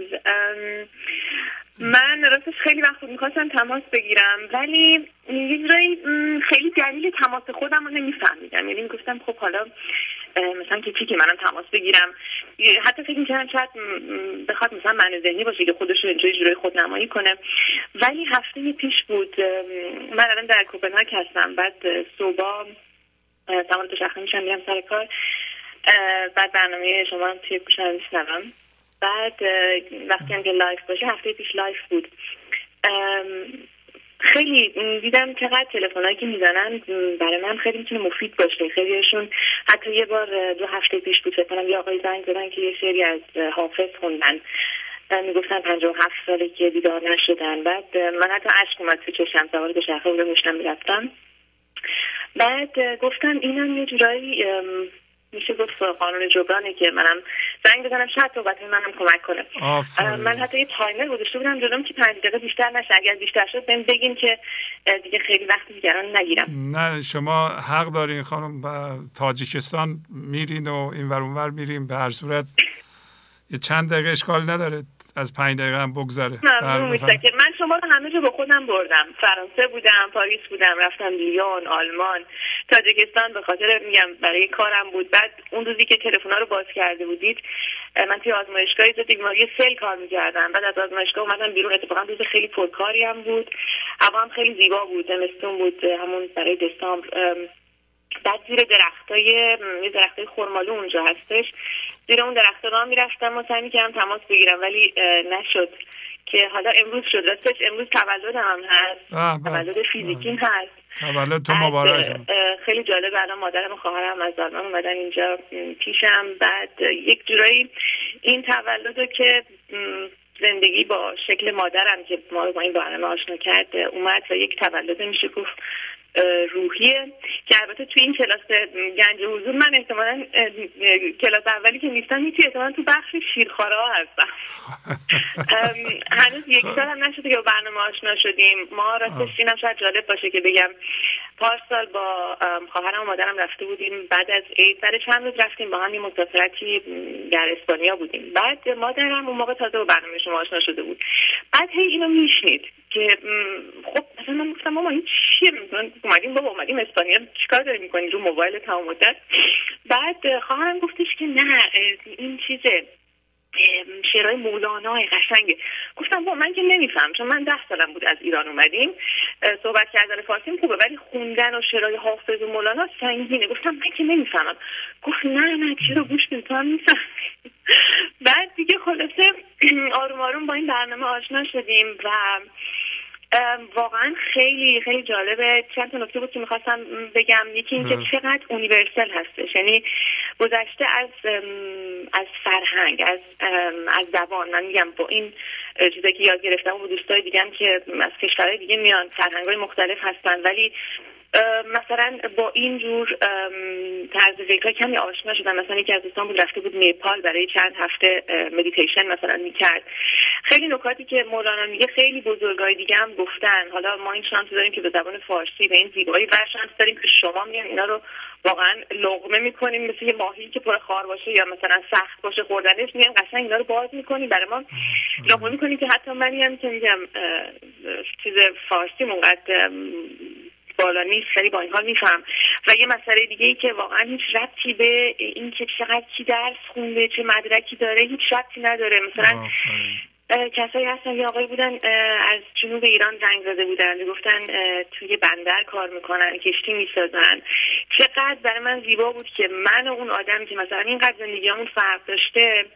من راستش خیلی وقت میخواستم تماس بگیرم ولی یه جورایی خیلی دلیل تماس خودم رو نمیفهمیدم. یعنی میگفتم خب حالا مثلا که منم تماس بگیرم، حتی فکر میکنم شاید بخواد مثلا من ذهنی باشه که خودش رو اینجوری جوری خودنمایی کنه. ولی هفته پیش بود، من الان در کوپنهاگ هستم، بعد صبح ساعت 2 میشم میرم سر کار، بعد برنامه شما هم توی گوشم میشنوم، بعد وقتی هم که لایف باشه، هفته پیش لایف بود، خیلی دیدم چقدر تلفنایی که میزنن برای من خیلی میتونه مفید باشه. خیلیشون حتی یه بار 2 هفته پیش بود فکر کنم یه آقای زنگ زدن که یه سری از حافظ خوندن، میگفتن 57 ساله که بیدار نشدن. بعد من حتی اشک اومد تو چشم، سوار به شهر بودم میشنم میرفتم. بعد گفتم اینم یه جورایی میشه گفت قانون جبرانه که منم زنگ بزنم شاید صحبت منم کمک کنه. من حتی یه تایمر گذاشته بودم جلوم که 5 دقیقه بیشتر نشه، اگر بیشتر شد بهم بگین که دیگه خیلی وقت دیگران نگیرم. نه شما حق دارین خانم، تاجیکستان میرین و اینور اونور میرین، به هر صورت یه چند دقیقه اشکال نداره، از 5 دقیقه هم بگذره. من شما رو همه جا با خودم بردم، فرانسه بودم، پاریس بودم، رفتم لیون، آلمان، تاجیکستان، به خاطر میگم برای کارم بود. بعد اون روزی که تلفن‌ها رو باز کرده بودید من توی آزمایشگاهی ضد بیماری سل کار می‌کردم، بعد از آزمایشگاه اومدم بیرون، اتفاقا روز خیلی پرکاری هم بود، هوا هم خیلی زیبا بود، زمستون بود، همون برای دسامبر. بعد زیر یه درختای خرمالو اونجا هستش، زیر اون درخت راه میرفتم و سعی می‌کردم تماس بگیرم ولی نشد، که حالا امروز شد. راستش امروز تولدم هم هست، تولد فیزیکیم هست. تولد تو مبارک. خیلی جالب، الان مادرم و خواهرم از آلمان اومدن اینجا پیشم. بعد یک جورایی این تولدو که زندگی با شکل مادرم که ما رو با این برنامه آشنا کرد اومد و یک تولد میشه گفت روحیه که البته توی این کلاس گنج حضور من احتمالاً کلاس اولی که نیستم هیچی، احتمالاً تو بخش شیرخواره ها هستم. هنوز 1 سال هم نشده که با برنامه آشنا شدیم. ما راستش اینم شاید جالب باشه که بگم پارسال با خواهرم و مادرم رفته بودیم، بعد از عید برای چند روز رفتیم با هم یه مسافرتی در اسپانیا بودیم. بعد مادرم اون موقع تازه با برنامه شما آشنا شده بود. بعد هی اینو میشنید که خب مثلا من گفتم ماما این چیه؟ اومدیم اسپانیا چیکار داری میکنی رو موبایل تمام مدت؟ بعد خواهرم گفتش که نه این چیزه شعرهای مولانای قشنگه. گفتم با من که نمیفهم، چون من 10 سالم بود از ایران اومدیم، صحبت کردن فارسیم خوبه ولی خوندن و شعرهای حافظ و مولانا سنگینه. گفتم من که نمیفهمم. گفت نه چرا گوش بدی تو هم میفهمی. بعد دیگه خلاصه آروم آروم با این برنامه آشنا شدیم و واقعا خیلی خیلی جالبه. چند تا نکته بود که میخواستم بگم. یکی اینکه چقدر اونیورسال هستش، یعنی گذشته از فرهنگ، از زبان. من میگم با این چیزایی که یاد گرفتم و با دوستای دیگم که از کشورهای دیگه میان، فرهنگ‌های مختلف هستن، ولی مثلا با این جور طرز فکر کمی آشنا شدم. مثلا یکی از دوستان بود رفته بود نیپال برای چند هفته مدیتیشن مثلا میکرد. خیلی نکاتی که مولانا میگه خیلی بزرگای دیگه هم گفتن. حالا ما این شانس داریم که به زبان فارسی به این زیبایی و شانس داریم که شما میان اینا رو واقعا لقمه میکنیم، مثل یه ماهی که پر خار باشه یا مثلا سخت باشه خوردنش، میان قشنگ اینا رو باز میکنیم برای ما لقمه میکنیم که حتی منی هم که میگم چیز فارسی اونقدر بالا نیست ولی با این حال میفهم. و یه مسئله دیگه ای که واقعا هیچ ربطی به این که چقدر کی درس خونده چه مدرکی داره هیچ ربطی نداره. مثلا کسایی هستن یه آقای بودن از جنوب ایران زنگ زده بودن، گفتن توی بندر کار میکنن، کشتی میسازن. چقدر برای من زیبا بود که من و اون آدمی که مثلا اینقدر زندگیامون فرق داشته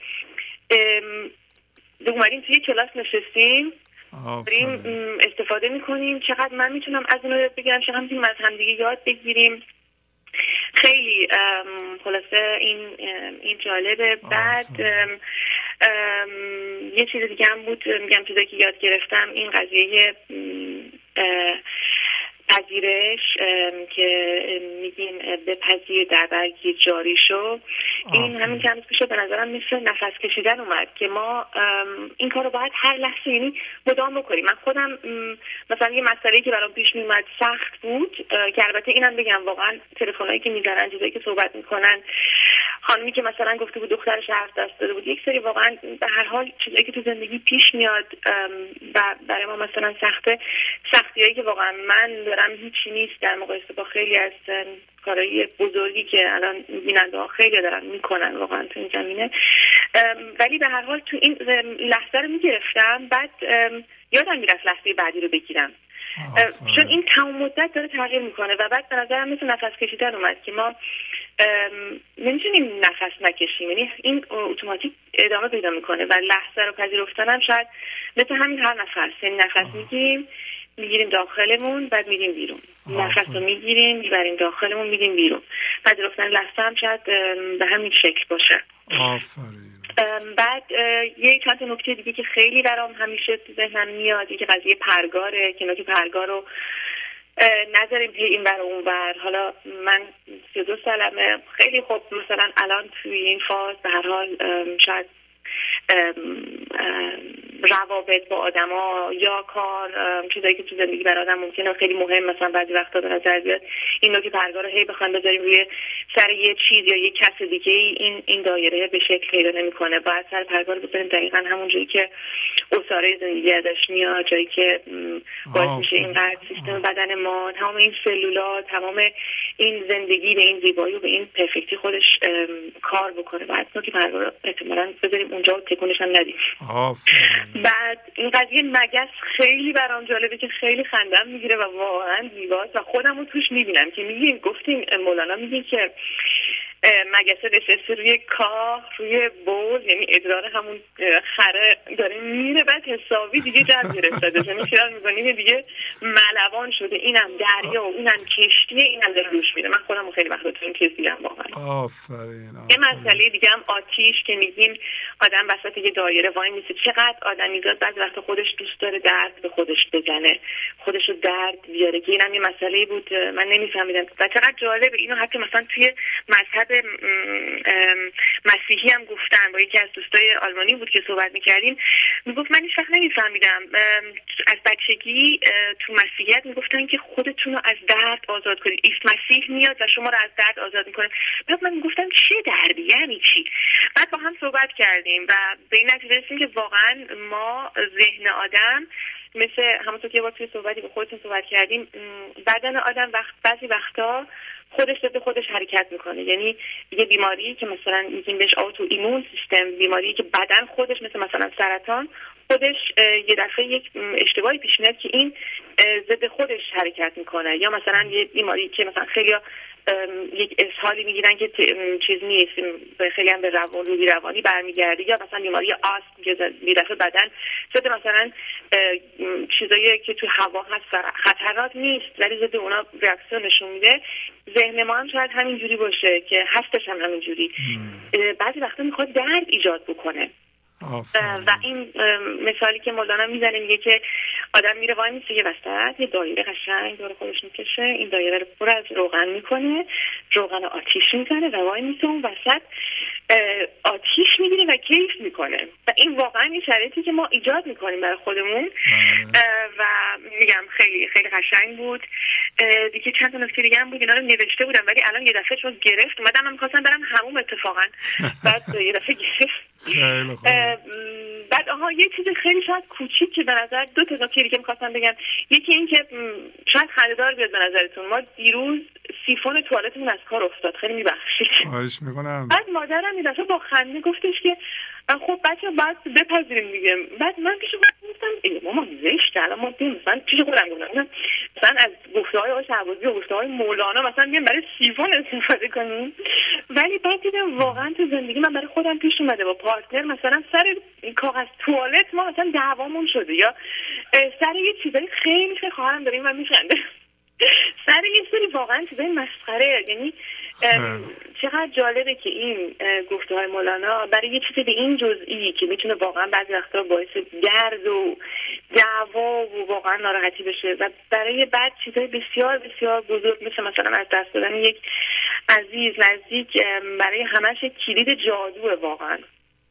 اومدیم توی کلاس نشستیم بریم استفاده میکنیم. چقدر من میتونم از اون یاد بگیرم، چقدر میتونیم از همدیگه یاد بگیریم. خیلی خلاصه این جالبه. بعد یه چیز دیگه هم بود، میگم چیزایی که یاد گرفتم، این قضیه پذیرش که میگیم بپذیر در برگی جاری شو. این همین چند روز پیش به نظرم مثل نفس کشیدن اومد که ما این کار رو باید هر لحظه یعنی مدام بکنیم. من خودم مثلا یه مسئله‌ای که برام پیش میومد سخت بود که البته اینم بگم واقعا تلفنایی که میزنن چیزایی که صحبت میکنن، خانمی که مثلا گفته بود دخترش حرف دست داده بود، یک سری واقعا به هر حال چیزایی که تو زندگی پیش میاد و برای ما مثلا سختیایی که واقعا من دارم هیچی نیست در مقایسه با خیلی از کارهای بزرگی که الان بیننده ها خیلی دارن میکنن واقعا تو این زمینه. ولی به هر حال تو این لحظه رو میگرفتم، بعد یادم میرفت لحظه بعدی رو بگیرم، چون این تمام مدت داره تغییر میکنه. و بعد به نظرم مثل نفس کشیدن اومد که ما نمیتونیم نفس نکشیم، یعنی این اتوماتیک ادامه پیدا میکنه و لحظه رو پذیرفتنم شاید مثل همین هر نفس، یعنی نفس میگیریم داخلمون بعد میریم بیرون، نفس رو میگیریم میبریم داخلمون میریم بیرون. پذیرفتن لحظه هم شاید به همین شکل باشه. بعد یه چند تا نکته دیگه که خیلی برام همیشه تو ذهنم میاد، که قضیه پرگاره که نکته پرگار رو نذاریم پی این ور اون ور. حالا من 32 سالمه، خیلی خوب مثلا الان توی این فاز به هر حال شاید روابط با آدما یا کار، چیزایی که تو زندگی برای آدم ممکنه خیلی مهم مثلا بعضی وقتا به نظر بیاد این نوع پرگار رو هی بخوایم بذاریم روی سر یه چیز یا یه کس دیگه، این دایره به شکل پیدا نمیکنه. باید سر پرگار رو بذاریم دقیقاً همون جایی که اساره زندگی ازش میاد، جایی که باعث میشه اینقدر سیستم بدن ما، تمام این سلولات، تمام این زندگی به این زیبایی و به این پرفکتی خودش کار بکنه. باید نوع پرگار رو احتمالاً بذاریم اونجا و تکونش هم ندیم. بعد این قضیه مگس خیلی برام جالبه که خیلی خندم میگیره و واقعا زیباست و خودم رو توش میبینم که میگیم گفتیم مولانا میگه که مگسه نشسته روی کاه روی بول، یعنی ادرار همون خره داره میره، بعد حسابی دیگه جمع گرفته، یعنی خیال میکنیم دیگه ملوان شده، اینم دریا و اینم کشتیه، اینم داره روش میره. من خودم خیلی وقت تو این کیس دیدم واقعا. آفرین. یه مسئله دیگه هم آتیش که میگیم آدم وسط یه دایره وای میسه، چقدر آدمیزاد بعضی وقت خودش دوست داره درد به خودش بزنه، خودشو درد بیاره، که اینم یه مسئله بود من نمیفهمیدم و چقدر جالب. اینو حتی مثلا توی مذهب مسیحی هم گفتن، با یکی از دوستای آلمانی بود که صحبت میکردیم، میگفت من هیچ وقت نمیفهمیدم از بچگی تو مسیحیت میگفتن که خودتون رو از درد آزاد کنید، عیسی مسیح میاد و شما رو از درد آزاد میکنه. بعد من میگفتم چه دردی، یعنی چی؟ بعد با هم صحبت کردیم و به این نتیجه رسیدیم که واقعا ما ذهن آدم مثل همونطور که با توی صحبتی با خودتون صحبت کردیم، بدن آدم بعضی وقتا خودش ضد خودش حرکت میکنه. یعنی یه بیماری که مثلا میگیم بهش آتو ایمون سیستم، بیماری که بدن خودش مثلا سرطان خودش یه دفعه یک اشتباهی پیش میاد که این ضد خودش حرکت میکنه، یا مثلا یه بیماری که مثلا خیلی یک اسهالی میگیرن که چیز نیست، خیلی هم به روی روانی برمیگرده، یا مثلا بیماری آستم که یه دفعه بدن ضد مثلا چیزایی که تو هوا هست خطرات نیست ولی ضد اونا ریاکسیون نشون میده. ذهن ما هم شاید همین جوری باشه که هستش هم همین جوری، بعضی وقتا میخواد درد ایجاد بکنه. و این مثالی که مولانا میزنه میگه که آدم میره وای میسه یه وسط یه دایره قشنگ دور خودش میکشه، این دایره رو پر از روغن میکنه، روغن آتیش میزنه و وای میسه اون وسط آتیش میگیره و کیف میکنه. و این واقعا این شرایطی که ما ایجاد میکنیم برای خودمون. و میگم خیلی خیلی قشنگ بود. دیگه چند تا نکته دیگه هم بود، اینا رو نوشته بودم ولی الان یه دفعه چون گرفت اومدم، من می‌خواستم برم حموم اتفاقا، بعد یه دفعه گرفت. بعد یه چیز خیلی شاید کوچیک که به نظر دو تا نکته دیگه می‌خواستم بگم. یکی این که شاید خنده‌دار بیاد به نظرتون، ما دیروز سیفون توالتمون از کار افتاد، خیلی میبخشید. خواهش میکنم. بعد مادرم یه دفعه با خنده گفتش که خب بچه باید بپذیریم دیگه. بعد من پیش خودم گفتم ماما زشته، الان ما مثلا پیش خودم گفتم مثلا از گفته‌های آقای شهبازی و گفته‌های مولانا مثلا میگم برای سیفون استفاده کنیم، ولی بعد دیدم واقعا تو زندگی من برای خودم پیش اومده با پارتنر مثلا سر کاغذ توالت ما مثلا دعوامون شده، یا سر یه چیزای خیلی خیلی خواهرم داریم و میخنده سر یه سری واقعا چیزای مسخره. یعنی چقدر جالبه که این گفته‌های مولانا برای یه چیز به این جزئی که میتونه واقعا بعضی وقتا باعث درد و دعوا و واقعا ناراحتی بشه و برای بعد چیزای بسیار بسیار بزرگ مثلا از دست دادن یک عزیز نزدیک برای همش کلید جادوه واقعا.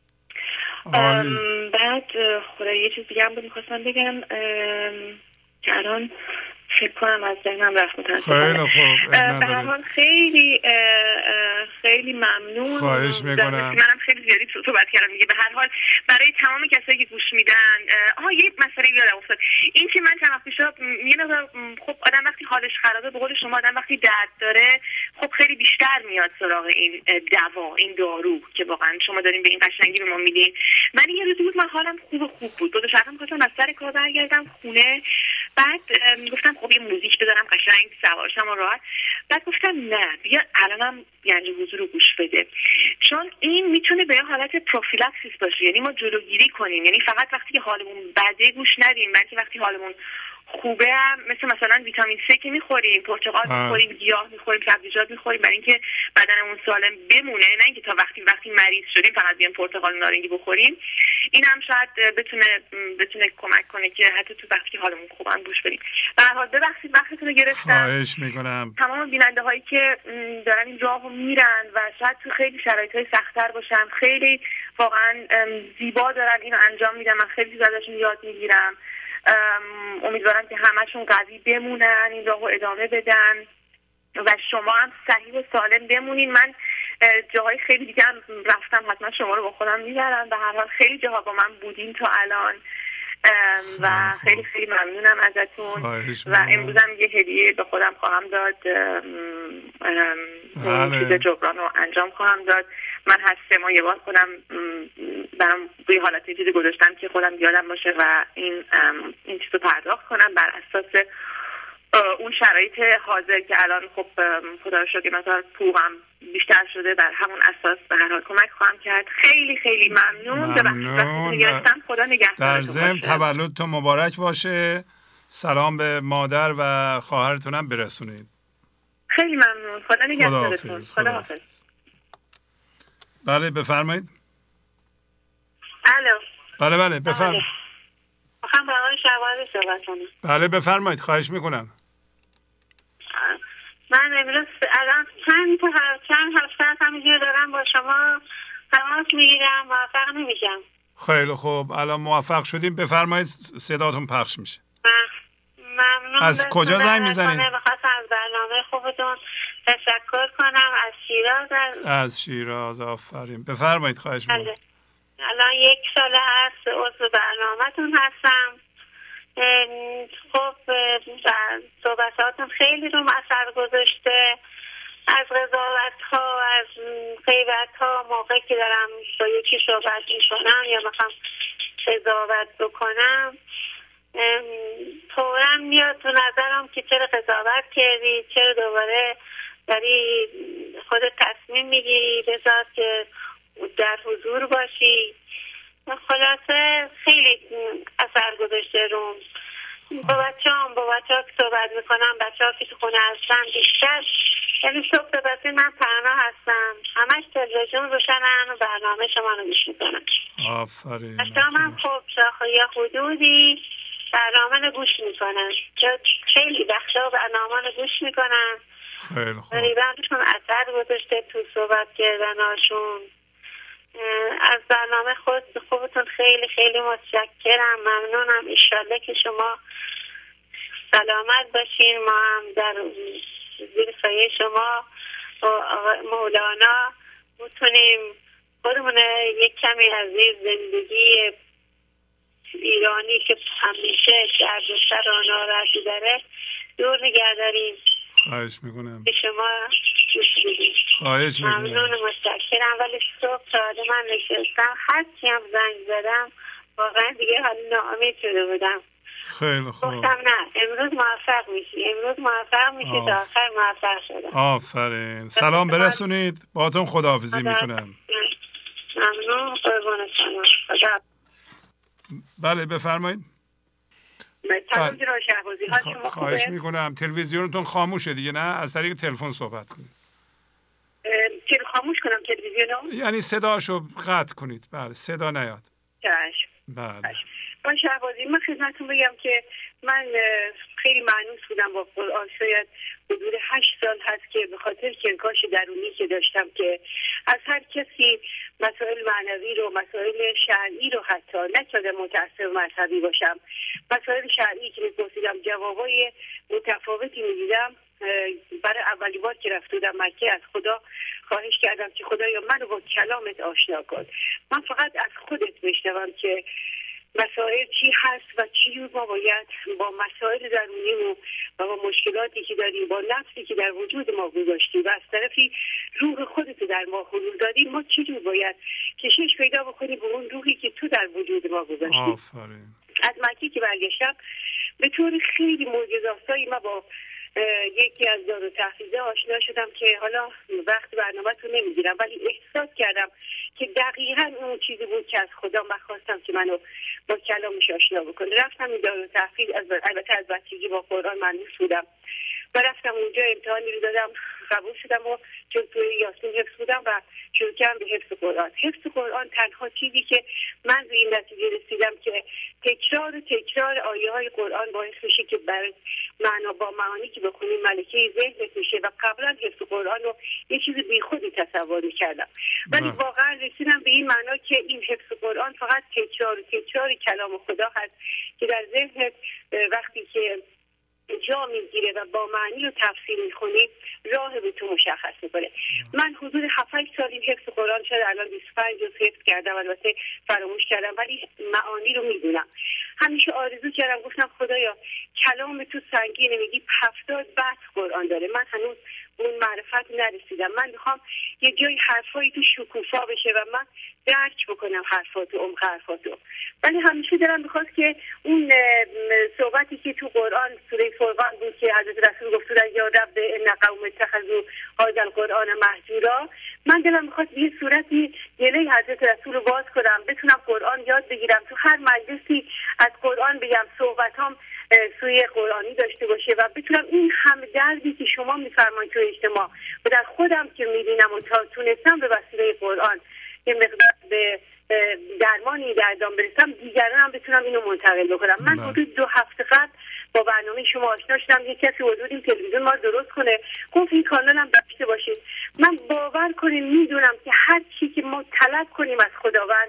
بعد خدای یه چیز دیگه هم بود میخواستم بگم که الان فکر کنم از ذهنم رفت متاسفانه. خیلی خوب. به هر حال خیلی خیلی ممنون. خواهش میکنم. منم خیلی زیادی صحبت کردم دیگه. به هر حال برای تمام کسایی که گوش میدن یه مسئله یادم افتاد، این که من چند وقت پیش یه نظر خب آدم وقتی حالش خرابه به قول شما آدم وقتی درد داره خب خیلی بیشتر میاد سراغ این دوا، این دارو که واقعا شما دارین به این قشنگی به ما میدین. ولی یه روزی بود من حالم خوب بود. دو شب می‌خواستم از سر کار برگردم خونه، بعد گفتم خب یه موزیک بذارم قشنگ سوارشم و راحت. بعد گفتم نه بیا الانم یعنی حضور رو گوش بده، چون این میتونه به یه حالت پروفیلاکسیس باشه، یعنی ما جلوگیری کنیم، یعنی فقط وقتی که حالمون بده گوش ندیم بلکه وقتی حالمون خوبه هم مثلا ویتامین C که میخوریم، پرتقال میخوریم، گیاه میخوریم، سبزیجات میخوریم برای اینکه بدنمون سالم بمونه، نه اینکه تا وقتی مریض شدیم فقط بیام پرتقال و نارنگی بخوریم. این هم شاید بتونه کمک کنه که حتی تو وقتی که حالمون خوبه هم گوش بدیم. به هر حال ببخشید وقتتون رو گرفتم. خواهش میکنم. تمام بیننده هایی که دارن این راهو میرن و شاید تو خیلی شرایط‌های سخت‌تر باشن، خیلی واقعا زیبا دارن اینو انجام میدن، من خیلی ازشون یاد میگیرم. امیدوارم که همشون قوی بمونن، این راهو ادامه بدن و شما هم صحیح و سالم بمونین. من جاهای خیلی دیگه هم رفتم، حتما شما رو با خودم میبرم. به هر حال خیلی جاها با من بودین تا الان و خیلی خیلی ممنونم ازتون و امروزم یه هدیه به خودم خواهم داد، چیز جبران رو انجام خواهم داد. من هر 3 ماه یه بار خودم برام روی حالت چیزی گذاشتم که خودم یادم باشه و این چیز رو پرداخت کنم بر اساس اون شرایط حاضر که الان خب خدا رو شکر مثلا پوغم بیشتر شده، بر همون اساس به هر حال کمک خواهم کرد. خیلی خیلی ممنون. خدا نگهدارتون. در ضمن تولدتون مبارک باشه. سلام به مادر و خواهرتونم برسونید. خیلی ممنون. خدا نگهدارتون. خدا حافظ. بله بفرمایید. الو. بله بفرمایید. میخوام با آقای شهبازی صحبت کنم. بله بفرمایید، خواهش میکنم. من امروز الان چند هفته همینجور دارم با شما تماس میگیرم، موفق نمیشم. خیلی خوب، الان موفق شدیم. بفرمایید، صداتون پخش میشه. ممنون. از کجا زنگ میزنید؟ میخواستم از برنامه خوبتون تشکر کنم. از شیراز. از شیراز، آفرین. بفرمایید، خواهش میکنم. الان 1 سال هست عضو برنامه‌تون هستم. خب صحبتاتون خیلی روم اثر گذاشته، از قضاوت‌ها، از غیبت‌ها. موقعی که دارم با یکی صحبت می‌کنم یا میخوام قضاوت بکنم، فوراً میاد تو نظرم که چرا قضاوت کردی، چرا دوباره داری خودت تصمیم میگیری بذار که در حضور باشی. خلاصه خیلی اثر گذاشته روم. با بچه ها که صحبت میکنم، بچه ها که تو خونه هستن بیشتر، یعنی صبح تا بسید من تنها هستم، همش تلویزیون روشنن و برنامه شما رو گوش میکنم. آفرین. بچه ها من خب یا حدودی برنامه رو گوش میکنن، خیلی بخشا برنامه رو گوش میکنن. خیلی خوب. ریبندشون اثر گذاشته تو صحبت کردناشون. از برنامه خوبتون خیلی خیلی متشکرم، ممنونم. ایشالله که شما سلامت باشین، ما هم در زیر سایه شما و مولانا بتونیم خودمون یک کمی از این زندگی ایرانی که همیشه درد و سر و ناراحتی داره دور نگه داریم. خواهش میکنم. به شما خواهش میکنم. ممنون، متشکرم. ولی صبح ساعت من نشستم، هرچی هم زنگ زدم واقعا دیگه حال ناامید شده بودم. خیلی خوب. گفتم نه، امروز موفق میشی تا آخر موفق شدم. آفرین. سلام برسونید. باهاتون خداحافظی میکنم. ممنون، قربان شما. خدا. بله بفرمایید. خواهش میکنم. تلویزیونتون خاموشه دیگه، نه؟ از طریق تلفن صحبت کنید. خاموش کنم تلویزیونو؟ یعنی صداشو قطع کنید. بله، صدا نیاد. چشم. بله. با شهبازی من خدمتتون بگم که من خیلی مانوس بودم با قرآن. شاید حدود 8 سال هست که به خاطر کنکاش درونی که داشتم که از هر کسی مسائل معنوی رو، مسائل شرعی رو حتی نکرده متأثر مذهبی باشم، مسائل شرعی که می‌پرسیدم جوابای متفاوتی می‌دیدم. برای اولی بار که رفته بودم مکه از خدا خواهش کردم که خدایا منو با کلامت آشنا کن. من فقط از خودت بشنوم که مسائل چی هست و چی ما باید با مسائل درونیمون و با مشکلاتی که داریم، با نفسی که در وجود ما گذاشتی و از طرفی روح خودت در ما حضور دادی، ما چجور باید کشش پیدا بکنیم به اون روحی که تو در وجود ما گذاشتی. آفرین. از مکه که برگشتم به طور خیلی معجزه‌آسایی ما با یکی از دار و تحفیظه آشنا شدم که حالا وقت برنامه تو نمیگیرم، ولی احساس کردم که دقیقاً اون چیزی بود که از خدا من خواستم که منو با کلامش آشنا بکنه. رفتم این دار و تحفیظ، البته از بچگی با قرآن مانوس بودم و رفتم اونجا امتحانی رو دادم، قبول شدم و چون توی یاسین حفظ بودم و شروع کردم به حفظ قرآن. حفظ قرآن تنها چیزی که من به این نتیجه رسیدم که تکرار آیه های قرآن باعث میشه که برای با معانی که بخونیم ملکه ذهنت میشه و قبلا حفظ قرآن رو یه چیز بیخودی تصور میکردم، ولی واقعا رسیدم به این معنا که این حفظ قرآن فقط تکرار کلام خدا هست که در ذهنت وقتی که جا میگیره و با معنی رو تفسیر میخونی راه به تو مشخص میکنه. من حدود 7-8 سال این حفظ قرآن شد، الان 25 جز حفظ کردم، البته فراموش کردم ولی معانی رو میدونم. همیشه آرزو کردم، گفتم خدایا کلام تو سنگینه، میگی 70 بحث قرآن داره، من هنوز اون معرفت نرسیدم. من میخوام یه جای حرفایی تو شکوفا بشه و من درک بکنم حرفاتو، عمق حرفاتو. ولی همیشه دلم میخواست که اون صحبتی که تو قرآن سوره فرقان بود که حضرت رسول گفت یا رب ان قوم اتخذوا هذا القرآن مهجورا، من دلم میخواست به یه صورتی گله حضرت رسول رو باز کنم، بتونم قرآن یاد بگیرم، تو هر مجلسی از قرآن بگم، صحبتام سوی قرآنی داشته باشه و بتونم این هم دردی که شما میفرمایید تو اجتماع و در خودم که میبینم و تا تونستم به وسیله قرآن یه مقدار به درمانی دردام برسم، دیگران هم بتونم اینو منتقل بکنم. من حدود 2 هفته قبل با برنامه شما آشنا شدم. یک کسی حضور این تلویزیون ما درست کنه، گفت این کانال هم داشته باشید. من باور کنیم میدونم که هر چی که ما طلب کنیم از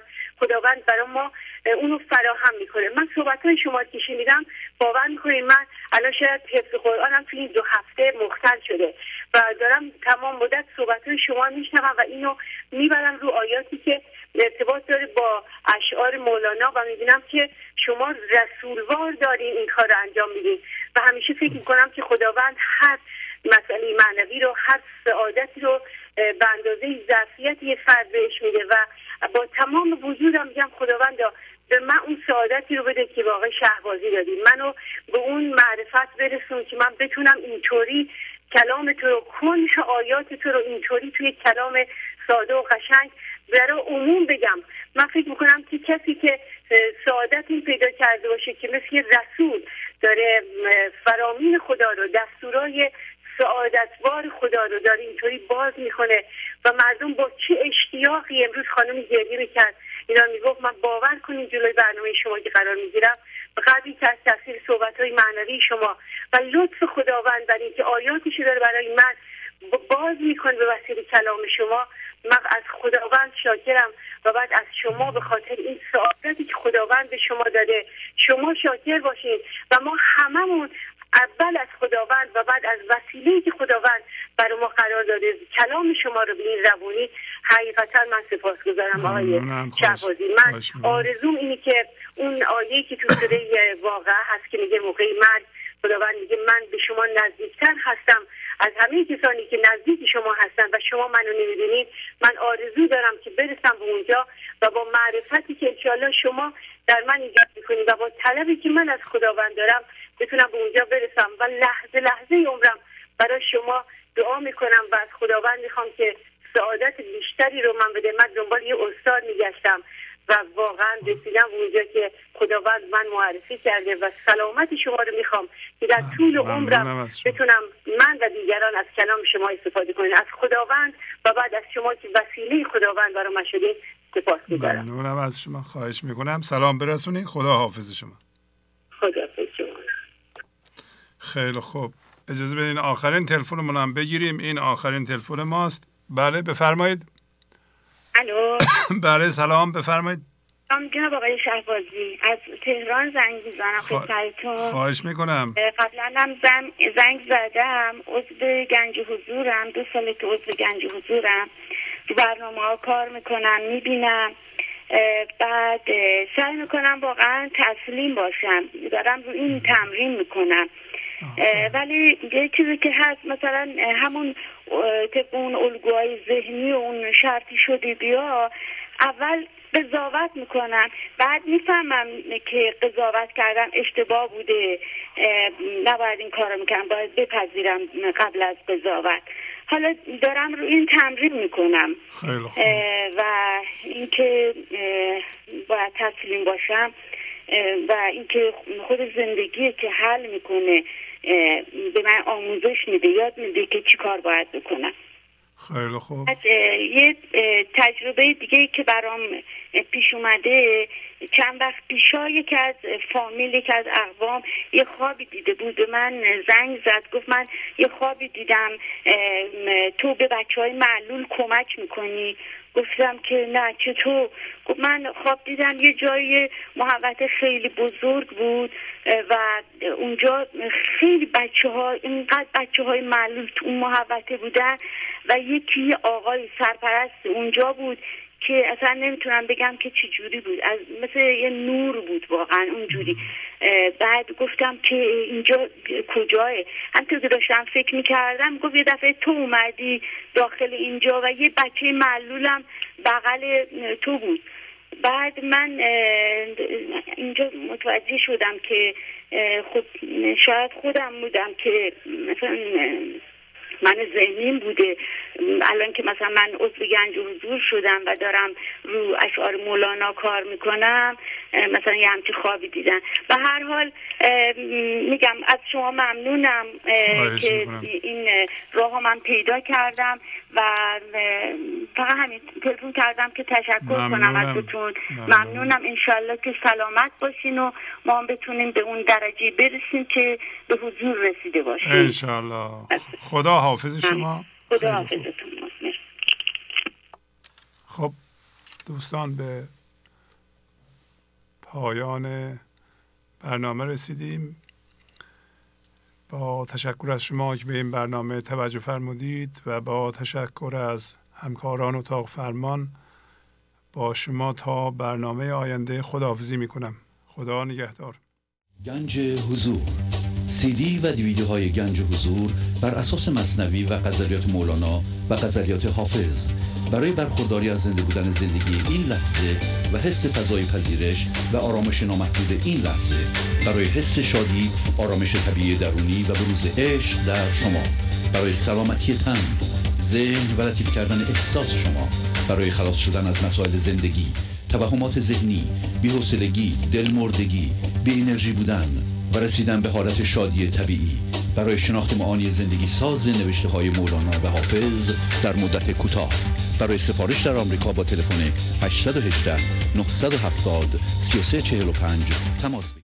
خداوند برای ما اونو فراهم میکنه. من صحبت‌های شما که شنیدم باور میکنید من الان شاید حفظ قرآنم توی این 2 هفته مختل شده و دارم تمام مدت صحبت‌های شما میشنوم و اینو میبرم رو آیاتی که ارتباط داره با اشعار مولانا و میبینم که شما رسولوار دارین این کار رو انجام میدین و همیشه فکر میکنم که خداوند هر مسئله معنوی رو، هر سعادتی رو به اندازه ظرفیت یه فرد بهش میده و با تمام وجودم میگم خداوندا به من اون سعادتی رو بده که واقعا شهبازی دادی، منو به اون معرفت برسون که من بتونم اینطوری کلام تو رو، کنه آیات تو رو اینطوری توی کلام ساده و قشنگ برای عموم بگم. من فکر میکنم که کسی که سعادت این پیدا کرده باشه که مثل رسول داره فرامین خدا رو، دستورای سعادتوار خدا رو داره اینطوری باز میکنه و مردم با چه اشتیاقی، امروز خانمی گریه میکرد اینا میگفت من باور کنین جلوی برنامه شما که قرار میگیرم به قدری که از تاثیر صحبت‌های معنوی شما و لطف خداوند برای اینکه آیاتش داره برای من باز میکنه به وسیله کلام شما، من از خداوند شاکرم و بعد از شما به خاطر این سعادتی که خداوند به شما داده شما شاکر باشین و ما هممون اول از خداوند و بعد از وسیله‌ای که خداوند برای ما قرار داده کلام شما رو به این زبونی، حقیقتا من سپاسگزارم آقای شهبازی. من آرزوم اینه که اون آیه‌ای که تو سوره واقعه هست که میگه موقع مرگ خداوند میگه من به شما نزدیکتر هستم از همه کسانی که نزدیک شما هستن و شما منو نمیدونید، من آرزو دارم که برسم به اونجا و با معرفتی که انشاءالله شما در من ایجاد میکنید و با طلبی که من از خداوند دارم بتونم به اونجا برسم و لحظه لحظه عمرم برای شما دعا میکنم و از خداوند میخوام که سعادت بیشتری رو من بده. من دنبال یه استاد میگشتم و واقعا رسیدم اونجا که خداوند من معرفی کرده و سلامت شما رو میخوام که در طول عمرم بتونم من و دیگران از کلام شما استفاده کنیم. از خداوند و بعد از شما که وسیله خداوند برای من شدید سپاسگزارم. ممنونم از شما، خواهش میکنم سلام برسونید. خدا حافظ شما. خدا حافظ شما. خیلی خوب، اجازه بدین آخرین تلفنمون هم بگیریم. این آخرین تلفن ماست. بله بفرمایید. الو. بله سلام بفرمایید. جناب آقای شهبازی از تهران زنگ میزنم خدمتتون. خواهش میکنم. قبلا هم زنگ زدم، عضو گنج حضورم، 2 ساله که عضو گنج حضورم، تو برنامه ها کار میکنم، میبینم، بعد سعی میکنم واقعا تسلیم باشم، دارم رو این تمرین میکنم. ولی یه چیزی که هست مثلا همون طبق اون الگوهای ذهنی و اون شرطی شدی بیا، اول قضاوت میکنم، بعد میفهمم که قضاوت کردم اشتباه بوده، نباید این کارو میکنم، باید بپذیرم قبل از قضاوت. حالا دارم رو این تمرین میکنم و اینکه باید تسلیم باشم و اینکه خود زندگی که حل میکنه به من آموزش میده، یاد میده که چی کار باید بکنم. خیلی خوب. یه تجربه دیگه که برام پیش اومده، چند وقت پیشا یکی از فامیل، یکی از اقوام یه خوابی دیده بود، به من زنگ زد گفت من یه خوابی دیدم تو به بچه‌های معلول کمک میکنی. گفتم که نه چطور؟ گفت من خواب دیدم یه جای محوطه خیلی بزرگ بود و اونجا خیلی اینقدر بچه‌های معلول تو اون محوطه بودن و یکی آقای سرپرست اونجا بود که اصلا نمیتونم بگم که چه جوری بود، از مثل یه نور بود واقعا اونجوری. بعد گفتم که اینجا کجاه؟ همونطور که داشتم فکر میکردم گفت یه دفعه تو اومدی داخل اینجا و یه بچه معلولم بغل تو بود. بعد من اینجا متوجه شدم که خب شاید خودم بودم که مثلا من ذهنیم بوده. الان که مثلا من عضو گنج حضور شدم و دارم رو اشعار مولانا کار میکنم، مثلا یه همچی خوابی دیدن. به هر حال میگم از شما ممنونم که این راه ها من پیدا کردم و فقط همین تلفن کردم که تشکر کنم ازتون. ممنونم. انشالله که سلامت باشین و ما هم بتونیم به اون درجه برسیم که به حضور رسیده باشیم انشالله. خدا حافظ شما. خدا حافظتون. خب دوستان، به پایان برنامه رسیدیم. با تشکر از شما که به این برنامه توجه فرمودید و با تشکر از همکاران اتاق فرمان با شما تا برنامه آینده خداحافظی میکنم. خدا نگهدار. گنج حضور، CD و دیویدیوهای گنج حضور بر اساس مثنوی و غزلیات مولانا و غزلیات حافظ برای برخورداری از زنده بودن زندگی این لحظه و حس فضای پذیرش و آرامش نامحدود این لحظه، برای حس شادی، آرامش طبیعی درونی و بروز عشق در شما، برای سلامتی تن، ذهن و لطیف کردن احساس شما، برای خلاص شدن از مسائل زندگی، توهمات ذهنی، بی‌حوصلگی، دلمردگی، بی انرژی بودن و رسیدن به حالت شادی طبیعی، برای شناخت معانی زندگی ساز نوشته های مولانا و حافظ در مدت کوتاه. برای سفارش در آمریکا با تلفن 818 970 3345 تماس